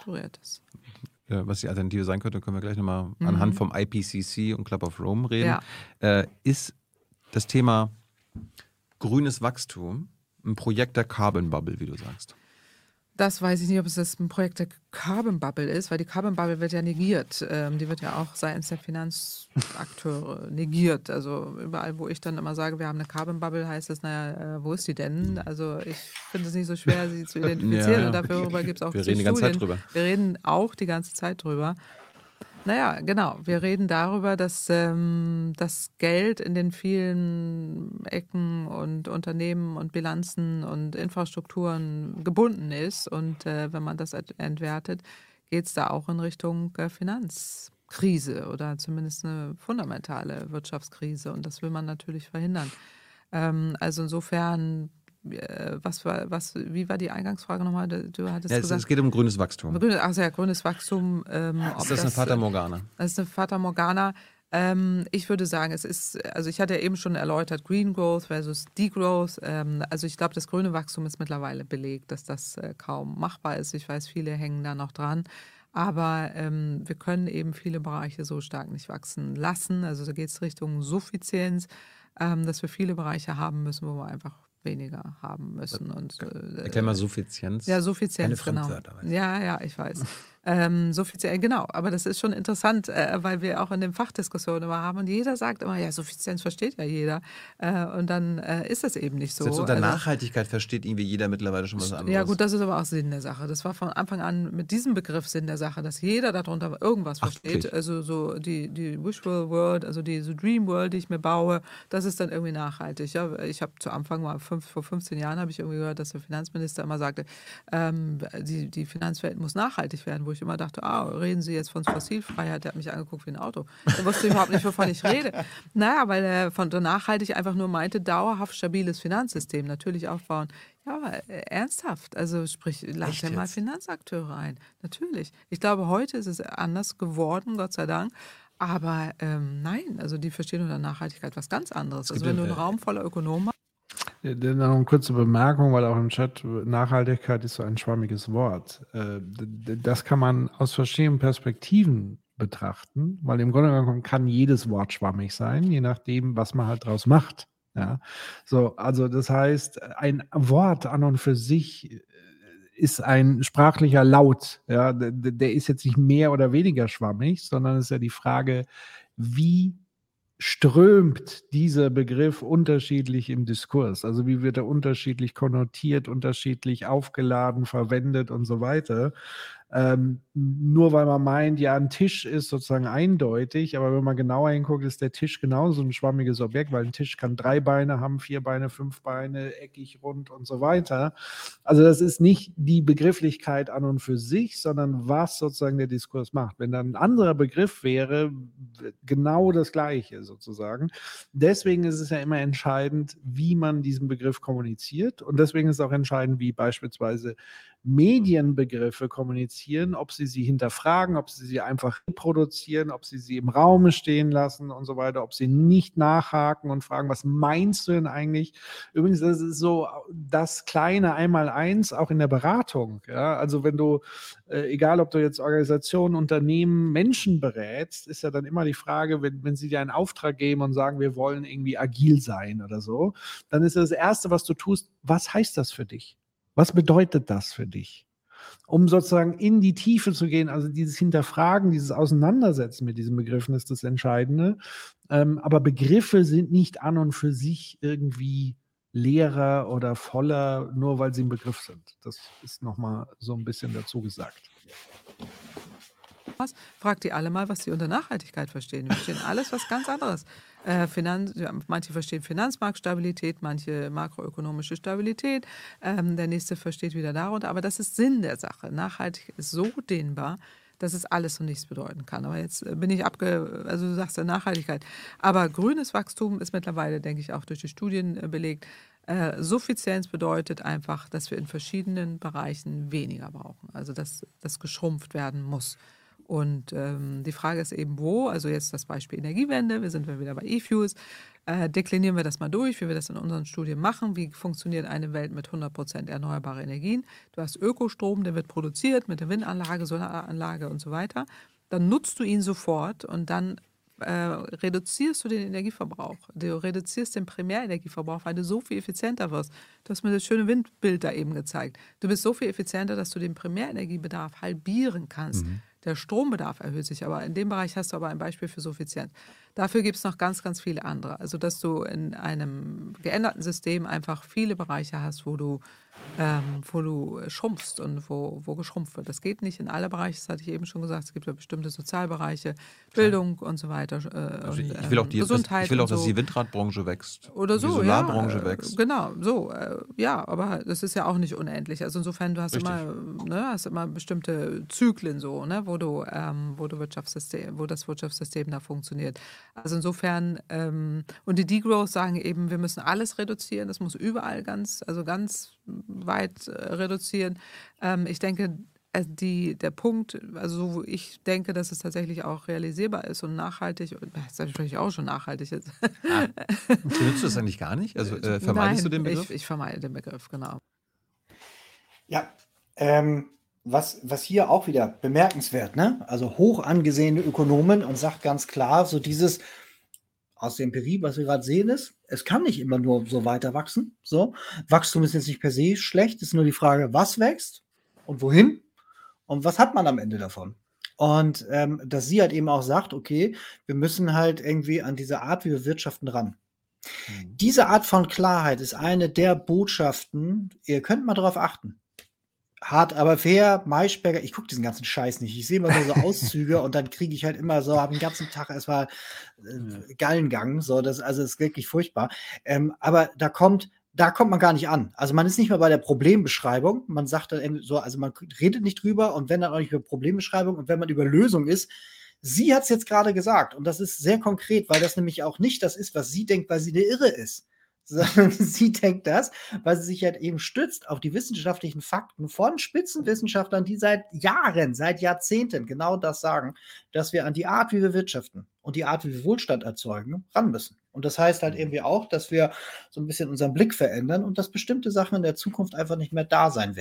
Was die Alternative sein könnte, können wir gleich nochmal anhand vom IPCC und Club of Rome reden, ist das Thema grünes Wachstum ein Projekt der Carbon Bubble, wie du sagst. Das weiß ich nicht, ob es das ein Projekt der Carbon Bubble ist, weil die Carbon Bubble wird ja negiert. Die wird ja auch seitens der Finanzakteure negiert. Also überall, wo ich dann immer sage, wir haben eine Carbon Bubble, heißt es, naja, wo ist die denn? Also ich finde es nicht so schwer, sie zu identifizieren. Und darüber gibt es auch wir reden die ganze Zeit drüber. Wir reden auch die ganze Zeit drüber. Naja, genau. Wir reden darüber, dass das Geld in den vielen Ecken und Unternehmen und Bilanzen und Infrastrukturen gebunden ist. Und wenn man das entwertet, geht es da auch in Richtung Finanzkrise oder zumindest eine fundamentale Wirtschaftskrise. Und das will man natürlich verhindern. Also insofern... wie war die Eingangsfrage nochmal? Du hattest gesagt, es geht um grünes Wachstum. Grünes Wachstum. Ist das eine Fata Morgana? Das ist eine Fata Morgana. Ich würde sagen, es ist, also ich hatte ja eben schon erläutert, Green Growth versus Degrowth. Also ich glaube, das grüne Wachstum ist mittlerweile belegt, dass das kaum machbar ist. Ich weiß, viele hängen da noch dran. Aber wir können eben viele Bereiche so stark nicht wachsen lassen. Also da geht es Richtung Suffizienz, dass wir viele Bereiche haben müssen, wo wir einfach weniger haben müssen. Und, erklär mal Suffizienz. Ja, Suffizienz, keine genau. Fremdwörter. Ja, ich weiß. Suffizienz, genau. Aber das ist schon interessant, weil wir auch in den Fachdiskussionen immer haben und jeder sagt immer, ja, Suffizienz versteht ja jeder. Und dann ist das eben nicht so. Selbst unter Nachhaltigkeit versteht irgendwie jeder mittlerweile schon was anderes. Ja gut, das ist aber auch Sinn der Sache. Das war von Anfang an mit diesem Begriff Sinn der Sache, dass jeder darunter irgendwas versteht. Wirklich? Also so die Visual World, also diese Dream World, die ich mir baue, das ist dann irgendwie nachhaltig. Ja, ich habe zu Anfang mal vor 15 Jahren habe ich irgendwie gehört, dass der Finanzminister immer sagte, die Finanzwelt muss nachhaltig werden, wo ich immer dachte, reden Sie jetzt von Fossilfreiheit? Der hat mich angeguckt wie ein Auto. Er wusste überhaupt nicht, wovon ich rede. Naja, weil er von nachhaltig einfach nur meinte, dauerhaft stabiles Finanzsystem natürlich aufbauen. Ja, aber ernsthaft, also sprich, lad ja mal Finanzakteure ein. Natürlich. Ich glaube, heute ist es anders geworden, Gott sei Dank. Aber nein, also die verstehen unter Nachhaltigkeit was ganz anderes. Also wenn du einen Raum voller Ökonomen hast. Dann noch eine kurze Bemerkung, weil auch im Chat Nachhaltigkeit ist so ein schwammiges Wort. Das kann man aus verschiedenen Perspektiven betrachten, weil im Grunde genommen kann jedes Wort schwammig sein, je nachdem, was man halt draus macht. Ja, so, also das heißt, ein Wort an und für sich ist ein sprachlicher Laut. Ja, der ist jetzt nicht mehr oder weniger schwammig, sondern es ist ja die Frage, wie strömt dieser Begriff unterschiedlich im Diskurs? Also wie wird er unterschiedlich konnotiert, unterschiedlich aufgeladen, verwendet und so weiter? Nur weil man meint, ja, ein Tisch ist sozusagen eindeutig, aber wenn man genauer hinguckt, ist der Tisch genauso ein schwammiges Objekt, weil ein Tisch kann 3 Beine haben, 4 Beine, 5 Beine, eckig, rund und so weiter. Also das ist nicht die Begrifflichkeit an und für sich, sondern was sozusagen der Diskurs macht. Wenn dann ein anderer Begriff wäre, genau das Gleiche sozusagen. Deswegen ist es ja immer entscheidend, wie man diesen Begriff kommuniziert, und deswegen ist es auch entscheidend, wie beispielsweise Medienbegriffe kommunizieren, ob sie hinterfragen, ob sie einfach reproduzieren, ob sie im Raum stehen lassen und so weiter, ob sie nicht nachhaken und fragen, was meinst du denn eigentlich? Übrigens, das ist so das kleine Einmaleins auch in der Beratung. Ja? Also wenn du, egal ob du jetzt Organisationen, Unternehmen, Menschen berätst, ist ja dann immer die Frage, wenn sie dir einen Auftrag geben und sagen, wir wollen irgendwie agil sein oder so, dann ist das Erste, was du tust, was heißt das für dich? Was bedeutet das für dich? Um sozusagen in die Tiefe zu gehen, also dieses Hinterfragen, dieses Auseinandersetzen mit diesen Begriffen ist das Entscheidende. Aber Begriffe sind nicht an und für sich irgendwie leerer oder voller, nur weil sie ein Begriff sind. Das ist nochmal so ein bisschen dazu gesagt. Fragt die alle mal, was sie unter Nachhaltigkeit verstehen. Wir verstehen alles was ganz anderes. Manche verstehen Finanzmarktstabilität, manche makroökonomische Stabilität, der nächste versteht wieder darunter. Aber das ist Sinn der Sache. Nachhaltig ist so dehnbar, dass es alles und nichts bedeuten kann. Aber jetzt bin ich also du sagst ja Nachhaltigkeit. Aber grünes Wachstum ist mittlerweile, denke ich, auch durch die Studien belegt. Suffizienz bedeutet einfach, dass wir in verschiedenen Bereichen weniger brauchen. Also dass das geschrumpft werden muss. Und die Frage ist eben, wo, also jetzt das Beispiel Energiewende, wir sind wieder bei E-Fuels, deklinieren wir das mal durch, wie wir das in unseren Studien machen, wie funktioniert eine Welt mit 100% erneuerbare Energien. Du hast Ökostrom, der wird produziert mit der Windanlage, Solaranlage und so weiter. Dann nutzt du ihn sofort und dann reduzierst du den Energieverbrauch. Du reduzierst den Primärenergieverbrauch, weil du so viel effizienter wirst. Du hast mir das schöne Windbild da eben gezeigt. Du bist so viel effizienter, dass du den Primärenergiebedarf halbieren kannst. Der Strombedarf erhöht sich, aber in dem Bereich hast du aber ein Beispiel für Suffizienz. Dafür gibt es noch ganz, ganz viele andere. Also dass du in einem geänderten System einfach viele Bereiche hast, wo du schrumpfst und wo geschrumpft wird. Das geht nicht in alle Bereiche, das hatte ich eben schon gesagt. Es gibt ja bestimmte Sozialbereiche, Bildung und so weiter. Also ich will auch, Gesundheit dass die Windradbranche wächst. Oder so, die Solarbranche wächst. Genau, so. Ja, aber das ist ja auch nicht unendlich. Also insofern, du hast immer bestimmte Zyklen so, ne, wo das Wirtschaftssystem da funktioniert. Also insofern, und die Degrowth sagen eben, wir müssen alles reduzieren, das muss überall ganz weit reduzieren. Ich denke, der Punkt, also so, ich denke, dass es tatsächlich auch realisierbar ist und nachhaltig, und das ist natürlich auch schon nachhaltig jetzt. Benutzt du das eigentlich gar nicht? Also vermeidest du den Begriff? Ich vermeide den Begriff, genau. Ja, was hier auch wieder bemerkenswert, ne? Also hoch angesehene Ökonomen und sagt ganz klar, so dieses aus der Empirie, was wir gerade sehen, ist, es kann nicht immer nur so weiter wachsen. So. Wachstum ist jetzt nicht per se schlecht, es ist nur die Frage, was wächst und wohin und was hat man am Ende davon. Und dass sie halt eben auch sagt, okay, wir müssen halt irgendwie an diese Art, wie wir wirtschaften, ran. Diese Art von Klarheit ist eine der Botschaften, ihr könnt mal darauf achten. Hart, aber fair, Maischberger, ich gucke diesen ganzen Scheiß nicht. Ich sehe immer nur so Auszüge und dann kriege ich halt immer so, habe den ganzen Tag erstmal Gallengang. So, das ist wirklich furchtbar. Aber da kommt man gar nicht an. Also man ist nicht mehr bei der Problembeschreibung. Man sagt dann so, also man redet nicht drüber und wenn dann auch nicht über Problembeschreibung und wenn man über Lösung ist. Sie hat es jetzt gerade gesagt und das ist sehr konkret, weil das nämlich auch nicht das ist, was sie denkt, weil sie eine Irre ist. Sondern sie denkt das, weil sie sich halt eben stützt auf die wissenschaftlichen Fakten von Spitzenwissenschaftlern, die seit Jahren, seit Jahrzehnten genau das sagen, dass wir an die Art, wie wir wirtschaften und die Art, wie wir Wohlstand erzeugen, ran müssen. Und das heißt halt irgendwie auch, dass wir so ein bisschen unseren Blick verändern und dass bestimmte Sachen in der Zukunft einfach nicht mehr da sein werden.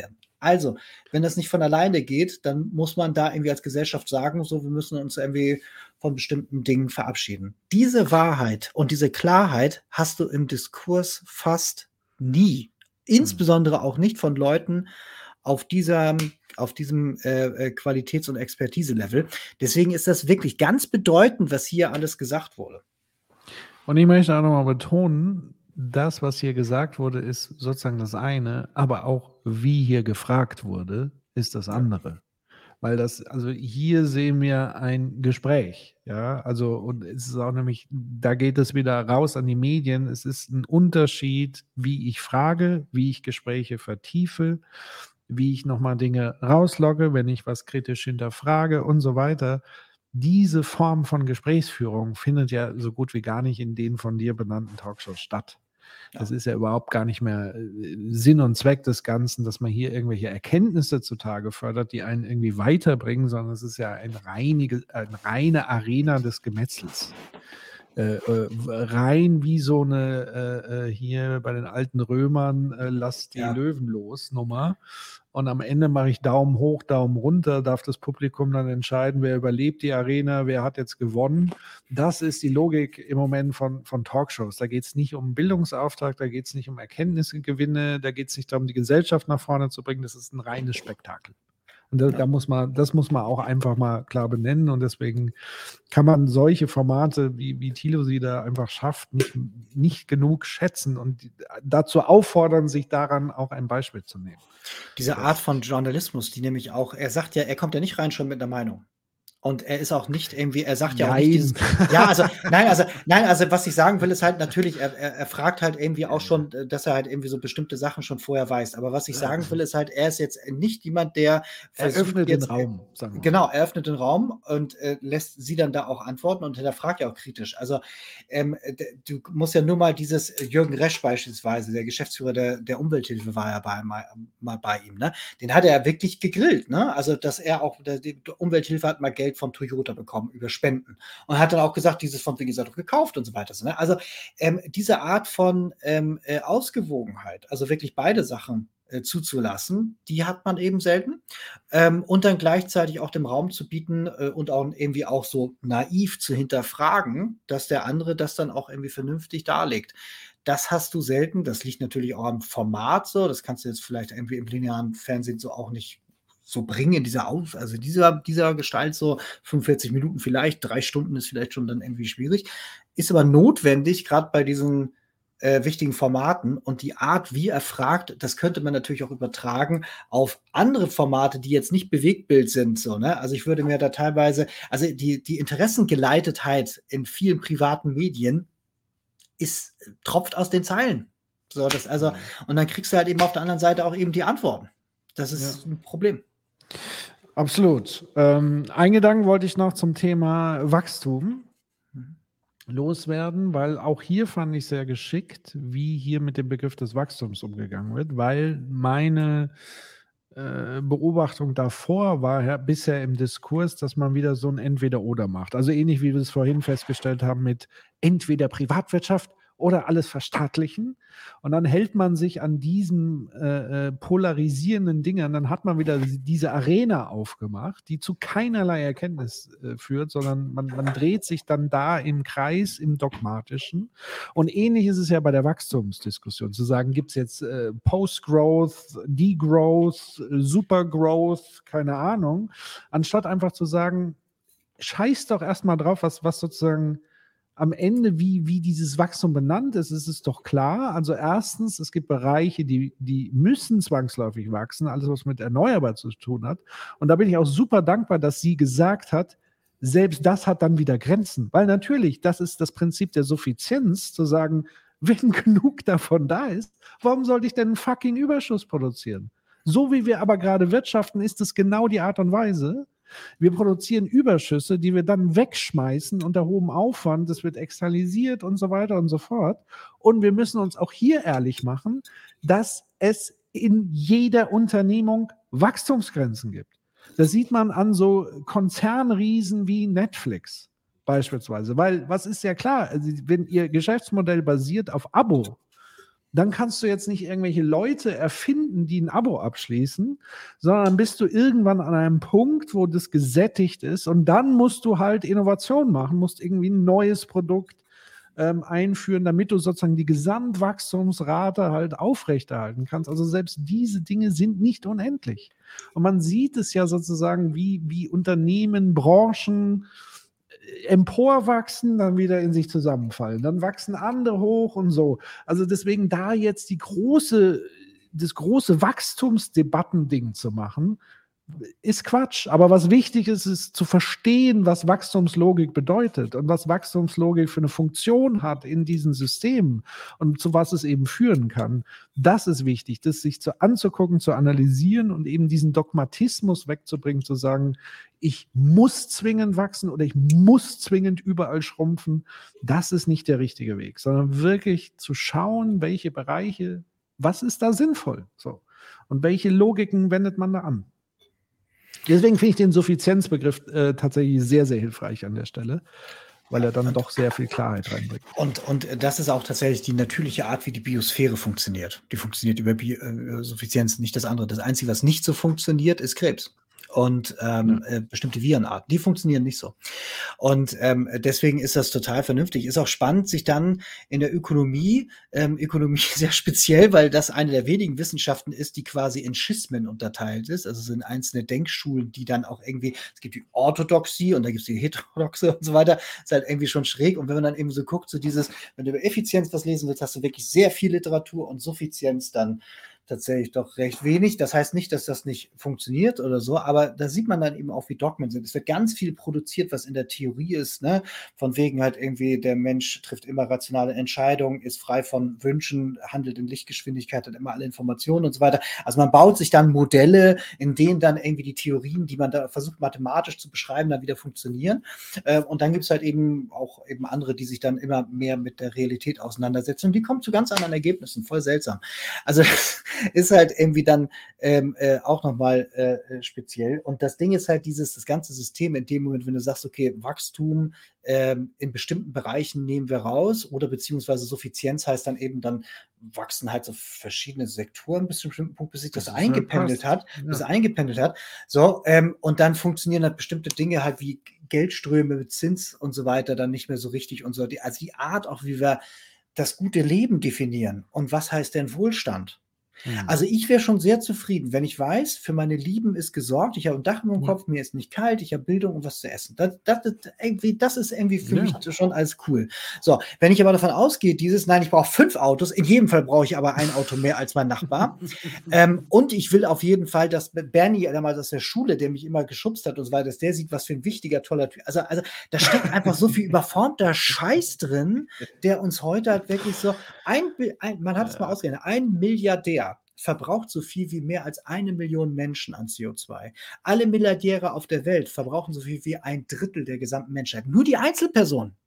Also, wenn das nicht von alleine geht, dann muss man da irgendwie als Gesellschaft sagen, so, wir müssen uns irgendwie von bestimmten Dingen verabschieden. Diese Wahrheit und diese Klarheit hast du im Diskurs fast nie. Insbesondere auch nicht von Leuten auf diesem Qualitäts- und Expertise-Level. Deswegen ist das wirklich ganz bedeutend, was hier alles gesagt wurde. Und ich möchte auch nochmal betonen, das, was hier gesagt wurde, ist sozusagen das eine, aber auch wie hier gefragt wurde, ist das andere. Weil also hier sehen wir ein Gespräch, ja, also und es ist auch nämlich, da geht es wieder raus an die Medien, es ist ein Unterschied, wie ich frage, wie ich Gespräche vertiefe, wie ich nochmal Dinge rauslogge, wenn ich was kritisch hinterfrage und so weiter. Diese Form von Gesprächsführung findet ja so gut wie gar nicht in den von dir benannten Talkshows statt. Das ist ja überhaupt gar nicht mehr Sinn und Zweck des Ganzen, dass man hier irgendwelche Erkenntnisse zutage fördert, die einen irgendwie weiterbringen, sondern es ist ja eine reine Arena des Gemetzels. Rein wie so eine hier bei den alten Römern lasst die Löwen los Nummer. Und am Ende mache ich Daumen hoch, Daumen runter, darf das Publikum dann entscheiden, wer überlebt die Arena, wer hat jetzt gewonnen. Das ist die Logik im Moment von Talkshows. Da geht es nicht um Bildungsauftrag, da geht es nicht um Erkenntnisgewinne, da geht es nicht darum, die Gesellschaft nach vorne zu bringen. Das ist ein reines Spektakel. Und das muss man auch einfach mal klar benennen. Und deswegen kann man solche Formate, wie Thilo sie da einfach schafft, nicht genug schätzen und dazu auffordern, sich daran auch ein Beispiel zu nehmen. Diese Art von Journalismus, die nämlich auch, er sagt ja, er kommt ja nicht rein schon mit einer Meinung. Und er ist auch nicht irgendwie, er sagt ja auch nicht dieses, also was ich sagen will, ist halt natürlich, er fragt halt irgendwie auch schon, dass er halt irgendwie so bestimmte Sachen schon vorher weiß. Aber was ich sagen will, ist halt, er ist jetzt nicht jemand, der eröffnet den Raum. Genau, er öffnet den Raum und lässt sie dann da auch antworten und hinterfragt ja auch kritisch. Also du musst ja nur mal dieses Jürgen Resch beispielsweise, der Geschäftsführer der Umwelthilfe war ja mal bei ihm, ne? Den hat er wirklich gegrillt, ne? Also dass er auch, die Umwelthilfe hat mal Geld von Toyota bekommen über Spenden und hat dann auch gesagt, dieses von wegen ist doch gekauft und so weiter. Ne? Also diese Art von Ausgewogenheit, also wirklich beide Sachen zuzulassen, die hat man eben selten. Und dann gleichzeitig auch dem Raum zu bieten und auch irgendwie auch so naiv zu hinterfragen, dass der andere das dann auch irgendwie vernünftig darlegt. Das hast du selten. Das liegt natürlich auch am Format so. Das kannst du jetzt vielleicht irgendwie im linearen Fernsehen so auch nicht so bringen in dieser Gestalt so 45 Minuten vielleicht, 3 Stunden ist vielleicht schon dann irgendwie schwierig, ist aber notwendig, gerade bei diesen wichtigen Formaten und die Art, wie er fragt, das könnte man natürlich auch übertragen auf andere Formate, die jetzt nicht Bewegtbild sind, so, ne? Also ich würde mir da teilweise, also die Interessengeleitetheit in vielen privaten Medien tropft aus den Zeilen. So, und dann kriegst du halt eben auf der anderen Seite auch eben die Antworten. Das ist ein Problem. Absolut. Einen Gedanken wollte ich noch zum Thema Wachstum loswerden, weil auch hier fand ich sehr geschickt, wie hier mit dem Begriff des Wachstums umgegangen wird, weil meine Beobachtung davor war bisher im Diskurs, dass man wieder so ein Entweder-Oder macht. Also ähnlich wie wir es vorhin festgestellt haben mit entweder Privatwirtschaft oder alles verstaatlichen. Und dann hält man sich an diesen polarisierenden Dingen, dann hat man wieder diese Arena aufgemacht, die zu keinerlei Erkenntnis führt, sondern man dreht sich dann da im Kreis, im Dogmatischen. Und ähnlich ist es ja bei der Wachstumsdiskussion, zu sagen, gibt es jetzt Post-Growth, Degrowth, Super-Growth, keine Ahnung, anstatt einfach zu sagen, scheiß doch erstmal drauf, was sozusagen am Ende, wie dieses Wachstum benannt ist, ist es doch klar. Also erstens, es gibt Bereiche, die müssen zwangsläufig wachsen, alles, was mit erneuerbar zu tun hat. Und da bin ich auch super dankbar, dass sie gesagt hat, selbst das hat dann wieder Grenzen. Weil natürlich, das ist das Prinzip der Suffizienz, zu sagen, wenn genug davon da ist, warum sollte ich denn einen fucking Überschuss produzieren? So wie wir aber gerade wirtschaften, ist es genau die Art und Weise. Wir produzieren Überschüsse, die wir dann wegschmeißen unter hohem Aufwand. Das wird externalisiert und so weiter und so fort. Und wir müssen uns auch hier ehrlich machen, dass es in jeder Unternehmung Wachstumsgrenzen gibt. Das sieht man an so Konzernriesen wie Netflix beispielsweise. Weil, was ist ja klar, also wenn ihr Geschäftsmodell basiert auf Abo, dann kannst du jetzt nicht irgendwelche Leute erfinden, die ein Abo abschließen, sondern dann bist du irgendwann an einem Punkt, wo das gesättigt ist und dann musst du halt Innovation machen, musst irgendwie ein neues Produkt einführen, damit du sozusagen die Gesamtwachstumsrate halt aufrechterhalten kannst. Also selbst diese Dinge sind nicht unendlich. Und man sieht es ja sozusagen, wie Unternehmen, Branchen emporwachsen, dann wieder in sich zusammenfallen. Dann wachsen andere hoch und so. Also deswegen da jetzt das große Wachstumsdebattending zu machen, ist Quatsch. Aber was wichtig ist, ist zu verstehen, was Wachstumslogik bedeutet und was Wachstumslogik für eine Funktion hat in diesen Systemen und zu was es eben führen kann. Das ist wichtig, das sich anzugucken, zu analysieren und eben diesen Dogmatismus wegzubringen, zu sagen, ich muss zwingend wachsen oder ich muss zwingend überall schrumpfen. Das ist nicht der richtige Weg, sondern wirklich zu schauen, welche Bereiche, was ist da sinnvoll? So. Und welche Logiken wendet man da an? Deswegen finde ich den Suffizienzbegriff tatsächlich sehr, sehr hilfreich an der Stelle, weil er dann doch sehr viel Klarheit reinbringt. Und das ist auch tatsächlich die natürliche Art, wie die Biosphäre funktioniert. Die funktioniert über Suffizienz, nicht das andere. Das Einzige, was nicht so funktioniert, ist Krebs. Und bestimmte Virenarten, die funktionieren nicht so. Und deswegen ist das total vernünftig. Ist auch spannend, sich dann in der Ökonomie sehr speziell, weil das eine der wenigen Wissenschaften ist, die quasi in Schismen unterteilt ist. Also es sind einzelne Denkschulen, die dann auch irgendwie, es gibt die Orthodoxie und da gibt es die Heterodoxe und so weiter. Ist halt irgendwie schon schräg. Und wenn man dann eben so guckt, so dieses, wenn du über Effizienz was lesen willst, hast du wirklich sehr viel Literatur und Suffizienz dann tatsächlich doch recht wenig. Das heißt nicht, dass das nicht funktioniert oder so, aber da sieht man dann eben auch, wie Dogmen sind. Es wird ganz viel produziert, was in der Theorie ist, ne? Von wegen halt irgendwie, der Mensch trifft immer rationale Entscheidungen, ist frei von Wünschen, handelt in Lichtgeschwindigkeit, hat immer alle Informationen und so weiter. Also man baut sich dann Modelle, in denen dann irgendwie die Theorien, die man da versucht mathematisch zu beschreiben, dann wieder funktionieren. Und dann gibt es halt eben auch eben andere, die sich dann immer mehr mit der Realität auseinandersetzen und die kommen zu ganz anderen Ergebnissen. Voll seltsam. Also ist halt irgendwie dann auch nochmal speziell. Und das Ding ist halt das ganze System in dem Moment, wenn du sagst, okay, Wachstum in bestimmten Bereichen nehmen wir raus oder beziehungsweise Suffizienz heißt dann eben, dann wachsen halt so verschiedene Sektoren bis zu einem bestimmten Punkt, bis sich das eingependelt hat. So, und dann funktionieren halt bestimmte Dinge halt wie Geldströme mit Zins und so weiter dann nicht mehr so richtig und so. Also die Art auch, wie wir das gute Leben definieren und was heißt denn Wohlstand? Also ich wäre schon sehr zufrieden, wenn ich weiß, für meine Lieben ist gesorgt, ich habe ein Dach über dem Kopf, mir ist nicht kalt, ich habe Bildung und was zu essen. Das ist irgendwie für mich schon alles cool. So, wenn ich aber davon ausgehe, nein, ich brauche 5 Autos, in jedem Fall brauche ich aber ein Auto mehr als mein Nachbar. Und ich will auf jeden Fall, dass Bernie damals aus der Schule, der mich immer geschubst hat und so weiter, dass der sieht, was für ein wichtiger, toller Typ. Also da steckt einfach so viel überformter Scheiß drin, der uns heute halt wirklich so, man hat es mal ausgerechnet, 1 Milliardär verbraucht so viel wie mehr als 1 Million Menschen an CO2. Alle Milliardäre auf der Welt verbrauchen so viel wie 1/3 der gesamten Menschheit. Nur die Einzelpersonen.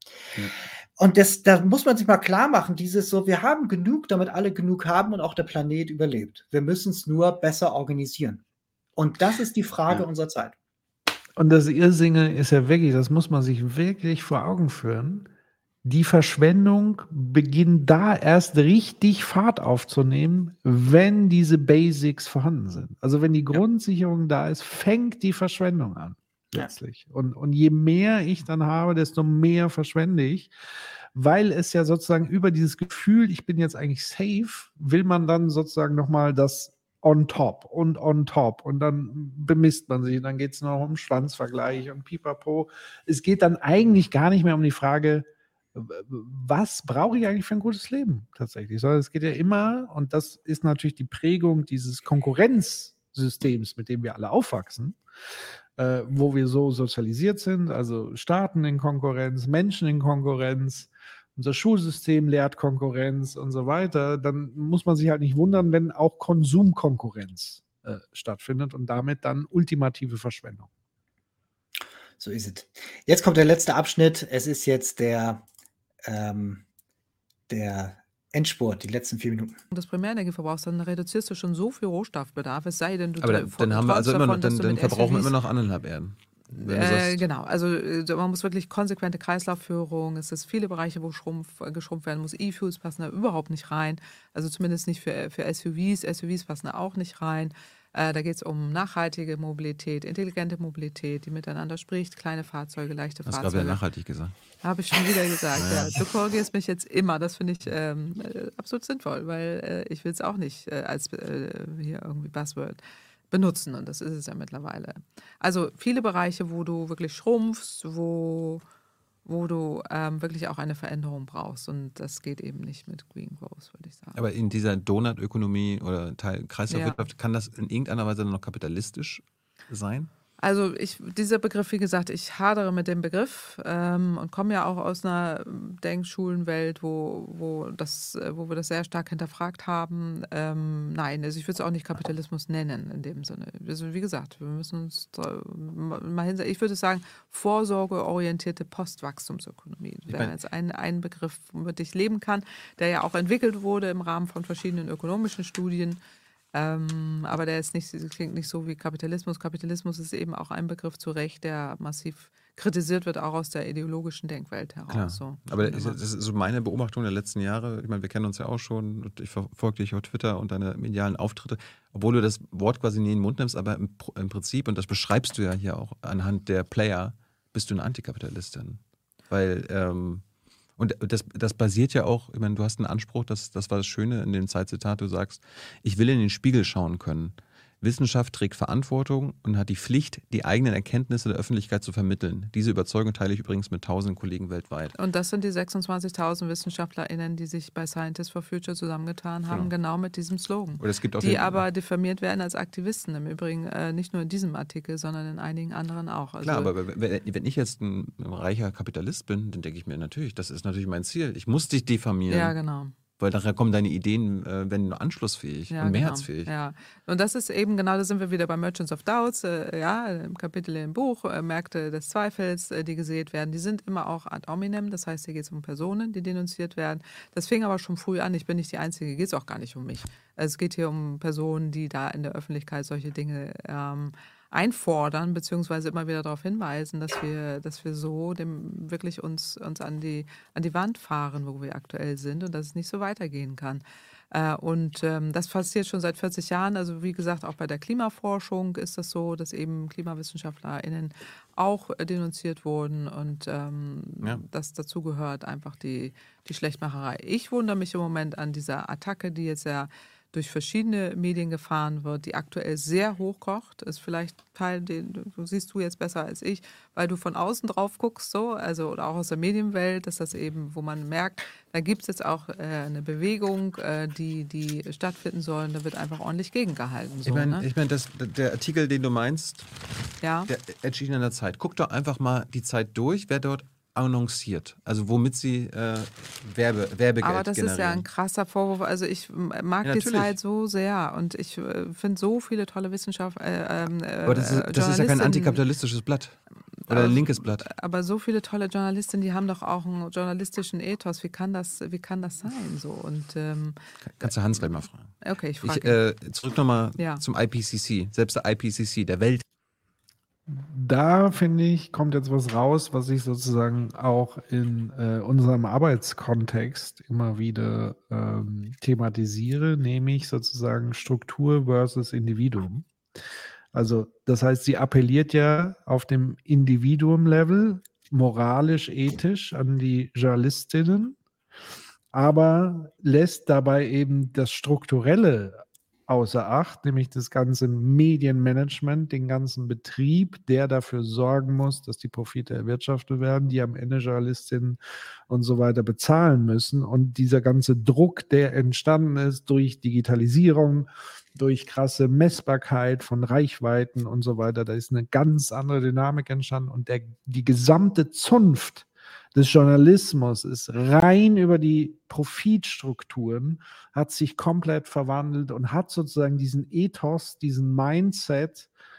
Und da muss man sich mal klar machen, wir haben genug, damit alle genug haben und auch der Planet überlebt. Wir müssen es nur besser organisieren. Und das ist die Frage unserer Zeit. Und das Irrsinge ist ja wirklich, das muss man sich wirklich vor Augen führen. Die Verschwendung beginnt da erst richtig Fahrt aufzunehmen, wenn diese Basics vorhanden sind. Also wenn die Grundsicherung da ist, fängt die Verschwendung an. Letztlich. Und je mehr ich dann habe, desto mehr verschwende ich, weil es ja sozusagen über dieses Gefühl, ich bin jetzt eigentlich safe, will man dann sozusagen nochmal das on top und dann bemisst man sich und dann geht es noch um Schwanzvergleich und pipapo. Es geht dann eigentlich gar nicht mehr um die Frage, was brauche ich eigentlich für ein gutes Leben tatsächlich? Sondern es geht ja immer, und das ist natürlich die Prägung dieses Konkurrenzsystems, mit dem wir alle aufwachsen, wo wir so sozialisiert sind, also Staaten in Konkurrenz, Menschen in Konkurrenz, unser Schulsystem lehrt Konkurrenz und so weiter, dann muss man sich halt nicht wundern, wenn auch Konsumkonkurrenz stattfindet und damit dann ultimative Verschwendung. So ist es. Jetzt kommt der letzte Abschnitt. Es ist jetzt der Endspurt, die letzten 4 Minuten. Das Primärenergieverbrauchs, dann reduzierst du schon so viel Rohstoffbedarf, es sei denn, du aber dann haben wir also immer noch, dann verbrauchen wir immer noch 1,5 Erden. Genau, also man muss wirklich konsequente Kreislaufführung, es ist viele Bereiche, wo geschrumpft werden muss. E-Fuels passen da überhaupt nicht rein, also zumindest nicht für SUVs. SUVs passen da auch nicht rein. Da geht es um nachhaltige Mobilität, intelligente Mobilität, die miteinander spricht, kleine Fahrzeuge, leichte Fahrzeuge. Hast du gerade nachhaltig gesagt. Habe ich schon wieder gesagt, ja. Du korrigierst mich jetzt immer, das finde ich absolut sinnvoll, weil ich will es auch nicht als hier irgendwie Buzzword benutzen und das ist es ja mittlerweile. Also viele Bereiche, wo du wirklich schrumpfst, wo du wirklich auch eine Veränderung brauchst und das geht eben nicht mit Green Growth, würde ich sagen. Aber in dieser Donut-Ökonomie oder Kreislaufwirtschaft kann das in irgendeiner Weise noch kapitalistisch sein? Also dieser Begriff, wie gesagt, ich hadere mit dem Begriff und komme ja auch aus einer Denkschulenwelt, wo wir das sehr stark hinterfragt haben. Nein, also ich würde es auch nicht Kapitalismus nennen in dem Sinne. Also wie gesagt, wir müssen uns mal hinsehen. Ich würde sagen, vorsorgeorientierte Postwachstumsökonomie. Das wäre jetzt ein Begriff, womit ich leben kann, der ja auch entwickelt wurde im Rahmen von verschiedenen ökonomischen Studien. Aber der ist nicht, klingt nicht so wie Kapitalismus. Kapitalismus ist eben auch ein Begriff zu Recht, der massiv kritisiert wird, auch aus der ideologischen Denkwelt heraus. Klar. So. Aber das ist so meine Beobachtung der letzten Jahre. Ich meine, wir kennen uns ja auch schon und ich verfolge dich auf Twitter und deine medialen Auftritte, obwohl du das Wort quasi nie in den Mund nimmst, aber im Prinzip, und das beschreibst du ja hier auch anhand der Player, bist du eine Antikapitalistin. Weil und das basiert ja auch, ich meine, du hast einen Anspruch, das war das Schöne in dem Zeitzitat, du sagst, ich will in den Spiegel schauen können. Wissenschaft trägt Verantwortung und hat die Pflicht, die eigenen Erkenntnisse der Öffentlichkeit zu vermitteln. Diese Überzeugung teile ich übrigens mit 1000 Kollegen weltweit. Und das sind die 26.000 WissenschaftlerInnen, die sich bei Scientists for Future zusammengetan haben, genau mit diesem Slogan. Oder es gibt auch die aber diffamiert werden als Aktivisten. Im Übrigen nicht nur in diesem Artikel, sondern in einigen anderen auch. Also klar, aber wenn ich jetzt ein reicher Kapitalist bin, dann denke ich mir natürlich, das ist natürlich mein Ziel. Ich muss dich diffamieren. Ja, genau. Weil nachher kommen deine Ideen, werden anschlussfähig und mehrheitsfähig. Ja, und das ist eben genau, da sind wir wieder bei Merchants of Doubts, im Kapitel im Buch, Märkte des Zweifels, die gesät werden. Die sind immer auch ad hominem, das heißt, hier geht es um Personen, die denunziert werden. Das fing aber schon früh an, ich bin nicht die Einzige, geht es auch gar nicht um mich. Also es geht hier um Personen, die da in der Öffentlichkeit solche Dinge einfordern, beziehungsweise immer wieder darauf hinweisen, dass wir so wirklich uns an die Wand fahren, wo wir aktuell sind und dass es nicht so weitergehen kann. Und das passiert schon seit 40 Jahren. Also wie gesagt, auch bei der Klimaforschung ist das so, dass eben KlimawissenschaftlerInnen auch denunziert wurden und das dazu gehört einfach die Schlechtmacherei. Ich wundere mich im Moment an dieser Attacke, die jetzt ja durch verschiedene Medien gefahren wird, die aktuell sehr hochkocht, ist vielleicht Teil, den du siehst du jetzt besser als ich, weil du von außen drauf guckst, so, also oder auch aus der Medienwelt, dass das eben, wo man merkt, da gibt es jetzt auch eine Bewegung, die stattfinden soll, und da wird einfach ordentlich gegengehalten. So, ich meine, der Artikel, den du meinst, der erschien in der Zeit. Guck doch einfach mal die Zeit durch, wer dort annonciert, also womit sie Werbegeld generieren. Aber das ist ja ein krasser Vorwurf. Also ich mag die Zeit so sehr und ich finde so viele tolle Wissenschaftler. Aber das ist ja kein antikapitalistisches Blatt oder ein linkes Blatt. Aber so viele tolle Journalistinnen, die haben doch auch einen journalistischen Ethos. Wie kann das sein? So? Und, kannst du Hans gleich mal fragen. Okay, ich frage. Zurück nochmal zum IPCC. Selbst der IPCC, der Welt. Da, finde ich, kommt jetzt was raus, was ich sozusagen auch in unserem Arbeitskontext immer wieder thematisiere, nämlich sozusagen Struktur versus Individuum. Also das heißt, sie appelliert ja auf dem Individuum-Level, moralisch, ethisch an die Journalistinnen, aber lässt dabei eben das Strukturelle außer Acht, nämlich das ganze Medienmanagement, den ganzen Betrieb, der dafür sorgen muss, dass die Profite erwirtschaftet werden, die am Ende Journalistinnen und so weiter bezahlen müssen. Und dieser ganze Druck, der entstanden ist durch Digitalisierung, durch krasse Messbarkeit von Reichweiten und so weiter, da ist eine ganz andere Dynamik entstanden und die gesamte Zunft des Journalismus ist rein über die Profitstrukturen, hat sich komplett verwandelt und hat sozusagen diesen Ethos, diesen Mindset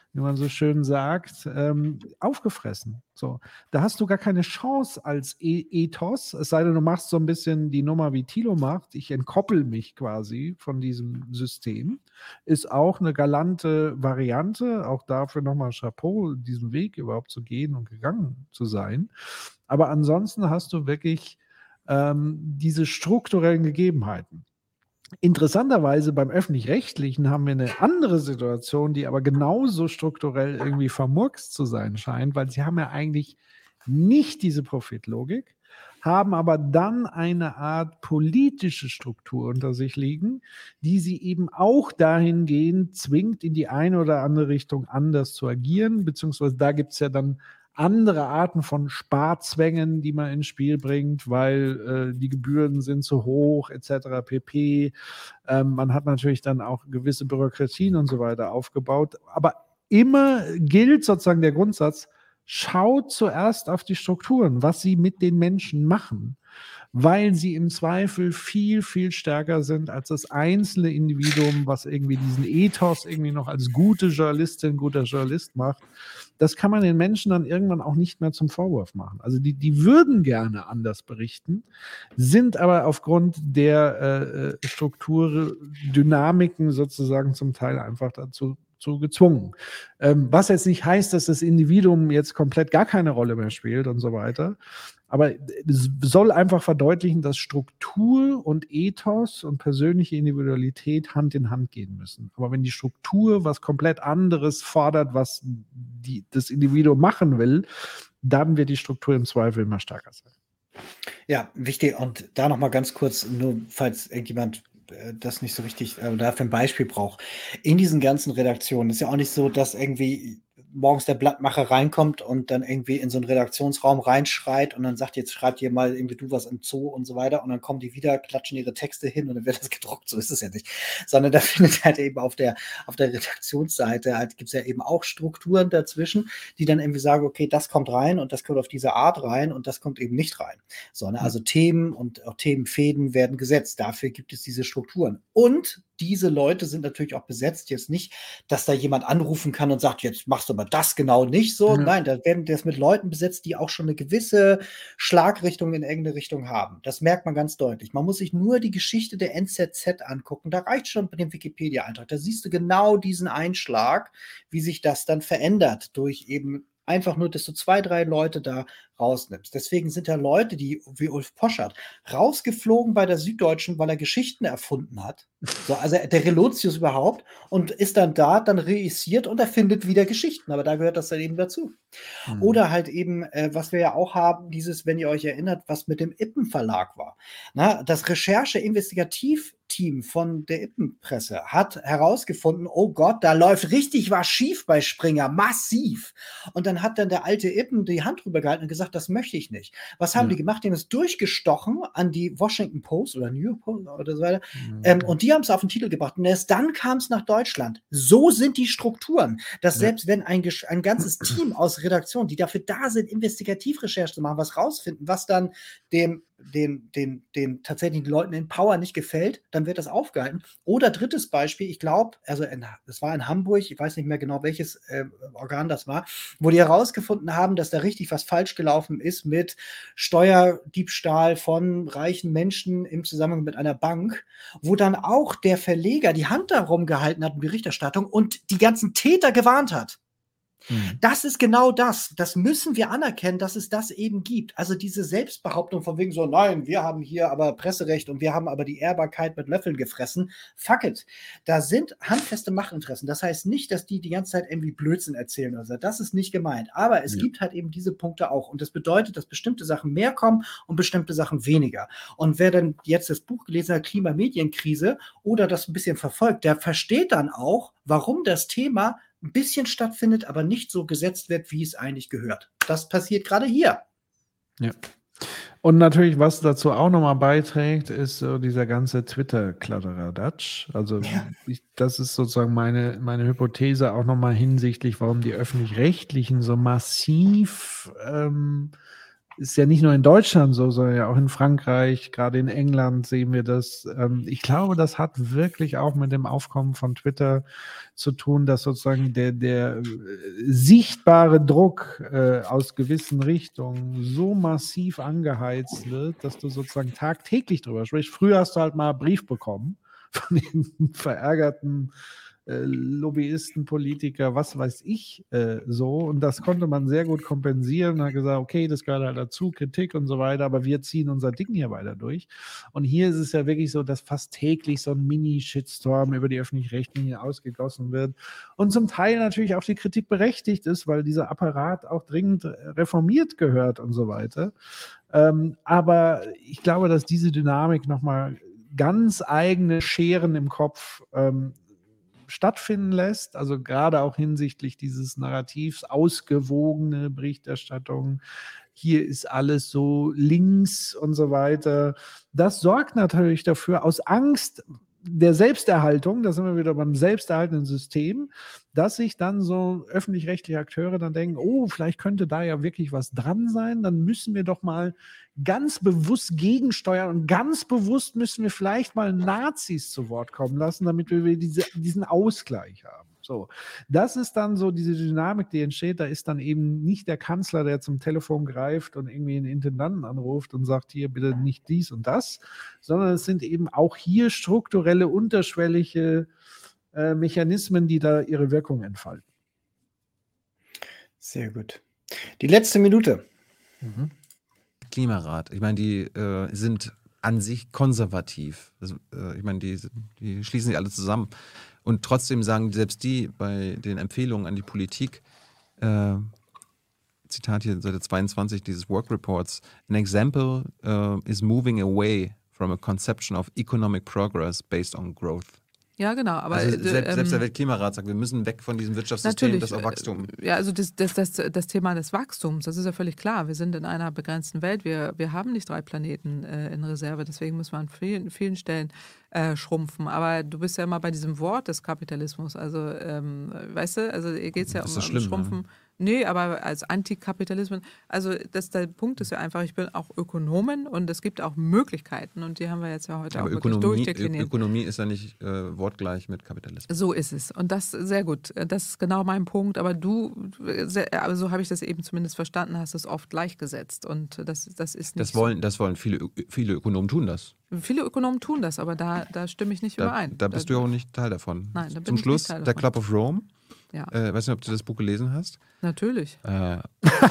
wie man so schön sagt, aufgefressen. So, da hast du gar keine Chance als Ethos, es sei denn, du machst so ein bisschen die Nummer, wie Thilo macht. Ich entkoppel mich quasi von diesem System. Ist auch eine galante Variante, auch dafür nochmal Chapeau, diesen Weg überhaupt zu gehen und gegangen zu sein. Aber ansonsten hast du wirklich diese strukturellen Gegebenheiten. Interessanterweise beim Öffentlich-Rechtlichen haben wir eine andere Situation, die aber genauso strukturell irgendwie vermurkst zu sein scheint, weil sie haben ja eigentlich nicht diese Profitlogik, haben aber dann eine Art politische Struktur unter sich liegen, die sie eben auch dahingehend zwingt, in die eine oder andere Richtung anders zu agieren, beziehungsweise da gibt es ja dann andere Arten von Sparzwängen, die man ins Spiel bringt, weil die Gebühren sind zu hoch, etc. pp. Man hat natürlich dann auch gewisse Bürokratien und so weiter aufgebaut. Aber immer gilt sozusagen der Grundsatz, schaut zuerst auf die Strukturen, was sie mit den Menschen machen, weil sie im Zweifel viel, viel stärker sind als das einzelne Individuum, was irgendwie diesen Ethos irgendwie noch als gute Journalistin, guter Journalist macht. Das kann man den Menschen dann irgendwann auch nicht mehr zum Vorwurf machen. Also die würden gerne anders berichten, sind aber aufgrund der Strukturdynamiken sozusagen zum Teil einfach dazu gezwungen. Was jetzt nicht heißt, dass das Individuum jetzt komplett gar keine Rolle mehr spielt und so weiter. Aber es soll einfach verdeutlichen, dass Struktur und Ethos und persönliche Individualität Hand in Hand gehen müssen. Aber wenn die Struktur was komplett anderes fordert, was das Individuum machen will, dann wird die Struktur im Zweifel immer stärker sein. Ja, wichtig. Und da nochmal ganz kurz, nur falls irgendjemand das nicht so richtig dafür ein Beispiel braucht. In diesen ganzen Redaktionen ist ja auch nicht so, dass irgendwie morgens der Blattmacher reinkommt und dann irgendwie in so einen Redaktionsraum reinschreit und dann sagt, jetzt schreibt ihr mal irgendwie du was im Zoo und so weiter und dann kommen die wieder, klatschen ihre Texte hin und dann wird das gedruckt. So ist es ja nicht. Sondern da findet halt eben auf der Redaktionsseite halt gibt es ja eben auch Strukturen dazwischen, die dann irgendwie sagen, okay, das kommt rein und das kommt auf diese Art rein und das kommt eben nicht rein. So, ne? Also Themen und auch Themenfäden werden gesetzt. Dafür gibt es diese Strukturen. Und diese Leute sind natürlich auch besetzt, jetzt nicht, dass da jemand anrufen kann und sagt, jetzt machst du aber das genau nicht so. Ja. Nein, da werden das mit Leuten besetzt, die auch schon eine gewisse Schlagrichtung in irgendeine Richtung haben. Das merkt man ganz deutlich. Man muss sich nur die Geschichte der NZZ angucken. Da reicht schon bei dem Wikipedia-Eintrag. Da siehst du genau diesen Einschlag, wie sich das dann verändert durch eben einfach nur, dass du 2, 3 Leute da rausnimmst. Deswegen sind da Leute, die wie Ulf Poschardt rausgeflogen bei der Süddeutschen, weil er Geschichten erfunden hat. So, also der Relotius überhaupt und ist dann da, dann reüssiert und erfindet wieder Geschichten. Aber da gehört das dann eben dazu. Mhm. Oder halt eben, was wir ja auch haben, dieses, wenn ihr euch erinnert, was mit dem Ippen-Verlag war. Na, das Recherche-Investigativ-Team von der Ippen-Presse hat herausgefunden, oh Gott, da läuft richtig was schief bei Springer, massiv. Und dann hat dann der alte Ippen die Hand drüber gehalten und gesagt, das möchte ich nicht. Was haben die gemacht? Die haben es durchgestochen an die Washington Post oder New York Post oder so weiter. Und die haben es auf den Titel gebracht. Und erst dann kam es nach Deutschland. So sind die Strukturen, dass selbst wenn ein ganzes Team aus Redaktionen, die dafür da sind, Investigativrecherche zu machen, was rausfinden, was dann den tatsächlichen Leuten in Power nicht gefällt, dann wird das aufgehalten. Oder drittes Beispiel, ich glaube, also es war in Hamburg, ich weiß nicht mehr genau, welches Organ das war, wo die herausgefunden haben, dass da richtig was falsch gelaufen ist mit Steuerdiebstahl von reichen Menschen im Zusammenhang mit einer Bank, wo dann auch der Verleger die Hand darum gehalten hat in Berichterstattung und die ganzen Täter gewarnt hat. Das ist genau das. Das müssen wir anerkennen, dass es das eben gibt. Also diese Selbstbehauptung von wegen so, nein, wir haben hier aber Presserecht und wir haben aber die Ehrbarkeit mit Löffeln gefressen. Fuck it. Da sind handfeste Machtinteressen. Das heißt nicht, dass die ganze Zeit irgendwie Blödsinn erzählen oder so. Das ist nicht gemeint. Aber es gibt halt eben diese Punkte auch. Und das bedeutet, dass bestimmte Sachen mehr kommen und bestimmte Sachen weniger. Und wer dann jetzt das Buch gelesen hat, Klimamedienkrise, oder das ein bisschen verfolgt, der versteht dann auch, warum das Thema ein bisschen stattfindet, aber nicht so gesetzt wird, wie es eigentlich gehört. Das passiert gerade hier. Ja. Und natürlich, was dazu auch nochmal beiträgt, ist so dieser ganze Twitter-Kladderadatsch. Also das ist sozusagen meine Hypothese auch nochmal hinsichtlich, warum die Öffentlich-Rechtlichen so massiv ist ja nicht nur in Deutschland so, sondern ja auch in Frankreich, gerade in England sehen wir das. Ich glaube, das hat wirklich auch mit dem Aufkommen von Twitter zu tun, dass sozusagen der sichtbare Druck aus gewissen Richtungen so massiv angeheizt wird, dass du sozusagen tagtäglich drüber sprichst. Früher hast du halt mal einen Brief bekommen von den verärgerten Lobbyisten, Politiker, was weiß ich, so. Und das konnte man sehr gut kompensieren. Man hat gesagt, okay, das gehört halt dazu, Kritik und so weiter, aber wir ziehen unser Ding hier weiter durch. Und hier ist es ja wirklich so, dass fast täglich so ein Mini-Shitstorm über die Öffentlich-Rechtlichen ausgegossen wird. Und zum Teil natürlich auch die Kritik berechtigt ist, weil dieser Apparat auch dringend reformiert gehört und so weiter. Aber ich glaube, dass diese Dynamik nochmal ganz eigene Scheren im Kopf stattfinden lässt, also gerade auch hinsichtlich dieses Narrativs, ausgewogene Berichterstattung, hier ist alles so links und so weiter. Das sorgt natürlich dafür, aus Angst der Selbsterhaltung, da sind wir wieder beim selbsterhaltenden System, dass sich dann so öffentlich-rechtliche Akteure dann denken, oh, vielleicht könnte da ja wirklich was dran sein, dann müssen wir doch mal ganz bewusst gegensteuern und ganz bewusst müssen wir vielleicht mal Nazis zu Wort kommen lassen, damit wir diesen Ausgleich haben. So, das ist dann so diese Dynamik, die entsteht. Da ist dann eben nicht der Kanzler, der zum Telefon greift und irgendwie einen Intendanten anruft und sagt, hier bitte nicht dies und das, sondern es sind eben auch hier strukturelle, unterschwellige Mechanismen, die da ihre Wirkung entfalten. Sehr gut. Die letzte Minute. Klimarat. Ich meine, die sind an sich konservativ. Also, ich meine, die schließen sich alle zusammen. Und trotzdem sagen selbst die bei den Empfehlungen an die Politik, Zitat hier, Seite 22 dieses Work Reports, an example is moving away from a conception of economic progress based on growth. Ja, genau. Aber also selbst der Weltklimarat sagt, wir müssen weg von diesem Wirtschaftssystem, das auf Wachstum. Ja, also das Thema des Wachstums, das ist ja völlig klar. Wir sind in einer begrenzten Welt. Wir haben nicht 3 Planeten in Reserve. Deswegen müssen wir an vielen Stellen schrumpfen. Aber du bist ja immer bei diesem Wort des Kapitalismus. Also, weißt du, also geht es ja um Schrumpfen. Ne? Nee, aber als Antikapitalismus, also der Punkt ist ja einfach, ich bin auch Ökonomin und es gibt auch Möglichkeiten und die haben wir jetzt ja heute auch wirklich durchdekliniert. Ökonomie ist ja nicht wortgleich mit Kapitalismus. So ist es und das sehr gut, das ist genau mein Punkt, aber so habe ich das eben zumindest verstanden, hast es oft gleichgesetzt und das ist nicht das wollen viele Ökonomen tun das. Viele Ökonomen tun das, aber da stimme ich nicht überein. Da bist du ja auch nicht Teil davon. Nein, da bin Zum ich Schluss nicht Teil der davon. Club of Rome. Ja. Weiß nicht, ob du das Buch gelesen hast. Natürlich. Ja.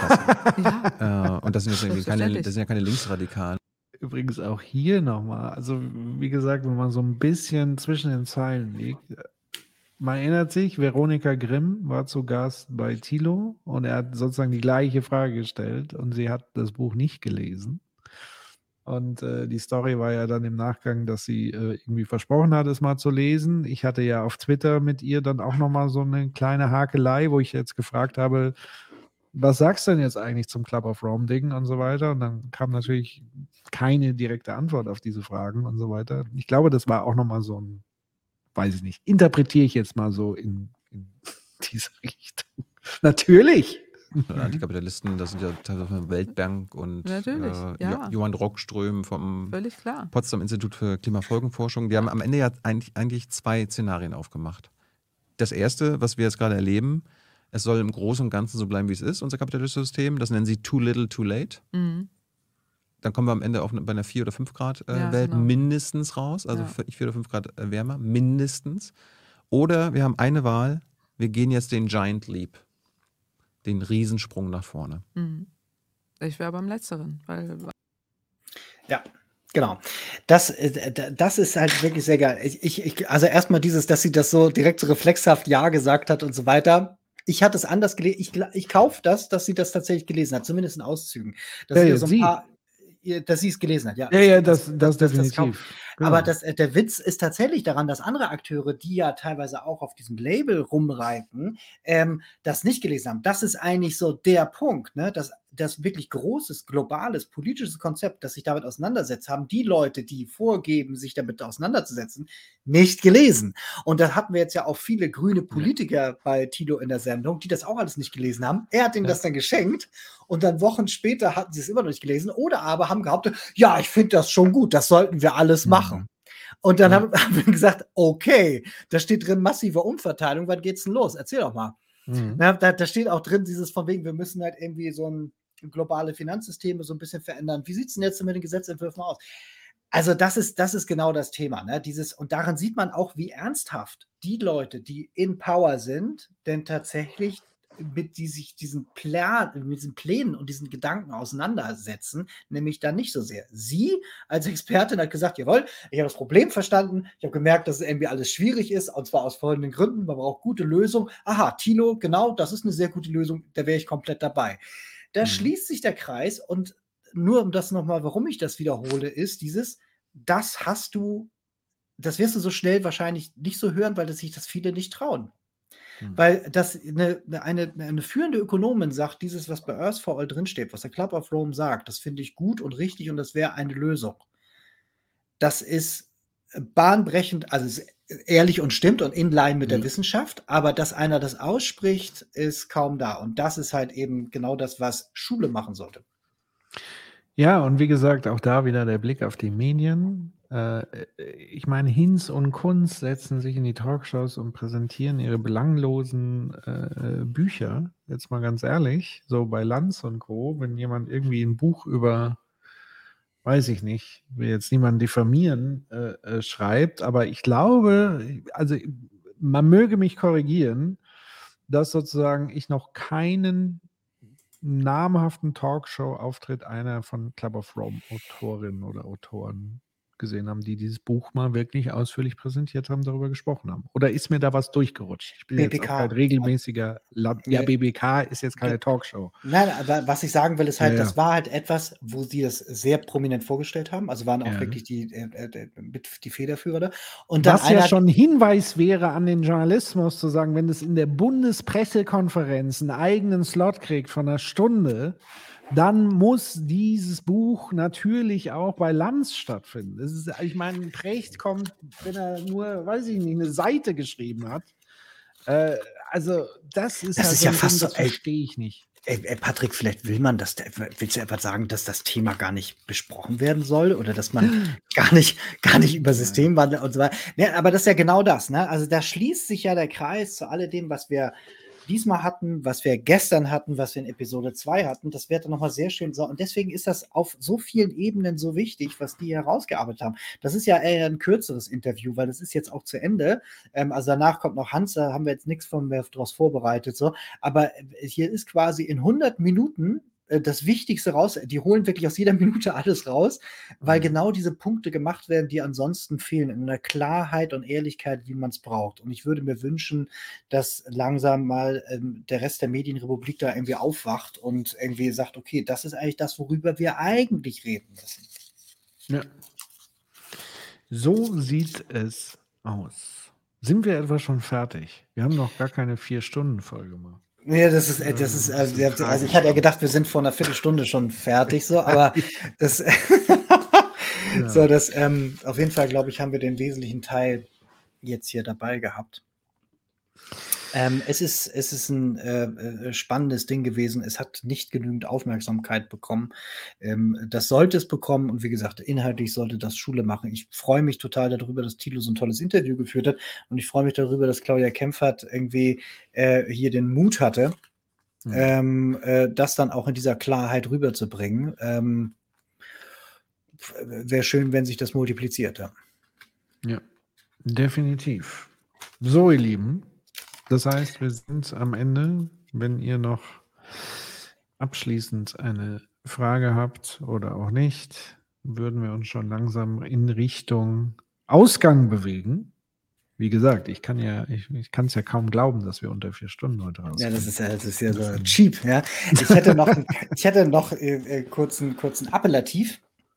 Und das sind ja keine Linksradikalen. Übrigens auch hier nochmal, also wie gesagt, wenn man so ein bisschen zwischen den Zeilen liegt, man erinnert sich, Veronika Grimm war zu Gast bei Thilo und er hat sozusagen die gleiche Frage gestellt und sie hat das Buch nicht gelesen. Und die Story war ja dann im Nachgang, dass sie irgendwie versprochen hat, es mal zu lesen. Ich hatte ja auf Twitter mit ihr dann auch nochmal so eine kleine Hakelei, wo ich jetzt gefragt habe, was sagst du denn jetzt eigentlich zum Club of Rome-Ding und so weiter? Und dann kam natürlich keine direkte Antwort auf diese Fragen und so weiter. Ich glaube, das war auch nochmal so ein, weiß ich nicht, interpretiere ich jetzt mal so in diese Richtung. Natürlich! Antikapitalisten, das sind ja teilweise Weltbank und Johann Rockström vom Potsdam Institut für Klimafolgenforschung. Die haben am Ende ja eigentlich 2 Szenarien aufgemacht. Das erste, was wir jetzt gerade erleben, es soll im Großen und Ganzen so bleiben, wie es ist, unser kapitalistisches System. Das nennen sie too little, too late. Mhm. Dann kommen wir am Ende bei einer 4 oder 5 Grad Welt mindestens raus. Also 4 oder 5 Grad wärmer, mindestens. Oder wir haben eine Wahl, wir gehen jetzt den Giant Leap. Den Riesensprung nach vorne. Ich wäre beim Letzteren. Ja, genau. Das ist halt wirklich sehr geil. Also erstmal dass sie das so direkt so reflexhaft Ja gesagt hat und so weiter. Ich hatte es anders gelesen. Ich kaufe das, dass sie das tatsächlich gelesen hat, zumindest in Auszügen. Dass sie es gelesen hat, ja. Ja, das definitiv. Genau. Aber der Witz ist tatsächlich daran, dass andere Akteure, die ja teilweise auch auf diesem Label rumreiten, das nicht gelesen haben. Das ist eigentlich so der Punkt, ne? Das wirklich großes, globales, politisches Konzept, das sich damit auseinandersetzt, haben die Leute, die vorgeben, sich damit auseinanderzusetzen, nicht gelesen. Und da hatten wir jetzt ja auch viele grüne Politiker bei Tilo in der Sendung, die das auch alles nicht gelesen haben. Er hat ihnen das dann geschenkt und dann Wochen später hatten sie es immer noch nicht gelesen oder aber haben behauptet, ja, ich finde das schon gut, das sollten wir alles machen. Und dann haben wir gesagt, okay, da steht drin massive Umverteilung, wann geht's denn los? Erzähl doch mal. Na, da steht auch drin dieses von wegen, wir müssen halt irgendwie so ein globale Finanzsysteme so ein bisschen verändern. Wie sieht es denn jetzt mit den Gesetzentwürfen aus? Also das ist genau das Thema. Ne? Und daran sieht man auch, wie ernsthaft die Leute, die in Power sind, denn tatsächlich sich mit diesen Plänen und diesen Gedanken auseinandersetzen, nämlich dann nicht so sehr. Sie als Expertin hat gesagt, jawohl, ich habe das Problem verstanden, ich habe gemerkt, dass es irgendwie alles schwierig ist, und zwar aus folgenden Gründen, man braucht gute Lösungen. Aha, Tilo, genau, das ist eine sehr gute Lösung, da wäre ich komplett dabei. Da schließt sich der Kreis und nur um das nochmal, warum ich das wiederhole, ist das wirst du so schnell wahrscheinlich nicht so hören, weil sich das viele nicht trauen. Weil das eine führende Ökonomin sagt, dieses, was bei Earth for All drinsteht, was der Club of Rome sagt, das finde ich gut und richtig und das wäre eine Lösung. Das ist bahnbrechend, also ist ehrlich und stimmt und in line mit der Wissenschaft, aber dass einer das ausspricht, ist kaum da. Und das ist halt eben genau das, was Schule machen sollte. Ja, und wie gesagt, auch da wieder der Blick auf die Medien. Ich meine, Hinz und Kunz setzen sich in die Talkshows und präsentieren ihre belanglosen Bücher. Jetzt mal ganz ehrlich, so bei Lanz und Co., wenn jemand irgendwie ein Buch über, weiß ich nicht, will jetzt niemanden diffamieren, schreibt, aber ich glaube, also man möge mich korrigieren, dass sozusagen ich noch keinen namhaften Talkshow-Auftritt einer von Club of Rome Autorinnen oder Autoren gesehen haben, die dieses Buch mal wirklich ausführlich präsentiert haben, darüber gesprochen haben. Oder ist mir da was durchgerutscht? Ich bin BBK. Jetzt auch kein regelmäßiger BBK ist jetzt keine Talkshow. Nein, aber was ich sagen will, ist halt, das war halt etwas, wo sie das sehr prominent vorgestellt haben. Also waren auch wirklich die Federführer da. Und dann was ja schon ein Hinweis wäre an den Journalismus, zu sagen, wenn es in der Bundespressekonferenz einen eigenen Slot kriegt von einer Stunde, dann muss dieses Buch natürlich auch bei Lanz stattfinden. Das ist, ich meine, Precht kommt, wenn er nur, weiß ich nicht, eine Seite geschrieben hat. Also das ist halt ja fast das verstehe ich nicht. Patrick, vielleicht willst du etwas sagen, dass das Thema gar nicht besprochen werden soll oder dass man gar nicht über Systemwandel und so weiter. Ja, aber das ist ja genau das, ne? Also da schließt sich ja der Kreis zu alledem, was wir diesmal hatten, was wir gestern hatten, was wir in Episode 2 hatten. Das wird dann nochmal sehr schön. Und deswegen ist das auf so vielen Ebenen so wichtig, was die herausgearbeitet haben. Das ist ja eher ein kürzeres Interview, weil das ist jetzt auch zu Ende. Also danach kommt noch Hans, da haben wir jetzt nichts von mehr draus vorbereitet. So. Aber hier ist quasi in 100 Minuten das Wichtigste raus. Die holen wirklich aus jeder Minute alles raus, weil genau diese Punkte gemacht werden, die ansonsten fehlen, in einer Klarheit und Ehrlichkeit, wie man es braucht. Und ich würde mir wünschen, dass langsam mal der Rest der Medienrepublik da irgendwie aufwacht und irgendwie sagt, okay, das ist eigentlich das, worüber wir eigentlich reden müssen. Ja. So sieht es aus. Sind wir etwa schon fertig? Wir haben noch gar keine 4-Stunden-Folge gemacht. Ja, das ist also ich hatte ja gedacht, wir sind vor einer Viertelstunde schon fertig, so, aber das, so, das, auf jeden Fall, glaube ich, haben wir den wesentlichen Teil jetzt hier dabei gehabt. Es ist ein spannendes Ding gewesen. Es hat nicht genügend Aufmerksamkeit bekommen. Das sollte es bekommen und wie gesagt, inhaltlich sollte das Schule machen. Ich freue mich total darüber, dass Thilo so ein tolles Interview geführt hat und ich freue mich darüber, dass Claudia Kempfert irgendwie hier den Mut hatte, das dann auch in dieser Klarheit rüberzubringen. Wäre schön, wenn sich das multipliziert. Ja, definitiv. So, ihr Lieben. Das heißt, wir sind am Ende. Wenn ihr noch abschließend eine Frage habt oder auch nicht, würden wir uns schon langsam in Richtung Ausgang bewegen. Wie gesagt, ich kann es ja kaum glauben, dass wir unter 4 Stunden heute rauskommen. Ja, das ist ja so cheap. Ja. Ich hätte noch kurzen Appellativ.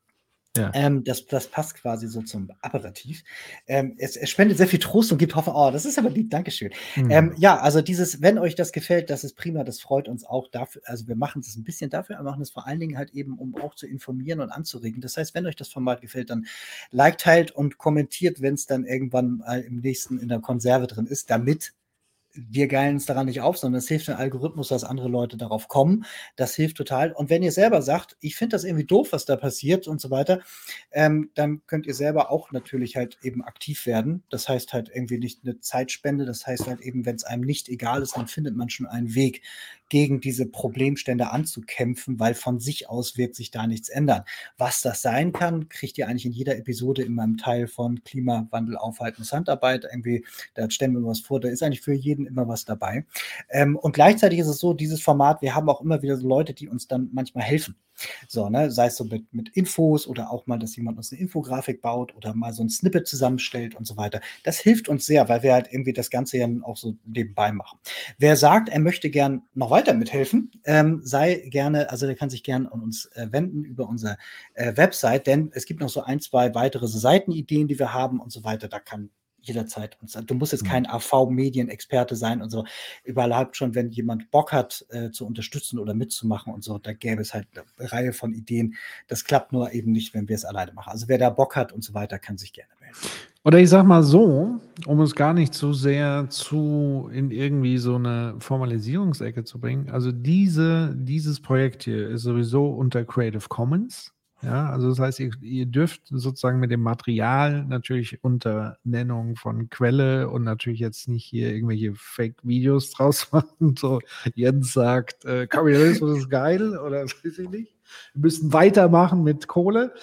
Ja. Das passt quasi so zum Aperitif. Es spendet sehr viel Trost und gibt Hoffnung. Oh, das ist aber lieb, Dankeschön. Ja, also wenn euch das gefällt, das ist prima, das freut uns auch dafür. Also wir machen es ein bisschen dafür, aber machen es vor allen Dingen halt eben, um auch zu informieren und anzuregen. Das heißt, wenn euch das Format gefällt, dann liked halt und kommentiert, wenn es dann irgendwann im nächsten in der Konserve drin ist, damit wir geilen uns daran nicht auf, sondern es hilft dem Algorithmus, dass andere Leute darauf kommen. Das hilft total. Und wenn ihr selber sagt, ich finde das irgendwie doof, was da passiert und so weiter, dann könnt ihr selber auch natürlich halt eben aktiv werden. Das heißt halt irgendwie nicht eine Zeitspende. Das heißt halt eben, wenn es einem nicht egal ist, dann findet man schon einen Weg, gegen diese Problemstände anzukämpfen, weil von sich aus wird sich da nichts ändern. Was das sein kann, kriegt ihr eigentlich in jeder Episode in meinem Teil von Klimawandel aufhalten, Handarbeit. Irgendwie, da stellen wir was vor, da ist eigentlich für jeden immer was dabei. Und gleichzeitig ist es so, dieses Format, wir haben auch immer wieder so Leute, die uns dann manchmal helfen. So, ne, sei es so mit Infos oder auch mal, dass jemand uns eine Infografik baut oder mal so ein Snippet zusammenstellt und so weiter. Das hilft uns sehr, weil wir halt irgendwie das Ganze ja auch so nebenbei machen. Wer sagt, er möchte gern noch weiter mithelfen, sei gerne, also der kann sich gern an uns wenden über unsere Website, denn es gibt noch so 1, 2 weitere so Seitenideen, die wir haben und so weiter. Da kann jederzeit. Du musst jetzt kein AV-Medienexperte sein und so. Überhaupt schon, wenn jemand Bock hat, zu unterstützen oder mitzumachen und so, da gäbe es halt eine Reihe von Ideen. Das klappt nur eben nicht, wenn wir es alleine machen. Also wer da Bock hat und so weiter, kann sich gerne melden. Oder ich sag mal so, um es gar nicht so sehr in irgendwie so eine Formalisierungsecke zu bringen. Also dieses Projekt hier ist sowieso unter Creative Commons. Ja, also das heißt, ihr dürft sozusagen mit dem Material natürlich unter Nennung von Quelle und natürlich jetzt nicht hier irgendwelche Fake-Videos draus machen. So, Jens sagt, Kapitalismus ist geil oder weiß ich nicht. Wir müssen weitermachen mit Kohle.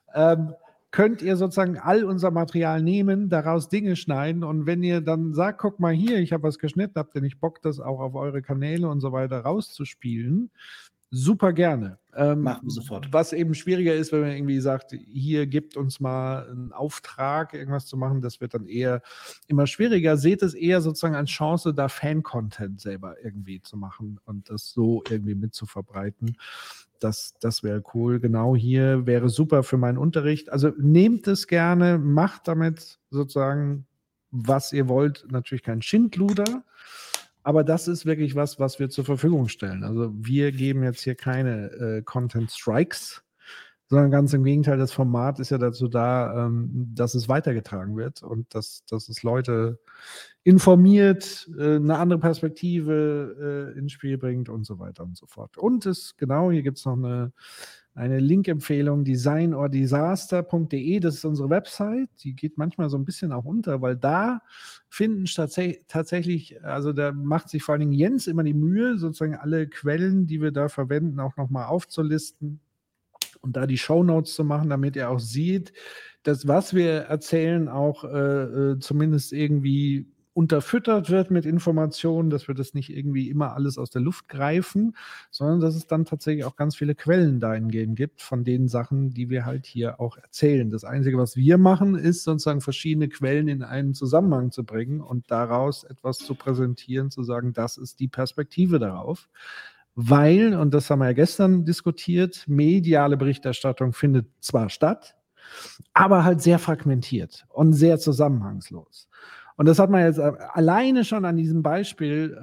Könnt ihr sozusagen all unser Material nehmen, daraus Dinge schneiden und wenn ihr dann sagt, guck mal hier, ich habe was geschnitten, habt ihr nicht Bock, das auch auf eure Kanäle und so weiter rauszuspielen? Super gerne. Machen wir sofort. Was eben schwieriger ist, wenn man irgendwie sagt, hier gibt uns mal einen Auftrag, irgendwas zu machen, das wird dann eher immer schwieriger. Seht es eher sozusagen als Chance, da Fan-Content selber irgendwie zu machen und das so irgendwie mitzuverbreiten. Das wäre cool. Genau hier wäre super für meinen Unterricht. Also nehmt es gerne, macht damit sozusagen, was ihr wollt. Natürlich kein Schindluder. Aber das ist wirklich was wir zur Verfügung stellen. Also wir geben jetzt hier keine Content-Strikes, sondern ganz im Gegenteil, das Format ist ja dazu da, dass es weitergetragen wird und dass es Leute informiert, eine andere Perspektive ins Spiel bringt und so weiter und so fort. Und hier gibt es noch eine Link-Empfehlung, designorddisaster.de, das ist unsere Website, die geht manchmal so ein bisschen auch unter, weil da finden tatsächlich, also da macht sich vor allen Dingen Jens immer die Mühe, sozusagen alle Quellen, die wir da verwenden, auch nochmal aufzulisten und da die Shownotes zu machen, damit ihr auch seht, dass was wir erzählen auch zumindest irgendwie unterfüttert wird mit Informationen, dass wir das nicht irgendwie immer alles aus der Luft greifen, sondern dass es dann tatsächlich auch ganz viele Quellen dahingehend gibt von den Sachen, die wir halt hier auch erzählen. Das Einzige, was wir machen, ist sozusagen verschiedene Quellen in einen Zusammenhang zu bringen und daraus etwas zu präsentieren, zu sagen, das ist die Perspektive darauf. Weil, und das haben wir ja gestern diskutiert, mediale Berichterstattung findet zwar statt, aber halt sehr fragmentiert und sehr zusammenhangslos. Und das hat man jetzt alleine schon an diesem Beispiel,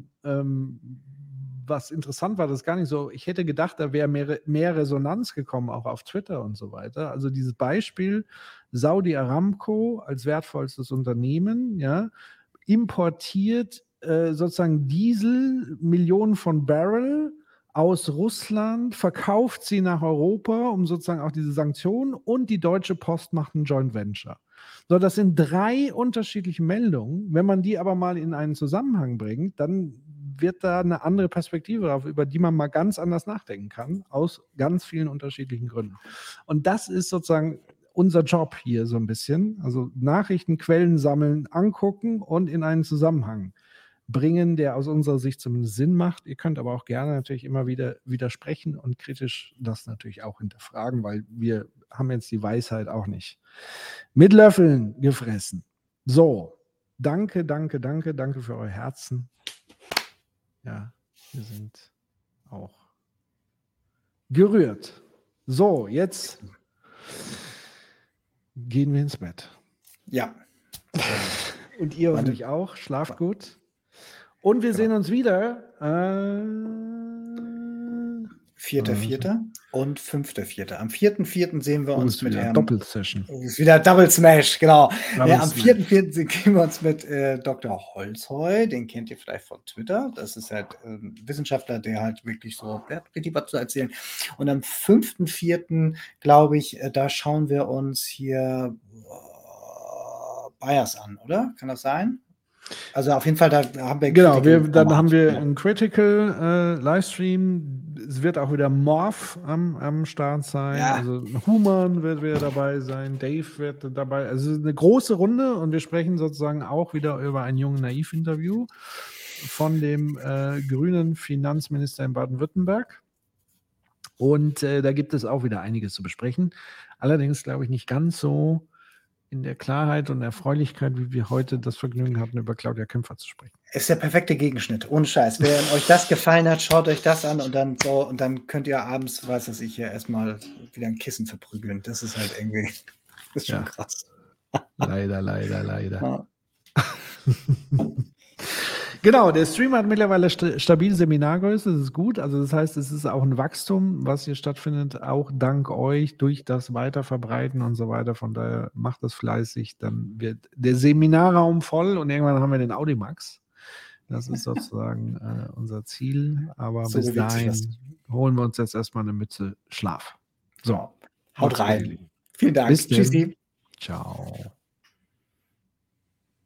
was interessant war, das ist gar nicht so, ich hätte gedacht, da wäre mehr Resonanz gekommen, auch auf Twitter und so weiter. Also dieses Beispiel, Saudi Aramco als wertvollstes Unternehmen, ja, importiert sozusagen Diesel, Millionen von Barrel aus Russland, verkauft sie nach Europa, um sozusagen auch diese Sanktionen, und die Deutsche Post macht ein Joint Venture. So, das sind 3 unterschiedliche Meldungen. Wenn man die aber mal in einen Zusammenhang bringt, dann wird da eine andere Perspektive drauf, über die man mal ganz anders nachdenken kann, aus ganz vielen unterschiedlichen Gründen. Und das ist sozusagen unser Job hier so ein bisschen. Also Nachrichten, Quellen sammeln, angucken und in einen Zusammenhang bringen, der aus unserer Sicht zumindest Sinn macht. Ihr könnt aber auch gerne natürlich immer wieder widersprechen und kritisch das natürlich auch hinterfragen, weil wir haben jetzt die Weisheit auch nicht mit Löffeln gefressen. So, danke für eure Herzen. Ja, wir sind auch gerührt. So, jetzt gehen wir ins Bett. Ja. Und ihr hoffentlich auch. Schlaft gut. Und wir sehen uns wieder 4.4. und 5.4. Am 4.4. sehen wir uns mit Herrn... Doppelsession. Ist wieder Double Smash, genau. Double Am Smash. 4.4. gehen wir uns mit Dr. Holzheu, den kennt ihr vielleicht von Twitter. Das ist halt ein Wissenschaftler, der halt wirklich so, der hat richtig was zu erzählen. Und am 5.4., glaube ich, da schauen wir uns hier Bias an, oder? Kann das sein? Also auf jeden Fall, da haben wir... Genau, dann haben wir einen Critical Livestream. Es wird auch wieder Morph am Start sein. Ja. Also Human wird wieder dabei sein. Dave wird dabei. Also eine große Runde und wir sprechen sozusagen auch wieder über ein jungen Naiv-Interview von dem grünen Finanzminister in Baden-Württemberg. Und da gibt es auch wieder einiges zu besprechen. Allerdings glaube ich nicht ganz so in der Klarheit und Erfreulichkeit, wie wir heute das Vergnügen hatten, über Claudia Kämpfer zu sprechen. Ist der perfekte Gegenschnitt, ohne Scheiß. Wenn euch das gefallen hat, schaut euch das an und dann könnt ihr abends, weiß ich, hier erstmal wieder ein Kissen verprügeln. Das ist halt irgendwie, das ist schon krass. Leider. Ja. Genau, der Stream hat mittlerweile stabile Seminargröße, das ist gut. Also das heißt, es ist auch ein Wachstum, was hier stattfindet, auch dank euch durch das Weiterverbreiten und so weiter. Von daher macht das fleißig, dann wird der Seminarraum voll und irgendwann haben wir den Audimax. Das ist sozusagen unser Ziel, aber so bis dahin holen wir uns jetzt erstmal eine Mütze Schlaf. So, haut rein. Vielen Dank. Bis Tschüssi. Ciao.